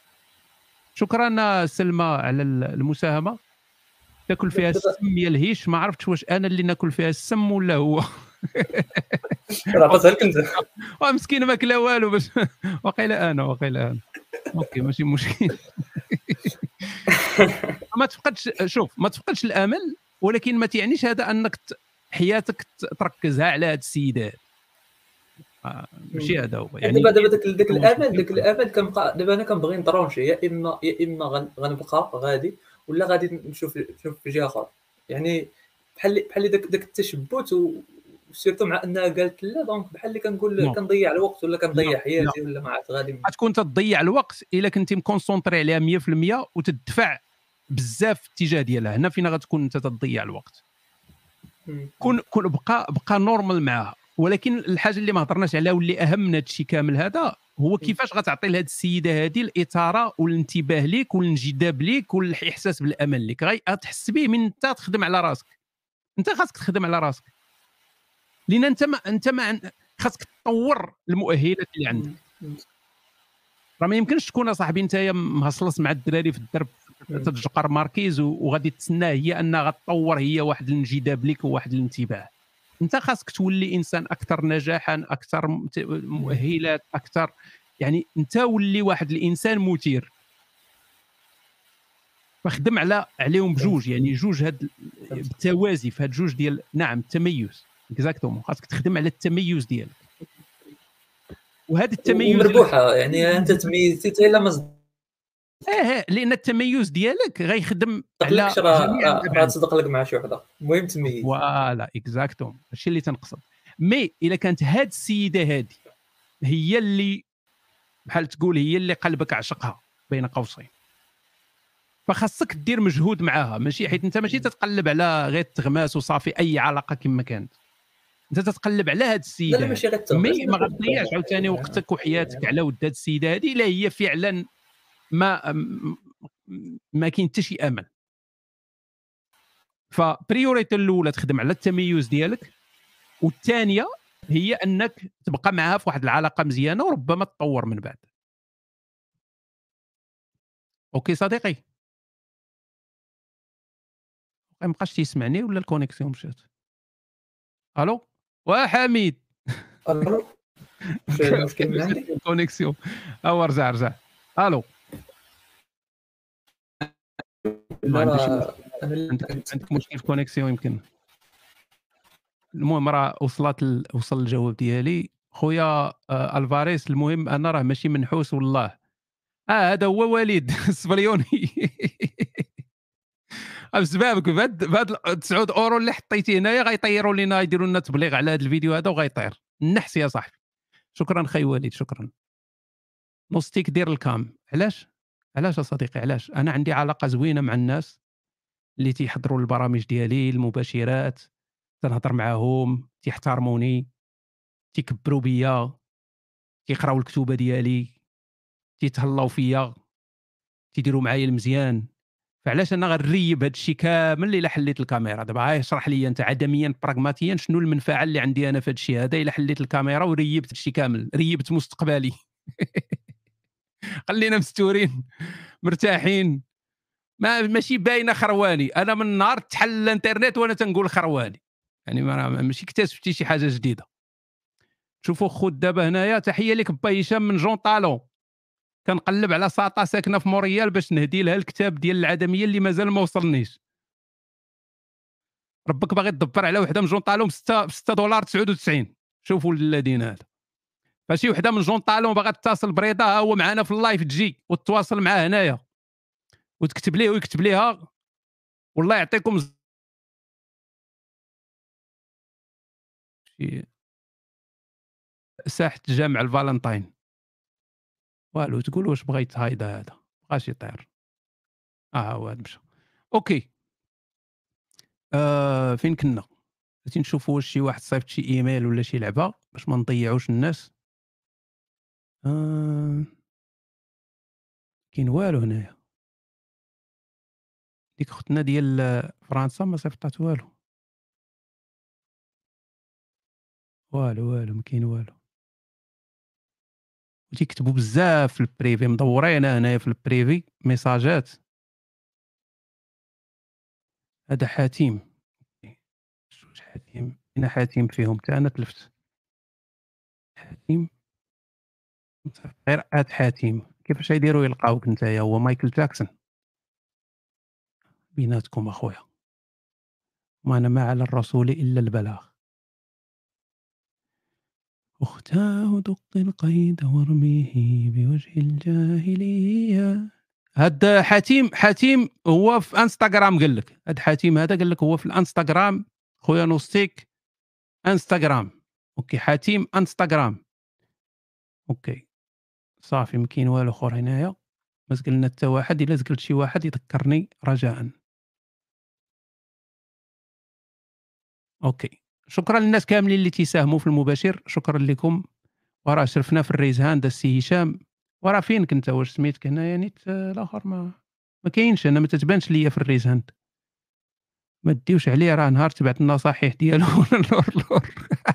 Speaker 1: شكرا سلمى على المساهمه. تاكل فيها السم يا الهيش، ما عرفتش واش انا اللي ناكل فيها السم ولا هو.
Speaker 21: عرفتها لك انت.
Speaker 1: مسكينه ما كلا والو باش وقيله انا وقيله انا. اوكي ماشي مشكل. ما تفقدش، شوف ما تفقدش الامل، ولكن ما تعنيش هذا انك حياتك تركزها على هاد السيدات. آه ماشي هذا هو.
Speaker 21: يعني دابا دابا داك داك الامل داك الامل كنبقى دابا انا كنبغي نطرونشي، يا اما يا اما غنبقى غادي ولا غادي نشوف نشوف في جهه اخرى. يعني بحال بحال داك داك التشبث وسيرتو مع انها قالت لا، دونك بحال اللي كنقول كنضيع الوقت ولا كنضيع حياتي ولا ما عرفت غادي
Speaker 1: غتكون تضيع الوقت الا كنتي مكونسونطري عليها مية في المية وتدفع بزاف في الاتجاه ديالها. هنا فين غتكون انت تضيع الوقت. كون كون بقى بقى نورمال معاها. ولكن الحاجه اللي ما هضرناش عليها واللي اهم من هذا الشيء كامل هذا هو كيفاش غتعطي لهاد السيده هذه الاثاره والانتباه ليك والانجذاب ليك والاحساس بالامان ليك. غتحس به من انت تخدم على راسك. انت خاصك تخدم على راسك، لان انت ما انت ما خاصك تطور المؤهلات اللي عندك. راه ما يمكنش تكون اصاحبي انت مهصلص مع الدراري في الدرب تتجقر ماركيز وغادي تسنى هي انها غتطور هي واحد الانجذاب ليك وواحد الانتباه. انت خاصك تولي انسان اكثر نجاحا، اكثر مؤهلات، اكثر يعني انت ولي واحد الانسان مثير. فخدم على عليهم بجوج، يعني جوج هاد بالتوازي في هاد جوج ديال نعم التميز. اكزاكتومون خاصك تخدم على التميز ديالك. وهذا التميز
Speaker 21: مربوحه، يعني انت تميزتي حتى الا ما
Speaker 1: اه لان التميز ديالك غيخدم
Speaker 21: على راه تصدق لك مع شي وحده. المهم تميز.
Speaker 1: فوالا اكزاكتوم هادشي اللي تنقصد. مي الا كانت هاد السيده هادي هي اللي بحال تقول هي اللي قلبك عشقها بين قوسين، فخاصك دير مجهود معاها. ماشي حيت انت ماشي تتقلب على غير تغماس وصافي اي علاقه كما كانت، انت تتقلب على هاد السيده.
Speaker 21: لا ماشي غير تغماس،
Speaker 1: مي ما غتضيعش عاوتاني وقتك وحياتك على ود هاد السيده هادي الا هي فعلا ما ما كاين حتى شي امل. فبريوريتي الاولى تخدم على التميز ديالك، والثانيه هي انك تبقى معها في واحد العلاقه مزيانه وربما تطور من بعد. اوكي صديقي؟ ما بقاش تيسمعني ولا الكونيكسيون مشات؟ الو وحميد.
Speaker 21: الو المشكل من عندي
Speaker 1: الكونيكسيون. او رجع رجع. الو ما عندكش عندك, عندك مشكل في الكونيكسيون يمكن. المهم راه وصلت ال... وصل الجواب ديالي خويا آه الفاريس. المهم انا راه ماشي منحوس والله. اه هذا هو وليد السبليوني. بسببك بهاد تسعة اورو اللي حطيتي هنايا غيطيروا لينا يديروا لنا تبليغ على هذا الفيديو هذا وغيطير النحس يا صاحبي. شكرا خي وليد شكرا. نصتيك دير الكام. علاش علاش يا صديقي علاش؟ انا عندي علاقه زوينه مع الناس اللي تيحضروا البرامج ديالي المباشرات، تنهضر معاهم تيحترموني تيكبروا بيا تيقراو الكتوبه ديالي تيتهلاو فيا تيديروا معايا المزيان. فعلاش انا غنريب هذا الشيء كامل الا حليت الكاميرا؟ دابا هاي اشرح لي انت عدميا براغماتيا شنو المنفعه اللي عندي انا في هذا الشيء هذا الا حليت الكاميرا وريبت الشيء كامل، ريبت مستقبلي. خلينا مستورين مرتاحين، ما ماشي باينه خرواني. انا من نهار تحل الانترنت وانا تنقول خرواني، يعني ما ماشي اكتشفتي شي حاجه جديده. شوفوا خود دابا هنايا تحيه لك با هشام من جون طالون، كنقلب على ساطا ساكنه في موريال باش نهدي لها الكتاب ديال العدميه اللي مازال ما وصلنيش. ربك باغي تدبر على وحده من جون طالون ب ستة دولار تسعة وتسعين. شوفوا الذين هذا، فشي وحده من جون طالون باغا تتصل برضا، ها هو معنا في اللايف، تجي وتتواصل معاه هنايا وتكتب ليه ويكتب ليها، والله يعطيكم شي ساحه جامع الفالنتاين. والو تقول واش بغا يتهايدا هذا، بغاش يطير. اه هو هذا مشى. اوكي آه فين كنا؟ بغيتي نشوفوا واش شي واحد صيفط شي ايميل ولا شي لعبه باش ما نضيعوش الناس. آه كاين والو هنايا. ديك اختنا ديال فرنسا ما صيفطات والو والو والو ما كاين والو. وتيكتبوا بزاف في البريفي، مدورين هنايا في البريفي ميساجات. هذا حاتم، جوج حاتم، انا حاتم فيهم حتى انا تلفت. حاتم غير اد حاتم، كيفاش يديروا يلقاوك نتايا؟ هو مايكل جاكسون بيناتكم اخويا، ما انا ما على الرسول الا البلاغ. اختاه دق القيد وارميه بوجه الجاهليه. هاد حاتم حاتم هو في انستغرام، قال لك هاد حاتم هذا قال لك هو في الانستغرام خويا نوستيك انستغرام. اوكي حاتم انستغرام. اوكي صافي ما كاين والو اخر هنايا، ما زقلنا حتى واحد. الا زقلت شي واحد يذكرني رجاء. اوكي شكرا للناس كاملين اللي تيساهموا في المباشر، شكرا لكم. وراه شرفنا في الريز هاند السي هشام. وراه فين كنت؟ واش سميتك هنايا نيت الاخر؟ ما ما كاينش، انا ما تتبانش ليا في الريز هاند. ما ديوش عليه، راه نهار تبعت النصائح ديالو لور لور.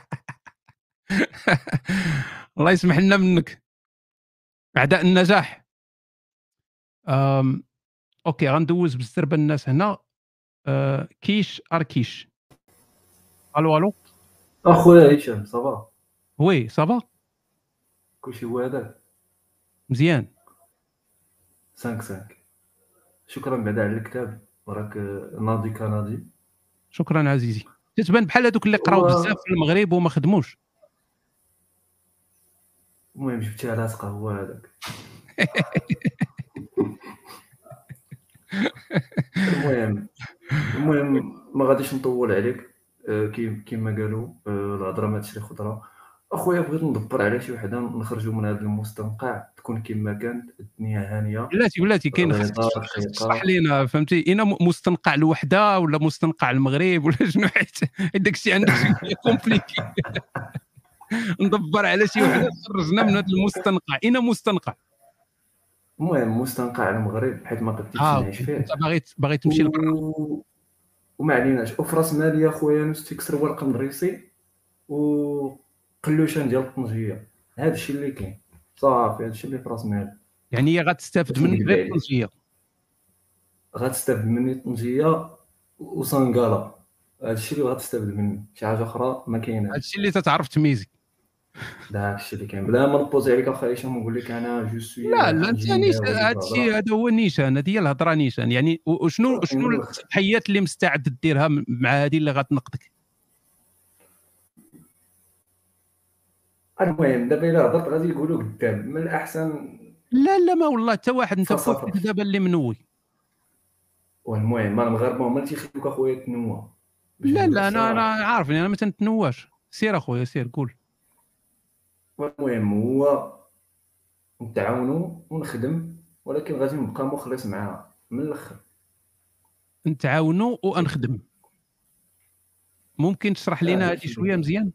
Speaker 1: الله يسمح لنا منك اعداء النجاح. أم... اوكي غندوز بالزربه الناس هنا. أه... كيش اركيش. الو الو
Speaker 3: اخويا هشام صافا؟
Speaker 1: وي صافا
Speaker 3: كلشي هو هذاك
Speaker 1: مزيان.
Speaker 3: خمسة خمسة. شكرا بعدا على الكتاب، وراك ناضي كندي.
Speaker 1: شكرا عزيزي. تتبان بحال هذوك اللي قراو
Speaker 3: و...
Speaker 1: بزاف في المغرب وما خدموش.
Speaker 3: المهم جبتيها لاصقه هو هذاك. المهم المهم ما غاديش نطول عليك. أه كيما قالوا أه الهضره ما تشري خضره. اخويا بغيت ندبر على شي وحده نخرجوا من هذا المستنقع، تكون كما كانت الدنيا هانيه.
Speaker 1: بلاتي بلاتي كاين خاصك تشرح لينا فهمتي، انا مستنقع الوحده ولا مستنقع المغرب ولا شنو؟ حيت داك الشيء عندك شويه كومبليكي. ندبر على شي وحده خرجنا من هذا المستنقع. انا مستنقع
Speaker 3: المهم مستنقع المغرب حيت ما قديتش
Speaker 1: آه
Speaker 3: نعيش فيه.
Speaker 1: انت باغي باغي تمشي لبرا
Speaker 3: و... وما عليناش. وفي راس مالي اخويا نستكسر ورقه من الريسي وقلوشان ديال الطنجيه. هذا الشيء اللي كاين صافي، هذا الشيء اللي في راس مالي.
Speaker 1: يعني هي غتستافد من غير الطنجيه؟
Speaker 3: غتستافد مني الطنجيه وسانكالا، هذا الشيء اللي غتستافد مني. شي حاجه اخرى ما كايناش.
Speaker 1: هذا الشيء اللي تتعرف تميزي.
Speaker 3: داك الشيء اللي كاين. بلا ما نبوزي عليك اخا هشام ونقول لك انا جو سوي.
Speaker 1: لا لا انت نيشان، هذا الشيء هذا هو النيشان، هذه هي الهضره نيشان. يعني وشنو شنو التضحيات اللي مستعد ديرها مع هذه اللي غتنقدك؟
Speaker 3: المهم دابا الا هضرت غادي يقولوا قدام، من الاحسن.
Speaker 1: لا لا ما والله حتى واحد. انت بوحدك دابا اللي منوي.
Speaker 3: والمهم ما المغاربه هما اللي تيخليوك اخويا تنوى.
Speaker 1: لا لا انا انا عارفني، انا ما تنتنواش. سير اخويا سير قول.
Speaker 3: المهم هو نتعاونوا ونخدم، ولكن غادي نبقى مخلص معاها من الاخر.
Speaker 1: نتعاونوا ونخدم. ممكن تشرح لنا هذه شويه مزيان؟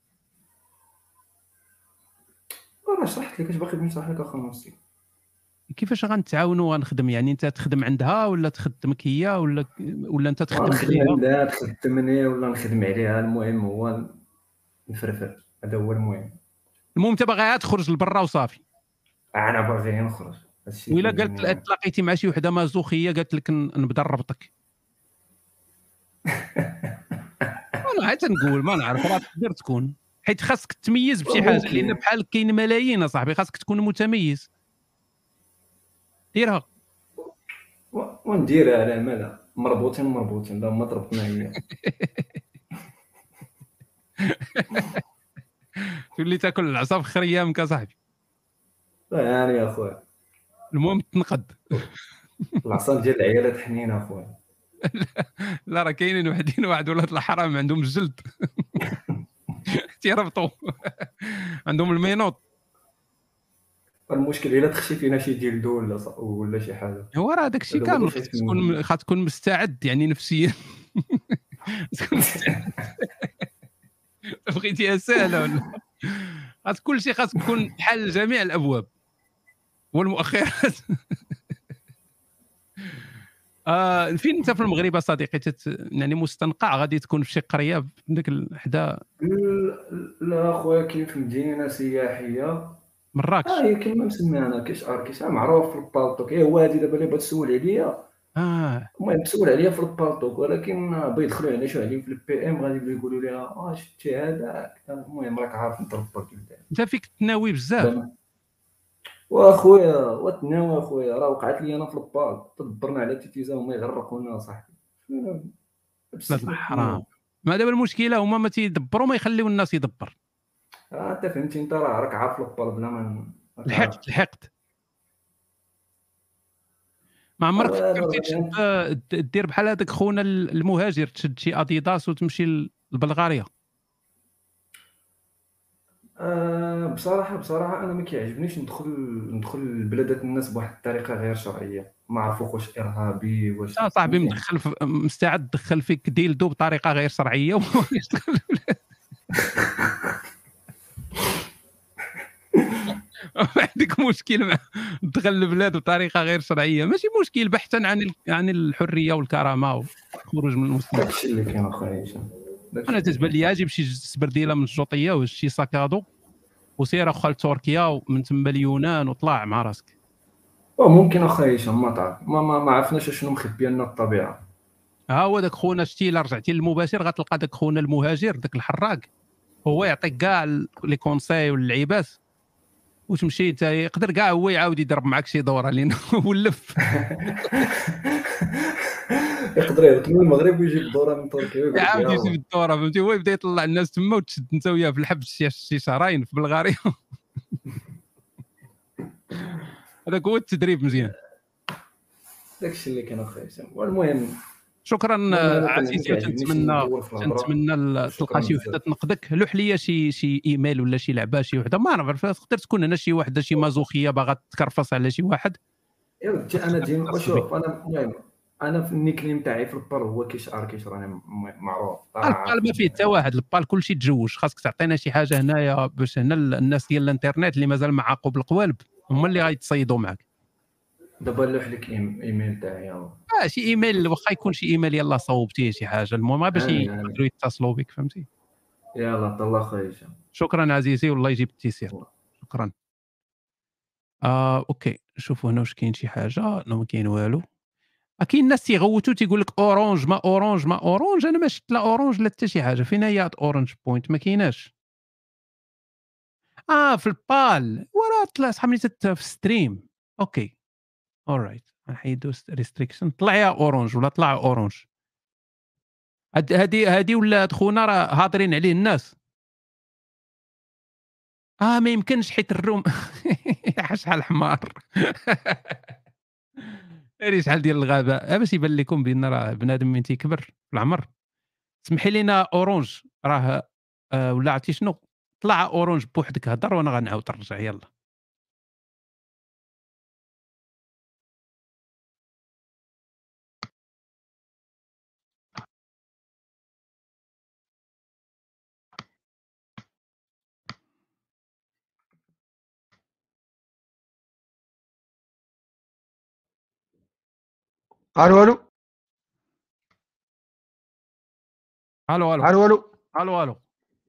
Speaker 3: انا شرحت لك، اش باقي نشرح لك اخو نصي؟
Speaker 1: كيفاش غنتعاونوا ونخدم؟ يعني انت تخدم عندها ولا تخدمك هي ولا ولا انت تخدم
Speaker 3: عليها؟ عندها تخدمني ولا نخدم عليها. المهم هو نفرفر، هذا هو المهم.
Speaker 1: المهم انت باغي تخرج لبرا وصافي.
Speaker 3: انا باغي نخرج.
Speaker 1: ولا قالت تلاقيتي مع شي وحده مازوخيه قالت لك نبدا نربطك؟ انا عاد نقول ما نعرف، راه تقدر تكون حيت خاصك تميز بشي حاجه، لان بحال كاين ملايين اصاحبي، خاصك تكون متميز. ديرها.
Speaker 3: ونديرها على مالا مربوطين مربوطين لا ما ضربتنا هي.
Speaker 1: تولي تاكل العصا في خريامك اصاحبي.
Speaker 3: لا يعني يا خويا
Speaker 1: المهم تنقد.
Speaker 3: العصا ديال العيالات حنينه اخويا.
Speaker 1: لا راه كاينين وحدين واحد ولاد الحرام عندهم الجلد. تيربطوا عندهم المينوط.
Speaker 3: المشكل الا تخشي فينا شي جلدو ولا ص- ولا شي حاجه.
Speaker 1: هو راه داك الشيء
Speaker 3: هذا هو
Speaker 1: كامل
Speaker 3: اللي
Speaker 1: خاصك
Speaker 3: خايف منه.
Speaker 1: تكون خاص تكون مستعد يعني نفسيا. تكون مستعد. بغيتيها سهله ولا خاص كل شيء خاص تكون حل جميع الابواب والمؤخرات. آه فين انت في المغرب يا صديقي؟ تت... يعني مستنقع غادي تكون في شي قريه ديك حدا
Speaker 3: لا- لا اخويا كاين في مدينه سياحيه.
Speaker 1: مراكش.
Speaker 3: اه هي كما مسمينا كاش اركيش معروف في البالطوك. هي هو هادي دابا اللي بغات تسول عليا.
Speaker 1: اه
Speaker 3: المهم تسول عليا في البالطوك، ولكن بغا يدخلوا علينا شو عليهم في البي ام غادي يبداو يقولوا لها اه شفتي هذاك. المهم راك عارف نتربى كيفاش.
Speaker 1: انت فيك تناوي بزاف.
Speaker 3: واخويا وتناوي اخويا راه وقعت لي انا في البال تدبرنا على تيتيزا وما يغرقونا صاحبي.
Speaker 1: ولاد الحرام. ما دابا المشكله هما ما تيدبروا ما يخليو الناس يدبر.
Speaker 3: اه انت فهمتي انت راه راك عارف البال بلا ما راك عارف.
Speaker 1: لحقت لحقت. ما عمرك
Speaker 3: أيوا أنا
Speaker 1: فكرتي
Speaker 3: راه
Speaker 1: تشد دير بحال هذاك خونا المهاجر، تشد شي اديداس وتمشي لبلغاريا؟
Speaker 3: آه بصراحه بصراحه انا ما كيعجبنيش ندخل ندخل لبلادات الناس بواحد الطريقه غير شرعيه. ما عرفوك واش ارهابي واش
Speaker 1: اه صاحبي
Speaker 3: فهمتي؟
Speaker 1: مدخل في مستعد تدخل فيك ديلدو بطريقه غير شرعيه ويدخل البلاد. ما عندك مشكل مع دخل البلاد بطريقه غير شرعيه، ماشي مشكل بحثا عن ال... عن الحريه والكرامه والخروج من المسلمين.
Speaker 3: داكشي اللي كاين اخويا هشام. داكشي
Speaker 1: انا
Speaker 3: اللي
Speaker 1: تتبان لي اجيب شي سبرديله من الجوطيه وهز شي ساكادو وسير اخا لتركيا ومن تما اليونان وطلع مع راسك.
Speaker 3: أو ممكن اخويا هشام ما تعرف ما ما, ما عرفناش شنو مخبيه لنا الطبيعه.
Speaker 1: ها هو داك خونا شتي الا رجعتي للمباشر غتلقى داك خونا المهاجر داك الحراق هو يعطيك كاع لي كونساي واللعيبات وتمشي انت يقدر كاع هو يعاود يضرب معك شي دوره لين ولف.
Speaker 3: يقدر يهبط من المغرب ويجيب دوره من تركيا ويقول لك
Speaker 1: يعاود
Speaker 3: يلا.
Speaker 1: يجيب الدوره فهمتي، هو يبدا يطلع الناس تما وتشد انت وياه في الحبس شي شي شهرين في بلغاريا. هذاك هو التدريب مزيان.
Speaker 3: داكشي اللي كان اخويا هشام. والمهم
Speaker 1: شكرا
Speaker 3: المهم أنا كان-
Speaker 1: عزيزي،
Speaker 3: ما كيعجبنيش
Speaker 1: وتنتمنى
Speaker 3: ندور في الهضرة.
Speaker 1: تنتمنى
Speaker 3: شكراً
Speaker 1: تلقى شي
Speaker 3: بزاف.
Speaker 1: وحده تنقدك. لوح ليا شي شي ايميل ولا شي لعبه شي وحده ما نعرف، تقدر تكون هنا شي وحده شي مازوخيه باغا تكرفص على شي واحد.
Speaker 3: يا ودي انا ديما شوف انا المهم انا في النيكنيم تاعي في البال هو كيش اركيش راني م- معروف. راه
Speaker 1: البال ما فيه حتى واحد، البال كلشي تجوج. خاصك تعطينا شي حاجه هنايا باش هنا الناس ديال الانترنت اللي مازال معاقوا بالقوالب هما اللي غيتصيدوا معاك.
Speaker 3: دابا نلوح لك إيم- ايميل تاعي ها.
Speaker 1: اه شي ايميل واخا يكون شي ايميل يلا صوبتيه شي حاجه، المهم غير باش
Speaker 3: هاني هاني.
Speaker 1: يقدروا يتصلوا بك فهمتي.
Speaker 3: يلا طلع خويا هشام.
Speaker 1: شكرا عزيزي والله يجيب التيسير. شكرا. آه اوكي شوفوا هنا واش كاين شي حاجه. لا ما كاين والو. كاين الناس تيغوتوا تيقول لك اورانج ما اورانج ما اورانج. انا ما شفت لا اورانج لا حتى شي حاجه. فين هي اورانج بوينت؟ ما كايناش. اه في البال وراه طلع صحابني في ستريم. اوكي اورايت نحيدو ريستريكشن. طلع يا اورانج ولا طلع اورانج. هاد هادي هادي ولا خونا راه هاضرين عليه الناس. اه ما يمكنش حيت الروم شحال حمار. راه شحال ديال الغباء باش يبان لكم بان راه بنادم من تيكبر في العمر. سمحي لينا اورانج راه آه ولا عرفتي شنو طلع اورانج بوحدك هضر وانا غنعاود نرجع. يلا
Speaker 4: الو الو
Speaker 1: الو الو
Speaker 4: الو الو
Speaker 1: الو الو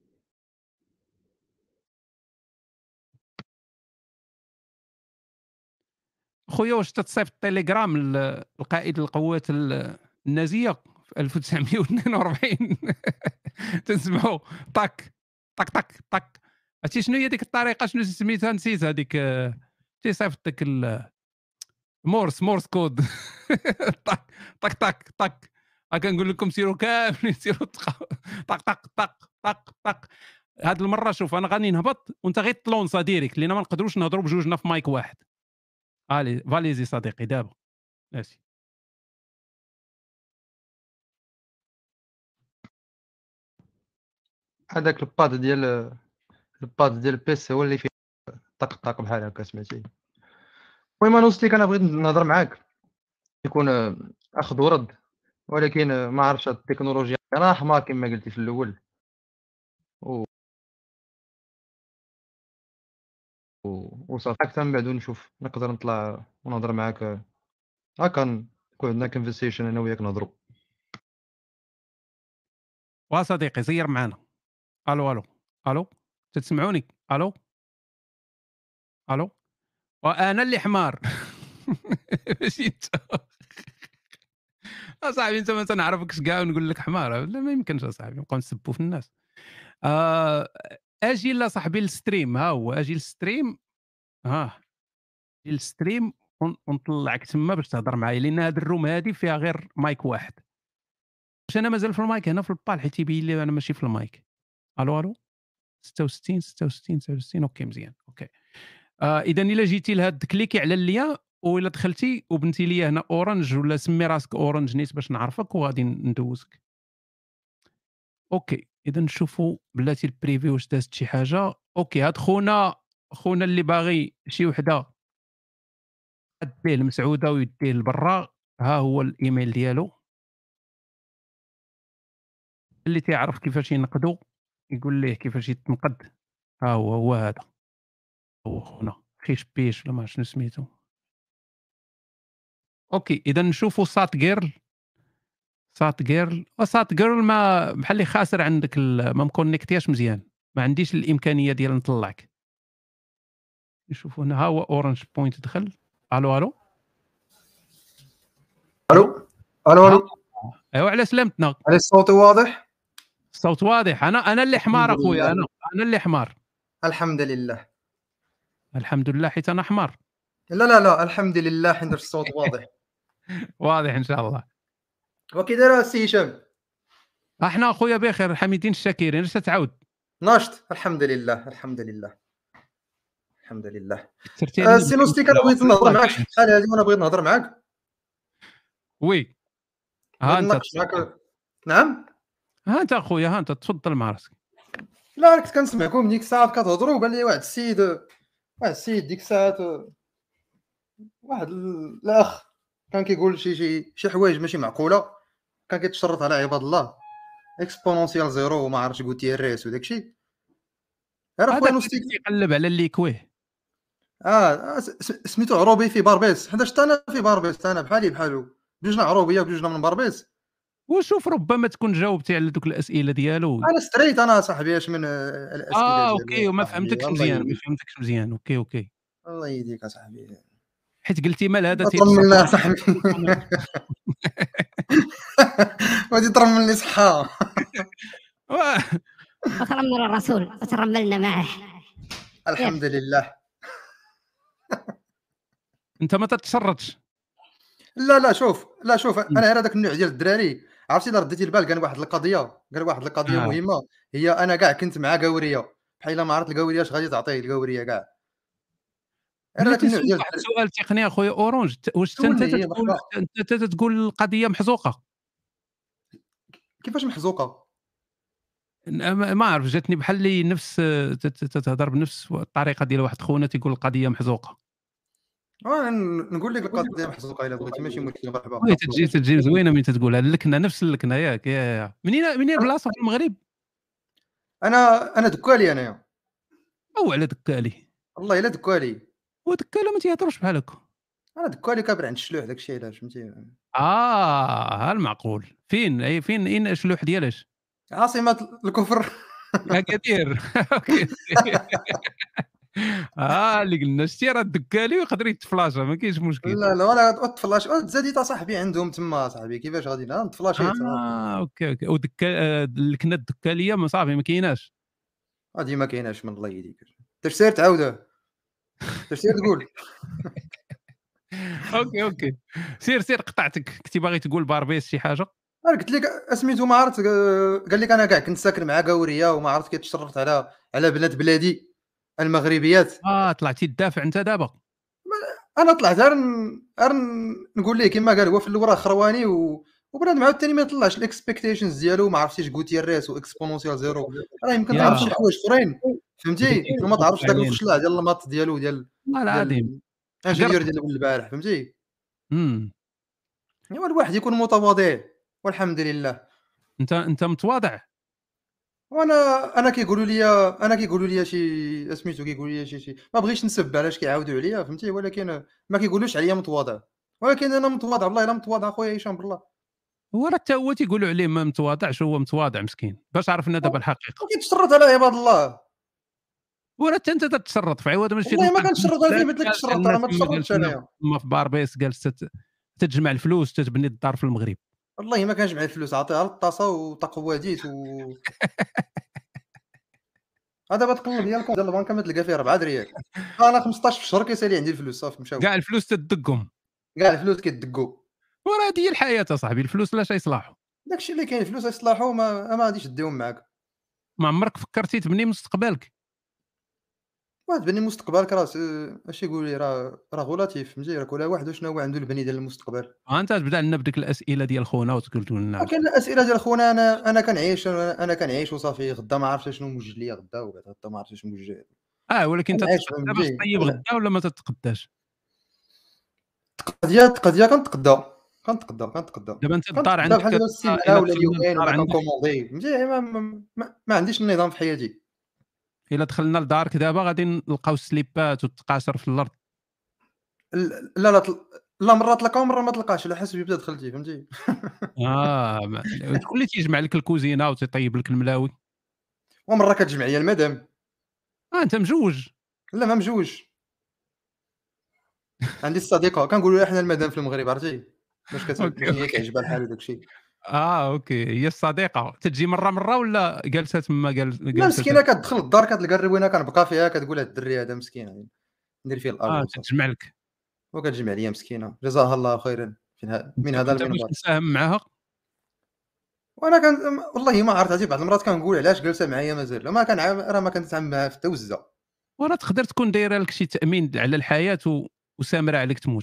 Speaker 1: خويا واش تتصيفط التليجرام ل- القائد القوات ال- النازيه في ألف وتسعمية واثنين وأربعين تنسمعوا طاك طق طق طق. عرفتي شنو هي ديك الطريقه شنو سميتها نسيت هذيك تيصيفط ديك مورس مورس كود طق طق طق طق. كنقول لكم سيروا كاملين سيروا طق طق طق طق طق طق. هاد المره شوف انا غادي نهبط وانت غير تلونسا ديريكت لان ما نقدروش نهضروا بجوجنا في مايك واحد. الي فاليزي صديقي دابا ماشي.
Speaker 9: هذاك الباد ديال الباد ديال البيس هو اللي فيه طق طق بحال هكا سمعتي. المهم انا وصلت لك انا بغيت نهضر معاك يكون اخذ ورد ولكن ما عرفتش هاد التكنولوجيا انا حمار كما قلتي في الاول و وصافي حتى من بعد نشوف نقدر نطلع ونهضر معاك هكا نكون عندنا كونفرسيشن انا وياك نهضروا.
Speaker 1: وا صديقي زير معانا. الو الو الو تسمعوني؟ الو الو وانا اللي حمار ماشي انت اصاحبي. انت ما تنعرفكش كاع ونقول لك حمار لا ما يمكنش اصاحبي نبقاو نسبوا في الناس. آه اجي لا صاحبي الستريم ها هو اجي الستريم ها اجي الستريم ونطلعك تما باش تهضر معايا لان هاد الروم هادي فيها غير مايك واحد. واش انا مازال في المايك هنا في البال حيت يبين لي انا ماشي في المايك. الو الو ستة وستين ستة وستين تسعة وستين اوكي مزيان اوكي. آه اذا الا جيتي لهاد كليكي على اللين وإلا دخلتي وبنتي لي هنا اورنج ولا سمي راسك اورنج نيت باش نعرفك وغادي ندوزك. اوكي اذا نشوفوا بلاتي البريفي واش دازت شي حاجه. اوكي هاد خونا خونا اللي باغي شي وحده ديه المسعوده ويديه لبرا ها هو الايميل ديالو اللي تيعرف كيفاش ينقدو يقول ليه كيفاش يتنقد. ها هو هو هذا هو خونا خيش بيش ولا ما شنو سميتو. اوكي اذا نشوفوا سات جيرل سات جيرل وسات جيرل ما بحال اللي خاسر عندك ما مكونيكتياش مزيان ما عنديش الامكانيه ديال نطلعك. نشوفوا هنا ها هو اورنج بوينت دخل. الو الو
Speaker 9: الو الو الو
Speaker 1: ايوا على سلامتنا.
Speaker 9: على الصوت واضح؟
Speaker 1: الصوت واضح. انا انا اللي حمار اخويا انا انا اللي حمار.
Speaker 9: الحمد لله
Speaker 1: الحمد لله حيت انا حمار.
Speaker 9: لا لا لا الحمد لله حيت الصوت واضح.
Speaker 1: واضح ان شاء الله.
Speaker 9: وكي داير السي هشام؟
Speaker 1: احنا اخويا بخير الحميدين الشاكرين. اش تعاود؟
Speaker 9: ناشط الحمد لله الحمد لله الحمد لله.
Speaker 1: آه
Speaker 9: السي نوستيك انا بغيت نهضر معاك شحال هذه وانا بغيت نهضر معاك.
Speaker 1: وي ها انت
Speaker 9: معك. نعم
Speaker 1: ها انت اخويا ها انت تفضل مع راسك.
Speaker 9: لا كنت كنسمعكم ديك الساعه كتهضروا بان لي واحد السيد واحد السيد ديك الساعه واحد الاخ كان كيقول شي شي شي حوايج ماشي معقوله كان كيتشرط على عباد الله اكسبونونسيال زيرو وما عرفتش قلتي الريس وداك الشيء. عرف خويا نوستيك
Speaker 1: يقلب على اللي كويه.
Speaker 9: اه سميتو عروبي في باربيس حيت حتى انا في باربيس انا بحالي بحالو بجوجنا عروبيه وبجوجنا من باربيس.
Speaker 1: وشوف ربما تكون جاوبتي على دوك الاسئله ديالو.
Speaker 9: انا ستريت انا صاحبي اش من الاسئله
Speaker 1: اه اوكي وما فهمتكش مزيان ما فهمتكش مزيان. اوكي اوكي
Speaker 9: الله يهديك اصاحبي
Speaker 1: حيت قلتي مال هذا
Speaker 9: تيطرملنا صاحبي غادي ترملني صحه
Speaker 2: وترمل الرسول وترملنا معه.
Speaker 9: الحمد لله.
Speaker 1: انت ما تتشرطش.
Speaker 9: لا لا شوف لا شوف انا غير هذاك النوع ديال الدراري عرفتي الا رديتي البال قال واحد القضيه قال واحد القضيه آه. مهمه هي انا كاع كنت مع قاوريه بحال ما عرفت القاوريه اش غادي تعطيه القاوريه كاع.
Speaker 1: انا هذاك النوع ديال سؤال تقني اخويا اورانج واش انت تقول انت تقول القضيه محزوقه؟
Speaker 9: كيفاش محزوقه؟
Speaker 1: ما عرف جاتني بحال اللي نفس تتهضر بنفس الطريقه ديال واحد خونا تيقول القضيه محزوقه.
Speaker 9: اه نقول لك القضيه محزوقه الا بغيتي ماشي مشكل مرحبا.
Speaker 1: وي تجي تجي زوينه من تتقولها اللكنه نفس اللكنه ياك يا منين منين بلاصه في المغرب؟
Speaker 9: انا انا دكالي انايا.
Speaker 1: او على دكالي
Speaker 9: والله الا دكالي.
Speaker 1: ودكاله ما تيهضروش بحال هكا.
Speaker 9: انا دكالي كابر عند الشلوح داك الشيء علاش فهمتي.
Speaker 1: اه ها المعقول. فين اي فين اين الشلوح ديالاش؟
Speaker 9: عاصمه الكفر
Speaker 1: اكادير. اوكي اه اللي قلنا شتي راه الدكالي ويقدر يتفلاشا ما كاينش مشكل.
Speaker 9: لا لا ولا تفلاش تزاديت صاحبي عندهم تما صاحبي كيفاش غادي نتفلاشيت.
Speaker 1: اه اوكي اوكي ودكا الكنه الدكاليه ما صافي ما كايناش.
Speaker 4: هادي ما كايناش من الله يهديك. انت سير تعاودها، انت سير تقول.
Speaker 1: اوكي اوكي سير سير قطعتك، كنتي باغي تقول باربيس شي حاجه.
Speaker 4: انا قلت لك اسميتو ما عرفت، قال لك انا كاع كنت ساكن مع قاوريه وما عرفت كي تشرفت على على بنات بلادي المغربيات.
Speaker 1: اه طلعتي تدافع انت دابا.
Speaker 4: انا طلعت غير غير نقول ليه كما قال هو في الاول خرواني و وبنادم عاوتاني ما يطلعش الاكسبكتيشنز ديالو، ما عرفتيش غوتيريس واكسبونونسيال زيرو، راه يمكن
Speaker 1: يا.
Speaker 4: تعرف شي حوايج اخرين فهمتي، وما تعرفش داك
Speaker 1: علينا.
Speaker 4: الفشلاع ديال المات ديالو ديال
Speaker 1: والله العظيم
Speaker 4: انجينيور ديال البارح فهمتي.
Speaker 1: امم
Speaker 4: ايوا الواحد يكون متواضع والحمد لله.
Speaker 1: انت انت متواضع.
Speaker 4: وانا انا كيقولوا لي انا كيقولوا لي شي سميتو كيقولوا لي شي شي ما بغيتش نسب علاش كيعاودوا عليا فهمتي، ولكن ما كيقولوش عليا متواضع، ولكن انا متواضع والله الا متواضع خويا هشام بالله.
Speaker 1: هو راه حتى هو تيقولوا عليه ما متواضعش، هو متواضع مسكين. باش عرفنا دابا الحقيقه.
Speaker 4: كيتشرط على عباد الله.
Speaker 1: وراه حتى انت تتشرط في عوض ماشي.
Speaker 4: والله ما كنتشرط فيه مثل لك تشرط، راه ما تشرطش انايا.
Speaker 1: ما في باربيس جالس تتجمع الفلوس تتبني الدار في المغرب.
Speaker 4: والله ما كنجمع الفلوس، عطيها للطاسه وطقواديت و هذا بتقلب ديالكم ديال البنكه ما تلقى فيه أربعة ريال. انا خمسطاش في الشهر كيسالي عندي الفلوس صافي مشاو.
Speaker 1: كاع الفلوس تدقهم،
Speaker 4: كاع الفلوس كيدقوا.
Speaker 1: وراه هذه هي الحياه اصاحبي، الفلوس لاش يصلحوا.
Speaker 4: داكشي اللي كاين الفلوس يصلحوا ما ما غاديش ديهم معاك.
Speaker 1: ما عمرك فكرتي تبني مستقبلك؟
Speaker 4: واحد بني مستقبلك راه اش يقول لي راه راه غولاتيف فهمتي، راه كل واحد شنو هو عنده البني ديال المستقبل.
Speaker 1: ها انت تبدا لنا بديك الاسئله ديال خونا وتقول لنا
Speaker 4: كاين الاسئله ديال خونا. انا انا كنعيش انا كنعيش وصافي، غدا ما عرفتش شنو موجد ليا غدا، وبعد غدا ما عرفتش شنو موجد.
Speaker 1: اه ولكن انت
Speaker 4: كنعيش
Speaker 1: تتقدى باش
Speaker 4: فهمتي.
Speaker 1: طيب غدا ولا ما تتقداش؟
Speaker 4: تقضيه تقضيه كنتقدى كنتقدى كنتقدى
Speaker 1: دابا انت الدار عندك
Speaker 4: بحال دابا السيمانه
Speaker 1: الا
Speaker 4: ولا
Speaker 1: دخلنا
Speaker 4: اليومين
Speaker 1: الدار
Speaker 4: ولا
Speaker 1: عندك
Speaker 4: كنكوموندي فهمتي. ما, ما, ما, ما عنديش النظام في حياتي.
Speaker 1: الا دخلنا لدارك دابا غادي نلقاو السليبات وتقاشر في الارض.
Speaker 4: لا لا تل... لا مره تلقاو مره ما تلقاش على حسب بدا دخلتي فهمتي.
Speaker 1: اه ما- شكون اللي تيجمع لك الكوزينه وتيطيب لك الملاوي؟
Speaker 4: ومره كتجمع ليا المدام.
Speaker 1: اه انت مجوج؟
Speaker 4: لا ما مجوج. عندي الصديقه كنقولوا لها حنا المدام في المغرب عرفتي، باش كت...
Speaker 1: اوكي
Speaker 4: باش هي
Speaker 1: اوكي
Speaker 4: كيعجبها الحال وداك الشيء.
Speaker 1: اه اوكي هي الصديقه تجي مره مره ولا جالسه تما جال-
Speaker 4: لا
Speaker 1: جالسه
Speaker 4: مسكينه كتدخل الدار كتلقى الروينه كنبقى فيها كتقول هاد الدري هذا مسكين يعني ندير فيه
Speaker 1: اه
Speaker 4: الاجر وصافي.
Speaker 1: تتجمع لك.
Speaker 4: وكتجمع ليا مسكينه جزاها الله خيرا من ه- من هذا
Speaker 1: انت باش
Speaker 4: المنبر.
Speaker 1: نساهم معاها؟
Speaker 4: وانا كان والله ما عرفت، عرفتي بعض المرات كنقول علاش جالسه معايا مازال ما كان راه ما كنتعامل معاها في التوزه.
Speaker 1: وراه تقدر تكون دايره لك شي تامين على الحياه و... وسامره عليك تموت.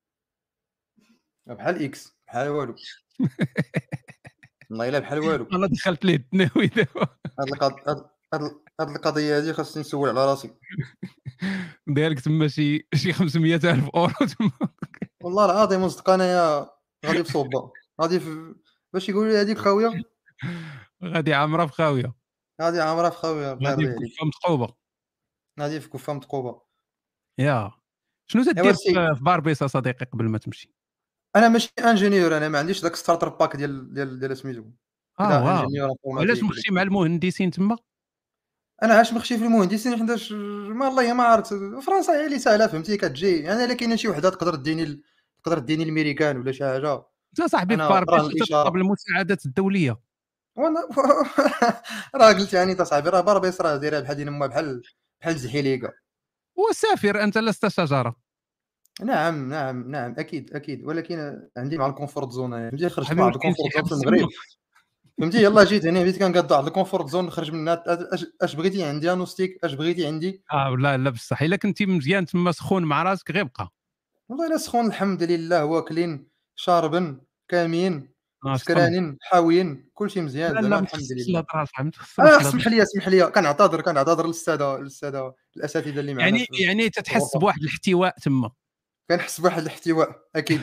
Speaker 4: بحال اكس بحال والو. والله الا بحال والو.
Speaker 1: انا دخلت ليه التناوي دابا.
Speaker 4: هاد القض... هاد هاد هاد القضيه هذه خاصني نسول على راسي.
Speaker 1: دايرك تما شي شي خمسمية ألف اورو تما.
Speaker 4: والله العظيم مصدق انايا غادي في صوبه غادي في باش يقولوا لي هذيك خاويه
Speaker 1: غادي عامره في خاويه،
Speaker 4: غادي عامره في خاويه الله
Speaker 1: غادي
Speaker 4: يرضي
Speaker 1: في
Speaker 4: عليك.
Speaker 1: كفه متقوبه.
Speaker 4: غادي في كفه متقوبه.
Speaker 1: يا شنو
Speaker 4: ايوا
Speaker 1: تدير
Speaker 4: سي
Speaker 1: في في باربيس صديقي قبل ما تمشي؟
Speaker 4: انا ماشي انجينيور، انا ما عنديش داك ستارتر باك ديال ديال ديال سميتو
Speaker 1: اه
Speaker 4: لا
Speaker 1: واو،
Speaker 4: انجينيور
Speaker 1: علاش
Speaker 4: انفورماتيك.
Speaker 1: مخشي مع المهندسين تما؟
Speaker 4: انا عاش مخشي في المهندسين حيتاش ما والله ما عرفت فرنسا هي اللي سهله فهمتي كتجي يعني. الا كاينه شي وحده تقدر ديني ال... تقدر ديني الميريكان ولا شي حاجه.
Speaker 1: انت صاحبي في
Speaker 4: انا
Speaker 1: باربيس
Speaker 4: راه
Speaker 1: تطلب
Speaker 4: الاشاره
Speaker 1: المساعدات الدوليه.
Speaker 4: وانا راه قلت يعني تا صاحبي راه باربيس راه دايره بحال دينا بحال بحال زحيليكا.
Speaker 1: وسافر انت لست شجره.
Speaker 4: نعم نعم نعم اكيد اكيد، ولكن عندي مع الكونفورت زون يعني فهمتي. خرجت
Speaker 1: صاحبي
Speaker 4: مع
Speaker 1: واش كاين
Speaker 4: الكونفورت
Speaker 1: شي
Speaker 4: زون في
Speaker 1: حبس
Speaker 4: المغرب
Speaker 1: تما؟
Speaker 4: فهمتي. يلاه جيت هنا بديت كنقاد واحد الكونفورت زون نخرج منها. اش اش بغيتي عندي انوستيك اش بغيتي عندي.
Speaker 1: اه لا لا بصح الا كنتي مزيان تما سخون مع راسك غير بقى.
Speaker 4: والله الا سخون الحمد لله، واكلين شاربين كامين
Speaker 1: اه سخن.
Speaker 4: سكرانين حاويين كلشي مزيان
Speaker 1: لا لا
Speaker 4: زعما
Speaker 1: ما
Speaker 4: الحمد
Speaker 1: تخصش
Speaker 4: لله.
Speaker 1: الهضره صاحبي ما تخصش
Speaker 4: اه
Speaker 1: الهضره.
Speaker 4: اسمح لي اسمح لي كنعتذر كنعتذر للساده للساده الاساتذه اللي معنا
Speaker 1: يعني
Speaker 4: في
Speaker 1: يعني
Speaker 4: في
Speaker 1: تتحس
Speaker 4: الغرفه.
Speaker 1: بواحد الاحتواء تما.
Speaker 4: كنحس بواحد الاحتواء اكيد.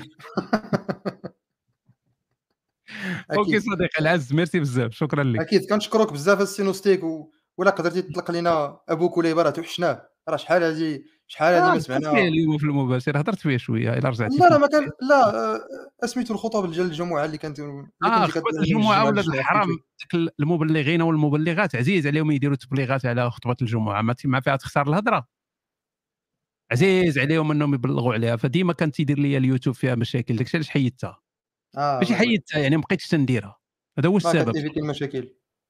Speaker 1: اوكي
Speaker 4: اكيد
Speaker 1: صديقي العز ميرسي بزاف شكرا لك.
Speaker 4: اكيد كنشكروك بزاف السينوستيك و... ولا قدرتي تطلق لنا ابو كليبه راه توحشناه. راه شحال هادي شحال هادي
Speaker 1: آه
Speaker 4: ما
Speaker 1: هضرت فيه
Speaker 4: سمعنا.
Speaker 1: اليوم في المباشر هضرت فيه شويه الا رجعتي
Speaker 4: لا
Speaker 1: في
Speaker 4: لا ما كان لا آه، اسميتو الخطب ديال الجمعه اللي كانت اللي
Speaker 1: اه
Speaker 4: كنتي
Speaker 1: خطبه
Speaker 4: كدير
Speaker 1: الجمعه
Speaker 4: الجمعه
Speaker 1: ولاد
Speaker 4: الجمعه
Speaker 1: الحرام. ديك المبلغين والمبلغات عزيز عليهم يديروا تبليغات على خطبه الجمعه ما ما فيها تخسر الهضره. عزيز عليهم انهم يبلغوا عليها. فديما كان تيدير لي اليوتيوب فيها مشاكل داكشي علاش حيدتها.
Speaker 4: اه
Speaker 1: ماشي
Speaker 4: الله يبارك.
Speaker 1: حيدتها يعني ما بقيتش تنديرها. هذا هو
Speaker 4: ما
Speaker 1: السبب.
Speaker 4: كتيفيتي المشاكل.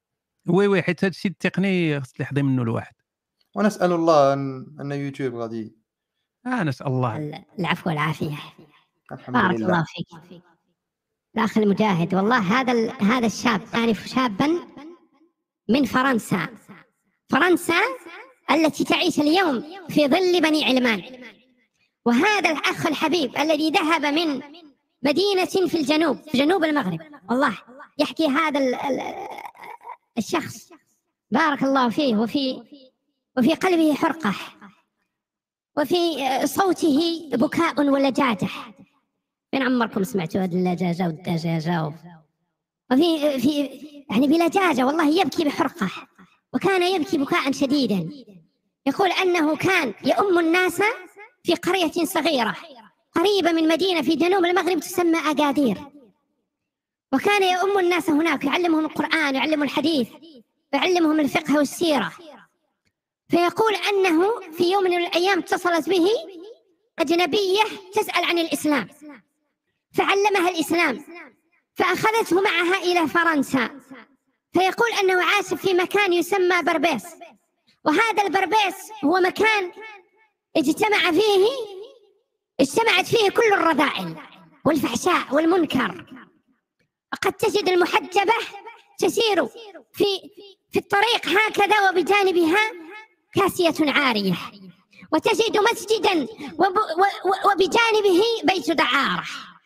Speaker 1: وي وي حيت هذا الشيء التقني خص يحضي منه الواحد.
Speaker 4: ونسال الله ان ان يوتيوب غادي
Speaker 1: اه نسال الله
Speaker 2: العفو والعافيه.
Speaker 4: الحمد
Speaker 2: بارك
Speaker 4: لله.
Speaker 2: الله فيك الاخ المجاهد. والله هذا ال... هذا الشاب اعرف شابا من فرنسا فرنسا التي تعيش اليوم في ظل بني علمان. وهذا الأخ الحبيب الذي ذهب من مدينة في الجنوب في جنوب المغرب، والله يحكي هذا ال ال الشخص بارك الله فيه، وفي وفي قلبه حرقة، وفي صوته بكاء ولجاجة. من عمركم سمعتوا هذه اللجاجة والدجاجة؟ وفي في يعني بلجاجة، والله يبكي بحرقة، وكان يبكي بكاء شديدا. يقول أنه كان يؤم الناس في قرية صغيرة قريبة من مدينة في جنوب المغرب تسمى أكادير، وكان يؤم الناس هناك، يعلمهم القرآن ويعلمهم الحديث ويعلمهم الفقه والسيرة. فيقول أنه في يوم من الأيام اتصلت به أجنبية تسأل عن الإسلام، فعلمها الإسلام، فأخذته معها إلى فرنسا. فيقول أنه عاش في مكان يسمى بربيس، وهذا البربيس هو مكان اجتمع فيه اجتمعت فيه كل الرذائل والفحشاء والمنكر. قد تجد المحجبة تسير في في الطريق هكذا وبجانبها كاسية عارية، وتجد مسجدا وبجانبه بيت دعارة،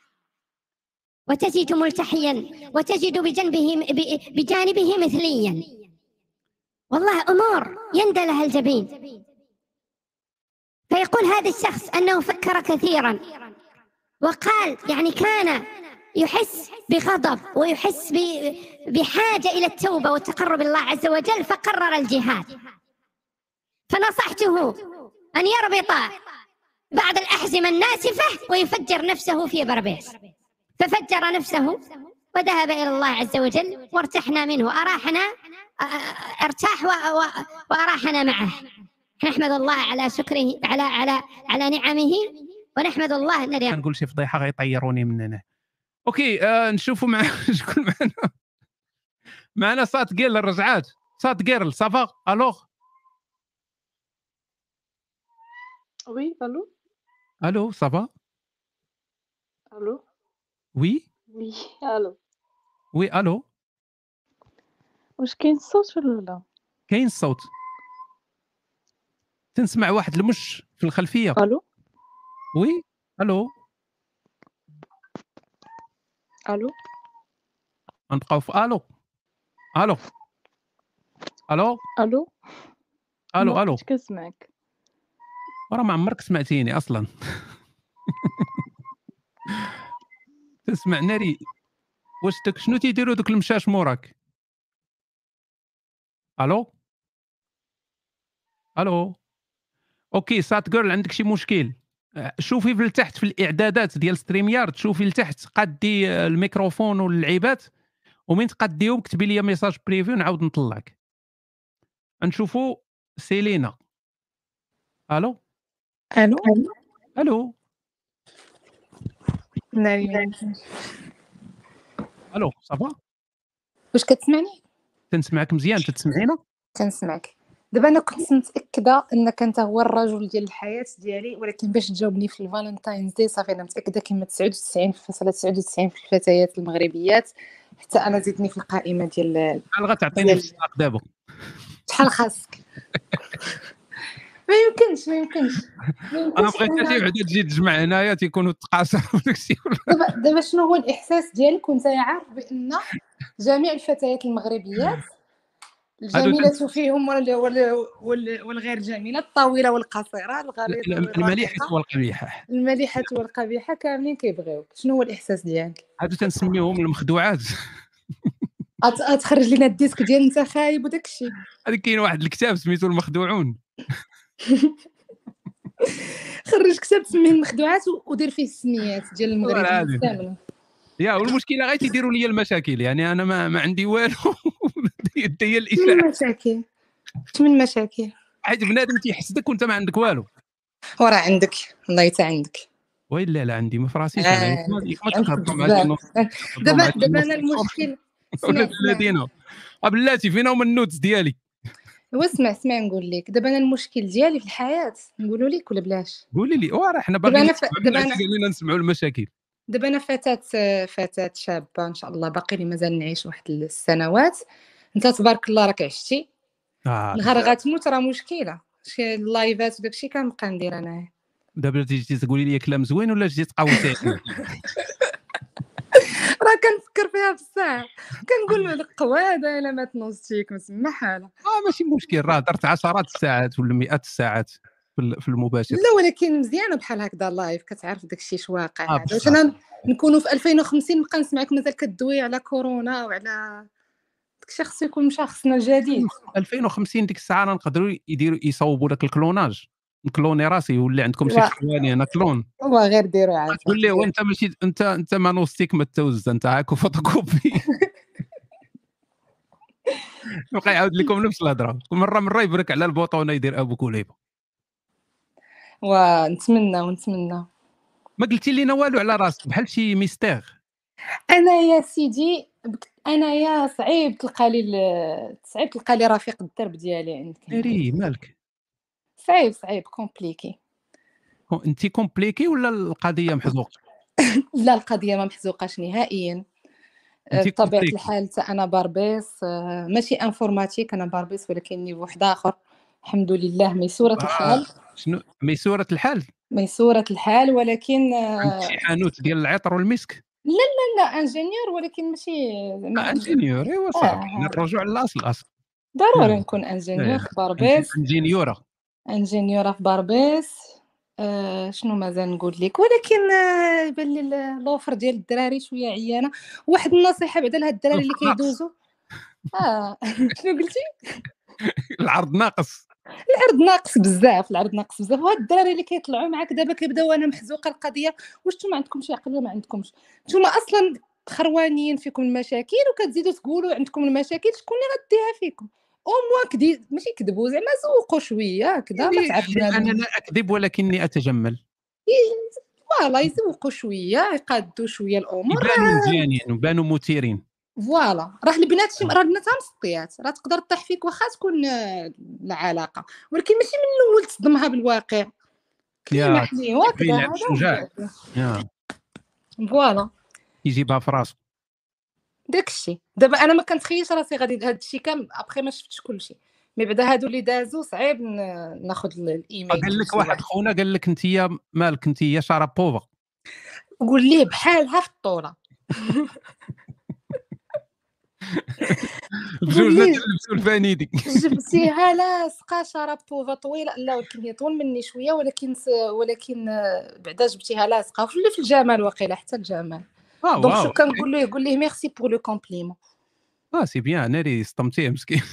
Speaker 2: وتجد ملتحيا وتجد بجنبه بجانبه مثليا. والله أمور يندى لها الجبين. فيقول هذا الشخص أنه فكر كثيرا وقال يعني كان يحس بغضب ويحس بحاجة إلى التوبة والتقرب الله عز وجل، فقرر الجهاد. فنصحته أن يربط بعض الأحزمة الناسفة ويفجر نفسه في بربيس، ففجر نفسه وذهب إلى الله عز وجل، وارتحنا منه، أراحنا ارتاح وأراحنا معه. نحمد الله على شكره على على على نعمه، ونحمد الله.
Speaker 1: نقول شي فضيحة غيطيروني من هنا. اوكي آه نشوفوا مع شكون معنا. معنا صات جيرل الرجعات. صات جيرل صافا الوغ.
Speaker 6: وي الو
Speaker 1: الو صافا
Speaker 6: الو
Speaker 1: وي
Speaker 6: وي الو
Speaker 1: وي الو.
Speaker 6: واش كاين الصوت ولا لا؟
Speaker 1: كاين الصوت، تنسمع واحد المش في الخلفيه.
Speaker 6: الو
Speaker 1: وي الو
Speaker 6: الو
Speaker 1: نبقاو في الو الو الو
Speaker 6: الو
Speaker 1: الو الو.
Speaker 6: اش كنسمعك؟
Speaker 1: ورا ما عمرك سمعتيني اصلا. تسمع ناري. واش داك شنو تيديروا دوك المشاش موراك؟ الو الو. اوكي سات جيرل عندك شي مشكل؟ شوفي في التحت في الاعدادات ديال ستريم يارد، شوفي لتحت قدي الميكروفون واللعيبات، ومن تقديهم كتبي لي ميساج بريفي ونعاود نطلعك. نشوفوا سيلينا. الو
Speaker 6: الو
Speaker 1: الو
Speaker 6: ناري.
Speaker 1: الو صافا.
Speaker 6: واش كتسمعني؟
Speaker 1: تنسمعك مزيان. تتسمعينا؟
Speaker 6: كنسمعك. دابا انا كنت متاكده انك انت هو الرجل ديال الحياه ديالي، ولكن باش تجاوبني في الفالنتاينز دي صافي انا متاكده كما تسعة وتسعين فاصلة تسعة وتسعين في الفتيات المغربيات، حتى انا زيدني في القائمه ديال.
Speaker 1: شحال غتعطيني في الساق دابا؟
Speaker 6: شحال خاصك؟ ما يمكنش ما يمكنش
Speaker 1: انا بغيت شي وحده تجي تجمع هنايا تيكونوا تقاسروا داكشي.
Speaker 6: دابا دابا شنو هو الاحساس ديالك وانت عارف بان جميع الفتيات المغربيات الجميلة فيهم والغير جميلة، الطويلة والقصيرة، الغليظة
Speaker 1: المليحة والقبيحة،
Speaker 6: المليحة والقبيحة كاملين كيبغيوك. شنو هو الإحساس ديالك؟
Speaker 1: هادو تنسميوهم المخدوعات.
Speaker 6: غتخرج لينا الديسك ديال انت خايب وداك الشيء.
Speaker 1: هذا كاين واحد الكتاب سميتو المخدوعون.
Speaker 6: خرج كتاب سميه المخدوعات ودير فيه السميات ديال المغربيين كاملين.
Speaker 1: يا والمشكله غير تيديروا لي المشاكل، يعني انا ما, ما عندي والو. هي الاشاعه.
Speaker 6: من المشاكل اش من مشاكل؟
Speaker 1: حيت بنادم تيحسدك وانت ما عندك والو.
Speaker 6: وراه عندك الله يتا عندك.
Speaker 1: وي لا لا عندي ما فراسيش.
Speaker 6: آه.
Speaker 1: ما تهضروا مع
Speaker 6: دابا دابا انا المشكل
Speaker 1: الذين بلاتي فين هما النوتس ديالي؟
Speaker 6: واسمع اسمع نقول لك دابا انا المشكل ديالي في الحياه نقولوا لك ولا بلاش؟
Speaker 1: قولي لي واه حنا
Speaker 6: دابا
Speaker 1: باغيين
Speaker 6: انا ف... دابا انا
Speaker 1: خلينا نسمعوا المشاكل.
Speaker 6: دابا انا فتاه فتاه شابه ان شاء الله باقي لي مازال نعيش واحد السنوات. انت تبارك الله راك عشتي
Speaker 1: اه
Speaker 6: نهار غتموت راه مشكله شي اللايفات وداكشي كنبقى ندير انايا.
Speaker 1: دابا تيجي تقولي لي كلام زوين ولا جيتي تقوتي عليا؟
Speaker 6: راه كنفكر فيها بصح كنقول القواده الا ما تنوضتيك ما تما حاله.
Speaker 1: اه ماشي مشكل راه درت عشرات الساعات ولا مئات الساعات في ال- في المباشر.
Speaker 6: لا ولكن مزيانه بحال هكذا لايف كتعرف داكشي اش واقع
Speaker 1: آه،
Speaker 6: هذا. واش
Speaker 1: بصح.
Speaker 6: انا نكونوا في ألفين وخمسين نبقى نسمعك مازال كدوي على كورونا وعلى داكشي خصو يكون مشى خصنا جديد.
Speaker 1: ألفين وخمسين ديك الساعه راه نقدروا يديروا يصوبوا لك الكلوناج نكلوني راسي يولي عندكم شي
Speaker 6: وا-
Speaker 1: خواني انا كلون.
Speaker 6: هو غير ديروا عاد
Speaker 1: تقول لي وانت ماشي انت انت ما نوصتيك ما توز انت هاك فوتوكوبي. يبقى يعاود لكم نفس الهضره مره مره يبرك على البوطونه يدير ابو كليبه.
Speaker 6: ونتمنى ونتمنى.
Speaker 1: ما قلتي لينا والو على راسك بحال شي ميستير.
Speaker 6: انا يا سيدي بك- انا يا صعيب تلقى لي ال- صعيب تلقى لي رفيق الدرب ديالي عندك هنا.
Speaker 1: ناري مالك
Speaker 6: صعيب صعيب كومبليكي.
Speaker 1: انت كومبليكي ولا القضيه محزوقه؟
Speaker 6: لا القضيه ما محزوقاش نهائيا.
Speaker 1: انت
Speaker 6: بطبيعه
Speaker 1: كومبليكي.
Speaker 6: الحال حتى انا باربيس آه، ماشي انفورماتيك انا باربيس ولكن نيفو واحد اخر الحمد لله ميسوره الحال.
Speaker 1: آه شنو ميسوره الحال؟
Speaker 6: ميسوره الحال ولكن
Speaker 1: عندك
Speaker 6: آه،
Speaker 1: شي حانوت ديال العطر والمسك؟
Speaker 6: لا لا لا انجينيور ولكن ماشي زعما
Speaker 1: آه، انجينيور ايوا صافي
Speaker 6: آه،
Speaker 1: حنا الرجوع للاصل الاصل.
Speaker 6: ضروري
Speaker 1: آه.
Speaker 6: نكون
Speaker 1: آه،
Speaker 6: انجينيور في باربيس.
Speaker 1: انجينيوره.
Speaker 6: انجينيورة في باربيس. آه شنو مازال نقول لك ولكن آه يبان لي ال- لوفر ديال الدراري شويه عيانه. واحد النصيحه بعدا لهاد الدراري اللي
Speaker 1: لوفر ناقص.
Speaker 6: كيدوزوا اه شنو قلتي؟
Speaker 1: العرض ناقص.
Speaker 6: العرض ناقص بزاف العرض ناقص بزاف. وهاد الدراري اللي كيطلعوا معاك دابا كيبداو انا محزوقه القضيه واش نتوما عندكم شي عقل ولا ما عندكمش؟ نتوما اصلا خروانيين فيكم المشاكل وكتزيدوا تقولوا عندكم المشاكل شكون اللي غديها فيكم؟ او موا كدي ماشي كذبوا زعما زوقوا شويه كذا ما تعرف
Speaker 1: يعني انا
Speaker 6: بنادم
Speaker 1: لا اكذب ولكني اتجمل.
Speaker 6: فوالا يزوقوا شويه يقادوا شويه الامور
Speaker 1: يبانوا مزيانين وبانوا مثيرين.
Speaker 6: فوالا. راه البنات شي راه البنات مسطيات راه تقدر طيح فيك واخا تكون آه، العلاقه ولكن ماشي من الاول تصدمها بالواقع. كليمه
Speaker 1: يا
Speaker 6: حليوه
Speaker 1: كيبين
Speaker 6: كذا
Speaker 1: يلعب الشجاع.
Speaker 6: هذا
Speaker 1: يا
Speaker 6: فوالا
Speaker 1: يجيبها في راسه.
Speaker 6: داكشي. دابا انا ما كنتخيلش راسي غادي هذا الشيء كامل ابخي ما شفتش كلشي مي بعدا هادو اللي دازو صعيب ن- ناخذ الايميل
Speaker 1: قال
Speaker 6: ديال
Speaker 1: لك
Speaker 6: شي
Speaker 1: واحد خونا قال لك انت مالك انت شارابوفا.
Speaker 6: قول ليه بحالها في الطوله.
Speaker 1: بجوج
Speaker 6: ليه؟
Speaker 1: تلبسوا الفانيدي.
Speaker 6: جبتيها لاصقه شرابوفه طويله لا ولكن هي طول مني شويه ولكن س... ولكن آه، بعدا جبتيها لاصقه ولا في الجمال واقيلا حتى الجمال.
Speaker 1: اه
Speaker 6: دونك
Speaker 1: واو
Speaker 6: شو كنقول له قول ليه ميرسي بور لو كومبليمون.
Speaker 1: اه سي بيان ناري صدمتيه مسكين.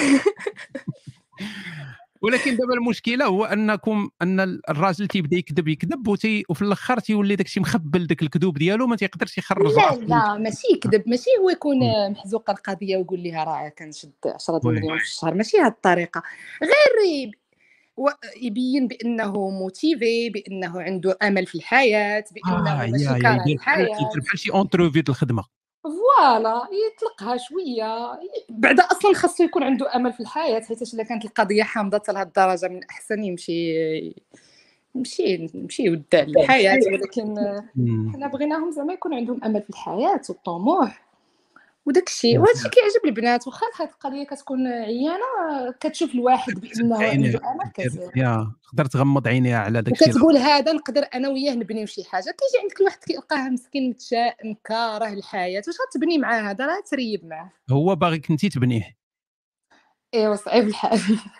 Speaker 1: ولكن دابا المشكله هو انكم ان الراجل تيبدا يكذب يكذب وتي وفي الاخر تيولي داكشي مخبل داك الكذوب ديالو ما تيقدرش يخرج
Speaker 6: لا
Speaker 1: راسو.
Speaker 6: لا ماشي يكذب ماشي هو يكون آه، محزوق القضيه ويقول لها راه كنشد عشرة
Speaker 1: وي.
Speaker 6: مليون في الشهر ماشي هاد الطريقه غير ي- و- يبين بانه موتيفي بانه عنده امل في الحياه بانه
Speaker 1: اه
Speaker 6: ماشي
Speaker 1: يا يا
Speaker 6: كاره
Speaker 1: يدير بحال
Speaker 6: الحياه.
Speaker 1: يدير بحال شي اونتروفي د الخدمه.
Speaker 6: فوالا يطلقها شويه بعدا اصلا خاصو يكون عنده امل في الحياه حيت الا كانت القضيه حامضه لهاد الدرجه من الاحسن يمشي يمشي يمشي يودع الحياه ولكن
Speaker 1: مم.
Speaker 6: حنا بغيناهم زعما يكون عندهم امل في الحياه والطموح وداك الشيء. وهذا الشيء كيعجب البنات واخا هاد القضيه كتكون عيانه كتشوف الواحد بانه
Speaker 1: عينيها
Speaker 6: عنده امل كت...
Speaker 1: دير- يا تقدر تغمض عينيها على داكشي.
Speaker 6: وكتقول هذا نقدر انا وياه نبنيو شي حاجه. كيجي عندك الواحد كيلقاه مسكين متشائم كاره الحياه واش غتبني معاه هذا راه تريب معاه.
Speaker 1: هو باغيك انت تبنيه.
Speaker 6: ايوا صعيب الحال.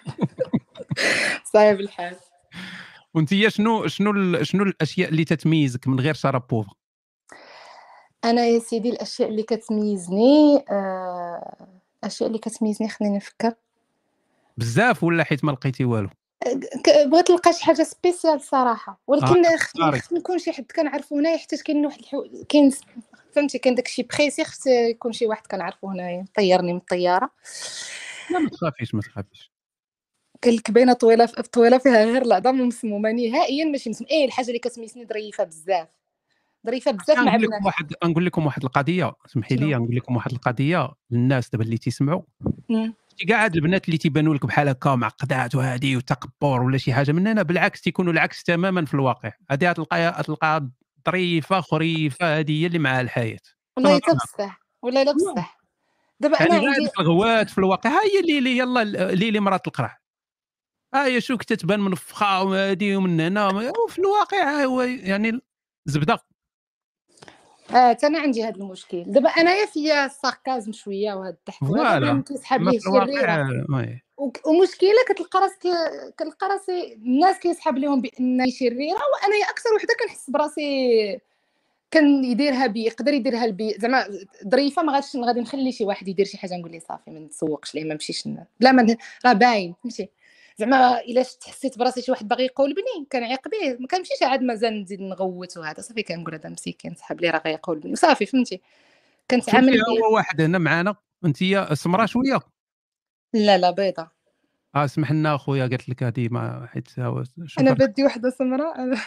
Speaker 6: صعيب الحال.
Speaker 1: وانت شنو شنو ال- شنو الاشياء اللي تتميزك من غير شارابوفا؟
Speaker 6: انا يا سيدي الاشياء اللي كتميزني آه، الاشياء اللي كتميزني خليني نفكر.
Speaker 1: بزاف ولا حيت ما لقيتي والو؟
Speaker 6: ك- بغيت نلقى شي حاجه سبيسيال صراحه ولكن
Speaker 1: آه،
Speaker 6: خصني
Speaker 1: اختاري.
Speaker 6: خصني يكون شي حد كنعرفو هنايا حيت كاين واحد الحو... كاين فهمتي كاين داكشي بريسي خص يكون شي واحد كنعرفو هنايا طيرني من الطياره.
Speaker 1: لا ما تخافيش ما تخافيش.
Speaker 6: قال لك باينه طويله طويله فيها غير العظام مسمومه نهائيا ماشي مسموم. ايه الحاجه اللي كتميزني ظريفه بزاف ظريفه بزاف مع
Speaker 1: نقول لكم
Speaker 6: بنات.
Speaker 1: واحد نقول لكم واحد القضيه، سمحي
Speaker 6: شنو؟
Speaker 1: لي نقول لكم واحد القضيه للناس دابا اللي تيسمعوا.
Speaker 6: مم.
Speaker 1: شي كاع هاد البنات اللي تيبانوا لك بحال هكا معقدات وهادي وتكبر ولا شي حاجه من هنا، بالعكس تيكونوا العكس تماما في الواقع. هادي غتلقاها غتلقاها ظريفه خريفه، هذه هي اللي معها الحياه.
Speaker 6: والله حتى بصح، والله لا بصح. دابا انا
Speaker 1: يعني غير
Speaker 6: عندي
Speaker 1: هذيك الغوات في الواقع ها هي اللي اللي يلا ليلي مرات القرع. ها هي شوف كتتبان منفخه وهادي ومن هنا، وفي الواقع هو يعني زبده.
Speaker 6: اه تا انا عندي هذا المشكل. دابا انايا فيا الساركازم شويه وهذا الضحك وهذا
Speaker 1: فوالا
Speaker 6: بنادم كيسحب
Speaker 1: ما
Speaker 6: ليه
Speaker 1: في الواقع
Speaker 6: الشريره،
Speaker 1: وي.
Speaker 6: وك- ومشكله كتلقى راسك كتلقى راسي الناس كيسحب لهم بانني شريره، وانا اكثر وحده كنحس براسي كان يديرها بي يقدر يديرها بي زعما ظريفه. ما غاديش غادي نخلي شي واحد يدير شي حاجه نقول ليه صافي ما نتسوقش ليه ما نمشيش ن- لا ما راه باين فهمتي. زعما الا شت حسيت براسي شي واحد باغي يقولبني كنعيق به، ما كنمشيش عاد مازال نزيد نغوت وهذا صافي كنقول هذا مسكين سحب لي راه غيقولبني وصافي فهمتي. كنتعامل
Speaker 1: شوفي
Speaker 6: به.
Speaker 1: هو واحد هنا معانا، انت سمراء شويه.
Speaker 6: لا لا بيضه.
Speaker 1: اه سمح لنا اخويا، قالت لك هذه ما حيت هو- شوف
Speaker 6: انا
Speaker 1: أنا-
Speaker 6: بدي وحده سمراء أنا.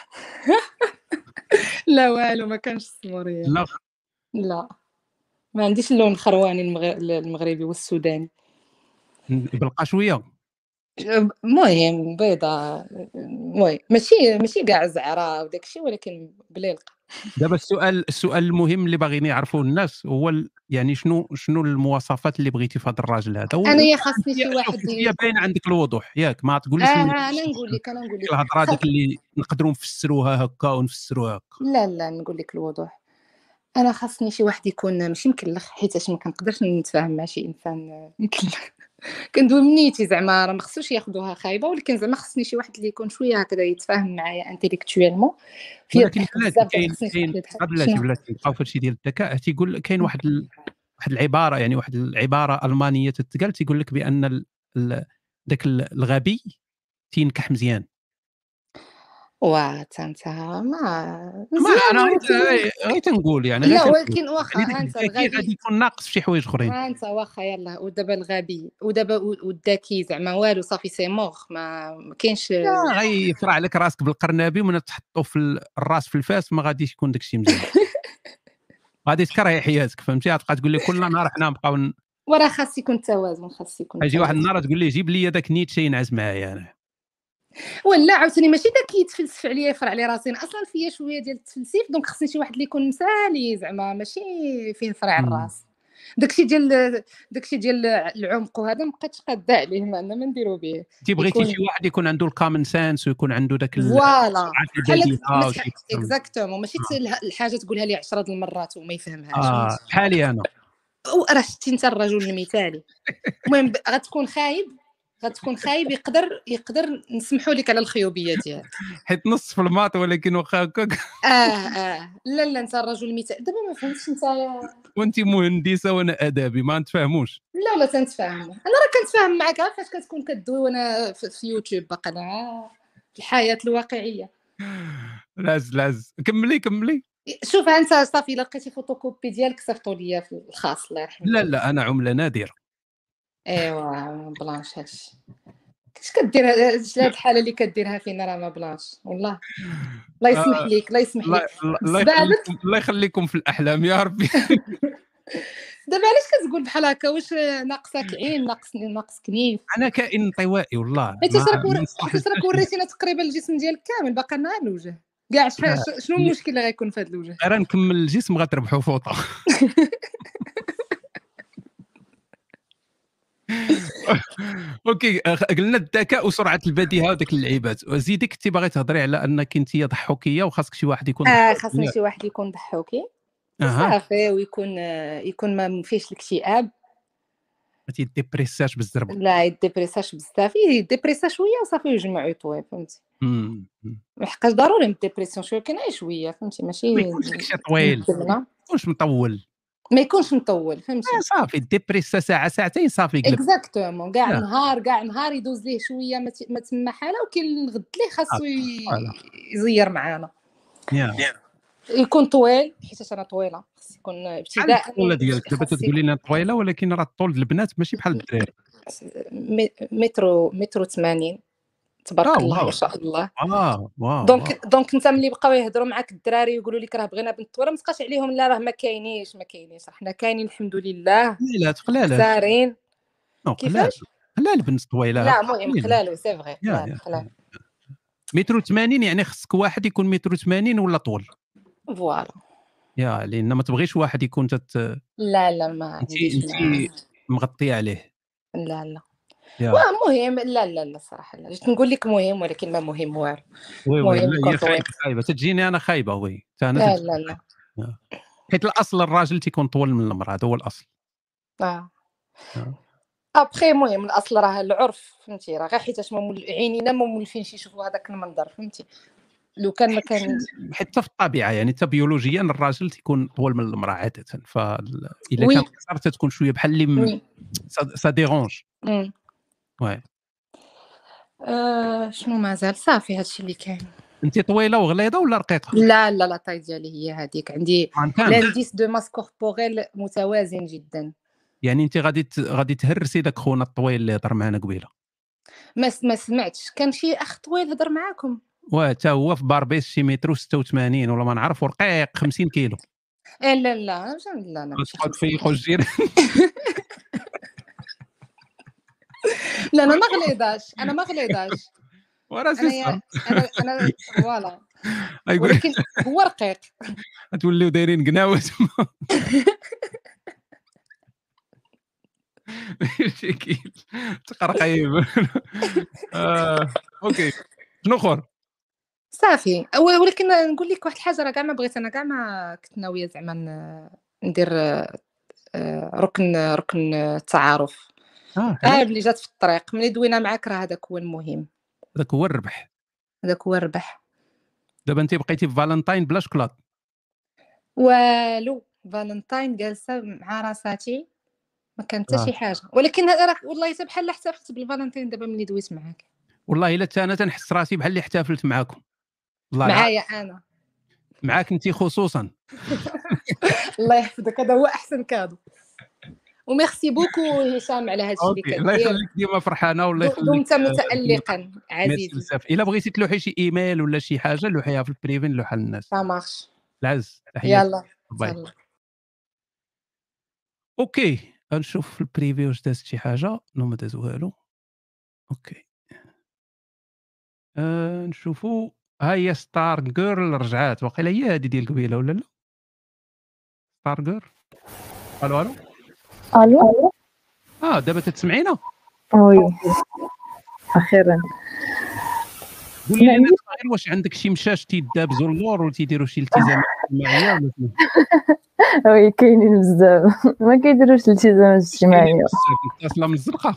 Speaker 6: لا والو ما كانش سموريه.
Speaker 1: لا
Speaker 6: لا ما عنديش اللون الخرواني المغ- المغربي والسوداني.
Speaker 1: بلقى شويه.
Speaker 6: المهم بيضة، المهم ماشي ماشي كاع زعرة وداك الشيء، ولكن بليلقة.
Speaker 1: دابا السؤال السؤال المهم اللي باغيين يعرفوه الناس هو ال- يعني شنو شنو المواصفات اللي بغيتي في هذا الراجل هذا.
Speaker 6: انا يا خاصني شي
Speaker 1: شوف
Speaker 6: واحد
Speaker 1: انت
Speaker 6: ي...
Speaker 1: باين عندك الوضوح ياك، ما
Speaker 6: اه
Speaker 1: تقوليش من
Speaker 6: اه انا نقول لك انا نقول لك
Speaker 1: الهضره
Speaker 6: خ...
Speaker 1: ديك اللي نقدروا نفسروها هكا ونفسروها هكا.
Speaker 6: لا لا نقول لك الوضوح. انا خاصني شي واحد يكون ماشي مكلخ، حيت ما كنقدرش نتفاهم مع شي انسان مكلخ. كندوي من نيتي زعما راه ما خصوش ياخذوها خايبه، ولكن زعما خصني شي واحد اللي يكون شويه هكذا يتفاهم معايا انتيليكتويلمون فيا
Speaker 1: ولكن
Speaker 6: الضحك
Speaker 1: بلاتي
Speaker 6: بزاف.
Speaker 1: كاين
Speaker 6: خصني شي
Speaker 1: كاين
Speaker 6: واحد يضحك.
Speaker 1: بلاتي
Speaker 6: شنو؟
Speaker 1: بلاتي نبقاو في هادشي ديال الذكاء. تيقول كاين واحد ال... واحد العباره، يعني واحد العباره المانيه تتقال، تيقول لك بان ال... ال... داك الغبي تينكح مزيان.
Speaker 6: واه تا انت ما
Speaker 1: ما
Speaker 6: مزيان
Speaker 1: انا
Speaker 6: ولكن
Speaker 1: غير غير تنقول يعني غير
Speaker 6: لا
Speaker 1: تنقول.
Speaker 6: ولكن واخا
Speaker 1: يعني
Speaker 6: ها
Speaker 1: داك
Speaker 6: انت
Speaker 1: الذكي غادي
Speaker 6: الغبي
Speaker 1: يكون ناقص في شي حوايج اخرين.
Speaker 6: ها انت واخا يلا ودابا الغبي ودابا والذكي زعما والو صافي سي موغ ما ما كاينش.
Speaker 1: لا غيفرع لك راسك بالقرنابي ومن تحطو في الراس في الفاس ما غاديش يكون داكشي مزيان. غادي تكرهي حياتك فهمتي. غتبقى تقول لي كل نهار حنا نبقاو ن-
Speaker 6: وراه خاص يكون التوازن خاص يكون
Speaker 1: يجي واحد
Speaker 6: التوازن.
Speaker 1: النهار تقول لي جيب لي داك نيتشه ينعس معايا انا.
Speaker 6: ولا عاوتاني ماشي داك يتفلسف عليا يفرع على راسي، أنا اصلا فيا شويه ديال التفلسيف، دونك خصني شي واحد اللي يكون مسالي زعما ماشي فيه فرع
Speaker 1: مم.
Speaker 6: الراس. داكشي ديال داكشي ديال العمق وهذا ما بقيتش قاده عليه، ما ما نديرو به.
Speaker 1: انت بغيتي
Speaker 6: يكون
Speaker 1: شي واحد يكون عنده الكومن سنس ويكون عنده داك ال-
Speaker 6: فوالا
Speaker 1: السرعه
Speaker 6: بحال
Speaker 1: البديهه
Speaker 6: ما
Speaker 1: وشي يفهم.
Speaker 6: اكزاكتومون ماشي ت-
Speaker 1: آه.
Speaker 6: اله- الحاجه تقولها لي عشرة د المرات وما يفهمهاش
Speaker 1: اه
Speaker 6: فهمتي.
Speaker 1: بحالي انا.
Speaker 6: راه شتي انت الرجل المثالي. المهم ب- غتكون خايب غتكون خايب يقدر يقدر نسمحوا لك على الخيوبيه ديالك.
Speaker 1: حيت نص في الماط ولكن واخا هكاك.
Speaker 6: اه اه لا لا انت الرجل المثالي. دابا ما فهمتش انت يا...
Speaker 1: وانت مهندسه وانا ادبي ما نتفاهموش.
Speaker 6: لا ولا تنتفاهموا. انا راه كنتفاهم معاك غير فاش كتكون كدوي وانا في في يوتيوب باقا انا في الحياه الواقعيه.
Speaker 1: لاز لاز كملي كملي.
Speaker 6: شوف انت صافي لقيتي فوتوكوبي ديالك صيفطوا ليا في الخاص الله يرحم
Speaker 1: لا
Speaker 6: والديك.
Speaker 1: لا انا عمله نادره.
Speaker 6: ايوا بلانش هادشي كيفاش كدير هاد الحاله اللي كديرها فينا راه ما بلانش والله. الله يسمح
Speaker 1: آه،
Speaker 6: ليك الله يسمح
Speaker 1: الله
Speaker 6: ليك.
Speaker 1: الله
Speaker 6: سبابك
Speaker 1: يخليكم الله يخليكم في الاحلام يا ربي.
Speaker 6: دابا علاش كتقول بحال هكا؟ واش ناقصك عين ناقص ناقص كنيف؟
Speaker 1: انا كائن انطوائي والله.
Speaker 6: حيت
Speaker 1: ما
Speaker 6: راك ور...
Speaker 1: ما نصلح
Speaker 6: حيت راك
Speaker 1: لحتى شي.
Speaker 6: وريتينا تقريبا الجسم ديالك كامل باقا لنا غير الوجه كاع. شحال
Speaker 1: لا
Speaker 6: ش- شنو
Speaker 1: اللي-
Speaker 6: المشكل اللي غيكون في هذا الوجه؟
Speaker 1: راه نكمل الجسم غتربحوا فوطه. اوكي أخ- قلنا الذكاء وسرعه البديهه وديك اللعيبات. زيدك كنتي باغي تهضري على انك انت ضحوكيه وخاصك شي واحد يكون
Speaker 6: اه
Speaker 1: ضحوك
Speaker 6: خاصني
Speaker 1: ياك.
Speaker 6: شي واحد يكون ضحوكي
Speaker 1: اها
Speaker 6: صافي، ويكون يكون ما فيهش الاكتئاب،
Speaker 1: ما تيديبريساش بالزربه.
Speaker 6: لا يديبريساش بزاف، يديبريسا شويه وصافي ويجمع يطوي فهمتي.
Speaker 1: مم. مم.
Speaker 6: ما يحقاش ضروري من الديبرسيون شويه كان غير شويه فهمتي ماشي
Speaker 1: ما يكونش داكشي طويل
Speaker 6: مدمنة.
Speaker 1: ما يكونش مطول.
Speaker 6: ما يكونش مطول فهمتي.
Speaker 1: آه صافي ديبريسا ساعه ساعتين صافي قلب.
Speaker 6: اكزاكتومون كاع
Speaker 1: لا.
Speaker 6: نهار كاع نهار يدوز ليه شويه ما ت- ما تما حاله، وكاين الغد ليه خاصو ي-
Speaker 1: فوالا.
Speaker 6: يزير معانا.
Speaker 1: يا
Speaker 6: يكون طويل حيت انا طويله خاص يكون
Speaker 1: بحال
Speaker 6: ابتداء
Speaker 1: الطوله ديالك دابا
Speaker 6: خاص
Speaker 1: تقولي لنا طويله، ولكن راه الطول د البنات ماشي بحال الدراري.
Speaker 6: يكون مترو مترو ثمانين تبارك
Speaker 1: اه
Speaker 6: الله ما
Speaker 1: واو
Speaker 6: شاء الله.
Speaker 1: اه واو واو
Speaker 6: دونك دونك انت ملي بقاو يهضروا معاك الدراري يقولوا لك راه بغينا بنت طويله ما تبقاش عليهم لا راه ما كاينينش ما كاينينش حنا كاينين الحمد لله
Speaker 1: قلالات قلالات
Speaker 6: مختارين.
Speaker 1: نو قلال
Speaker 6: كيفاش؟
Speaker 1: قلال بنت طويله
Speaker 6: لا
Speaker 1: هكا
Speaker 6: المهم
Speaker 1: قليل
Speaker 6: قلالو سي فغي
Speaker 1: يا
Speaker 6: قلال
Speaker 1: يا
Speaker 6: قلال
Speaker 1: متر وثمانين يعني خصك واحد يكون متر وثمانين ولا طول
Speaker 6: فوالا.
Speaker 1: يا لان ما تبغيش واحد يكون تت
Speaker 6: لا لا ما
Speaker 1: انت
Speaker 6: عنديش
Speaker 1: انت
Speaker 6: مع
Speaker 1: مغطيه عليه
Speaker 6: لا لا
Speaker 1: يا
Speaker 6: ومهم لا لا لا صراحه لا جيت نقول لك مهم ولكن ما مهم والو.
Speaker 1: وي وي
Speaker 6: المهم
Speaker 1: لا
Speaker 6: يكون
Speaker 1: هي
Speaker 6: طويل.
Speaker 1: خايبه خايبه تجيني انا خايبه وي حتى انا
Speaker 6: لا
Speaker 1: تجيني
Speaker 6: لا لا
Speaker 1: خايبة. حيت الاصل الراجل تيكون طول من المراه هذا هو الاصل
Speaker 6: اه
Speaker 1: آه.
Speaker 6: ابخي المهم الاصل راه العرف فهمتي راه غير حيتاش ما مول... عينينا ما مولفينش يشوفوا هذاك المنظر فهمتي لو كان ما كان
Speaker 1: حتى في الطبيعه يعني حتى بيولوجيا الراجل تيكون طول من المراه عاده فاذا كان
Speaker 6: وي
Speaker 1: قصر تتكون شويه بحال اللي م...
Speaker 6: وي
Speaker 1: سا سا ديرونج
Speaker 6: امم
Speaker 1: وي
Speaker 6: آه شنو مازال صافي هادشي اللي كاين.
Speaker 1: انت طويله وغليظه ولا رقيقه؟
Speaker 6: لا لا لا طاي ديالي هي هذيك عندي
Speaker 1: مانكان
Speaker 6: لانديس دو ماس كوربوريل متوازن جدا.
Speaker 1: يعني انت غادي ت... غادي تهرسي داك خونا الطويل اللي هضر معنا قبيله
Speaker 6: ما س- ما سمعتش كان شي اخ طويل هضر معاكم.
Speaker 1: واه حتى هو في باربيس شي متر وستة وثمانين ولا ما نعرف ورقيق خمسين كيلو
Speaker 6: إيه لا لا لا لا ماشي
Speaker 1: تقعد
Speaker 6: خمسين.
Speaker 1: تفيقوا الجيران
Speaker 6: لا انا ما غليظاش انا ما غليظاش
Speaker 1: وراه
Speaker 6: انا
Speaker 1: سي
Speaker 6: يا انا انا فوالا
Speaker 1: يقول
Speaker 6: ولكن هو رقيق.
Speaker 1: توليو دايرين قناوه تما شكيل تقرقيب آه، اوكي شنو اخر
Speaker 6: صافي أو- ولكن نقول لك واحد الحاجه راه كاع ما بغيت انا كاع ما كنت ناويه زعما ن- ندير آه، ركن ركن التعارف.
Speaker 1: اه
Speaker 6: اه
Speaker 1: حلو
Speaker 6: اللي جات في الطريق ملي دوينا معاك راه هذاك هو المهم
Speaker 1: هذاك هو الربح
Speaker 6: هذاك هو الربح.
Speaker 1: دابا انت بقيتي في فالنتاين بلا شكلاط
Speaker 6: والو فالنتاين جالسه مع راساتي ما كان حتى
Speaker 1: آه.
Speaker 6: شي حاجه ولكن هذا راك والله حتى بحال احتفلت بالفالنتين دابا ملي دويت معاك
Speaker 1: والله الا حتى انا تنحس راسي بحال اللي احتفلت معاكم والله الع-
Speaker 6: معايا انا.
Speaker 1: معاك انت خصوصا
Speaker 6: الله يحفظك هذا هو احسن كادو وميرسي بوكو هشام على هذا الشيء اللي
Speaker 1: اوكي الله
Speaker 6: كدير.
Speaker 1: يخليك ديما فرحانه والله
Speaker 6: دو-
Speaker 1: يخليك
Speaker 6: دمت متالقا
Speaker 1: ميرسي
Speaker 6: عزيزي.
Speaker 1: بزاف الا بغيتي تلوحي شي ايميل ولا شي حاجه لوحيها في البريفي نلوحها للناس
Speaker 6: سا مارش
Speaker 1: العز تحياتي
Speaker 6: يلا
Speaker 1: باي
Speaker 6: يلا
Speaker 1: اوكي غنشوف في البريفي واش دازت شي حاجه نو ما داز والو اوكي آه نشوفوا ها هي ستار جيرل رجعات واقيلا هي هذه ديال قبيله ولا لا ستار جيرل الو الو
Speaker 5: الو
Speaker 1: اه دابا تتسمعينا
Speaker 5: وي اخيرا
Speaker 1: قولي
Speaker 5: ما
Speaker 1: لنا
Speaker 5: عنديش
Speaker 1: غير واش عندك شي مشاش تيدابزوا اللور وتيديروا شي التزامات اجتماعيه ولا شنو
Speaker 5: وي كاينين بزاف ما كيديروش الالتزامات الاجتماعيه
Speaker 1: اصلا من الزرقاء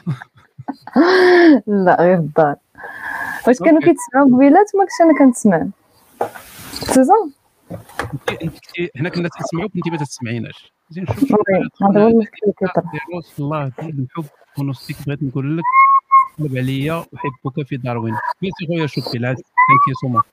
Speaker 5: لا غير الدار واش كانوا
Speaker 1: اوكي
Speaker 5: كيتسمعوا قبيلات ما كنتش انا كنتسمع سوزان
Speaker 1: انت انت كنتي- حنا كنا تنسمعوك انت ما تسمعيناش زين نشوف شنو
Speaker 5: وي هذا هو المشكل اللي كيطرا
Speaker 1: ديروس الله ديال الحب ونصيك بغيت نقول لك قلب عليا احبك في داروين ميرسي خويا شكري العز ثانك يو سو ماتش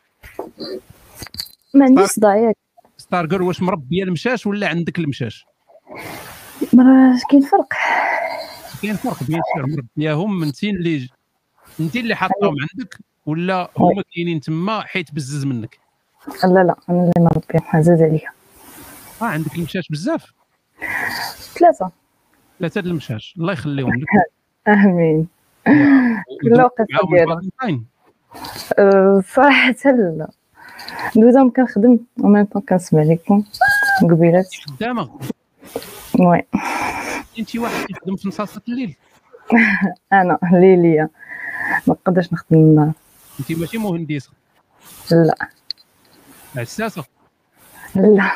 Speaker 5: ما عنديش
Speaker 1: ستار
Speaker 5: صداع ياك
Speaker 1: ستار جير واش مربيه المشاش ولا عندك المشاش
Speaker 5: مرة كاين فرق
Speaker 1: كاين فرق بين سير مربياهم انت اللي انت اللي حاطاهم عندك ولا هما كاينين تما حيت بزز منك
Speaker 5: لا لا انا اللي مربيه عزاز عليا
Speaker 1: اه عندك المشاش بزاف
Speaker 5: ثلاثة
Speaker 1: ثلاثه د المشاش الله يخليهم لك
Speaker 5: امين كل
Speaker 1: ودوزت
Speaker 5: وقت
Speaker 1: معاهم
Speaker 5: ديالها
Speaker 1: الفالنتاين
Speaker 5: أه، صراحة لا دوزهم كنخدم وميم طون كنسمع لكم قبيلات
Speaker 1: خدامه
Speaker 5: وي
Speaker 1: انت واحد كيخدم في نصاصه الليل
Speaker 5: انا ليليا ما نقدرش نخدم النهار
Speaker 1: انت ماشي مهندسه
Speaker 5: لا
Speaker 1: عساسه
Speaker 5: لا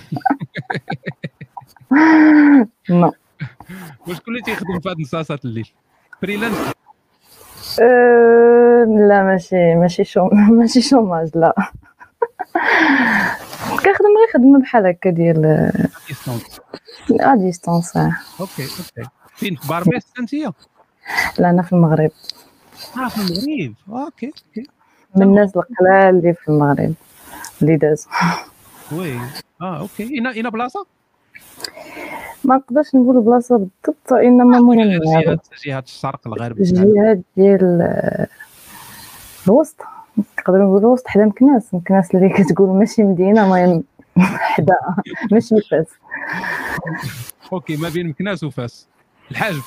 Speaker 5: نو
Speaker 1: واش كل اللي تيخدم في هاد نصاصه الليل فريلانس
Speaker 5: أه، لا ماشي ماشي شو ماشي شوماج لا كنخدم غير خدمه بحال هكا ديال
Speaker 1: ديستونس
Speaker 5: ا ديستونس
Speaker 1: اوكي اوكي فين في باربيس انتيا
Speaker 5: لا انا في المغرب
Speaker 1: اه في المغرب اوكي اوكي
Speaker 5: من الناس القلال اللي في المغرب اللي دازوا
Speaker 1: وي اه اوكي هنا هنا بلاصه
Speaker 5: ما نقدرش نقول بلاصه بالضبط انما المهم
Speaker 1: جهات جهات الشرق الغرب
Speaker 5: الجهات ديال الوسط، نقدروا نقولوا الوسط حدا مكناس، مكناس اللي كتقول ماشي مدينه المهم حدا ماشي فاس.
Speaker 1: اوكي، ما بين مكناس وفاس الحاجب.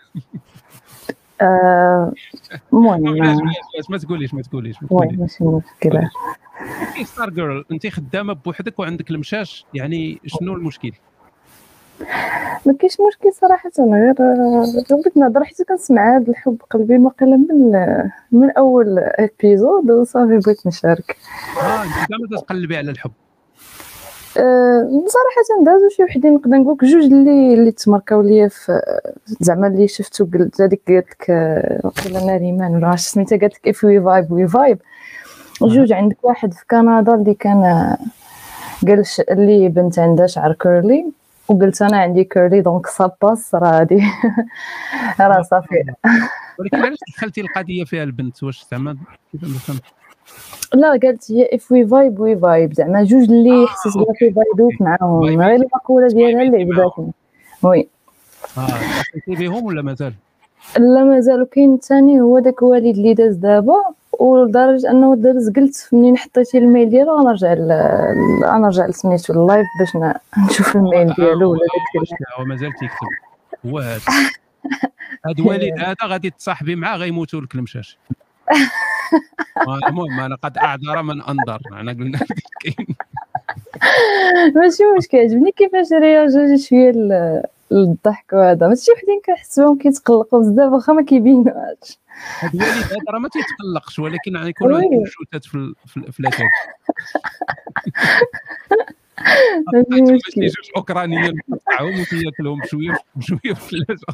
Speaker 5: آه، المهم
Speaker 1: بلاش
Speaker 5: ما-
Speaker 1: بلاش بلاش ما تقوليش ما تقوليش ما
Speaker 5: وي
Speaker 1: تقوليش.
Speaker 5: ماشي مشكله.
Speaker 1: اوكي ستار جيرل، انت خدامه بوحدك وعندك المشاش، يعني شنو المشكل؟
Speaker 5: ما كاينش مشكل صراحه، انا غير غير بغيت نهضر حيت كنسمع هذا الحب قلبي واقيلا من من اول ابيزود وصافي بغيت نشارك.
Speaker 1: اه انت كاع ما تقلبي على الحب.
Speaker 5: أه صراحه دازو شي وحدين نقدر نقول لك جوج اللي اللي تماركاو ليا في زعما اللي شفتو، قلت هذيك قالت لك ولا ناريمان ولا عرفت سميتها، قالت لك اف وي فايب وي فايب. وجوج عندك واحد في كندا اللي كان قال ش- اللي بنت عندها شعر كيرلي، وقلت انا عندي كيرلي دونك ساباس راه هادي راه صافي.
Speaker 1: ولكن علاش دخلتي القضيه فيها البنت؟ واش زعما كيف ما فهمت؟
Speaker 5: لا قالت هي اف وي فايب وي فايب، زعما جوج اللي حسيت بها في فايبوك معاهم، غير المقوله ديالها اللي عجبتني. وي
Speaker 1: اه دخلتي بهم ولا مازال؟
Speaker 5: لا مازال. كاين الثاني هو داك والد اللي داز دابا، ولدرجه انه داز قلت منين حطيتي الميل ديالو غنرجع ل- غنرجع لسميتو اللايف باش ن- نشوف الميل ديالو ولا داكشي.
Speaker 1: هو مازال تيكتب. هو هذا هاد والد هذا غادي تصاحبي معاه غيموتوا لك المشاش. آه، المهم انا قد اعذر من انظر، انا قلنا لك كاين.
Speaker 5: ماشي مشكل، عجبني كيفاش رياجا شويه ل- للضحك وهذا. ماشي وحدين كنحسبهم كيتقلقوا بزاف واخا ما كيبينوهاش.
Speaker 1: هاد الوالد هذا راه ما تيتقلقش، ولكن يعني يكونوا
Speaker 5: وي.
Speaker 1: عندهم شوتات في ال- في الافلاتات.
Speaker 5: ماشي
Speaker 1: شي
Speaker 5: مشكل.
Speaker 1: جوج اوكرانيين تقطعهم وتياكلهم بشويه بشويه في الثلاجه.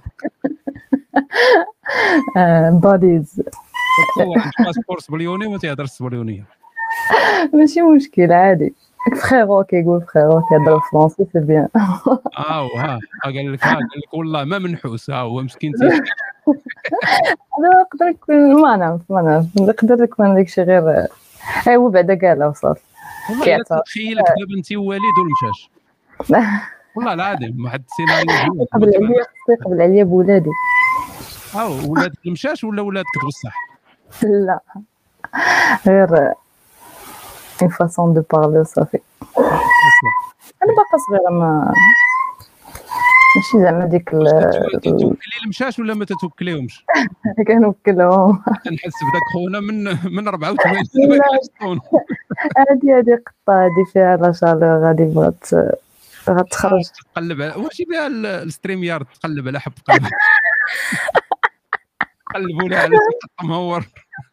Speaker 5: باديز.
Speaker 1: تصور عندك باسبور سبليوني وما تيهضرش السبليونيه.
Speaker 5: ماشي مشكل عادي. فخيرو كيقول فخيرو كيهضر الفرونسي سي بيان.
Speaker 1: اه وها قال لك ها قال لك والله ما منحوس، ها هو مسكين تيشكي.
Speaker 5: هذا يقدر يكون ما نعرف ما نعرف يقدر يكون داكشي غير ها هو بعدا قالها وصافي.
Speaker 1: والله الا
Speaker 5: كيعترف.
Speaker 1: تخيلك دابا انت والد والمشاش، والله العظيم واحد السيناريو زوين.
Speaker 5: يقبل عليا خصو يقبل عليا بولادي.
Speaker 1: اه ولادك المشاش ولا ولادك بصح؟
Speaker 5: لا غير اون فاسون دو بارلي وصافي. انا باقا صغيره ما ماشي زعما ديك ال-
Speaker 1: توكلي المشاش ولا ما تتوكليهمش؟
Speaker 5: كنوكلهم.
Speaker 1: كنحس بداك خونا من من أربعة وثمانين
Speaker 5: لا هادي هادي قطه هادي فيها لا شالور غادي بغات غتخرج.
Speaker 1: تقلب على واش بها ال- الستريم يارد، تقلب على حب قلب. قلبوا لها على شي خط مهور.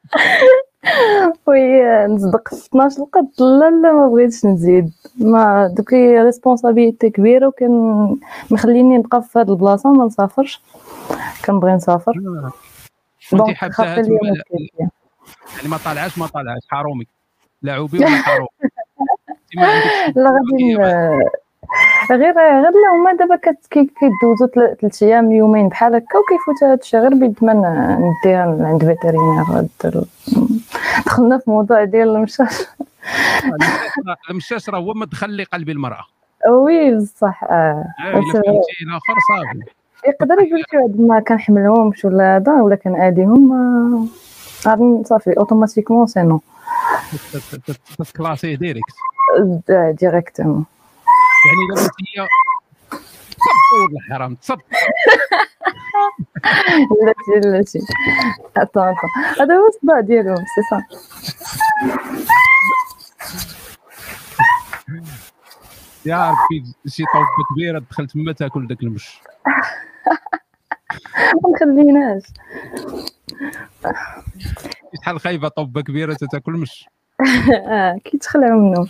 Speaker 5: وي نصدق في اثناش القد. لا لا ما بغيتش نزيد، ما دوك ريسبونسابيلتي كبيره وكان مخليني نبقى في هاد البلاصه وما نسافرش. كنبغي نسافر
Speaker 1: وانت
Speaker 5: دونك
Speaker 1: حابسها
Speaker 5: خاطر ليا
Speaker 1: تما
Speaker 5: مشكل فيها.
Speaker 1: يعني ما طالعاش ما طالعاش حرومي لاعوبي ولا حرومي. انت ما عندكش
Speaker 5: لا غادي ن- غير غير لا هما دابا كت- كي- كيدوزو تل- تلت ايام يومين بحال هكا وكيفوت هادشي، غير بيد ما ن- نديها عند فيترينير. هاد ال- دخلنا في موضوع ديال المشاش.
Speaker 1: المشاش راه هو مدخل لي قلبي المراه.
Speaker 5: وي بصح اه
Speaker 1: آه، الا
Speaker 5: بس
Speaker 1: فهمتي الاخر صافي.
Speaker 5: يقدر يقول شي واحد ما كنحملهمش ولا هذا ولا كنعاديهم ما غادي صافي اوتوماتيكمون سي نو
Speaker 1: تتكلاسي ديريكت.
Speaker 5: ديريكتومون.
Speaker 1: يعني دابا هي تصب ولا حرام تصب.
Speaker 5: لا لا شي اتون اتون هذا هو الصداع ديالهم سي صا.
Speaker 1: يا ربي شي طوبه كبيره دخلت تما تاكل داك المش.
Speaker 5: ما نخليناش.
Speaker 1: شحال خايبه طوبه كبيره تاكل مش.
Speaker 5: اه كيتخلعوا منهم.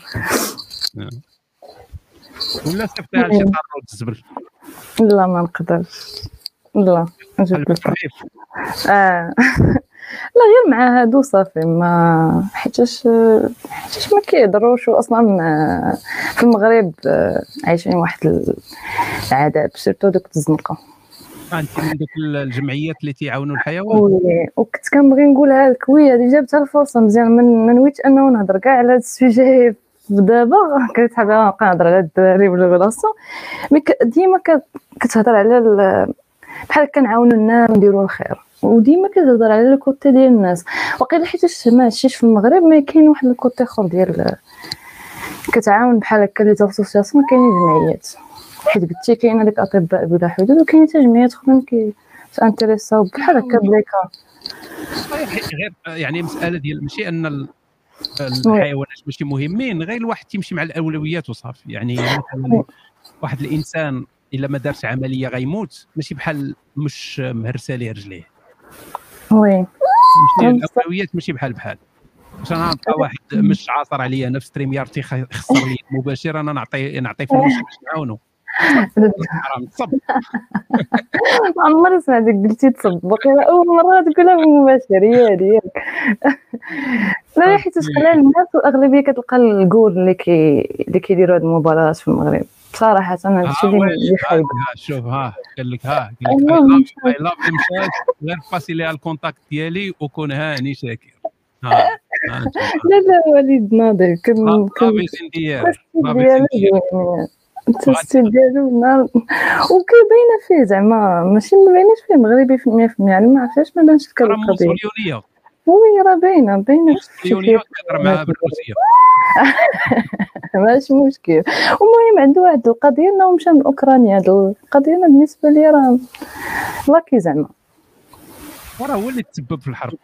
Speaker 1: ولا صيفطيها لشي طارو تزبل.
Speaker 5: لا ما نقدرش. لا نجيب لك اه لا غير مع هادو صافي ما حيتاش حيتاش ما كيهضروش اصلا. في المغرب عايشين واحد العذاب سيرتو دوك الزنقه.
Speaker 1: انت من دوك الجمعيات اللي تيعاونوا الحيوان.
Speaker 5: وي وكنت كنبغي نقولها لك وي هذه جابتها الفرصه مزيان. من ما نويتش انه نهضر كاع على هذا السوجي دابا. كنت حابه نبقى نهضر على الدراري والريلاسيون مي ديما كتهضر على بحال كنعاونوا الناس ونديروا الخير، وديما كتهضر على الكوتي ديال الناس. وقيلا حيت ما هادشي في المغرب ما كاين واحد الكوتي اخر ديال كتعاون بحال هكا لي زاسوسياسيون، كاينين جمعيات حيت قلتي كاين هذاك اطباء بلا حدود، وكاين حتى جمعيات اخرين كي انتريساو بحال هكا بليكا.
Speaker 1: غير يعني مساله ديال ماشي ان ال- الحيوانات ماشي مهمين، غير الواحد تيمشي مع الاولويات وصافي. يعني مثلا واحد الانسان الا ما دارش عمليه غيموت، ماشي بحال مش مهرسه ليه رجليه.
Speaker 5: وي
Speaker 1: ماشي الاولويات ماشي بحال بحال. باش انا نلقى واحد مش عاصر عليا نفس ستريم يار تيخسر لي مباشر، انا نعطي نعطي فلوس باش نعاونو. حرام تصب.
Speaker 5: ما عمري سمعتك قلتي تصبق، اول مره تقولها بالمباشر هي هذه. لا حيت تخلى الناس واغلبيه كتلقى الكول اللي كي اللي كيديروا هاد المباريات في المغرب صراحه. انا هادشي اللي اللي خايب.
Speaker 1: شوف ها قال لك ها قال لك اي لاف المشات، غير باسي ليها الكونتاكت ديالي وكون هاني شاكر. ها ها انت
Speaker 5: لا لا وليد ناضر كن كن
Speaker 1: لابسين ديال
Speaker 5: ديالو زوين، التستيل ديالو نار وكيباينه فيه زعما ماشي ما بايناش فيه مغربي في مية بالمية. يعني ما عرفتش ما بانش لك القضيه.
Speaker 1: مصريونيه
Speaker 5: وي راه باينه باينه
Speaker 1: مصريونيه كتهضر معاها بالروسيه.
Speaker 5: ماشي مشكل. المهم عنده واحد القضيه انه مشى من اوكرانيا. هاد القضيه انا بالنسبه لي راه لاكي زعما،
Speaker 1: وراه هو اللي تسبب في الحرب.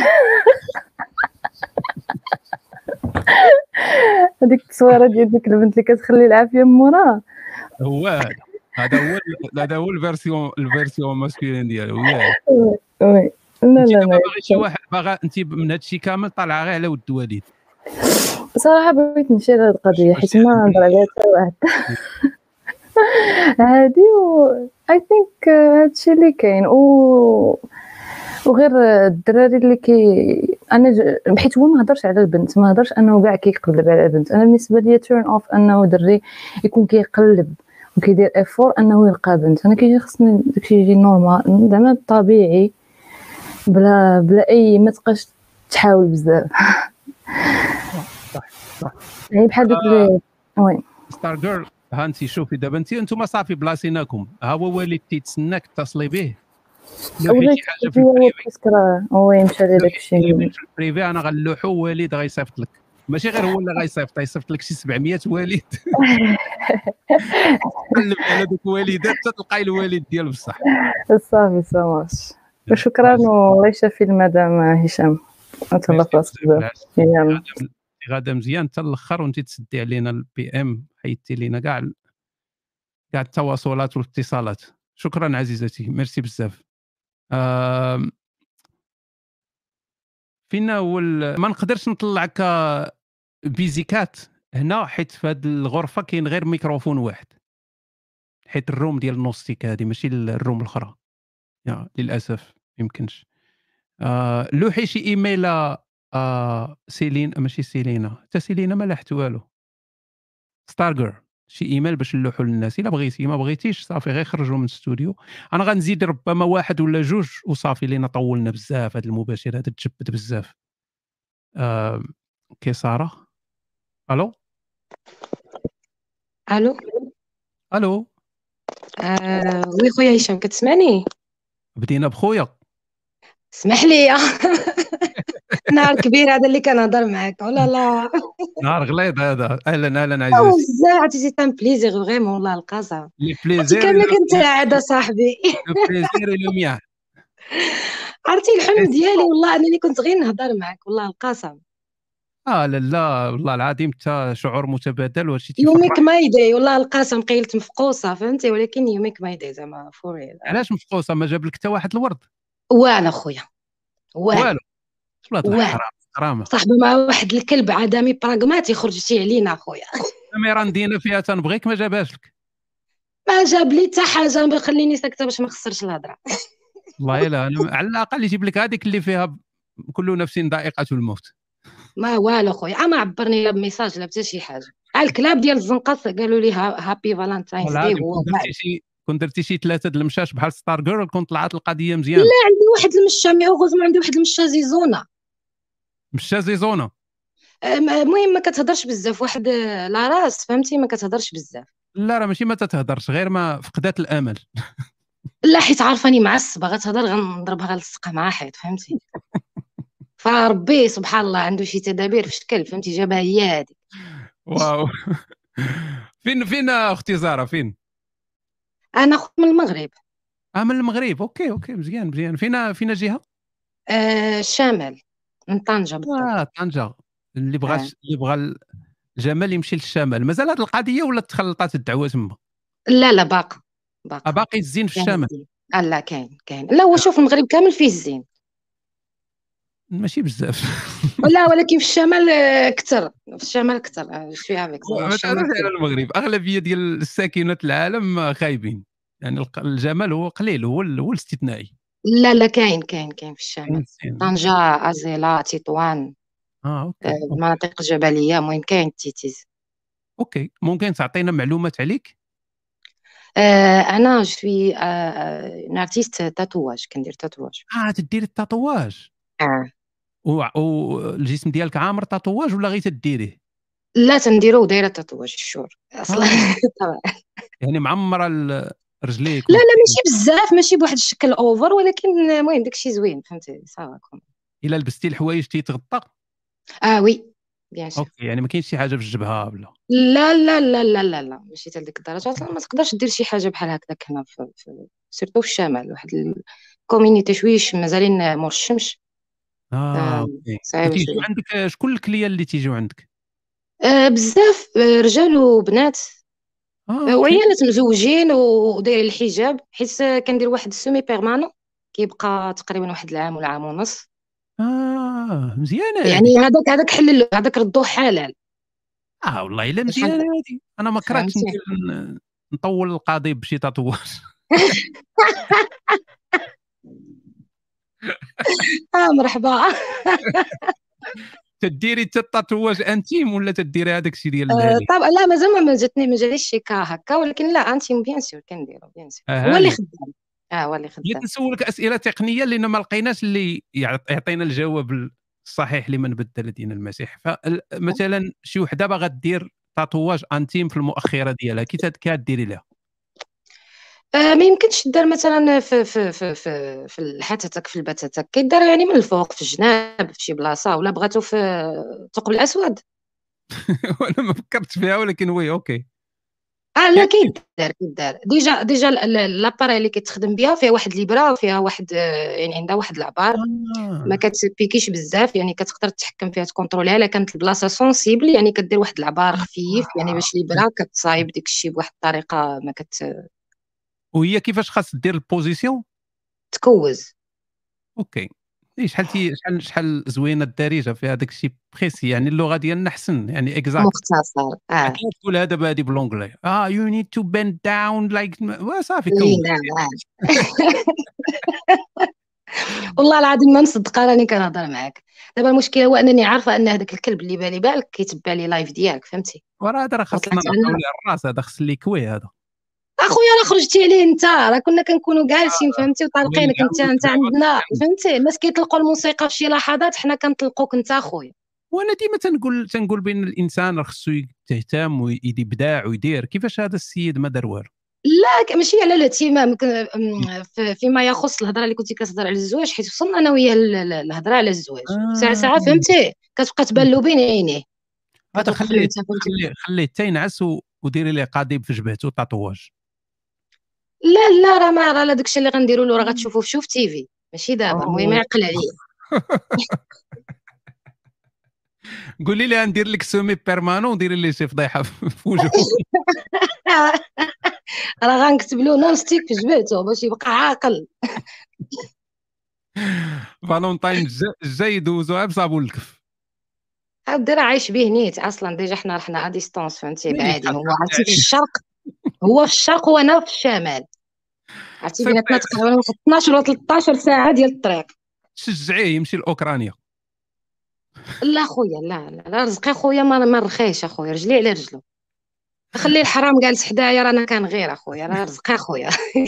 Speaker 5: هذيك التصويره ديال ديك البنت اللي كتخلي العافيه موراه،
Speaker 1: هو هذا هذا هو هذا هو الفيرسيون الفيرسيون ماسكولين ديالو. وي
Speaker 5: وي لا لا لا
Speaker 1: باغي شي واحد باغا انت من هذا الشيء كامل طالعه غير على ود وليد.
Speaker 5: صراحه بغيت نشير هذه القضيه حيت ما نهضر عليها حتى واحد. هادي و اي ثينك هادشي اللي كاين. و وغير الدراري اللي كي انا ج... حيت هو ما هضرش على البنت، ما هضرش انه كاع كيقلب على البنت. انا بالنسبه لي تيرن اوف انه دري يكون كيقلب وكيدير افور انه يلقى بنت. انا كيجي خصني داكشي يجي نورمال زعما طبيعي، بلا بلا اي ما تبقاش تحاول بزاف.
Speaker 1: صح صح.
Speaker 5: يعني بحال دوك اللي وي
Speaker 1: ستار جيرل. ها انت شوفي دابا انت انتم صافي بلاصيناكم، ها هو والد تيتسناك اتصلي به لو شي حاجه في
Speaker 5: البريفي. وي مشى لي داكشي
Speaker 1: في البريفي. انا غنلوحو والد غيصيفط لك، ماشي غير هو اللي غيصيفط، غيصيفط لك شي سبعمية والد. قلب على دوك الوالدات حتى تلقاي الوالد ديال بصح.
Speaker 5: صافي ساماش. وشكرا والله يشافي المدام هشام. تهلا في راسك بزاف. يلا
Speaker 1: غادا مزيان حتى الاخر، وانت تسدي علينا البي ام، حيدتي لينا كاع كاع التواصلات والاتصالات. شكرا عزيزتي، ميرسي بزاف. آه فينا هو ما نقدرش نطلعك بيزيكات هنا حيت في هذه الغرفه كاين غير ميكروفون واحد، حيت الروم ديال النوستيك هذه ماشي الروم الاخرى. يا للاسف يمكنش. آه لوحي شي ايميل آه سيلين ماشي سيلينا، حتى سيلينا ما لاحت والو. ستارجر شي ايميل باش نلوحوا للناس. الا بغيتي، ما بغيتيش صافي غير خرجوا من الاستوديو. انا غنزيد ربما واحد ولا جوج وصافي، لينا طولنا بزاف. هذا المباشر هذا تجبد بزاف. آه كي ساره. الو
Speaker 7: الو
Speaker 1: الو.
Speaker 7: آه وي خويا هشام كتسمعني؟
Speaker 1: بدينا بخويا.
Speaker 7: اسمح لي. نهار كبير هذا اللي كنهضر معاك. ولا لا
Speaker 1: نهار غليظ هذا. اهلا اهلا
Speaker 7: او
Speaker 1: عزيزتي.
Speaker 7: بزاف عرفتي سي ان بليزير فريمون والله القسم.
Speaker 1: لي
Speaker 7: عرفتي
Speaker 1: بليزير
Speaker 7: كامله كنتعاد صاحبي.
Speaker 1: لو بليزير لو مياه.
Speaker 7: عرفتي الحلم ديالي والله انني كنت غير نهضر معاك والله القسم.
Speaker 1: اه لا لا والله العظيم حتى شعور متبادل وهادشي
Speaker 7: يوميك
Speaker 1: تيفرح.
Speaker 7: ما يدي والله القسم قيلت مفقوصه فهمتي، ولكن يوميك ما يدي زعما فوريل.
Speaker 1: علاش مفقوسه؟ ما جاب لك حتى واحد الورد
Speaker 7: والو خويا والو
Speaker 1: والو. ولاد
Speaker 7: والو
Speaker 1: الحرام كرامه.
Speaker 7: صاحبي مع واحد الكلب عدمي براغماتي خرجتي علينا خويا.
Speaker 1: الكاميرا ندينا فيها تنبغيك ما جابهاش لك.
Speaker 7: ما جاب لي حتى حاجه، ما خليني ساكته باش ما نخسرش الهضره.
Speaker 1: والله الا انا على الاقل يجيب لك هذيك اللي فيها كل نفس ذائقه الموت.
Speaker 7: ما والو خويا، ما عبرني لا بميساج لا حتى شي حاجه. الكلاب ديال الزنقه قالوا لي هابي فالنتاينز داي. هو
Speaker 1: كون درتي شي كون درتي شي ثلاثه د المشاش بحال ستار جيرل كون طلعت القضيه مزيان.
Speaker 7: لا عندي واحد المشا مي اوغوزمون عندي واحد المشا زيزونه.
Speaker 1: مشا زيزونه.
Speaker 7: المهم ما كتهضرش بزاف، واحد لا راس فهمتي ما كتهضرش بزاف.
Speaker 1: لا راه ماشي ما تتهضرش، غير ما فقدات الامل.
Speaker 7: لا حيت عارفاني معصبه غتهضر غنضربها غنلصقها مع حيط فهمتي. فربي سبحان الله عنده شي تدابير في شكل فهمتي جابها هي هذيك.
Speaker 1: واو. فين فين اختي زهره فين؟
Speaker 7: انا اخت من المغرب.
Speaker 1: اه من المغرب. اوكي اوكي مزيان مزيان. فين فين جهه؟
Speaker 7: آه الشمال من طنجه بالضبط.
Speaker 1: اه طنجه. اللي بغى
Speaker 7: آه.
Speaker 1: اللي بغى الجمال يمشي للشمال. مازال هذه القضيه ولا تخلطات الدعوه تما؟
Speaker 7: لا لا باقا باقا
Speaker 1: آه باقي الزين في
Speaker 7: كاين
Speaker 1: الشمال.
Speaker 7: الزين. آه لا كاين كاين لا هو شوف المغرب كامل فيه الزين.
Speaker 1: ماشي بزاف.
Speaker 7: لا ولكن في الشمال آه، كثر في الشمال كثر آه، شويه افيك
Speaker 1: ما
Speaker 7: الشمال
Speaker 1: تعرفش على
Speaker 7: كثر.
Speaker 1: المغرب اغلبيه ديال الساكنات العالم خايبين. يعني الق- الجمال هو قليل هو ال- هو الاستثنائي.
Speaker 7: لا لا كاين كاين كاين في الشمال
Speaker 1: إنسان.
Speaker 7: طنجة أزيلة تطوان
Speaker 1: اه اوكي
Speaker 7: آه،
Speaker 1: أوكي.
Speaker 7: المناطق الجبلية المهم كاين التيتيز.
Speaker 1: اوكي ممكن تعطينا معلومات عليك؟
Speaker 7: آه، أنا جوي اون ارتيست تاتواج كندير تاتواج.
Speaker 1: اه تديري التاتواج.
Speaker 7: اه
Speaker 1: و- والجسم ديالك عامر تاتواج ولا غير تديريه؟
Speaker 7: لا تنديرو ودايرة تاتواج الشور أصلا.
Speaker 1: آه. يعني معمره ال- رجليك
Speaker 7: لا لا
Speaker 1: واليدين.
Speaker 7: ماشي بزاف ماشي بواحد الشكل اوفر ولكن المهم داكشي زوين فهمتي صافا كون.
Speaker 1: الا لبستي الحوايج تيتغطى.
Speaker 7: اه وي بيان سور.
Speaker 1: اوكي يعني ما كاينش شي حاجه في الجبهه ولا؟
Speaker 7: لا لا لا لا لا لا ماشي حتى لديك الدرجه اصلا ما تقدرش دير شي حاجه بحال هكاك هنا في, في سيرتو في الشمال واحد الكوميونيتي شويش مازالين مور الشمس.
Speaker 1: اه
Speaker 7: آه،
Speaker 1: اوكي.
Speaker 7: صعيبه
Speaker 1: وتيجيو
Speaker 7: شويه.
Speaker 1: عندك شكون الكليان اللي تيجيو عندك؟
Speaker 7: آه بزاف آه، رجال وبنات
Speaker 1: اه
Speaker 7: آه،
Speaker 1: اوكي.
Speaker 7: وعيالات مزوجين ودايرين الحجاب حيت آه، كندير واحد السومي بيرمانون كيبقى تقريبا واحد العام ولا عام ونص.
Speaker 1: اه مزيانه هذه.
Speaker 7: يعني هذاك هذاك حلل هذاك ردوه حلال
Speaker 1: اه والله الا
Speaker 7: بحال
Speaker 1: مزيانه هذه. انا ما كرهتش
Speaker 7: فهمتي.
Speaker 1: ندير ن- نطول القضيب بشي تاتواج.
Speaker 7: اه مرحبا.
Speaker 1: تديري حتى التاتواج انتيم ولا تديري هذاك الشيء ديال
Speaker 7: آه،
Speaker 1: الهالي؟
Speaker 7: طبعا لا مازال ما جاتني ما جاليش شي كا هكا ولكن لا انتيم بيان سور كنديرو بيان سور
Speaker 1: آه
Speaker 7: هو اللي
Speaker 1: هالي.
Speaker 7: خدام. اه هو اللي
Speaker 1: بغيت
Speaker 7: خدام.
Speaker 1: نسولك اسئله تقنيه لان ما لقيناش اللي يعط- يعطينا الجواب الصحيح لمن بدل دين المسيح. فمثلا شي وحده باغا دير تاتواج انتيم في المؤخره ديالها كي تد- كديري لها؟
Speaker 7: آه ما يمكنش دار مثلا في في في في في الحتتك في البتاتك كيدار يعني من الفوق في الجناب في شي بلاصه ولا بغاتو في الثقب الاسود.
Speaker 1: وانا ما فكرتش فيها ولكن وي اوكي.
Speaker 7: اه لا كيدار كيدار ديجا ديجا ال- ال- لاباري اللي كتخدم بها فيها واحد الابره وفيها واحد آه، يعني عندها واحد العبار ما
Speaker 1: آه.
Speaker 7: كتبيكيش بزاف يعني كتقدر تحكم فيها تكونتروليها الا كانت البلاصه سونسيبل يعني كدير واحد العبار خفيف يعني باش الابره كتصايب ديك الشيء بواحد الطريقه ما كت
Speaker 1: وهي كيفاش خاص دير البوزيسيون؟
Speaker 7: تكوز.
Speaker 1: اوكي. إيه شحال تي شحال شحال زوينه الدارجه في هذاك الشيء بريسي يعني اللغه ديالنا احسن يعني اكزاكت.
Speaker 7: مختصر اه
Speaker 1: كي تقول هذا بادي بالونجلي اه يو نيد تو بند داون لايك صافي
Speaker 7: إيه،
Speaker 1: كون.
Speaker 7: نعم آه. والله العظيم ما مصدقه راني كنهضر معاك دابا المشكله هو انني عارفه ان هذاك الكلب اللي بالي بالك كيتبع لي لايف ديالك فهمتي.
Speaker 1: وراه هذا راه خاصنا
Speaker 7: وطلعت
Speaker 1: نعطيو
Speaker 7: انا
Speaker 1: ليه الراس هذا خص اللي يكوي هذا.
Speaker 7: اخويا راه خرجتي عليه انت راه كنا كنكونوا جالسين فهمتي وطالقينك
Speaker 1: ويلي
Speaker 7: انت
Speaker 1: عاود
Speaker 7: انت
Speaker 1: دابا
Speaker 7: عندنا
Speaker 1: كان.
Speaker 7: فهمتي الناس كيطلقوا الموسيقى في شي لحظات حنا كنطلقوك انت اخويا.
Speaker 1: وانا ديما تنقول تنقول بان الانسان راه خصو يهتم ويبدع ويدير. كيفاش هذا السيد ما دار والو؟
Speaker 7: لا ك- ماشي على الاهتمام ك- أم، ف- فيما يخص الهضره اللي كنتي كتهضر على الزواج حيت وصلنا انا وياه ل- ل- الهضره على الزواج ساعه ساعه
Speaker 1: آه.
Speaker 7: فهمتي كتبقى تبان له بين عينيه
Speaker 1: هذا
Speaker 7: كتوقف له
Speaker 1: خليه
Speaker 7: انت فهمتي.
Speaker 1: خليه خليه حتى ينعس و- وديري ليه قضيب في جبهته تاتواج.
Speaker 7: لا لا راه ما راه داكشي اللي غنديروا له راه غتشوفوه في شوف تيفي ماشي دابا المهم
Speaker 1: أوه.
Speaker 7: يعقل عليا.
Speaker 1: قولي لي ندير لك سومي بيرمانون وديري لي شي فضيحه في وجهه.
Speaker 7: راه غنكتب له نون ستيك في جبهته باش يبقى عاقل.
Speaker 1: فالونتاين الجا- الجاي يدوزوها بصابون الكف.
Speaker 7: عاود راه عايش به نيت اصلا ديجا حنا رحنا ا ديستونس فهمتي
Speaker 1: ويلي
Speaker 7: بعادين
Speaker 1: شحال
Speaker 7: هو عرفتي في
Speaker 1: عليه.
Speaker 7: الشرق هو في الشرق وانا في الشمال عرفتي بيناتنا
Speaker 1: صيفط
Speaker 7: تقريبا واحد اثناش ولا ثلاثطاش ساعه ديال الطريق.
Speaker 1: شجعيه يمشي لاوكرانيا.
Speaker 7: لا خويا لا لا, لا رزقي خويا ما ما رخيش اخويا رجلي على رجلو خلي الحرام جالس حدايا رانا كنغير اخويا راه رزقي اخويا.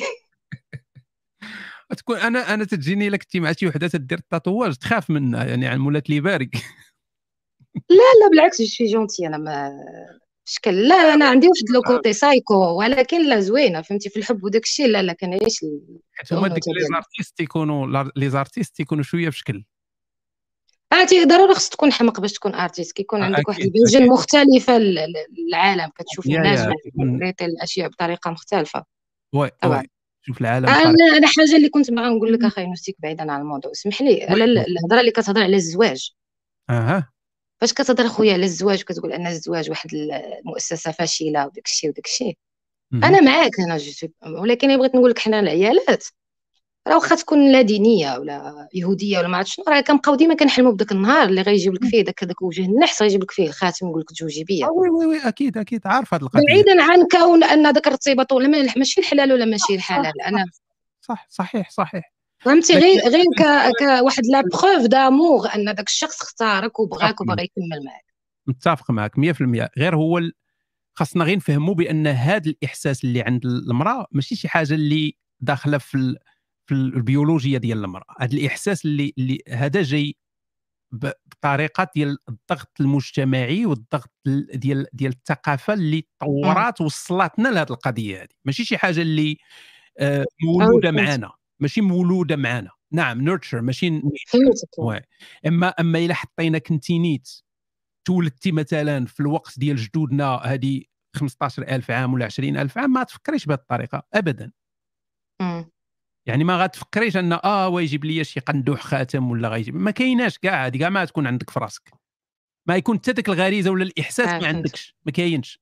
Speaker 1: تكون انا انا تجيني الا كنتي مع شي وحده تدير التاتواج تخاف منها يعني عن مولات لي بارك.
Speaker 7: لا لا بالعكس جو سوي جونتي انا ما شكل لا انا عندي واحد لو كوتي سايكو ولكن لا زوينه فهمتي في الحب وداك الشيء لا لا كنعيش
Speaker 1: حيت هما ديك لي زارتيست يكونوا لي زارتيست يكونوا شويه في شكل
Speaker 7: عرفتي ضروري خص تكون حمق باش تكون ارتيست كيكون عندك واحد الفيجن مختلفه للعالم كتشوف الناس وكتريتي الاشياء بطريقه مختلفه
Speaker 1: وي وي شوف العالم
Speaker 7: انا انا حاجه اللي كنت باغا نقول لك اخي نوستيك بعيدا عن الموضوع اسمح لي على الهضره اللي كتهضر على الزواج
Speaker 1: اها
Speaker 7: فاش كتهضر خويا على الزواج وكتقول ان الزواج واحد المؤسسه فاشله وداك الشيء وداك الشيء انا معاك انا جو ولكن بغيت نقول لك حنا العيالات راه واخا تكون لا دينيه ولا يهوديه ولا ما عرفتش شنو راه كنبقاو ديما كنحلموا بداك النهار اللي غيجيب لك فيه داك هذاك وجه النحس غيجيب لك فيه الخاتم ويقول لك تزوجي بيا
Speaker 1: وي وي وي اكيد اكيد عارف هذه القضيه
Speaker 7: بعيدا عن كون ان داك الارتباط ولا ماشي الحلال ولا ماشي الحلال انا
Speaker 1: صح صحيح صحيح
Speaker 7: فهمتي غير غير كواحد لا بروف دامور ان داك الشخص اختارك وبغاك وبغى يكمل معك
Speaker 1: متفق معك مية في المية غير هو ال... خاصنا غير نفهموا بان هذا الاحساس اللي عند المراه ماشي شي حاجه اللي داخله في ال... في البيولوجيا ديال المراه هذا الاحساس اللي اللي هذا جاي بطريقه ديال الضغط المجتمعي والضغط ديال ديال الثقافه اللي طورات وصلتنا لهذه القضيه هذه ماشي شي حاجه اللي آه مولوده معنا ماشي مولوده معنا نعم نيرتشر ماشي وي اما اما الا حطينا كنتينيت تولدتي مثلا في الوقت ديال جدودنا هذه خمسطاش ألف عام ولا عشرين ألف عام ما تفكريش بهذه الطريقه ابدا
Speaker 7: م.
Speaker 1: يعني ما غتفكريش ان اه ويجيب لي شي قندوح خاتم ولا غيجيب ما كايناش كاع هذه كاع ما تكون عندك في راسك ما يكون حتى ديك الغريزه ولا الاحساس
Speaker 7: آه
Speaker 1: ما عندكش ما كاينش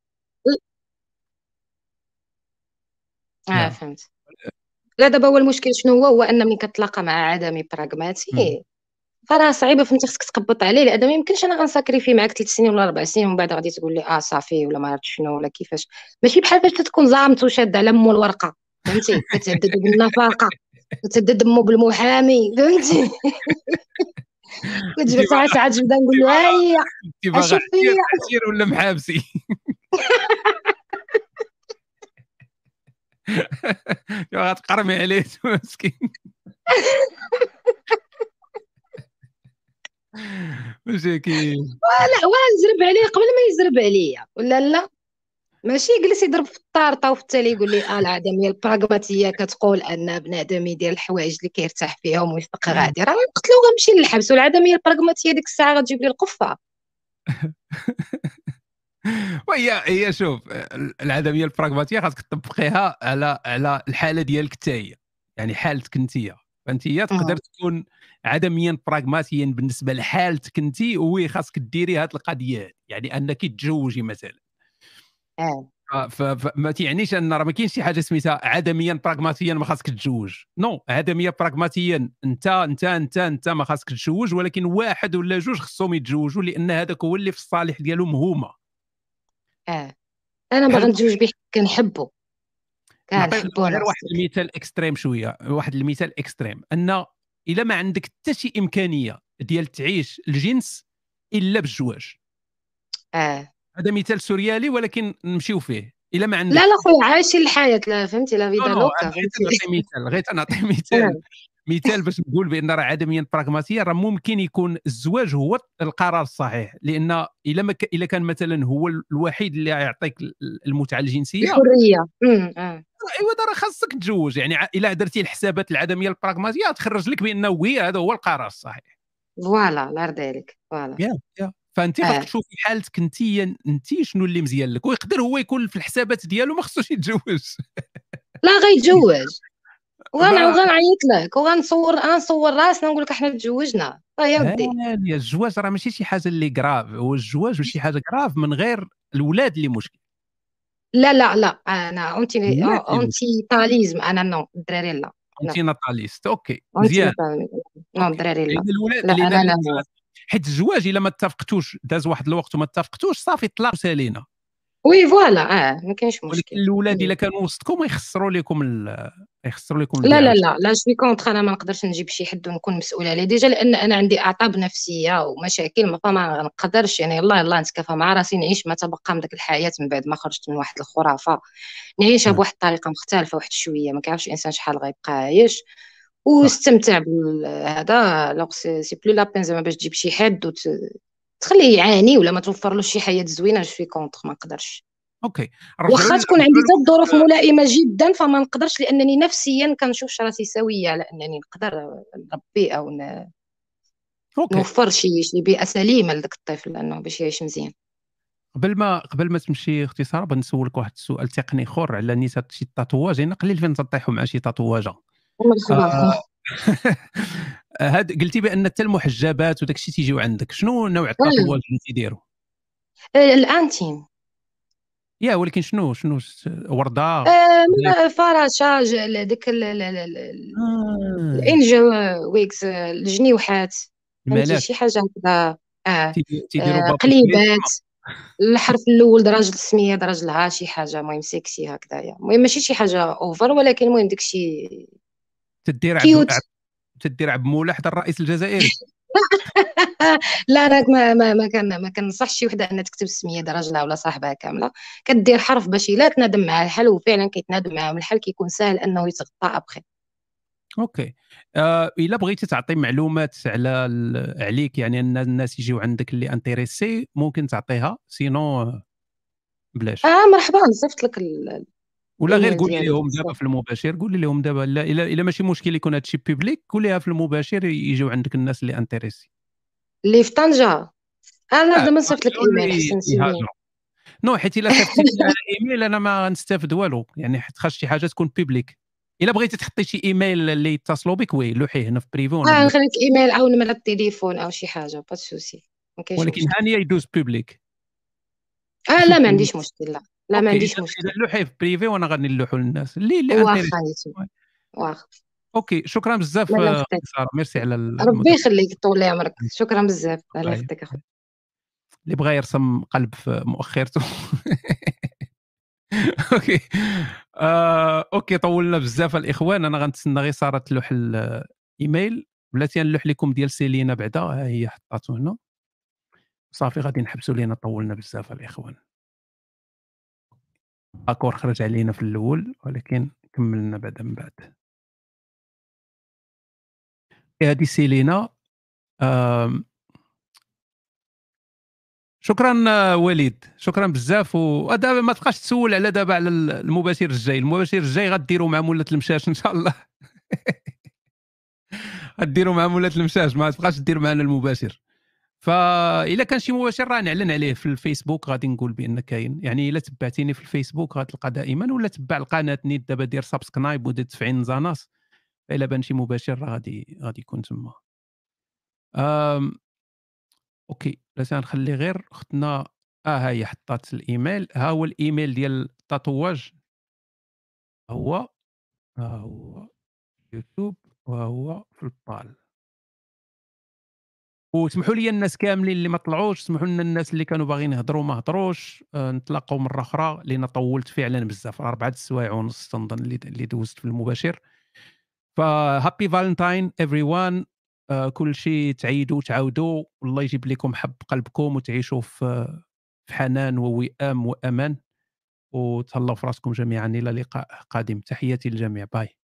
Speaker 7: اه فهمت لا دابا هو المشكل شنو هو هو ان ملي كتلاقى مع عدمي براغماتي فراه صعيبه فهمتي خصك تقبط عليه لان ما يمكنش انا غنساكريفي معاك ثلاث سنين ولا اربع سنين ومن بعد غادي تقول لي اه صافي ولا ما عرفتش شنو ولا كيفاش ماشي بحال فاش تكون زعمت وشاد على مو الورقه فهمتي كتهدد بالنفقه كتهدد مو بالمحامي فهمتي كتجبد ساعات ساعات جبدا نقول له ها هي
Speaker 1: شوف فيا ولا محابسي يا غتقرمي عليه مسكين ماشي كي
Speaker 7: لا ونزرب عليه قبل ما يزرب عليا ولا لا ماشي يجلس يضرب في الطارطه وفي التالي يقول لي اه العدميه البراغماتيه كتقول ان بنادم يدير الحوايج اللي كيرتاح فيهم ويفق غادي راه نقتلو غنمشي للحبس والعدميه البراغماتيه ديك الساعه غتجيب لي القفه
Speaker 1: وهي هي شوف العدميه البراغماتيه خاصك تطبقيها على على الحاله ديالك حتى هي يعني حالتك انت فانت هي تقدر تكون عدميا براغماتيا بالنسبه لحالتك انت وي خاصك ديري هذه القضيه يعني انك تتزوجي مثلا
Speaker 7: اه
Speaker 1: فما تيعنيش ان راه ما كاينش شي حاجه سميتها عدميا براغماتيا ما خاصك تتزوج نو عدميا براغماتيا انت انت انت انت ما خاصك تتزوج ولكن واحد ولا جوج خصهم يتزوجوا لان هذاك هو اللي في الصالح ديالهم هما
Speaker 7: اه انا باغا نتزوج به كنحبو كنحبو
Speaker 1: غير واحد المثال اكستريم شويه واحد المثال اكستريم ان الا ما عندك حتى شي امكانيه ديال تعيش الجنس الا بالزواج
Speaker 7: اه
Speaker 1: هذا مثال سوريالي ولكن نمشيو فيه الا ما عندك
Speaker 7: لا لا خويا عايشين الحياه لا فهمتي لا فيدا لوكا
Speaker 1: غير نعطي مثال غير نعطي مثال مثال باش نقول بان راه عدميا براغماتيا راه ممكن يكون الزواج هو القرار الصحيح لان الا ما الا كان مثلا هو الوحيد اللي يعطيك المتعه الجنسيه
Speaker 7: الحريه
Speaker 1: اه ايوا راه خاصك تتزوج يعني الا درتي الحسابات العدميه البراغماتيه تخرج لك بانه وي هذا هو القرار الصحيح
Speaker 7: فوالا الله يرضي عليك فوالا
Speaker 1: يا يا فانت خاصك تشوفي حالتك انت انت شنو اللي مزيان لك ويقدر هو يكون في الحسابات ديالو ما خصوش يتزوج
Speaker 7: لا غيتزوج وانا غنعيط لك وغنصور غنصور راسنا نقول لك احنا تزوجنا يا ودي
Speaker 1: يا الزواج راه ماشي شي حاجه اللي كراف هو الزواج ماشي حاجه كراف من غير الولاد اللي مشكل
Speaker 7: لا لا لا انا انتي انتي طاليزم انا نو الدراري لا
Speaker 1: انتي ناتاليست اوكي مزيان
Speaker 7: نو الدراري لا
Speaker 1: الولاد
Speaker 7: لا انا لا
Speaker 1: حيت الزواج الا ما اتفقتوش داز واحد الوقت وما اتفقتوش صافي طلاق سالينا
Speaker 7: وي فوالا اه ما كاينش مشكل
Speaker 1: ولكن الاولاد الا كانوا وسطكم يخسروا لكم يخسروا لكم
Speaker 7: لا لا لا لا شوي كونتر انا ما نقدرش نجيب شي حد ونكون مسؤوله عليه ديجا لان انا عندي اعصاب نفسيه ومشاكل فما نقدرش يعني يلاه يلاه نتكافى مع راسي نعيش ما تبقى من داك الحياه من بعد ما خرجت من واحد الخرافه نعيشها بواحد الطريقه مختلفه واحد شويه ما كيعرفش الانسان شحال غيبقى عايش واستمتع بهذا لو سي بلو لا بين زعما باش تجيب شي حد وت... تخليه يعاني ولا ما توفرلوش شي حياه زوينه. جو سوي كونطخ، ما نقدرش.
Speaker 1: اوكي
Speaker 7: واخا تكون عندي حتى الظروف ملائمه جدا فما نقدرش، لانني نفسيا كنشوفش راسي سويه على انني نقدر نربي او ن... نوفر شي شي بيئه سليمه لذاك الطفل انه باش يعيش مزيان.
Speaker 1: قبل ما قبل ما تمشي اختي ساره بغيت نسولك واحد السؤال تقني اخر على نيسات شي تاتواج. انا قليل فين تطيحوا مع شي تاتواجه.
Speaker 7: مرحبا.
Speaker 1: هاد قلتي بان حتى المحجبات وداك الشيء تيجيو عندك، شنو نوع التاتواج اللي تيديروا؟
Speaker 7: الانتيم.
Speaker 1: يا ولكن شنو شنو ورده
Speaker 7: آه فراشه ديك الانجل ويكس الجنيوحات فهمتي شي حاجه هكذا. اه
Speaker 1: تيديروا
Speaker 7: قليبات الحرف الاول درجه السميه درجه لها شي حاجه المهم سيكسي هكذايا. المهم ماشي شي حاجه اوفر ولكن المهم داكشي
Speaker 1: تدير عبد تدير عبد مولا حدا الرئيس الجزائري.
Speaker 7: لا راك ما ما ما كان ما كنصحش شي وحده انها تكتب السميه درجه لها ولا صاحبها كامله. كدير حرف باش لا تنادم معاه الحال، وفعلا كيتنادم معاهم الحال كيكون سهل انه يتغطى ابخي.
Speaker 1: اوكي آه، الا بغيتي تعطي معلومات على عليك يعني ان الناس يجيو عندك اللي انتريسي ممكن تعطيها، سينو بلاش.
Speaker 7: اه مرحبا نصيفط لك ال...
Speaker 1: ولا غير قولي لهم دابا في المباشر، قولي لهم دابا لا الا الا ماشي مشكل يكون هادشي بيبليك قوليها في المباشر يجيو عندك الناس اللي انتريسي.
Speaker 7: اللي في طنجه انا دابا نصيفط لك ايميل حسن سيدي.
Speaker 1: نو حيت الا صيفطتي لي على ايميل انا ما غنستافد والو، يعني حيت خاص شي حاجه تكون بيبليك. الا بغيتي تحطي شي ايميل اللي يتصلوا بك وي لوحيه هنا في بريفي
Speaker 7: اه نخليك ايميل او نمره التليفون او شي حاجه با سوسي.
Speaker 1: ولكن هانيه يدوز بيبليك.
Speaker 7: اه لا ما عنديش مشكل. لا لا ما عنديش مشكل.
Speaker 1: لوحيه في بريفي وانا غادي نلوحوا للناس اللي اللي
Speaker 7: واخا واخا.
Speaker 1: اوكي شكرا بزاف ساره، ميرسي على
Speaker 7: ربي يخليك طول عمرك. شكرا بزاف الله يخليك اخويا.
Speaker 1: اللي بغى يرسم قلب في مؤخرته. اوكي آه، اوكي طولنا بزاف الاخوان. انا غنتسنى غير ساره تلوح الايميل بلاتي نلوح لكم ديال سيلينا بعدا، ها هي حطاتو هنا صافي. غادي نحبسوا لينا طولنا بزاف الاخوان. اكور خرج علينا في الاول ولكن كملنا بعدا من بعد. هذه سيلينا. آه شكرا وليد، شكرا بزاف. ودابا ما تبقاش تسول على دابا على المباشر الجاي. المباشر الجاي غديروا مع مولات المشاش ان شاء الله. غديروا مع مولات المشاش، ما تبقاش دير معنا المباشر. فاذا كان شي مباشر راه نعلن عليه في الفيسبوك، غادي نقول بان كاين. يعني الا تبعتيني في الفيسبوك غتلقى دائما، ولا تبع القناه نيت دابا دير سبسكرايب ودير تفعيل زاناس. الا بان شي مباشر راه غادي غادي يكون تما. أم... اوكي لا نخلي غير اختنا اه هي حطات الايميل. ها هو الايميل ديال التاتواج، هو ها هو يوتيوب وهو في البال. وسمحوا لي الناس كاملين اللي ما طلعوش، سمحوا لنا الناس اللي كانوا باغيين يهضروا ما هضروش. آه نتلاقاو مره اخرى لان طولت فعلا بزاف، اربعه السوايع ونص تنظن اللي اللي دوزت في المباشر. فهابي فالنتاين ايفري وان. آه كل شيء تعيدوا تعاودوا والله يجيب لكم حب قلبكم وتعيشوا في في حنان ووئام وامان، وتهلاو في راسكم جميعا. الى لقاء قادم. تحياتي للجميع. باي.